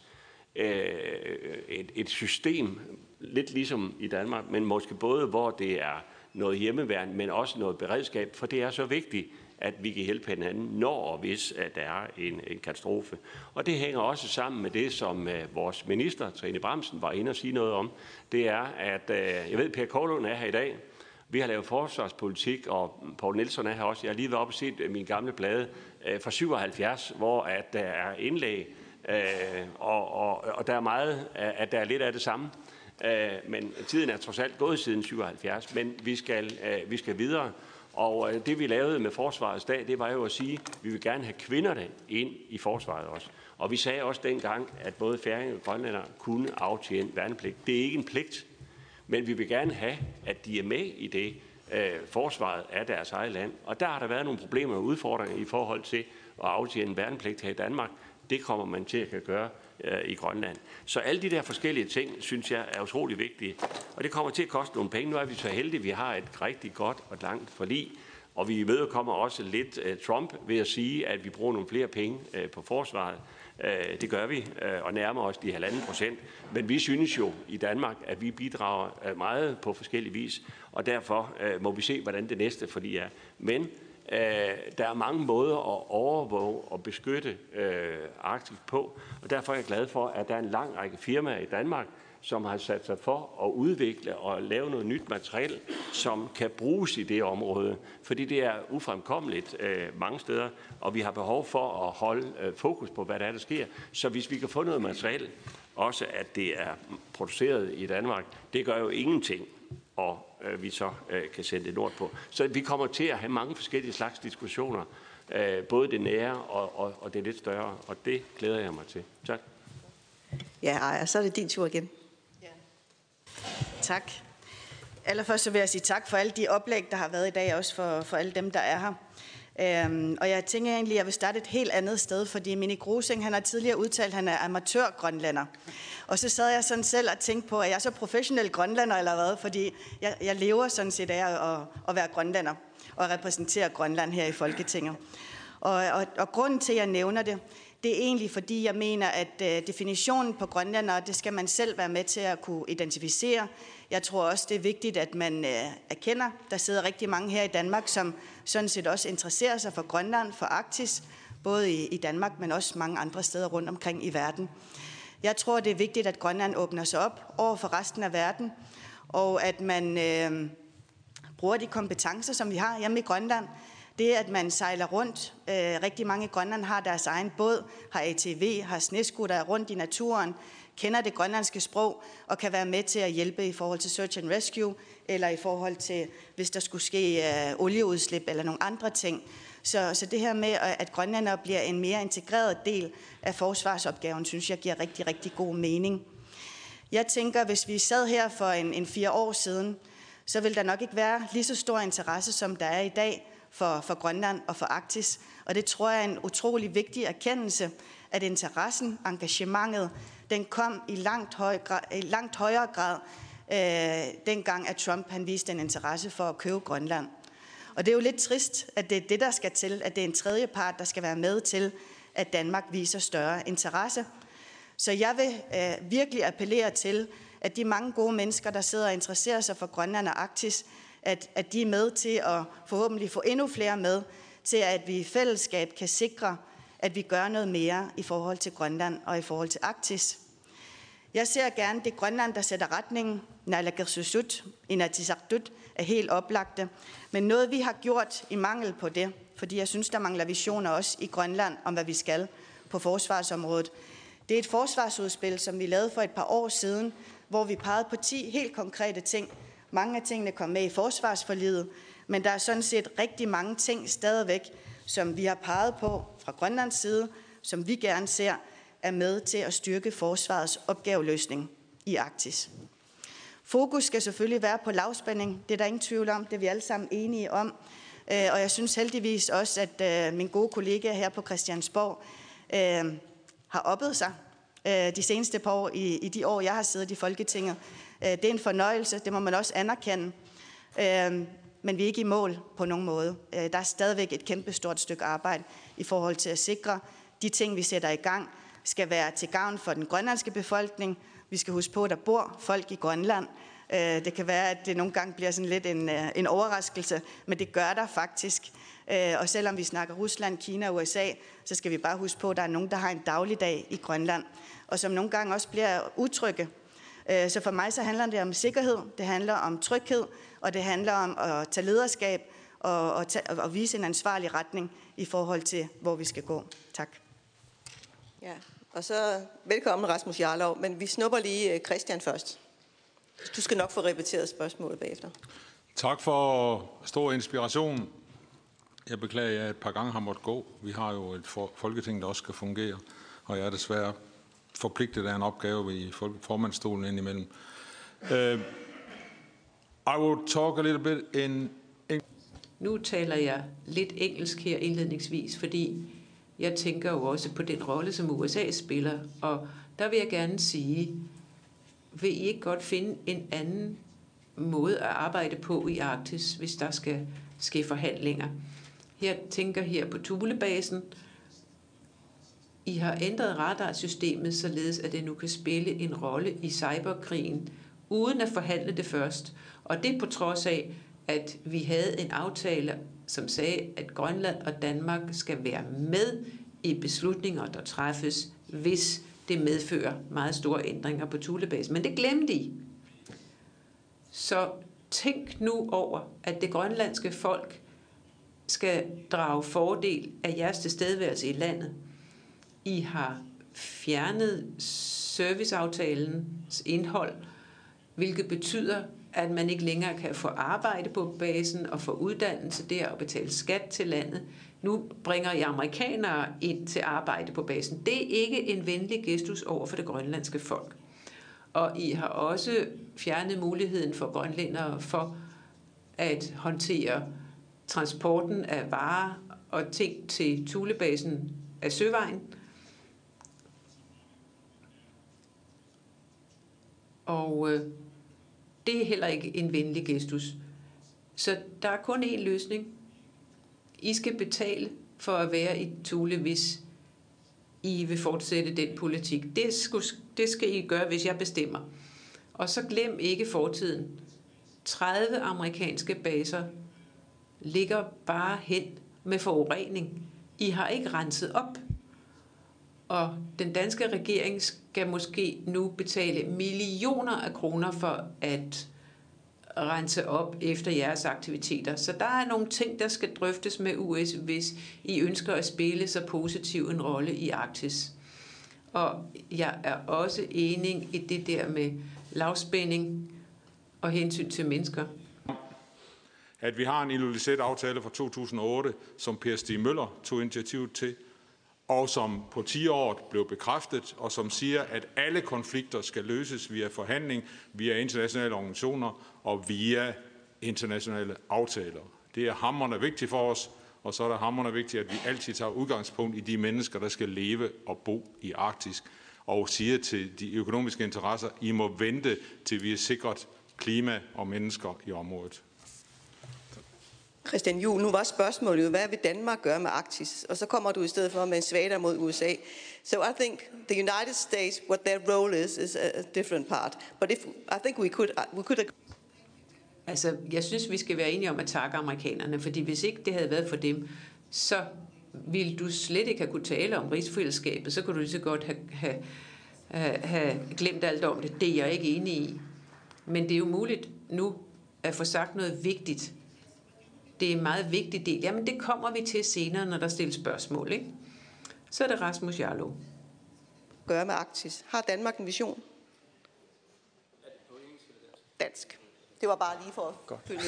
et system, lidt ligesom i Danmark, men måske både, hvor det er noget hjemmeværn, men også noget beredskab, for det er så vigtigt, at vi kan hjælpe hinanden, når og hvis at der er en katastrofe. Og det hænger også sammen med det, som vores minister, Trine Bramsen, var inde og sige noget om. Det er, at jeg ved, Per Kålund er her i dag. Vi har lavet forsvarspolitik, og Poul Nielsen er her også. Jeg har lige været op og set mine gamle blade fra 77, hvor at der er indlæg, og der er meget, at der er lidt af det samme. Men tiden er trods alt gået siden 77, men vi skal videre. Og det vi lavede med Forsvarets dag, det var jo at sige, at vi vil gerne have kvinderne ind i forsvaret også. Og vi sagde også dengang, at både færinger og grønlændere kunne aftjene værnepligt. Det er ikke en pligt, men vi vil gerne have, at de er med i det forsvaret af deres eget land. Og der har der været nogle problemer og udfordringer i forhold til at aftjene værnepligt her i Danmark. Det kommer man til at kan gøre i Grønland. Så alle de der forskellige ting, synes jeg, er utrolig vigtige. Og det kommer til at koste nogle penge. Nu er vi så heldige, at vi har et rigtig godt og langt forlig. Og vi imødekommer også lidt Trump ved at sige, at vi bruger nogle flere penge på forsvaret. Det gør vi, og nærmer os de 1,5%. Men vi synes jo i Danmark, at vi bidrager meget på forskellige vis. Og derfor må vi se, hvordan det næste forlig er. Men der er mange måder at overvåge og beskytte Arktis på, og derfor er jeg glad for, at der er en lang række firmaer i Danmark, som har sat sig for at udvikle og lave noget nyt materiel, som kan bruges i det område, fordi det er ufremkommeligt mange steder, og vi har behov for at holde fokus på, hvad der sker. Så hvis vi kan få noget materiel, også at det er produceret i Danmark, det gør jo ingenting, og vi så kan sende det nordpå. Så vi kommer til at have mange forskellige slags diskussioner, både det nære og det lidt større, og det glæder jeg mig til. Tak. Ja, Aya, så er det din tur igen. Ja. Tak. Allerførst så vil jeg sige tak for alle de oplæg, der har været i dag, også for alle dem, der er her. Og jeg tænker egentlig, at jeg vil starte et helt andet sted, fordi Minik Rosing, han har tidligere udtalt, at han er amatør-grønlænder. Og så sad jeg sådan selv og tænkte på, at jeg er så professionel grønlænder eller hvad, fordi jeg lever sådan set af at være grønlænder og repræsentere Grønland her i Folketinget. Og grunden til, at jeg nævner det, det er egentlig, fordi jeg mener, at definitionen på grønlændere, det skal man selv være med til at kunne identificere. Jeg tror også, det er vigtigt, at man erkender, der sidder rigtig mange her i Danmark, som sådan set også interesserer sig for Grønland, for Arktis, både i Danmark, men også mange andre steder rundt omkring i verden. Jeg tror, det er vigtigt, at Grønland åbner sig op over for resten af verden, og at man bruger de kompetencer, som vi har hjemme i Grønland. Det, at man sejler rundt. Rigtig mange i Grønland har deres egen båd, har ATV, har snescooter rundt i naturen, kender det grønlandske sprog og kan være med til at hjælpe i forhold til search and rescue, eller i forhold til, hvis der skulle ske olieudslip eller nogle andre ting. Så det her med, at grønlændere bliver en mere integreret del af forsvarsopgaven, synes jeg giver rigtig, rigtig god mening. Jeg tænker, hvis vi sad her for en 4 år siden, så vil der nok ikke være lige så stor interesse, som der er i dag, for Grønland og for Arktis. Og det tror jeg er en utrolig vigtig erkendelse, at interessen, engagementet, den kom i langt højere grad, dengang at Trump han viste en interesse for at købe Grønland. Og det er jo lidt trist, at det er det, der skal til, at det er en tredje part, der skal være med til, at Danmark viser større interesse. Så jeg vil virkelig appellere til, at de mange gode mennesker, der sidder og interesserer sig for Grønland og Arktis, at de er med til at forhåbentlig få endnu flere med, til at vi i fællesskab kan sikre, at vi gør noget mere i forhold til Grønland og i forhold til Arktis. Jeg ser gerne det Grønland, der sætter retningen. Naalakkersuisut, Inatsisartut er helt oplagte. Men noget vi har gjort i mangel på det, fordi jeg synes, der mangler visioner også i Grønland om, hvad vi skal på forsvarsområdet. Det er et forsvarsudspil, som vi lavede for et par år siden, hvor vi pegede på 10 helt konkrete ting. Mange af tingene kom med i forsvarsforliget, men der er sådan set rigtig mange ting stadigvæk, som vi har peget på fra Grønlands side, som vi gerne ser er med til at styrke forsvarets opgaveløsning i Arktis. Fokus skal selvfølgelig være på lavspænding. Det er der ingen tvivl om. Det er vi alle sammen enige om. Og jeg synes heldigvis også, at min gode kollega her på Christiansborg har oppet sig de seneste par år i de år, jeg har siddet i Folketinget. Det er en fornøjelse, det må man også anerkende. Men vi er ikke i mål på nogen måde. Der er stadigvæk et kæmpestort stykke arbejde i forhold til at sikre, de ting, vi sætter i gang, skal være til gavn for den grønlandske befolkning. Vi skal huske på, at der bor folk i Grønland. Det kan være, at det nogle gange bliver sådan lidt en overraskelse, men det gør der faktisk. Og selvom vi snakker Rusland, Kina og USA, så skal vi bare huske på, at der er nogen, der har en dagligdag i Grønland, og som nogle gange også bliver utrygge. Så for mig så handler det om sikkerhed, det handler om tryghed, og det handler om at tage lederskab og vise en ansvarlig retning i forhold til, hvor vi skal gå. Tak. Ja, og så velkommen Rasmus Jarlov, men vi snupper lige Christian først. Du skal nok få repeteret spørgsmålet bagefter. Tak for stor inspiration. Jeg beklager, at jeg et par gange har måttet gå. Vi har jo et folketing, der også skal fungere, og jeg er desværre forpligtet af en opgave i formandsstolen indimellem. I will talk a little bit in English. Nu taler jeg lidt engelsk her indledningsvis, fordi jeg tænker jo også på den rolle, som USA spiller, og der vil jeg gerne sige, vil I ikke godt finde en anden måde at arbejde på i Arktis, hvis der skal ske forhandlinger? Jeg tænker her på Thulebasen. I har ændret radarsystemet, således at det nu kan spille en rolle i cyberkrigen, uden at forhandle det først. Og det på trods af, at vi havde en aftale, som sagde, at Grønland og Danmark skal være med i beslutninger, der træffes, hvis det medfører meget store ændringer på Thulebasen. Men det glemte I. Så tænk nu over, at det grønlandske folk skal drage fordel af jeres tilstedeværelse i landet. I har fjernet serviceaftalens indhold, hvilket betyder, at man ikke længere kan få arbejde på basen og få uddannelse der og betale skat til landet. Nu bringer I amerikanere ind til arbejde på basen. Det er ikke en venlig gestus over for det grønlandske folk. Og I har også fjernet muligheden for grønlændere for at håndtere transporten af varer og ting til Thulebasen af søvejen. Og det er heller ikke en venlig gestus. Så der er kun én løsning. I skal betale for at være i Thule, hvis I vil fortsætte den politik. Det skal I gøre, hvis jeg bestemmer. Og så glem ikke fortiden. 30 amerikanske baser ligger bare hen med forurening. I har ikke renset op. Og den danske regering skal måske nu betale millioner af kroner for at rense op efter jeres aktiviteter. Så der er nogle ting, der skal drøftes med US, hvis I ønsker at spille så positiv en rolle i Arktis. Og jeg er også enig i det der med lavspænding og hensyn til mennesker. At vi har en Ilulissat-aftale fra 2008, som Per Stig Møller tog initiativ til, og som på 10 år blev bekræftet, og som siger, at alle konflikter skal løses via forhandling, via internationale organisationer og via internationale aftaler. Det er hamrende vigtigt for os, og så er det hamrende vigtigt, at vi altid tager udgangspunkt i de mennesker, der skal leve og bo i Arktis, og siger til de økonomiske interesser, I må vente, til vi er sikret klima og mennesker i området. Christian Juhl, nu var spørgsmålet jo, hvad vil Danmark gøre med Arktis? Og så kommer du i stedet for med en svagere mod USA. So I think the United States, what their role is a different part. But I think we could Altså, jeg synes, vi skal være enige om at takke amerikanerne, fordi hvis ikke det havde været for dem, så ville du slet ikke have kunne tale om rigsfællesskabet, så kunne du lige så godt have glemt alt om det. Det er jeg ikke enig i. Men det er jo muligt nu at få sagt noget vigtigt. Det er en meget vigtig del. Jamen, det kommer vi til senere, når der stilles spørgsmål, ikke? Så er det Rasmus Jarlov. Gøre med Arktis. Har Danmark en vision? Dansk. Det var bare lige for at følge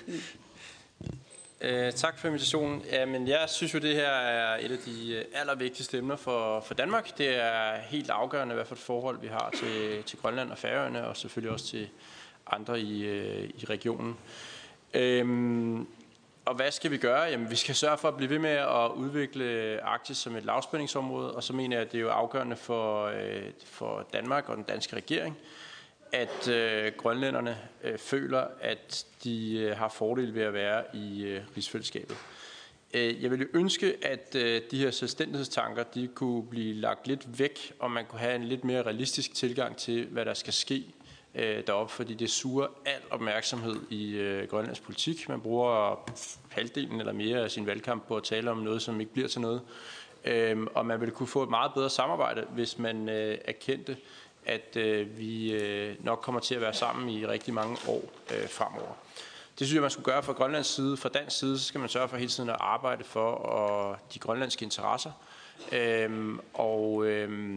med. Tak for invitationen. Jamen, jeg synes jo, det her er et af de allervigtigste emner for Danmark. Det er helt afgørende, hvad for et forhold vi har til Grønland og Færøerne, og selvfølgelig også til andre i regionen. Og hvad skal vi gøre? Jamen, vi skal sørge for at blive ved med at udvikle Arktis som et lavspændingsområde, og så mener jeg, at det er jo afgørende for Danmark og den danske regering, at grønlænderne føler, at de har fordel ved at være i rigsfællesskabet. Jeg ville ønske, at de her selvstændighedstanker, de kunne blive lagt lidt væk, og man kunne have en lidt mere realistisk tilgang til, hvad der skal ske deroppe, fordi det suger al opmærksomhed i grønlandsk politik. Man bruger halvdelen eller mere af sin valgkamp på at tale om noget, som ikke bliver til noget. Og man ville kunne få et meget bedre samarbejde, hvis man erkendte, at vi nok kommer til at være sammen i rigtig mange år fremover. Det synes jeg, man skulle gøre fra Grønlands side. Fra dansk side, så skal man sørge for hele tiden at arbejde for de grønlandske interesser og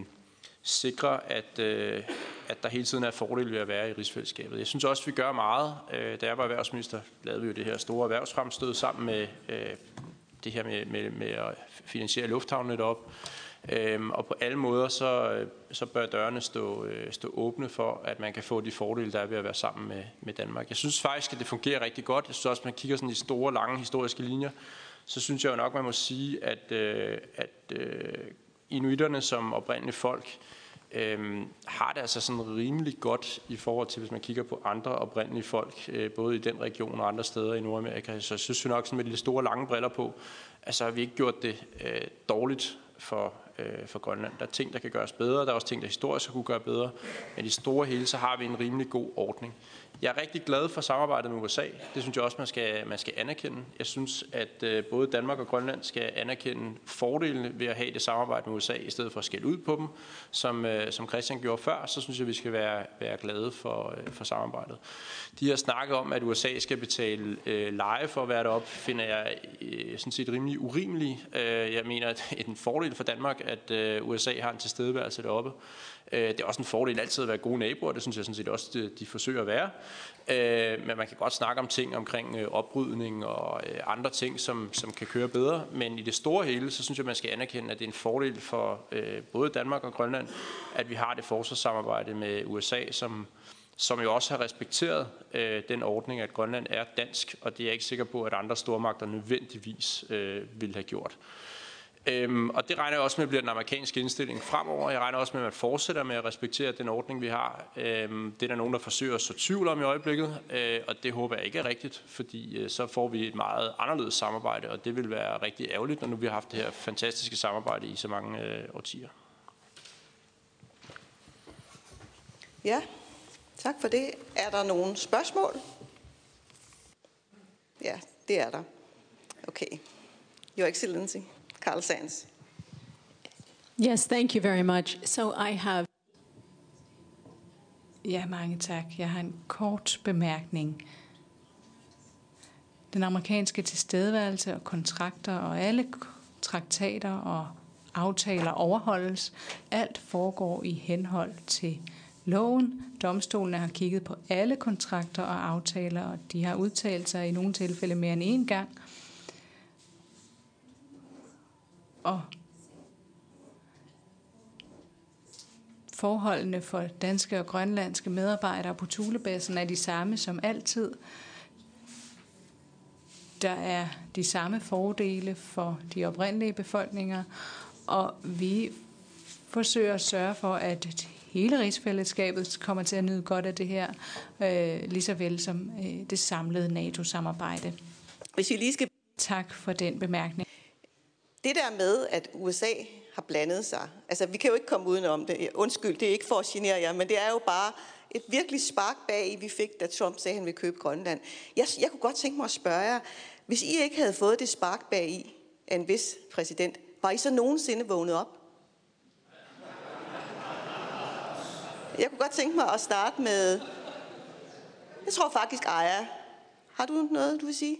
sikre, at der hele tiden er fordel ved at være i rigsfællesskabet. Jeg synes også, vi gør meget. Da jeg var erhvervsminister, lavede vi jo det her store erhvervsfremstød sammen med det her med at finansiere lufthavnen op. Og på alle måder, så bør dørene stå åbne for, at man kan få de fordele, der er ved at være sammen med Danmark. Jeg synes faktisk, at det fungerer rigtig godt. Jeg synes også, at man kigger sådan i store, lange historiske linjer, så synes jeg jo nok, man må sige, at inuitterne som oprindelige folk har det altså sådan rimelig godt i forhold til, hvis man kigger på andre oprindelige folk, både i den region og andre steder i Nordamerika. Så jeg synes jo nok, sådan med de store, lange briller på, altså har vi ikke gjort det dårligt for Grønland. Der er ting, der kan gøres bedre, der er også ting, der historisk kunne gøre bedre, men i store hele, så har vi en rimelig god ordning. Jeg er rigtig glad for samarbejdet med USA. Det synes jeg også, man skal anerkende. Jeg synes, at både Danmark og Grønland skal anerkende fordelene ved at have det samarbejde med USA, i stedet for at skælde ud på dem, som Christian gjorde før. Så synes jeg, vi skal være glade for samarbejdet. De har snakket om, at USA skal betale leje for at være deroppe, finder jeg sådan set rimelig urimeligt. Jeg mener, at det er en fordel for Danmark, at USA har en tilstedeværelse deroppe. Det er også en fordel altid at være gode naboer, det synes jeg sådan set også, de forsøger at være. Men man kan godt snakke om ting omkring oprydning og andre ting, som kan køre bedre. Men i det store hele, så synes jeg, man skal anerkende, at det er en fordel for både Danmark og Grønland, at vi har det forsvarssamarbejde med USA, som jo også har respekteret den ordning, at Grønland er dansk, og det er jeg ikke sikker på, at andre stormagter nødvendigvis ville have gjort. Og det regner jeg også med, bliver den amerikanske indstilling fremover. Jeg regner også med, at man fortsætter med at respektere den ordning, vi har. Det er der nogen, der forsøger at så tvivl om i øjeblikket, og det håber jeg ikke er rigtigt, fordi så får vi et meget anderledes samarbejde, og det vil være rigtig ærgerligt, når nu vi har haft det her fantastiske samarbejde i så mange årtier. Ja, tak for det. Er der nogle spørgsmål? Ja, det er der. Okay. Your Excellency. Carl Sands. Yes, thank you very much. So I have... Ja, mange tak. Jeg har en kort bemærkning. Den amerikanske tilstedeværelse og kontrakter og alle traktater og aftaler overholdes. Alt foregår i henhold til loven. Domstolene har kigget på alle kontrakter og aftaler, og de har udtalt sig i nogle tilfælde mere end en gang. Og forholdene for danske og grønlandske medarbejdere på Thulebasen er de samme som altid. Der er de samme fordele for de oprindelige befolkninger, og vi forsøger at sørge for, at hele rigsfællesskabet kommer til at nyde godt af det her, lige så vel som det samlede NATO-samarbejde. Hvis vi lige skal... Tak for den bemærkning. Det der med, at USA har blandet sig, altså vi kan jo ikke komme udenom det. Undskyld, det er ikke for at genere jer, men det er jo bare et virkelig spark bag, vi fik, da Trump sagde, at han ville købe Grønland. Jeg kunne godt tænke mig at spørge jer, hvis I ikke havde fået det spark bag i af en vis præsident, var I så nogensinde vågnet op? Jeg kunne godt tænke mig at starte med, jeg tror faktisk, Aya. Har du noget, du vil sige?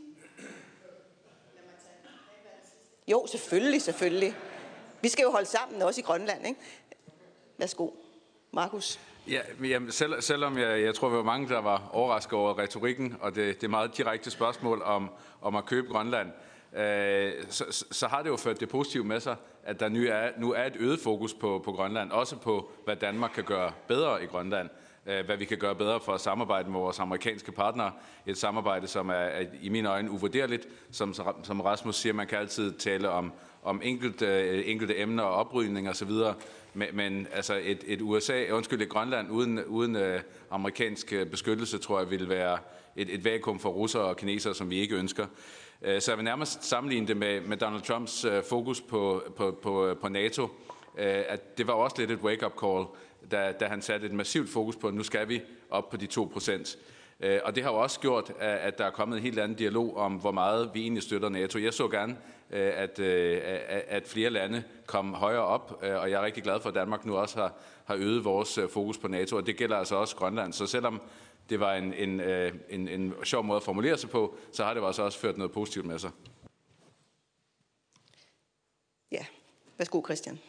Jo, selvfølgelig. Vi skal jo holde sammen også i Grønland, ikke? Værsgo, Markus. Ja, jamen, selvom jeg tror, vi var mange, der var overrasket over retorikken, og det meget direkte spørgsmål om at købe Grønland, så har det jo ført det positive med sig, at der nu er et øget fokus på Grønland, også på, hvad Danmark kan gøre bedre i Grønland, hvad vi kan gøre bedre for at samarbejde med vores amerikanske partnere. Et samarbejde, som er i mine øjne uvurderligt. Som Rasmus siger, man kan altid tale om enkelte emner og oprydning osv., men altså et Grønland uden amerikansk beskyttelse, tror jeg, ville være et vakuum for russere og kinesere, som vi ikke ønsker. Så jeg vil nærmest sammenligne det med Donald Trumps fokus på NATO, at det var også lidt et wake-up call, da han satte et massivt fokus på, at nu skal vi op på de 2%. Og det har jo også gjort, at der er kommet en helt anden dialog om, hvor meget vi egentlig støtter NATO. Jeg så gerne, at flere lande kom højere op, og jeg er rigtig glad for, at Danmark nu også har øget vores fokus på NATO, og det gælder altså også Grønland. Så selvom det var en sjov måde at formulere sig på, så har det også ført noget positivt med sig. Ja, værsgo Christian.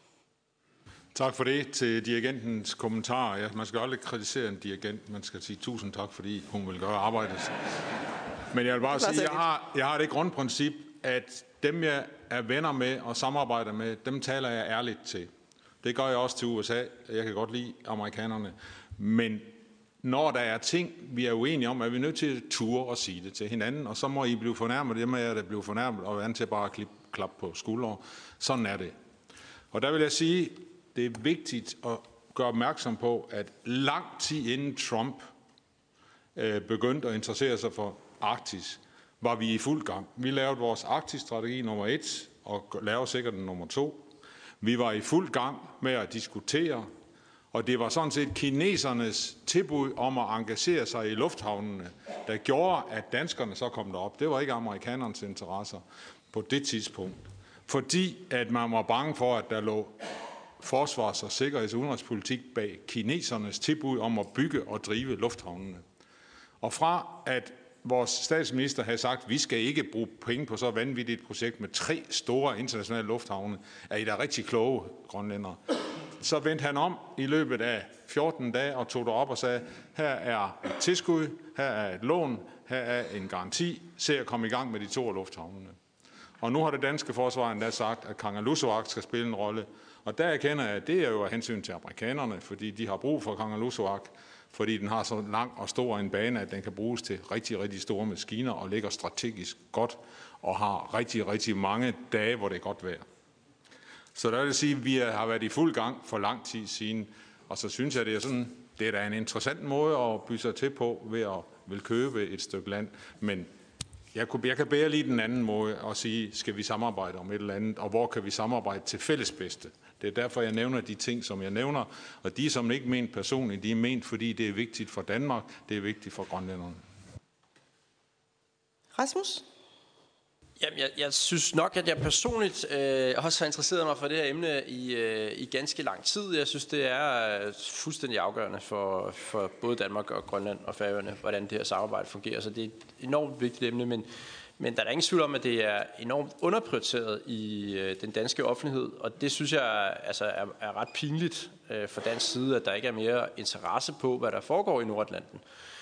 Tak for det til dirigentens kommentar. Ja, man skal aldrig kritisere en dirigent. Man skal sige tusind tak, fordi hun vil gøre arbejdet. Men jeg vil bare sige, jeg har det grundprincip, at dem jeg er venner med og samarbejder med, dem taler jeg ærligt til. Det gør jeg også til USA. Jeg kan godt lide amerikanerne. Men når der er ting, vi er uenige om, er vi nødt til at ture og sige det til hinanden. Og så må I blive fornærmet. Det må jeg da blive fornærmet og være til bare at klappe på skuldre. Sådan er det. Og der vil jeg sige, det er vigtigt at gøre opmærksom på, at lang tid inden Trump begyndte at interessere sig for Arktis, var vi i fuld gang. Vi lavede vores Arktis-strategi nummer 1, og laver sikkert den nummer 2. Vi var i fuld gang med at diskutere, og det var sådan set kinesernes tilbud om at engagere sig i lufthavnene, der gjorde, at danskerne så kom derop. Det var ikke amerikanernes interesser på det tidspunkt. Fordi at man var bange for, at der lå forsvars- og sikkerheds- og udenrigspolitik bag kinesernes tilbud om at bygge og drive lufthavnene. Og fra at vores statsminister havde sagt, at vi skal ikke bruge penge på så vanvittigt et projekt med 3 store internationale lufthavne, er I da rigtig kloge, grønlændere. Så vendte han om i løbet af 14 dage og tog derop og sagde, her er et tilskud, her er et lån, her er en garanti, se at komme i gang med de 2 lufthavnene. Og nu har det danske forsvar endda sagt, at Kangerlussuaq skal spille en rolle. Og der erkender jeg, at det er jo af hensyn til amerikanerne, fordi de har brug for Kangerlussuaq, fordi den har så lang og stor en bane, at den kan bruges til rigtig, rigtig store maskiner og ligger strategisk godt og har rigtig, rigtig mange dage, hvor det er godt vejr. Så der vil jeg sige, at vi har været i fuld gang for lang tid siden, og så synes jeg, det er da en interessant måde at byde sig til på ved at vil købe et stykke land, men jeg kan bedre lige den anden måde at sige, skal vi samarbejde om et eller andet, og hvor kan vi samarbejde til fælles bedste. Det er derfor, jeg nævner de ting, som jeg nævner, og de er som ikke ment personligt, de er ment, fordi det er vigtigt for Danmark, det er vigtigt for grønlænderne. Rasmus? Jamen, jeg synes nok, at jeg personligt også har interesseret mig for det her emne i ganske lang tid. Jeg synes, det er fuldstændig afgørende for både Danmark og Grønland og Færøerne, hvordan det her samarbejde fungerer. Så det er et enormt vigtigt emne, men der er ingen tvivl om, at det er enormt underprioriteret i den danske offentlighed, og det synes jeg altså er ret pinligt fra dansk side, at der ikke er mere interesse på, hvad der foregår i Nordatlanten.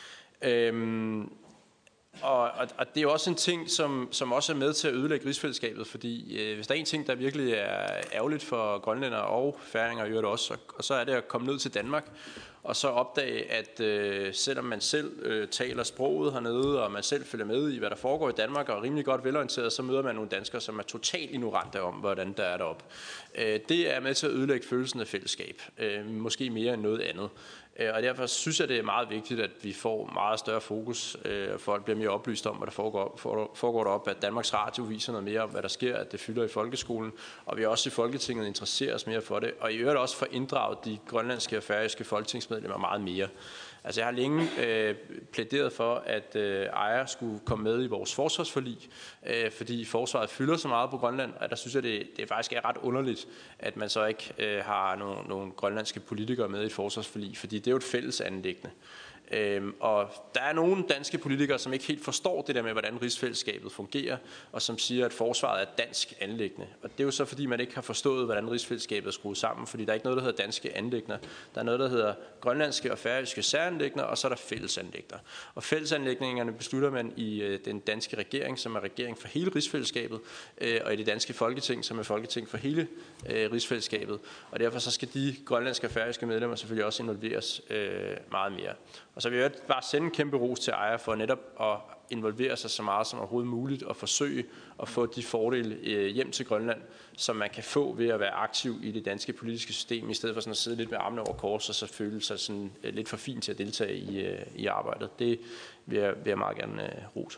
Og det er jo også en ting, som også er med til at ødelægge rigsfællesskabet, fordi hvis der er en ting, der virkelig er ærgerligt for grønlændere og færinger, gør det også, og så er det at komme ned til Danmark og så opdage, at selvom man selv taler sproget hernede, og man selv følger med i, hvad der foregår i Danmark, og er rimelig godt velorienteret, så møder man nogle danskere, som er totalt ignorante om, hvordan der er deroppe. Det er med til at ødelægge følelsen af fællesskab, måske mere end noget andet. Og derfor synes jeg, det er meget vigtigt, at vi får meget større fokus, og folk bliver mere oplyst om, hvad der foregår deroppe, at Danmarks Radio viser noget mere om, hvad der sker, at det fylder i folkeskolen, og vi også i Folketinget interesserer os mere for det, og i øvrigt også for inddraget de grønlandske og færøske folketingsmedlemmer meget mere. Altså jeg har længe plæderet for, at Aya skulle komme med i vores forsvarsforlig, fordi forsvaret fylder så meget på Grønland, og der synes jeg, det faktisk er ret underligt, at man så ikke har nogle grønlandske politikere med i et forsvarsforlig, fordi det er jo et fælles anliggende. Og der er nogle danske politikere, som ikke helt forstår det der med, hvordan rigsfællesskabet fungerer, og som siger, at forsvaret er et dansk anliggende. Og det er jo så, fordi man ikke har forstået, hvordan rigsfællesskabet er skruet sammen, fordi der er ikke noget, der hedder danske anliggender. Der er noget, der hedder grønlandske og færøske særanliggender, og så er der fællesanliggender. Og fællesanliggenderne beslutter man i den danske regering, som er regering for hele rigsfællesskabet, og i det danske folketing, som er folketing for hele rigsfællesskabet. Og derfor så skal de grønlandske og færøske medlemmer selvfølgelig også involveres meget mere. Og så vil jeg bare sende en kæmpe ros til Aya for netop at involvere sig så meget som overhovedet muligt og forsøge at få de fordele hjem til Grønland, som man kan få ved at være aktiv i det danske politiske system, i stedet for sådan at sidde lidt med armene over kors og så føle sig sådan lidt for fint til at deltage i arbejdet. Det vil jeg meget gerne rose.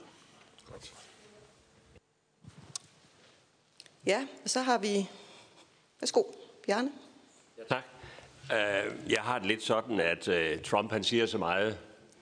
Ja, og så har vi... Værsgo, Bjarne. Ja, tak. Jeg har det lidt sådan, at Trump han siger så meget,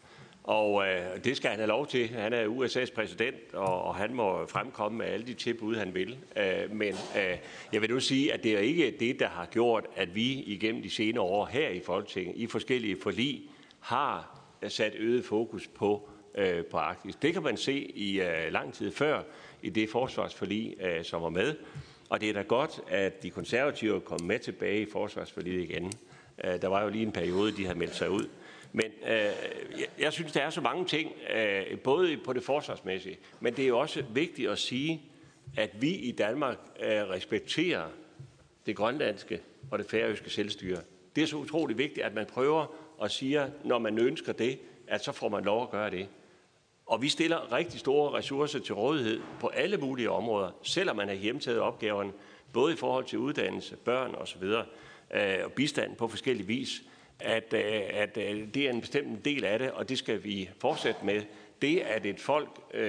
og det skal han have lov til. Han er USA's præsident, og han må fremkomme med alle de tilbud, han vil. Men jeg vil nu sige, at det er ikke det, der har gjort, at vi igennem de senere år her i Folketinget, i forskellige forlig, har sat øget fokus på Arktis. Det kan man se i lang tid før, i det forsvarsforlig, som var med. Og det er da godt, at de konservative kom med tilbage i forsvarsforliget igen. Der var jo lige en periode, de havde meldt sig ud. Men jeg synes, der er så mange ting, både på det forsvarsmæssige, men det er jo også vigtigt at sige, at vi i Danmark respekterer det grønlandske og det færøske selvstyre. Det er så utroligt vigtigt, at man prøver at sige, når man ønsker det, at så får man lov at gøre det. Og vi stiller rigtig store ressourcer til rådighed på alle mulige områder, selvom man har hjemtaget opgaverne, både i forhold til uddannelse, børn osv., og bistand på forskellige vis, at det er en bestemt del af det, og det skal vi fortsætte med. Det, at et folk,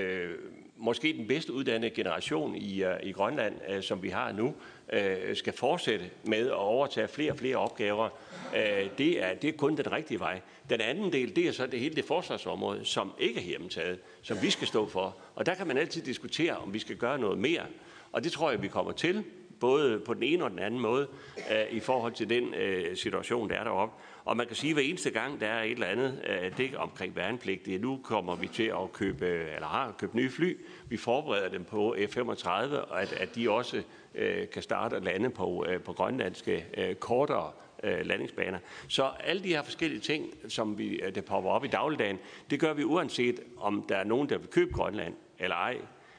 måske den bedst uddannede generation i Grønland, som vi har nu, skal fortsætte med at overtage flere og flere opgaver, det er kun den rigtige vej. Den anden del, det er så det hele det forsvarsområde, som ikke er hjemmetaget, som vi skal stå for. Og der kan man altid diskutere, om vi skal gøre noget mere. Og det tror jeg, vi kommer til, både på den ene og den anden måde, i forhold til den situation, der er deroppe. Og man kan sige, at hver eneste gang, der er et eller andet det omkring værnepligt, nu kommer vi til at købe, eller har købt nye fly. Vi forbereder dem på F-35, og at de også kan starte at lande på grønlandske kortere landingsbaner. Så alle de her forskellige ting, som der popper op i dagligdagen, det gør vi uanset, om der er nogen, der vil købe Grønland eller ej.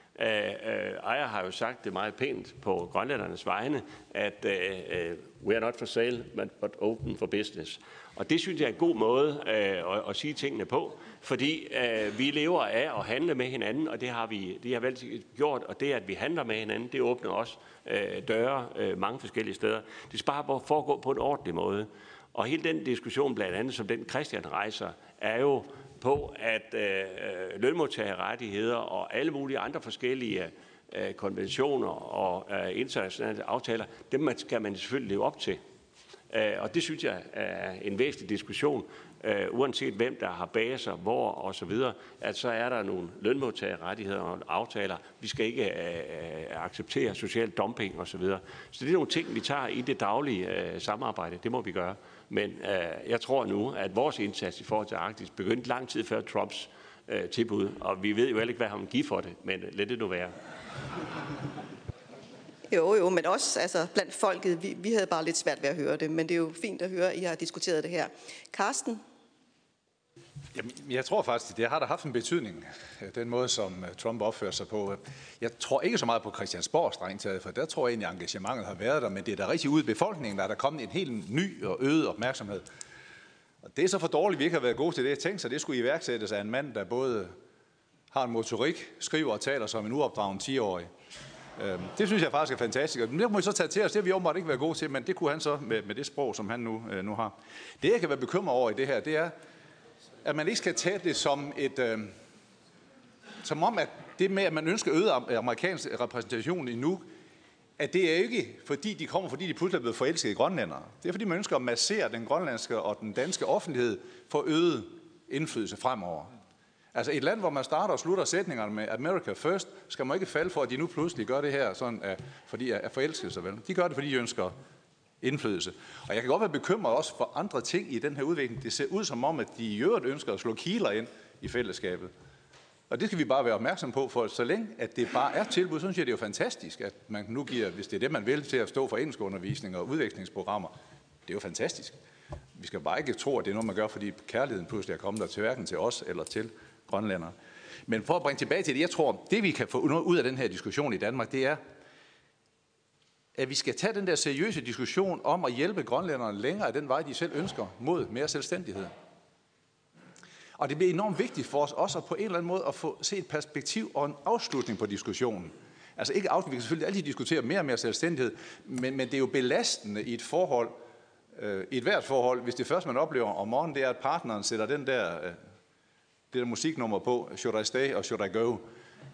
Aya har jo sagt det meget pænt på grønlændernes vegne, at we are not for sale, but open for business. Og det synes jeg er en god måde at sige tingene på, fordi vi lever af at handle med hinanden, og det har vel gjort, og det, at vi handler med hinanden, det åbner også døre mange forskellige steder. Det skal bare foregå på en ordentlig måde. Og hele den diskussion, blandt andet som den Christian rejser, er jo på, at lønmodtagerrettigheder og alle mulige andre forskellige konventioner og internationale aftaler, dem skal man selvfølgelig leve op til. Og det synes jeg er en væsentlig diskussion, uanset hvem der har baser, hvor og så videre, at så er der nogle lønmodtagerrettigheder og aftaler. Vi skal ikke acceptere social dumping og så videre. Så det er nogle ting, vi tager i det daglige samarbejde. Det må vi gøre. Men jeg tror nu, at vores indsats i forhold til Arktis begyndte lang tid før Trumps tilbud, og vi ved jo heller ikke, hvad han vil give for det, men lad det nu være. Jo, men også altså, blandt folket, vi havde bare lidt svært ved at høre det, men det er jo fint at høre, at I har diskuteret det her. Karsten? Jamen, jeg tror faktisk, det har da haft en betydning, den måde, som Trump opfører sig på. Jeg tror ikke så meget på Christiansborg strengt taget, for der tror jeg egentlig, engagementet har været der, men det er da rigtig ud i befolkningen, der er der kommet en helt ny og øget opmærksomhed. Og det er så for dårligt, vi ikke har været gode til det. Jeg tænkte sig, det skulle iværksættes af en mand, der både har en motorik, skriver og taler som en uopdragen 10-årig. Det synes jeg faktisk er fantastisk. Og det må vi så tage til os. Det har vi åbenbart ikke været gode til, men det kunne han så med det sprog, som han nu har. Det, jeg kan være bekymret over i det her, det er, at man ikke skal tage det som som om, at det med, at man ønsker øget amerikansk repræsentation i Nuuk, at det er ikke, fordi de pludselig er blevet forelskede i grønlændere. Det er, fordi man ønsker at massere den grønlandske og den danske offentlighed for øget indflydelse fremover. Altså et land, hvor man starter og slutter sætningerne med America First, skal man ikke falde for, at de nu pludselig gør det her, sådan fordi er forelskede sig vel. De gør det, fordi de ønsker indflydelse. Og jeg kan godt være bekymret også for andre ting i den her udvikling. Det ser ud som om, at de i øvrigt ønsker at slå kiler ind i fællesskabet. Og det skal vi bare være opmærksom på, for så længe at det bare er tilbud, så synes jeg, det er jo fantastisk, at man nu giver, hvis det er det, man vil, til at stå for engelskundervisning og udvekslingsprogrammer. Det er jo fantastisk. Vi skal bare ikke tro, at det er noget, man gør, fordi kærligheden pludselig er kommet der til hverken til os eller til grønlændere. Men for at bringe tilbage til det, jeg tror, det vi kan få ud af den her diskussion i Danmark, det er, at vi skal tage den der seriøse diskussion om at hjælpe grønlænderne længere af den vej, de selv ønsker, mod mere selvstændighed. Og det bliver enormt vigtigt for os også at på en eller anden måde at få se et perspektiv og en afslutning på diskussionen. Altså ikke afslutning, vi kan selvfølgelig altid diskutere mere og mere selvstændighed, men det er jo belastende i et forhold, i et hvert forhold, hvis det første man oplever om morgenen, det er, at partneren sætter det der musiknummer på, Should I Stay og Should I Go?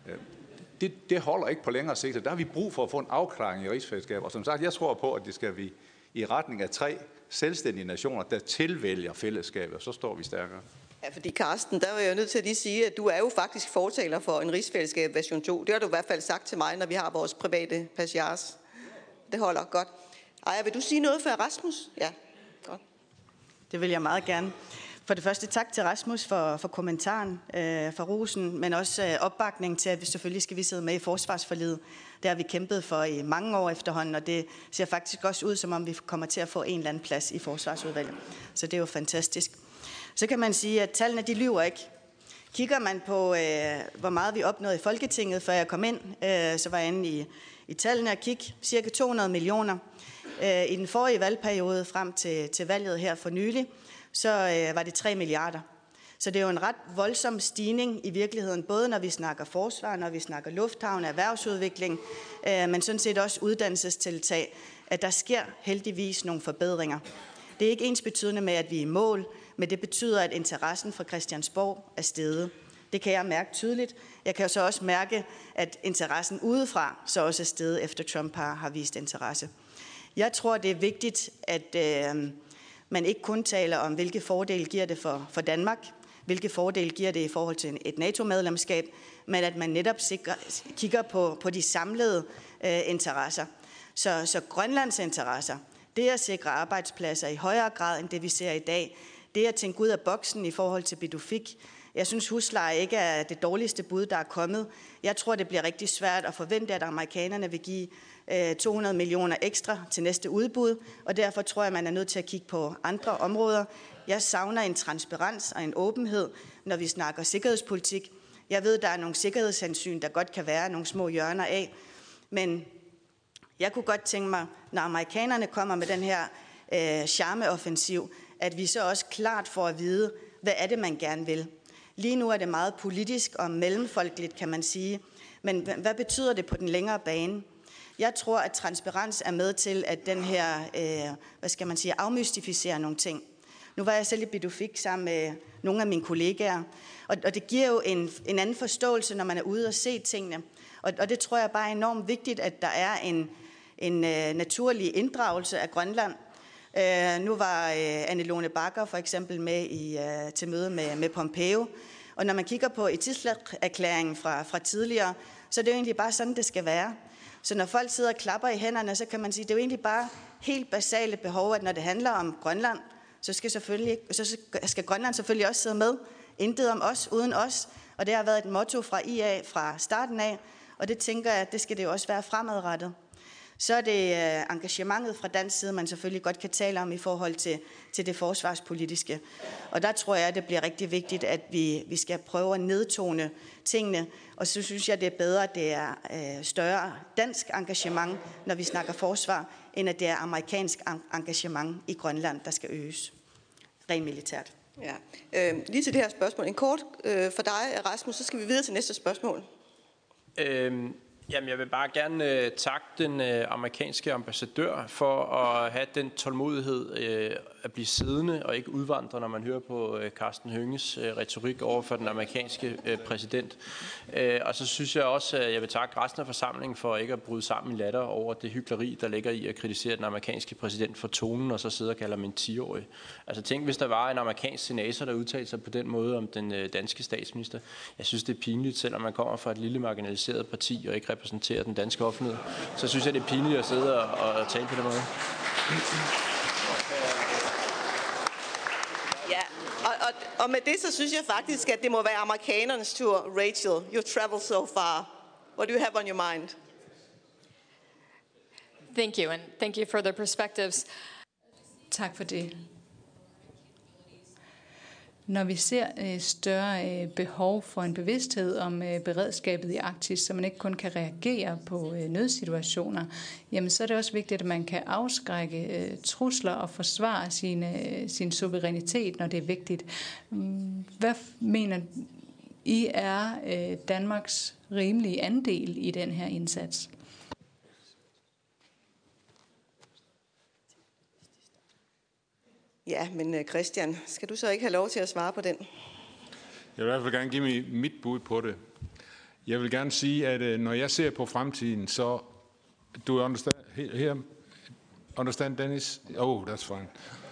Det holder ikke på længere sigt, og der har vi brug for at få en afklaring i rigsfællesskabet. Og som sagt, jeg tror på, at det skal vi i retning af 3 selvstændige nationer, der tilvælger fællesskabet, og så står vi stærkere. Ja, fordi Carsten, der var jeg jo nødt til at lige sige, at du er jo faktisk fortaler for en rigsfællesskab version 2. Det har du i hvert fald sagt til mig, når vi har vores private passiars. Det holder godt. Ej, vil du sige noget for Rasmus? Ja, godt. Det vil jeg meget gerne. For det første tak til Rasmus for kommentaren, for rosen, men også opbakning til, at vi selvfølgelig skal sidde med i forsvarsforliget. Det har vi kæmpet for i mange år efterhånden, og det ser faktisk også ud, som om vi kommer til at få en eller anden plads i forsvarsudvalget. Så det er jo fantastisk. Så kan man sige, at tallene de lyver ikke. Kigger man på, hvor meget vi opnåede i Folketinget, før jeg kom ind, så var jeg inde i tallene og kigge cirka 200 millioner. I den forrige valgperiode frem til valget her for nylig, så var det 3 milliarder. Så det er jo en ret voldsom stigning i virkeligheden, både når vi snakker forsvar, når vi snakker lufthavn, erhvervsudvikling, men sådan set også uddannelsestiltag, at der sker heldigvis nogle forbedringer. Det er ikke ensbetydende med, at vi er i mål, men det betyder, at interessen for Christiansborg er steget. Det kan jeg mærke tydeligt. Jeg kan så også mærke, at interessen udefra så også er steget, efter Trump har vist interesse. Jeg tror, det er vigtigt, at man ikke kun taler om, hvilke fordele giver det for Danmark, hvilke fordele giver det i forhold til et NATO-medlemskab, men at man netop kigger på de samlede interesser. Så Grønlands interesser, det at sikre arbejdspladser i højere grad end det, vi ser i dag, det at tænke ud af boksen i forhold til Pituffik. Jeg synes, husleje ikke er det dårligste bud, der er kommet. Jeg tror, det bliver rigtig svært at forvente, at amerikanerne vil give 200 millioner ekstra til næste udbud, og derfor tror jeg, man er nødt til at kigge på andre områder. Jeg savner en transparens og en åbenhed, når vi snakker sikkerhedspolitik. Jeg ved, der er nogle sikkerhedshensyn, der godt kan være nogle små hjørner af, men jeg kunne godt tænke mig, når amerikanerne kommer med den her charmeoffensiv, at vi så også klart får at vide, hvad er det, man gerne vil. Lige nu er det meget politisk og mellemfolkeligt, kan man sige, men hvad betyder det på den længere bane? Jeg tror, at transparens er med til, at den her, afmystificerer nogle ting. Nu var jeg selv i Pituffik sammen med nogle af mine kollegaer, og det giver jo en anden forståelse, når man er ude og se tingene. Og det tror jeg bare er enormt vigtigt, at der er en naturlig inddragelse af Grønland. Nu var Anne Lone Bakker for eksempel med til møde med Pompeo. Og når man kigger på Itislak-erklæringen fra tidligere, så er det jo egentlig bare sådan, det skal være. Så når folk sidder og klapper i hænderne, så kan man sige, at det er jo egentlig bare helt basale behov, at når det handler om Grønland, så skal Grønland selvfølgelig også sidde med. Intet om os, uden os. Og det har været et motto fra IA fra starten af, og det tænker jeg, det skal det jo også være fremadrettet. Så er det engagementet fra dansk side, man selvfølgelig godt kan tale om i forhold til det forsvarspolitiske. Og der tror jeg, at det bliver rigtig vigtigt, at vi skal prøve at nedtone tingene. Og så synes jeg, det er bedre, at det er større dansk engagement, når vi snakker forsvar, end at det er amerikansk engagement i Grønland, der skal øges. rent militært. Ja. Lige til det her spørgsmål. En kort for dig, Rasmus, så skal vi videre til næste spørgsmål. Jamen, jeg vil bare gerne takke den amerikanske ambassadør for at have den tålmodighed at blive siddende og ikke udvandre, når man hører på Karsten Hønges retorik over for den amerikanske præsident. Og så synes jeg også, at jeg vil takke resten af forsamlingen for ikke at bryde sammen i latter over det hykleri, der ligger i at kritisere den amerikanske præsident for tonen, og så sidde og kalde ham en 10-årig. Altså tænk, hvis der var en amerikansk senator, der udtalte sig på den måde om den danske statsminister. Jeg synes, det er pinligt, selvom man kommer fra et lille marginaliseret parti og ikke repræsenterer den danske offentlighed. Så synes jeg, det er pinligt at sidde og tale på den måde. Ja, og med det, så synes jeg faktisk, at det må være amerikanernes tur. Rachel, you travel so far. What do you have on your mind? Thank you, and thank you for the perspectives. Tak for det. Når vi ser større behov for en bevidsthed om beredskabet i Arktis, så man ikke kun kan reagere på nødsituationer, jamen så er det også vigtigt, at man kan afskrække trusler og forsvare sin suverænitet, når det er vigtigt. Hvad mener I er Danmarks rimelige andel i den her indsats? Ja, men Christian, skal du så ikke have lov til at svare på den? Jeg vil i hvert fald gerne give mit bud på det. Jeg vil gerne sige, at når jeg ser på fremtiden, så... Do you understand Dennis? Oh, that's fine.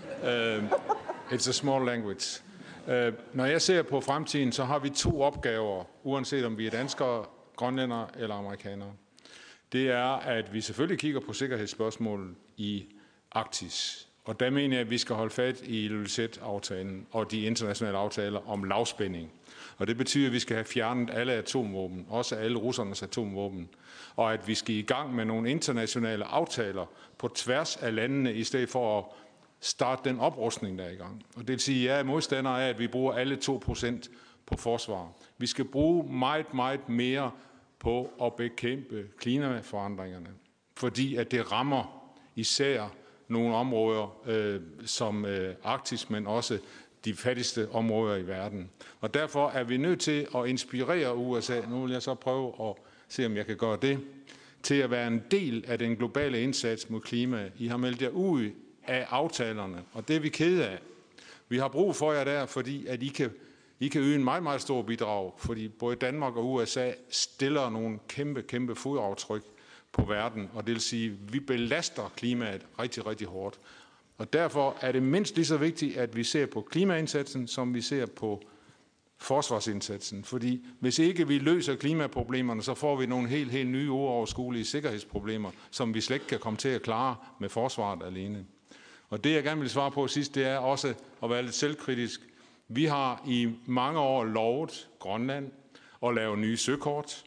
It's a small language. Når jeg ser på fremtiden, så har vi 2 opgaver, uanset om vi er danskere, grønlændere eller amerikanere. Det er, at vi selvfølgelig kigger på sikkerhedsspørgsmål i Arktis. Og der mener jeg, at vi skal holde fat i Ilulissat-aftalen og de internationale aftaler om lavspænding. Og det betyder, at vi skal have fjernet alle atomvåben, også alle russernes atomvåben. Og at vi skal i gang med nogle internationale aftaler på tværs af landene, i stedet for at starte den oprustning, der er i gang. Og det vil sige, at jeg er modstander af, at vi bruger alle 2% på forsvar. Vi skal bruge meget, meget mere på at bekæmpe klimaforandringerne, fordi at det rammer især nogle områder som Arktis, men også de fattigste områder i verden. Og derfor er vi nødt til at inspirere USA, nu vil jeg så prøve at se, om jeg kan gøre det, til at være en del af den globale indsats mod klima. I har meldt jer ud af aftalerne, og det er vi kede af. Vi har brug for jer der, fordi at I kan yde en meget, meget stor bidrag, fordi både Danmark og USA stiller nogle kæmpe fodaftryk på verden, og det vil sige, at vi belaster klimaet rigtig, rigtig hårdt. Og derfor er det mindst lige så vigtigt, at vi ser på klimaindsatsen, som vi ser på forsvarsindsatsen. Fordi hvis ikke vi løser klimaproblemerne, så får vi nogle helt nye uoverskuelige sikkerhedsproblemer, som vi slet ikke kan komme til at klare med forsvaret alene. Og det, jeg gerne vil svare på sidst, det er også at være lidt selvkritisk. Vi har i mange år lovet Grønland at lave nye søkort.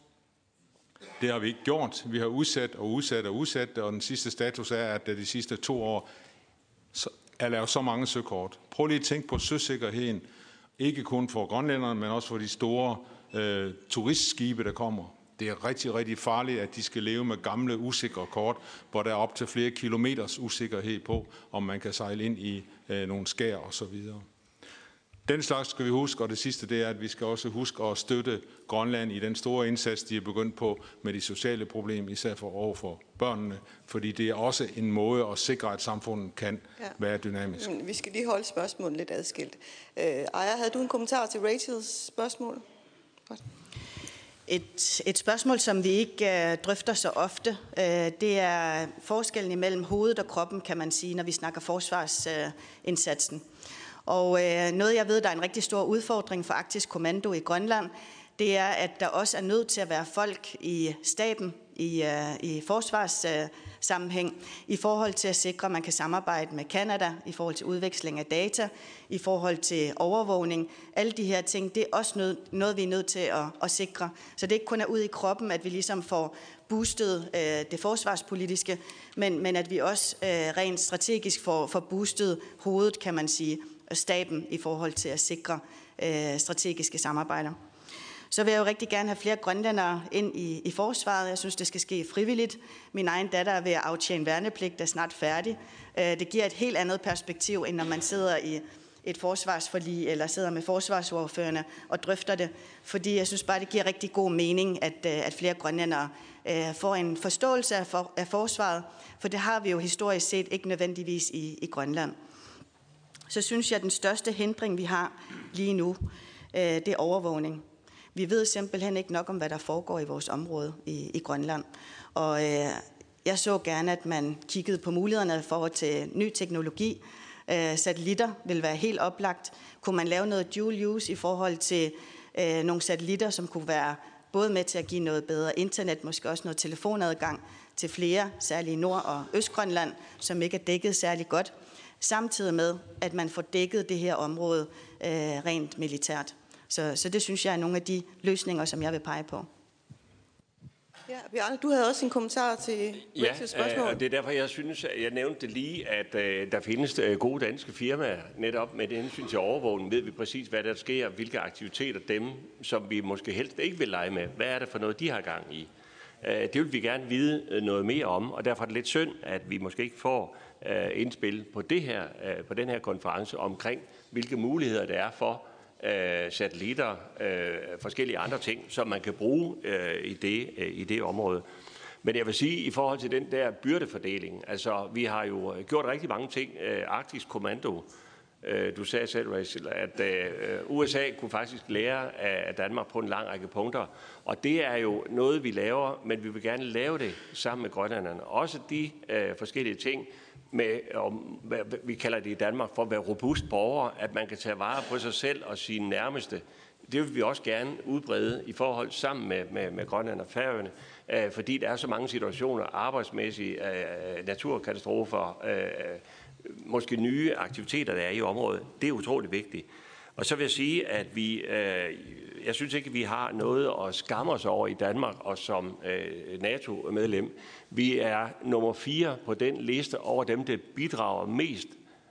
Det har vi ikke gjort. Vi har udsat, og den sidste status er, at de sidste 2 år er lavet så mange søkort. Prøv lige at tænke på søsikkerheden. Ikke kun for grønlænderne, men også for de store turistskibe, der kommer. Det er rigtig, rigtig farligt, at de skal leve med gamle, usikre kort, hvor der er op til flere kilometers usikkerhed på, om man kan sejle ind i nogle skær og så videre. Den slags skal vi huske, og det sidste det er, at vi skal også huske at støtte Grønland i den store indsats, de er begyndt på med de sociale problemer, især for børnene, fordi det er også en måde at sikre, at samfundet kan være dynamisk. Vi skal lige holde spørgsmålet lidt adskilt. Aya, havde du en kommentar til Rachels spørgsmål? Et spørgsmål, som vi ikke drøfter så ofte, det er forskellen imellem hovedet og kroppen, kan man sige, når vi snakker forsvarsindsatsen. Og noget, jeg ved, der er en rigtig stor udfordring for Arktisk Kommando i Grønland, det er, at der også er nødt til at være folk i staben, i forsvarssammenhæng, i forhold til at sikre, at man kan samarbejde med Canada, i forhold til udveksling af data, i forhold til overvågning. Alle de her ting, det er også noget, vi er nødt til at sikre. Så det ikke kun er ude i kroppen, at vi ligesom får boostet det forsvarspolitiske, men at vi også rent strategisk får boostet hovedet, kan man sige, staben i forhold til at sikre strategiske samarbejder. Så vil jeg jo rigtig gerne have flere grønlændere ind i forsvaret. Jeg synes, det skal ske frivilligt. Min egen datter er ved at aftjene værnepligt, er snart færdig. Det giver et helt andet perspektiv, end når man sidder et forsvarsforlig, eller sidder med forsvarsordførerne og drøfter det, fordi jeg synes bare, det giver rigtig god mening, at flere grønlændere får en forståelse af forsvaret, for det har vi jo historisk set ikke nødvendigvis i Grønland. Så synes jeg, at den største hindring, vi har lige nu, det er overvågning. Vi ved simpelthen ikke nok om, hvad der foregår i vores område i Grønland. Og jeg så gerne, at man kiggede på mulighederne i forhold til ny teknologi. Satellitter vil være helt oplagt. Kunne man lave noget dual use i forhold til nogle satellitter, som kunne være både med til at give noget bedre internet, måske også noget telefonadgang til flere, særligt i Nord- og Østgrønland, som ikke er dækket særlig godt, samtidig med, at man får dækket det her område rent militært. Så det synes jeg er nogle af de løsninger, som jeg vil pege på. Ja, Bjarne, du havde også en kommentar til Rachels spørgsmål. Og det er derfor, jeg synes, at jeg nævnte det lige, at der findes gode danske firmaer. Netop med det hensyn til overvågning ved vi præcis, hvad der sker, hvilke aktiviteter dem, som vi måske helst ikke vil lege med, hvad er det for noget, de har gang i. Det vil vi gerne vide noget mere om, og derfor er det lidt synd, at vi måske ikke får indspil på den her konference omkring, hvilke muligheder der er for satellitter, forskellige andre ting, som man kan bruge i det område. Men jeg vil sige, i forhold til den der byrdefordeling, altså vi har jo gjort rigtig mange ting. Arktisk Kommando, du sagde selv, Rachel, at USA kunne faktisk lære af Danmark på en lang række punkter, og det er jo noget, vi laver, men vi vil gerne lave det sammen med grønlænderne. Også de forskellige ting, vi kalder det i Danmark for at være robust borger, at man kan tage vare på sig selv og sine nærmeste. Det vil vi også gerne udbrede i forhold sammen med Grønland og Færøerne, fordi der er så mange situationer, arbejdsmæssige, naturkatastrofer, måske nye aktiviteter, der er i området. Det er utroligt vigtigt. Og så vil jeg sige, at jeg synes ikke, at vi har noget at skamme os over i Danmark, og som NATO-medlem. Vi er nummer 4 på den liste over dem, der bidrager mest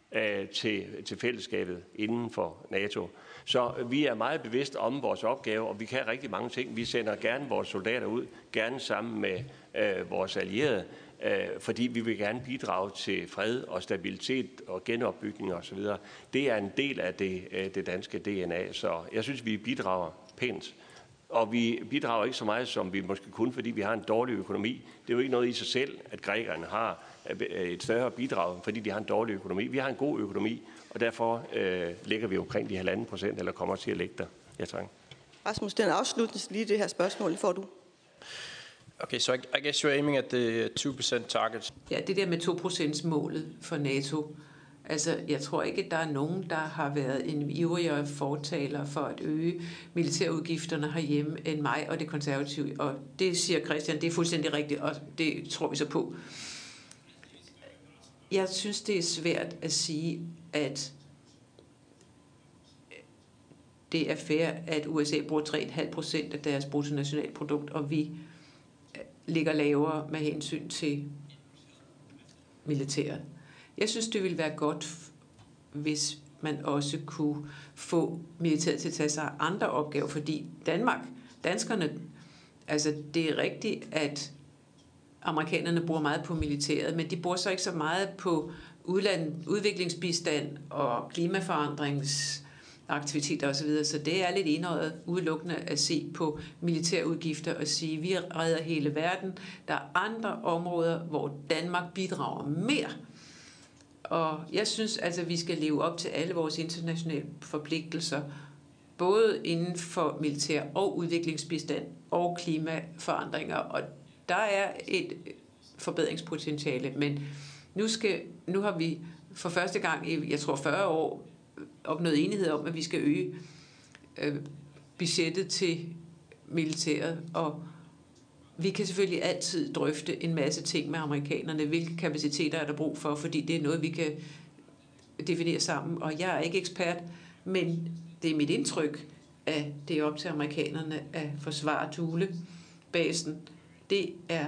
til fællesskabet inden for NATO. Så vi er meget bevidste om vores opgave, og vi kan rigtig mange ting. Vi sender gerne vores soldater ud, gerne sammen med vores allierede, fordi vi vil gerne bidrage til fred og stabilitet og genopbygning osv. Det er en del af det danske DNA, så jeg synes, vi bidrager pænt. Og vi bidrager ikke så meget, som vi måske kunne, fordi vi har en dårlig økonomi. Det er jo ikke noget i sig selv, at grækerne har et større bidrag, fordi de har en dårlig økonomi. Vi har en god økonomi, og derfor ligger vi omkring de 1,5%, eller kommer til at ligge der. Ja, tak. Rasmus, den afsluttes lige det her spørgsmål, får du. Okay, so I guess you're aiming at the 2% target. Ja, det der med 2%-målet for NATO. Altså, jeg tror ikke, at der er nogen, der har været en ivrigere fortaler for at øge militærudgifterne herhjemme end mig og det konservative. Og det siger Christian, det er fuldstændig rigtigt, og det tror vi så på. Jeg synes, det er svært at sige, at det er fair, at USA bruger 3,5% af deres bruttonationalprodukt, og vi ligger lavere med hensyn til militæret. Jeg synes, det ville være godt, hvis man også kunne få militæret til at tage sig af andre opgaver, fordi danskerne, altså det er rigtigt, at amerikanerne bruger meget på militæret, men de bruger så ikke så meget på udviklingsbistand og klimaforandringsaktiviteter osv., så det er lidt enøjet udelukkende at se på militærudgifter og sige, at vi redder hele verden. Der er andre områder, hvor Danmark bidrager mere. Og jeg synes altså, at vi skal leve op til alle vores internationale forpligtelser, både inden for militær og udviklingsbistand og klimaforandringer. Og der er et forbedringspotentiale, men nu har vi for første gang i, jeg tror 40 år, opnået enighed om, at vi skal øge budgettet til militæret, og vi kan selvfølgelig altid drøfte en masse ting med amerikanerne, hvilke kapaciteter er der brug for, fordi det er noget, vi kan definere sammen, og jeg er ikke ekspert, men det er mit indtryk, at det er op til amerikanerne at forsvare Thulebasen. Det er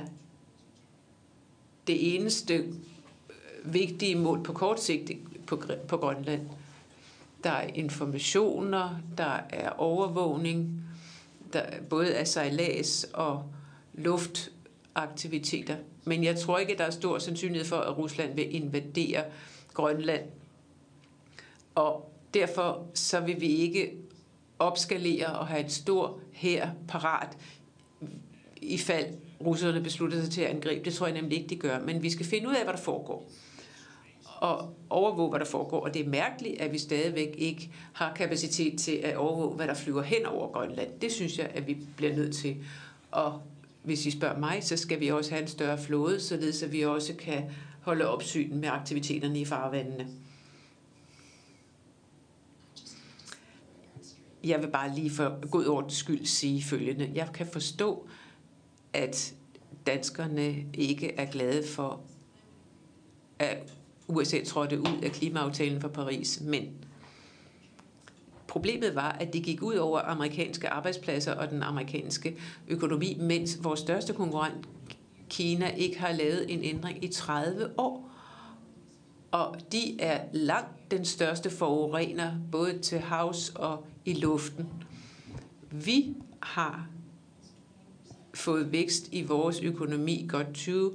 det eneste vigtige mål på kort sigt på Grønland. Der er informationer, der er overvågning, der både af sejlads og luftaktiviteter. Men jeg tror ikke, der er stor sandsynlighed for, at Rusland vil invadere Grønland. Og derfor så vil vi ikke opskalere og have et stor hær parat, i fald russerne beslutter sig til at angribe. Det tror jeg nemlig ikke, de gør. Men vi skal finde ud af, hvad der foregår. Og overvåge, hvad der foregår. Og det er mærkeligt, at vi stadigvæk ikke har kapacitet til at overvåge, hvad der flyver hen over Grønland. Det synes jeg, at vi bliver nødt til. Og hvis I spørger mig, så skal vi også have en større flåde, således at vi også kan holde opsyn med aktiviteterne i farvandene. Jeg vil bare lige for god ordens skyld sige følgende. Jeg kan forstå, at danskerne ikke er glade for, at USA trådte ud af klimaaftalen for Paris, men problemet var, at det gik ud over amerikanske arbejdspladser og den amerikanske økonomi, mens vores største konkurrent, Kina, ikke har lavet en ændring i 30 år. Og de er langt den største forurener, både til havs og i luften. Vi har fået vækst i vores økonomi godt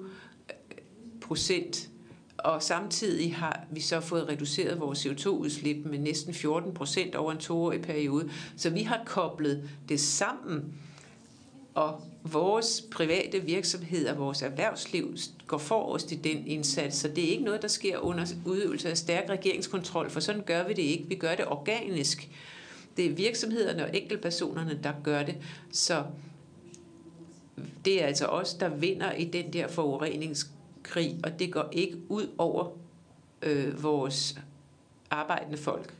20%, og samtidig har vi så fået reduceret vores CO2-udslip med næsten 14% over en 2-årig periode. Så vi har koblet det sammen, og vores private virksomheder, vores erhvervsliv går forrest i den indsats. Så det er ikke noget, der sker under udøvelse af stærk regeringskontrol, for sådan gør vi det ikke. Vi gør det organisk. Det er virksomhederne og enkeltpersonerne, der gør det. Så det er altså os, der vinder i den der forureningskrig, og det går ikke ud over vores arbejdende folk.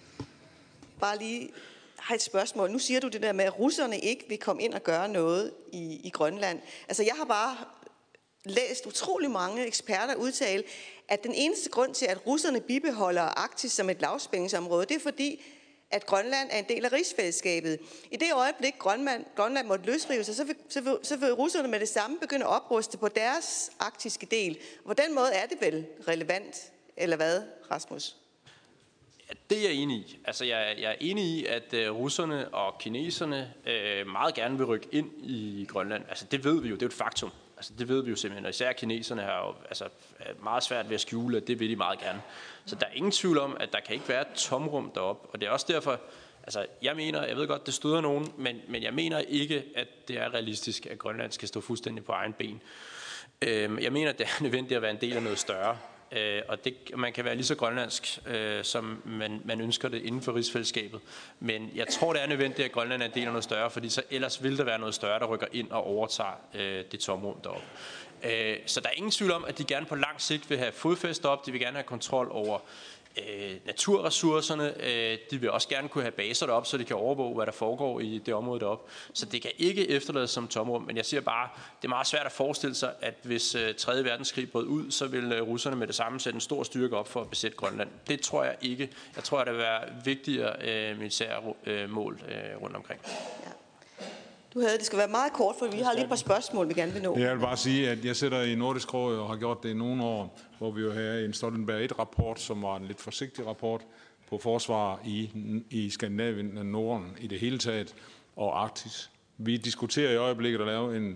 Bare lige har et spørgsmål. Nu siger du det der med, at russerne ikke vil komme ind og gøre noget i Grønland. Altså, jeg har bare læst utrolig mange eksperter udtale, at den eneste grund til, at russerne bibeholder Arktis som et lavspændingsområde, det er fordi, at Grønland er en del af rigsfællesskabet. I det øjeblik, Grønland måtte løsrive sig, så vil russerne med det samme begynde at opruste på deres arktiske del. På den måde er det vel relevant, eller hvad, Rasmus? Det er jeg enig i. Altså, jeg er enig i, at russerne og kineserne meget gerne vil rykke ind i Grønland. Altså, det ved vi jo. Det er jo et faktum. Altså, det ved vi jo simpelthen. Og især kineserne har jo meget svært ved at skjule, at det vil de meget gerne. Så der er ingen tvivl om, at der kan ikke være et tomrum deroppe. Og det er også derfor, altså, jeg ved godt, det støder nogen, men jeg mener ikke, at det er realistisk, at Grønland skal stå fuldstændig på egen ben. Jeg mener, at det er nødvendigt at være en del af noget større. Og man kan være lige så grønlandsk, som man ønsker det inden for rigsfællesskabet. Men jeg tror, det er nødvendigt, at Grønland er en del af noget større, fordi så ellers vil der være noget større, der rykker ind og overtager det tomrum deroppe. Så der er ingen tvivl om, at de gerne på lang sigt vil have fodfæste op, de vil gerne have kontrol over naturressourcerne, de vil også gerne kunne have baser deroppe, så de kan overvåge, hvad der foregår i det område deroppe. Så det kan ikke efterlades som tomrum, men jeg siger bare, det er meget svært at forestille sig, at hvis 3. verdenskrig brød ud, så vil russerne med det samme sætte en stor styrke op for at besætte Grønland. Det tror jeg ikke. Jeg tror, at der vil være vigtigere militære mål rundt omkring. Ja. Det skal være meget kort, for vi har lige et par spørgsmål, vi gerne vil nå. Jeg vil bare sige, at jeg sidder i Nordisk Råd og har gjort det i nogle år, hvor vi jo havde en Stoltenberg 1-rapport, som var en lidt forsigtig rapport på forsvar i Skandinavien og Norden i det hele taget, og Arktis. Vi diskuterer i øjeblikket at lave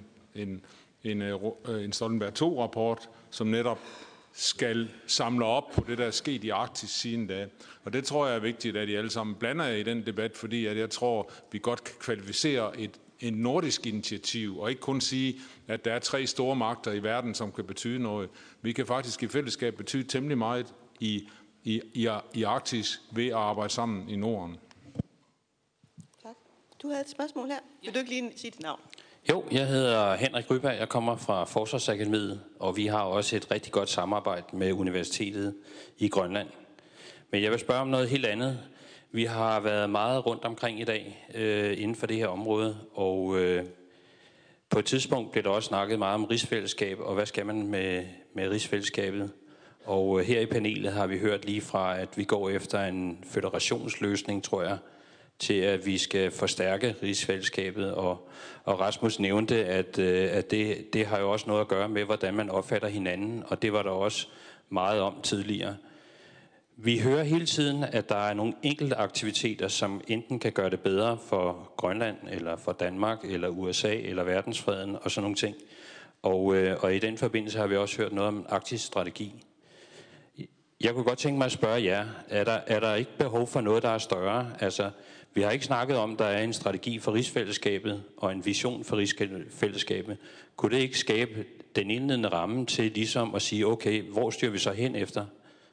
en Stoltenberg 2-rapport, som netop skal samle op på det, der er sket i Arktis siden da. Og det tror jeg er vigtigt, at I alle sammen blander jer i den debat, fordi at jeg tror, vi godt kan kvalificere en nordisk initiativ, og ikke kun sige, at der er 3 store magter i verden, som kan betyde noget. Vi kan faktisk i fællesskab betyde temmelig meget i Arktis ved at arbejde sammen i Norden. Tak. Du havde et spørgsmål her. Vil du ikke lige sige dit navn? Jo, jeg hedder Henrik Ryberg, jeg kommer fra Forsvarsakademiet, og vi har også et rigtig godt samarbejde med Universitetet i Grønland. Men jeg vil spørge om noget helt andet. Vi har været meget rundt omkring i dag inden for det her område, og på et tidspunkt blev der også snakket meget om rigsfællesskab, og hvad skal man med rigsfællesskabet? Og her i panelet har vi hørt lige fra, at vi går efter en føderationsløsning, tror jeg, til at vi skal forstærke rigsfællesskabet, og Rasmus nævnte, at det har jo også noget at gøre med, hvordan man opfatter hinanden, og det var der også meget om tidligere. Vi hører hele tiden, at der er nogle enkelte aktiviteter, som enten kan gøre det bedre for Grønland, eller for Danmark, eller USA, eller verdensfreden, og sådan nogle ting. Og i den forbindelse har vi også hørt noget om en arktisk strategi. Jeg kunne godt tænke mig at spørge jer, er der ikke behov for noget, der er større? Altså, vi har ikke snakket om, at der er en strategi for rigsfællesskabet og en vision for rigsfællesskabet. Kunne det ikke skabe den indledende ramme til ligesom at sige, okay, hvor styrer vi så hen efter?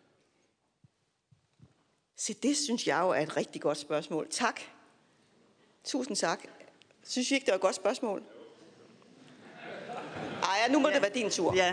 Så det synes jeg jo er et rigtig godt spørgsmål. Tak. Tusind tak. Synes I ikke, det var et godt spørgsmål? Ej, nu må det være din tur. Ja.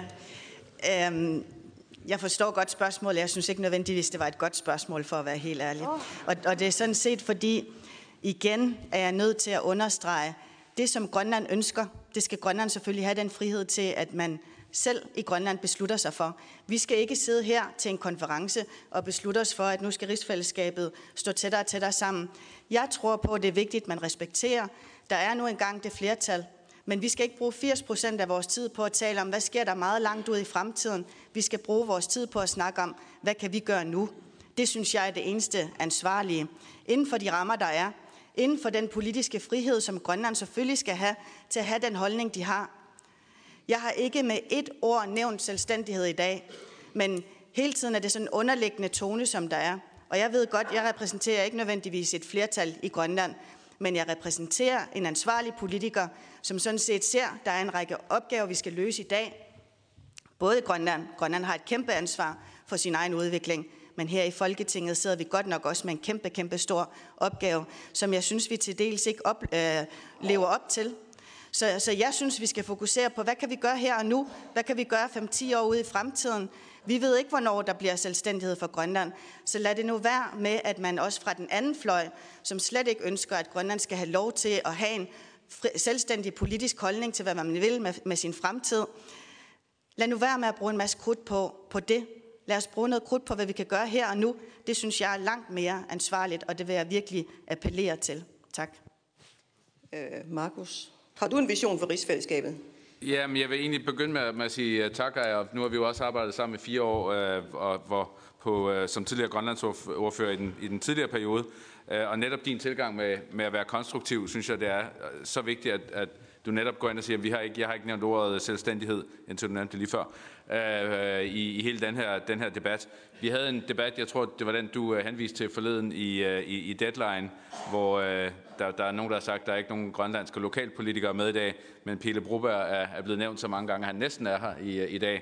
Jeg forstår godt spørgsmålet. Jeg synes ikke nødvendigvis, det var et godt spørgsmål, for at være helt ærlig. Og det er sådan set, fordi igen er jeg nødt til at understrege, det som Grønland ønsker, det skal Grønland selvfølgelig have den frihed til, at man selv i Grønland beslutter sig for. Vi skal ikke sidde her til en konference og beslutte os for, at nu skal rigsfællesskabet stå tættere og tættere sammen. Jeg tror på, at det er vigtigt, at man respekterer. Der er nu engang det flertal. Men vi skal ikke bruge 80% af vores tid på at tale om, hvad sker der meget langt ud i fremtiden. Vi skal bruge vores tid på at snakke om, hvad kan vi gøre nu. Det synes jeg er det eneste ansvarlige. Inden for de rammer, der er. Inden for den politiske frihed, som Grønland selvfølgelig skal have, til at have den holdning, de har. Jeg har ikke med et ord nævnt selvstændighed i dag, men hele tiden er det sådan en underliggende tone, som der er. Og jeg ved godt, jeg repræsenterer ikke nødvendigvis et flertal i Grønland, men jeg repræsenterer en ansvarlig politiker, som sådan set ser, at der er en række opgaver, vi skal løse i dag. Både i Grønland. Grønland har et kæmpe ansvar for sin egen udvikling, men her i Folketinget sidder vi godt nok også med en kæmpe, kæmpe stor opgave, som jeg synes, vi til dels ikke lever op til. Så jeg synes, vi skal fokusere på, hvad kan vi gøre her og nu? Hvad kan vi gøre 5-10 år ude i fremtiden? Vi ved ikke, hvornår der bliver selvstændighed for Grønland. Så lad det nu være med, at man også fra den anden fløj, som slet ikke ønsker, at Grønland skal have lov til at have en selvstændig politisk holdning til, hvad man vil med sin fremtid. Lad nu være med at bruge en masse krudt på det. Lad os bruge noget krudt på, hvad vi kan gøre her og nu. Det synes jeg er langt mere ansvarligt, og det vil jeg virkelig appellere til. Tak. Markus, har du en vision for rigsfællesskabet? Jamen, jeg vil egentlig begynde med at sige tak, og nu har vi jo også arbejdet sammen i 4 år som tidligere grønlandsordfører i den tidligere periode. Og netop din tilgang med at være konstruktiv, synes jeg, det er så vigtigt, at du netop går ind og siger, at jeg har ikke nævnt ordet selvstændighed, indtil du nævnte det lige før, i hele den her debat. Vi havde en debat, jeg tror, det var den, du henviste til forleden i Deadline, hvor der er nogen, der har sagt, at der er ikke nogen grønlandske lokalpolitikere med i dag, men Pele Broberg er blevet nævnt så mange gange, at han næsten er her i dag,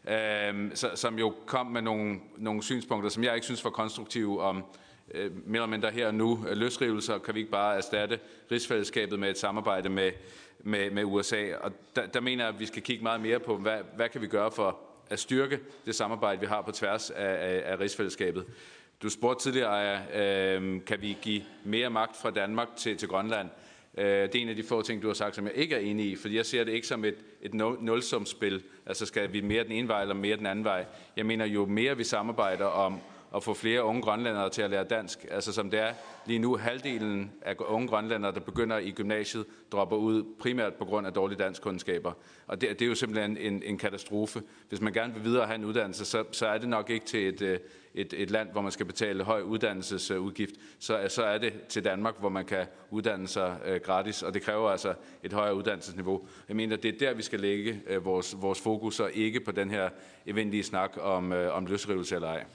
som jo kom med nogle synspunkter, som jeg ikke synes var konstruktive om mere eller mindre her og nu. Løsrivelser kan vi ikke bare erstatte rigsfællesskabet med et samarbejde med USA. Og der mener jeg, at vi skal kigge meget mere på, hvad kan vi gøre for at styrke det samarbejde, vi har på tværs af rigsfællesskabet. Du spurgte tidligere, kan vi give mere magt fra Danmark til Grønland? Det er en af de få ting, du har sagt, som jeg ikke er enig i, fordi jeg ser det ikke som et nulsumsspil. Altså skal vi mere den ene vej eller mere den anden vej? Jeg mener, jo mere vi samarbejder om at få flere unge grønlændere til at lære dansk, altså som det er lige nu, halvdelen af unge grønlændere, der begynder i gymnasiet, dropper ud primært på grund af dårlige danskkundskaber. Og det er jo simpelthen en katastrofe. Hvis man gerne vil videre have en uddannelse, så er det nok ikke til et land, hvor man skal betale høj uddannelsesudgift, så er det til Danmark, hvor man kan uddanne sig gratis, og det kræver altså et højere uddannelsesniveau. Jeg mener, det er der, vi skal lægge vores fokus, og ikke på den her evindelige snak om løsrivelse eller ej.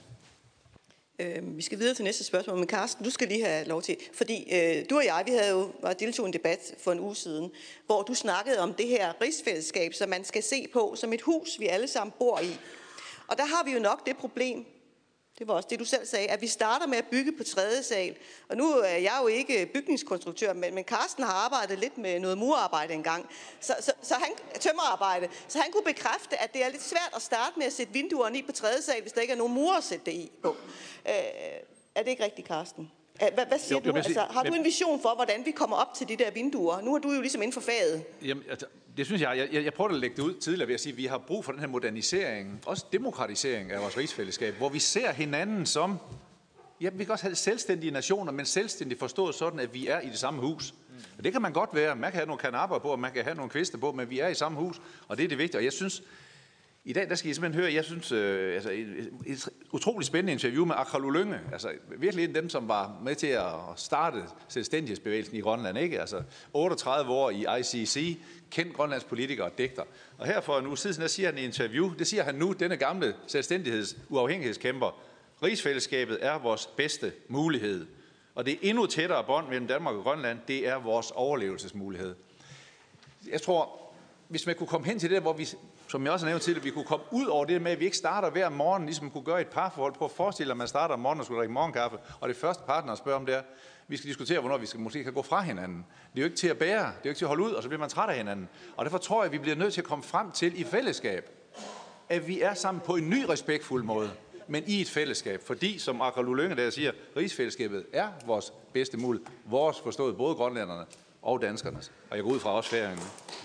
Vi skal videre til næste spørgsmål, men Carsten, du skal lige have lov til, fordi du og jeg, vi havde jo deltaget i en debat for en uge siden, hvor du snakkede om det her rigsfællesskab, som man skal se på som et hus, vi alle sammen bor i. Og der har vi jo nok det problem, det var også det, du selv sagde, at vi starter med at bygge på 3. sal. Og nu er jeg jo ikke bygningskonstruktør, men Carsten har arbejdet lidt med noget murarbejde engang. Så han tømmerarbejde. Så han kunne bekræfte, at det er lidt svært at starte med at sætte vinduerne i på 3. sal, hvis der ikke er nogen mure at sætte det i på. Er det ikke rigtigt, Carsten? Hvad siger du? Altså, har du en vision for, hvordan vi kommer op til de der vinduer? Nu er du jo ligesom inden for faget. Jamen, altså, det synes jeg prøvede at lægge det ud tidligere ved at sige, at vi har brug for den her modernisering, også demokratisering af vores rigsfællesskab, hvor vi ser hinanden som, ja, vi kan også have selvstændige nationer, men selvstændigt forstået sådan, at vi er i det samme hus. Og det kan man godt være. Man kan have nogle kanapper på, og man kan have nogle kviste på, men vi er i samme hus, og det er det vigtige. Og jeg synes, I dag der skal I simpelthen høre, jeg synes, et utroligt spændende interview med Akralu Lynge. Altså virkelig en af dem, som var med til at starte selvstændighedsbevægelsen i Grønland. Ikke? Altså 38 år i ICC, kendt grønlands politiker og digter. Og her for en uge siden, der siger han i interview, det siger han nu, denne gamle uafhængighedskæmper, rigsfællesskabet er vores bedste mulighed. Og det er endnu tættere bånd mellem Danmark og Grønland, det er vores overlevelsesmulighed. Jeg tror, hvis man kunne komme hen til det, hvor vi, som jeg også har nævnt til, at vi kunne komme ud over det med, at vi ikke starter hver morgen, ligesom kunne gøre et parforhold. Prøv at forestille, at man starter om morgenen og skulle drikke morgenkaffe, og det første partner spørger om det er, vi skal diskutere, hvornår vi skal måske kan gå fra hinanden. Det er jo ikke til at bære, det er jo ikke til at holde ud, og så bliver man træt af hinanden. Og derfor tror jeg, at vi bliver nødt til at komme frem til i fællesskab, at vi er sammen på en ny respektfuld måde, men i et fællesskab. Fordi, som Akralu Lynge der siger, rigsfællesskabet er vores bedste mulighed. Vores forstået både grønlænderne og danskernes. Og jeg går ud fra også færingerne.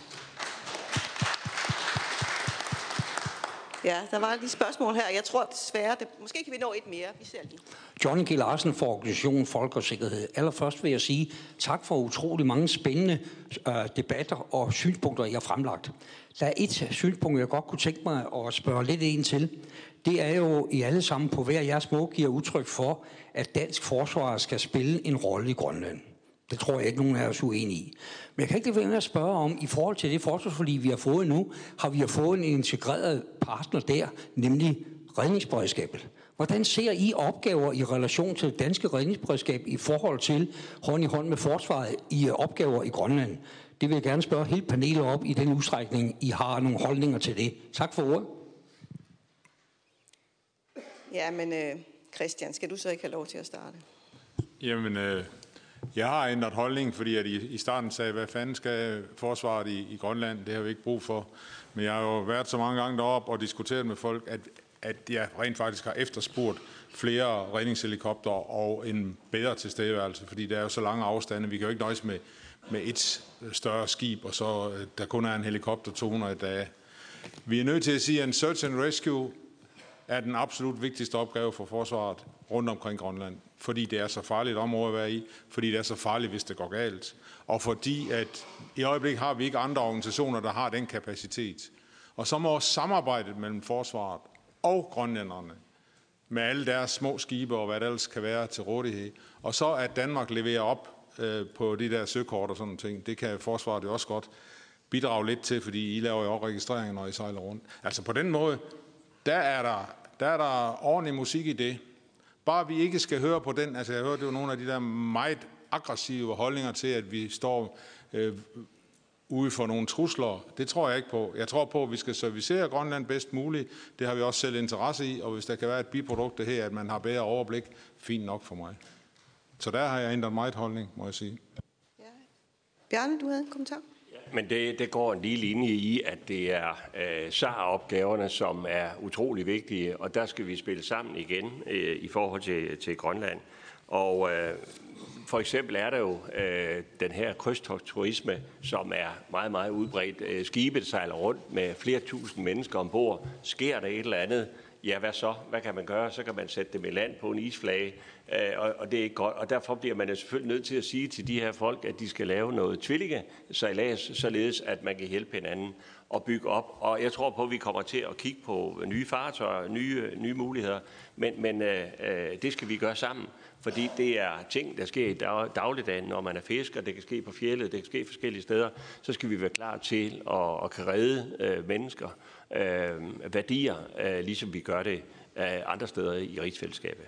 Ja, der var lige spørgsmål her. Jeg tror desværre, måske kan vi nå et mere. Vi ser lige. Johnny G. Larsen for organisationen Folk og Sikkerhed. Allerførst vil jeg sige tak for utrolig mange spændende debatter og synspunkter, jeg har fremlagt. Der er et synspunkt, jeg godt kunne tænke mig at spørge lidt ind til. Det er jo i alle sammen på hver jeres måde giver udtryk for, at dansk forsvar skal spille en rolle i Grønland. Det tror jeg ikke, nogen af os er uenige i. Men jeg kan ikke lade være med at spørge om, i forhold til det forsvarsforlig, vi har fået nu, har vi fået en integreret partner der, nemlig redningsberedskabet. Hvordan ser I opgaver i relation til det danske redningsberedskab i forhold til hånd i hånd med forsvaret i opgaver i Grønland? Det vil jeg gerne spørge hele panelet op i den udstrækning, I har nogle holdninger til det. Tak for ordet. Ja, men Christian, skal du så ikke have lov til at starte? Jamen, jeg har ændret holdning, fordi at I starten sagde, hvad fanden skal forsvaret i Grønland? Det har vi ikke brug for. Men jeg har jo været så mange gange deroppe og diskuteret med folk, at jeg rent faktisk har efterspurgt flere redningshelikopter og en bedre tilstedeværelse, fordi der er jo så lange afstande. Vi kan jo ikke nøjes med et større skib, og så der kun er en helikopter 200 dage. Vi er nødt til at sige, at en search and rescue er den absolut vigtigste opgave for forsvaret rundt omkring Grønland. Fordi det er så farligt område at være i, fordi det er så farligt, hvis det går galt. Og fordi at i øjeblikket har vi ikke andre organisationer, der har den kapacitet. Og så må samarbejdet mellem forsvaret og grønlænderne med alle deres små skibe og hvad der ellers kan være til rådighed. Og så at Danmark leverer op på de der søkort og sådan nogle ting. Det kan forsvaret jo også godt bidrage lidt til, fordi I laver jo også registreringer, når I sejler rundt. Altså på den måde, der er der ordentlig musik i det. Bare vi ikke skal høre på den, altså jeg hørte jo nogle af de der meget aggressive holdninger til, at vi står ude for nogle trusler. Det tror jeg ikke på. Jeg tror på, at vi skal servicere Grønland bedst muligt. Det har vi også selv interesse i, og hvis der kan være et biprodukt det her, at man har bedre overblik, fint nok for mig. Så der har jeg ændret meget holdning, må jeg sige. Ja. Bjarne, du havde en kommentar? Men det går en lige linje i, at det er SAR-opgaverne, som er utrolig vigtige, og der skal vi spille sammen igen i forhold til Grønland. Og for eksempel er der jo den her krydstogtturisme, som er meget, meget udbredt. Skibet sejler rundt med flere tusind mennesker ombord. Sker der et eller andet, ja, hvad så? Hvad kan man gøre? Så kan man sætte dem i land på en isflage, og det er ikke godt. Og derfor bliver man selvfølgelig nødt til at sige til de her folk, at de skal lave noget tvillingesejlads, således at man kan hjælpe hinanden og bygge op. Og jeg tror på, at vi kommer til at kigge på nye fartøjer, nye muligheder, men det skal vi gøre sammen. Fordi det er ting, der sker i dagligdagen, når man er fisker, det kan ske på fjeldet, det kan ske forskellige steder. Så skal vi være klar til at kan redde mennesker, værdier, ligesom vi gør det andre steder i rigsfællesskabet.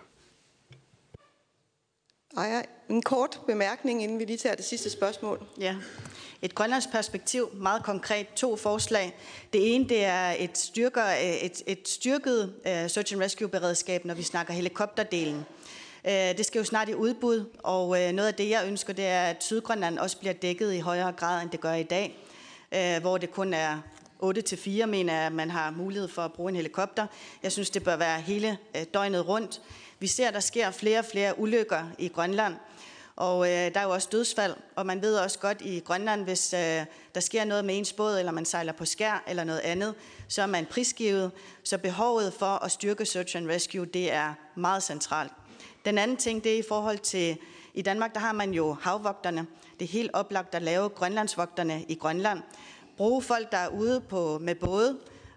Ej, en kort bemærkning, inden vi lige tager det sidste spørgsmål. Ja. Et grønlandsk perspektiv, meget konkret, 2 forslag. Det ene, det er et styrket search and rescue beredskab, når vi snakker helikopterdelen. Det skal jo snart i udbud, og noget af det, jeg ønsker, det er, at Sydgrønland også bliver dækket i højere grad, end det gør i dag, hvor det kun er 8-4, mener jeg, at man har mulighed for at bruge en helikopter. Jeg synes, det bør være hele døgnet rundt. Vi ser, at der sker flere og flere ulykker i Grønland, og der er jo også dødsfald, og man ved også godt i Grønland, hvis der sker noget med ens båd, eller man sejler på skær eller noget andet, så er man prisgivet. Så behovet for at styrke search and rescue, det er meget centralt. Den anden ting, det er i forhold til, i Danmark, der har man jo havvogterne. Det er helt oplagt at lave grønlandsvogterne i Grønland. Bruge folk, der er ude med både,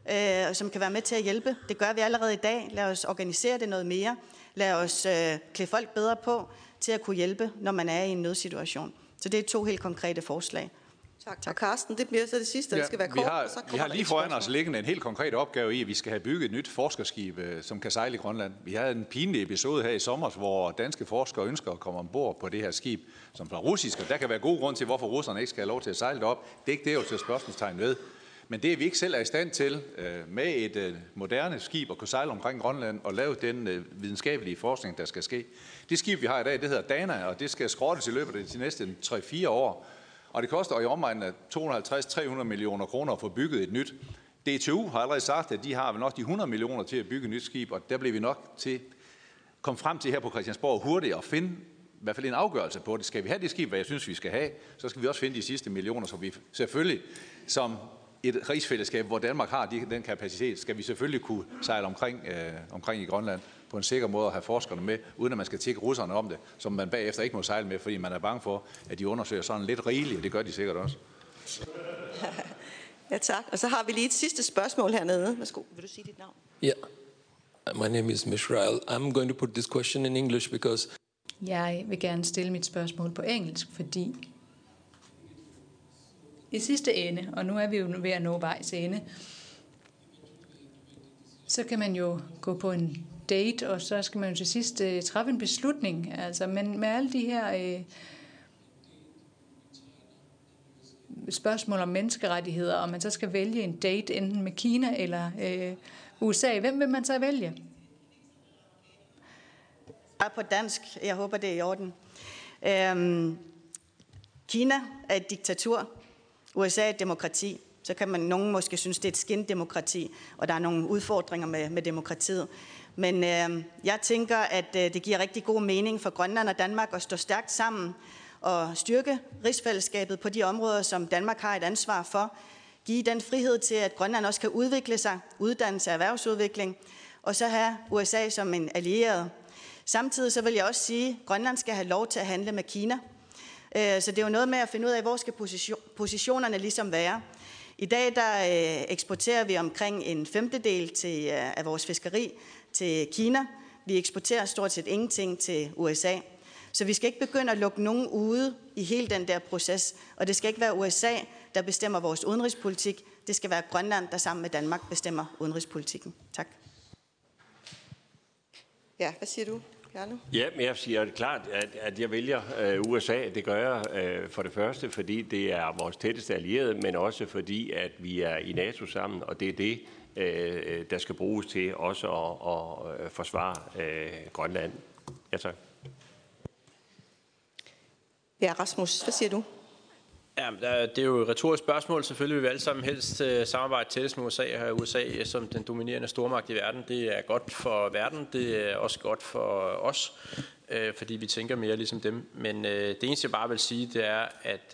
som kan være med til at hjælpe. Det gør vi allerede i dag. Lad os organisere det noget mere. Lad os klæde folk bedre på til at kunne hjælpe, når man er i en nødsituation. Så det er 2 helt konkrete forslag. Tak. Og Carsten, det bliver så det sidste, det skal være kort. Vi har lige foran os liggende en helt konkret opgave i, at vi skal have bygget et nyt forskerskib, som kan sejle i Grønland. Vi havde en pinlig episode her i sommer, hvor danske forskere ønsker at komme ombord på det her skib, som var russisk, og der kan være god grund til, hvorfor russerne ikke skal have lov til at sejle det op. Det er ikke det, jeg vil til spørgsmålstegn ved. Men det er vi ikke selv er i stand til med et moderne skib at kunne sejle omkring Grønland og lave den videnskabelige forskning, der skal ske. Det skib, vi har i dag, det hedder Dana, og det skal skrottes i løbet af de næste 3-4 år. Og det koster i omegnen af 250-300 millioner kroner at få bygget et nyt. DTU har allerede sagt, at de har vel nok de 100 millioner til at bygge et nyt skib, og der bliver vi nok til at komme frem til her på Christiansborg hurtigt og finde i hvert fald en afgørelse på det. Skal vi have det skib, hvad jeg synes, vi skal have, så skal vi også finde de sidste millioner, så vi selvfølgelig som et rigsfællesskab, hvor Danmark har den kapacitet, skal vi selvfølgelig kunne sejle omkring i Grønland på en sikker måde at have forskerne med, uden at man skal tikke russerne om det, som man bagefter ikke må sejle med, fordi man er bange for, at de undersøger sådan lidt rigeligt, og det gør de sikkert også. Ja, tak. Og så har vi lige et sidste spørgsmål hernede. Værsgo, vil du sige dit navn? Yeah. My name is Mishrael. I'm going to put this question in English because... Jeg vil gerne stille mit spørgsmål på engelsk, fordi i sidste ende, og nu er vi jo ved at nå vejs ende, så kan man jo gå på en date, og så skal man jo til sidst træffe en beslutning. Altså, men med alle de her spørgsmål om menneskerettigheder, og man så skal vælge en date enten med Kina eller USA, hvem vil man så vælge? På dansk, jeg håber det er i orden. Kina er et diktatur, USA er et demokrati. Så kan nogen måske synes, det er et skindemokrati, og der er nogle udfordringer med demokratiet. Men jeg tænker, at det giver rigtig god mening for Grønland og Danmark at stå stærkt sammen og styrke rigsfællesskabet på de områder, som Danmark har et ansvar for. Give den frihed til, at Grønland også kan udvikle sig, uddannelse og erhvervsudvikling, og så have USA som en allieret. Samtidig så vil jeg også sige, at Grønland skal have lov til at handle med Kina. Så det er jo noget med at finde ud af, hvor skal positionerne ligesom være. I dag der eksporterer vi omkring 1/5 af vores fiskeri til Kina. Vi eksporterer stort set ingenting til USA. Så vi skal ikke begynde at lukke nogen ude i hele den der proces. Og det skal ikke være USA, der bestemmer vores udenrigspolitik. Det skal være Grønland, der sammen med Danmark bestemmer udenrigspolitikken. Tak. Ja, hvad siger du? Ja, men jeg siger klart, at jeg vælger USA. Det gør jeg for det første, fordi det er vores tætteste allierede, men også fordi, at vi er i NATO sammen, og det er det, der skal bruges til også at forsvare Grønland. Ja, tak. Ja, Rasmus, hvad siger du? Ja, det er jo et retorisk spørgsmål. Selvfølgelig vil vi alle sammen helst samarbejde tættest med USA og have USA som den dominerende stormagt i verden. Det er godt for verden, det er også godt for os, fordi vi tænker mere ligesom dem. Men det eneste, jeg bare vil sige, det er, at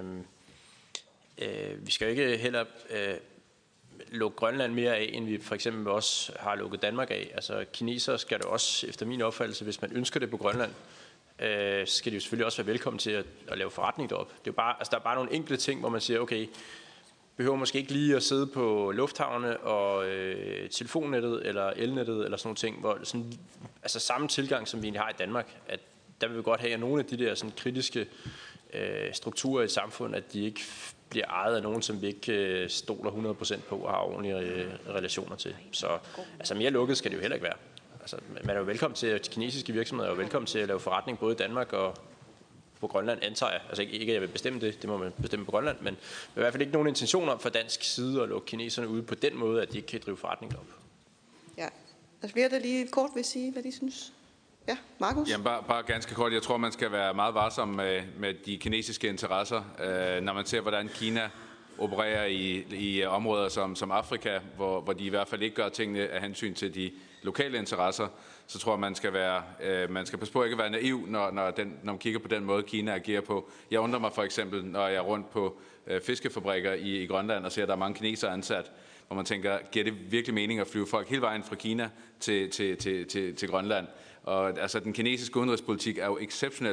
vi skal ikke heller lukke Grønland mere af, end vi for eksempel også har lukket Danmark af. Altså kinesere skal det også, efter min opfattelse, hvis man ønsker det på Grønland, så skal de jo selvfølgelig også være velkommen til at lave forretning deroppe. Det er jo bare, altså der er bare nogle enkelte ting, hvor man siger, okay, behøver måske ikke lige at sidde på lufthavne og telefonnettet eller elnettet eller sådan nogle ting, hvor sådan, altså samme tilgang, som vi egentlig har i Danmark, at der vil vi godt have, at nogle af de der sådan kritiske strukturer i samfundet, at de ikke bliver ejet af nogen, som vi ikke stoler 100% på og har ordentlige relationer til. Så altså mere lukket skal det jo heller ikke være. Altså, man er jo velkommen til, at kinesiske virksomheder er jo velkommen til at lave forretning både i Danmark og på Grønland, antager jeg. Altså ikke at jeg vil bestemme det, det må man bestemme på Grønland, men i hvert fald ikke nogen intention om fra dansk side at lukke kineserne ude på den måde, at de ikke kan drive forretning op. Ja, altså flere der lige kort vil sige, hvad de synes. Ja, Markus? Jamen bare ganske kort. Jeg tror, man skal være meget varsom med de kinesiske interesser, når man ser, hvordan Kina opererer i områder som Afrika, hvor de i hvert fald ikke gør tingene af hensyn til de lokale interesser, så tror jeg, man skal passe på at ikke være naiv, når man kigger på den måde, Kina agerer på. Jeg undrer mig for eksempel, når jeg er rundt på fiskefabrikker i Grønland og ser, at der er mange kinesere ansat, hvor man tænker, giver det virkelig mening at flyve folk hele vejen fra Kina til Grønland? Og altså, den kinesiske udenrigspolitik er jo exceptionelt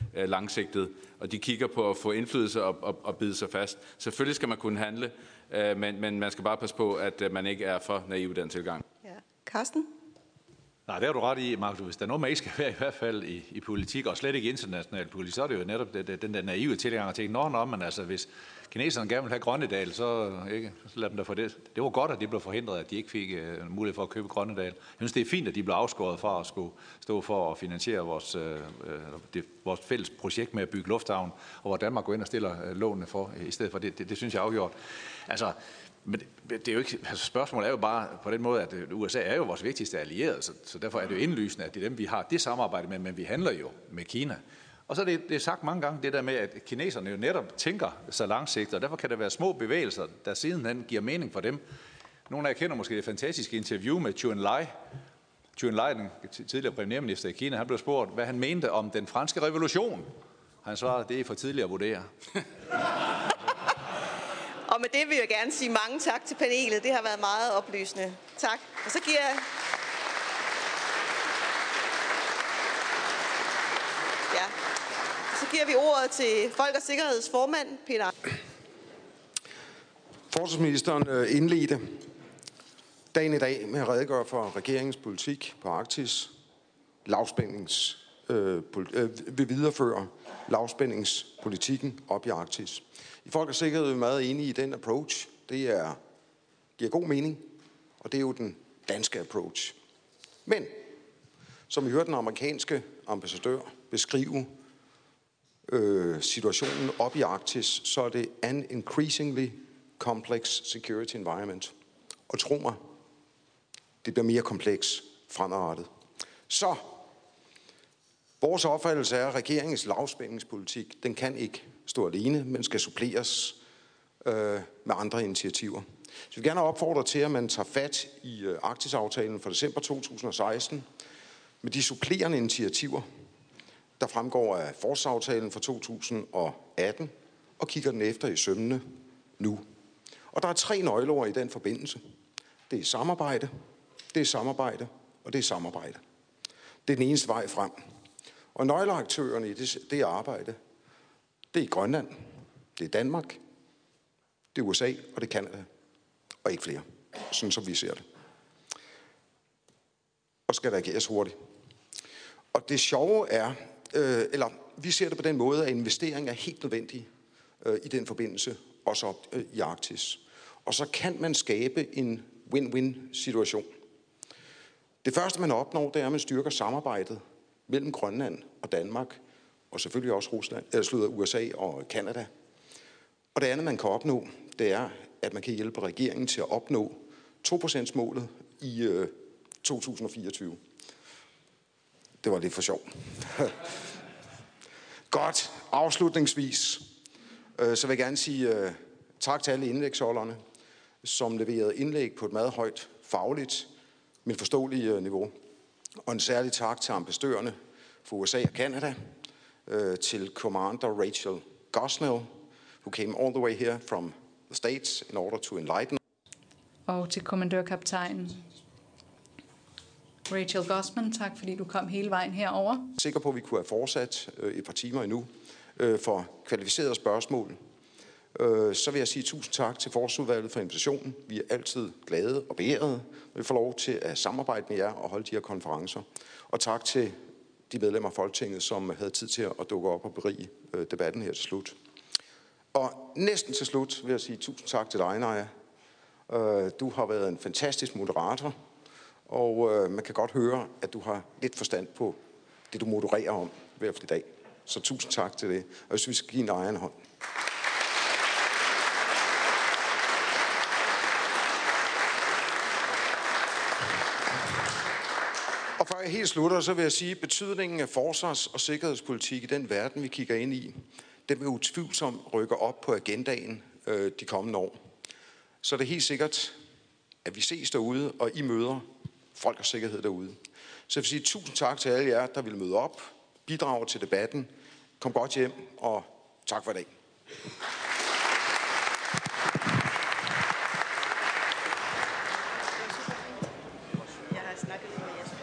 langsigtet, og de kigger på at få indflydelse og bide sig fast. Selvfølgelig skal man kunne handle, men man skal bare passe på, at man ikke er for naiv i den tilgang. Ja. Carsten? Nej, det har du ret i, Mark. Hvis der er noget, man ikke skal være i hvert fald i politik, og slet ikke international politik, så er det jo netop den der naive tilgang til, men altså hvis kineserne gerne vil have Grønnedal, så lad dem da få det. Det var godt, at de blev forhindret, at de ikke fik mulighed for at købe Grønnedal. Jeg synes, det er fint, at de blev afskåret fra at skulle stå for at finansiere vores fælles projekt med at bygge lufthavn, og hvor Danmark går ind og stiller lånene for, i stedet for det synes jeg er afgjort. Altså, men det er jo ikke, altså spørgsmålet er jo bare på den måde, at USA er jo vores vigtigste allierede, så derfor er det jo indlysende, at det er dem, vi har det samarbejde med, men vi handler jo med Kina. Og så er det sagt mange gange, det der med, at kineserne jo netop tænker så langsigtet, og derfor kan der være små bevægelser, der sidenhen giver mening for dem. Nogle af jer kender måske det fantastiske interview med Zhou Enlai. Zhou Enlai, den tidligere premierminister i Kina, han blev spurgt, hvad han mente om den franske revolution. Han svarede, det er for tidligt at vurdere. Og med det vil jeg gerne sige mange tak til panelet. Det har været meget oplysende. Tak. Og så giver jeg... Ja. Så giver vi ordet til Folk og Sikkerheds formand, Peter. Forsvarsministeren indledte dagen i dag med at redegøre for regeringens politik på Arktis. Vil videreføre lavspændingspolitikken op i Arktis. I Folk og Sikkerhed er vi meget enige i den approach. Det giver god mening, og det er jo den danske approach. Men, som vi hørte den amerikanske ambassadør beskrive situationen op i Arktis, så er det an increasingly complex security environment. Og tro mig, det bliver mere kompleks fremadrettet. Så, vores opfattelse er, at regeringens lavspændingspolitik, den kan ikke stå alene, men skal suppleres med andre initiativer. Så vi vil gerne opfordre til, at man tager fat i Arktis-aftalen fra december 2016 med de supplerende initiativer, der fremgår af forsvarsaftalen fra 2018, og kigger den efter i sømmene nu. Og der er 3 nøgleord i den forbindelse. Det er samarbejde, det er samarbejde, og det er samarbejde. Det er den eneste vej frem. Og nøgleaktørerne i det arbejde, det er Grønland, det er Danmark, det er USA og det er Canada, og ikke flere, sådan som vi ser det. Og skal der ageres hurtigt. Og det sjove er, vi ser det på den måde, at investering er helt nødvendig i den forbindelse, også op i Arktis. Og så kan man skabe en win-win-situation. Det første, man opnår, det er, at man styrker samarbejdet mellem Grønland og Danmark, og selvfølgelig også USA og Canada. Og det andet, man kan opnå, det er, at man kan hjælpe regeringen til at opnå 2%-målet i 2024. Det var lidt for sjov. Godt. Afslutningsvis, så vil jeg gerne sige tak til alle indlægsholderne, som leverede indlæg på et meget højt fagligt, men forståeligt niveau. Og en særlig tak til ambassadørerne for USA og Canada, til Commander Rachel Gosnell, who came all the way here from the States in order to enlighten. Og til kommandørkaptajnen Rachel Gosman, tak fordi du kom hele vejen herover. Jeg er sikker på, at vi kunne have fortsat et par timer endnu for kvalificerede spørgsmål. Så vil jeg sige tusind tak til Forsvarsudvalget for invitationen. Vi er altid glade og begærede, når vi får lov til at samarbejde med jer og holde de her konferencer. Og tak til de medlemmer af Folketinget, som havde tid til at dukke op og berige debatten her til slut. Og næsten til slut vil jeg sige tusind tak til dig, Naja. Du har været en fantastisk moderator, og man kan godt høre, at du har lidt forstand på det, du modererer om hver for i dag. Så tusind tak til det, og jeg synes, vi skal give Naja en hånd. Og før jeg helt slutter, så vil jeg sige, at betydningen af forsvars- og sikkerhedspolitik i den verden, vi kigger ind i, den vil utvivlsomt rykke op på agendaen de kommende år. Så er det helt sikkert, at vi ses derude, og I møder folk og sikkerhed derude. Så jeg vil sige tusind tak til alle jer, der vil møde op, bidrage til debatten. Kom godt hjem, og tak for i dag. Jeg har snakket med jeres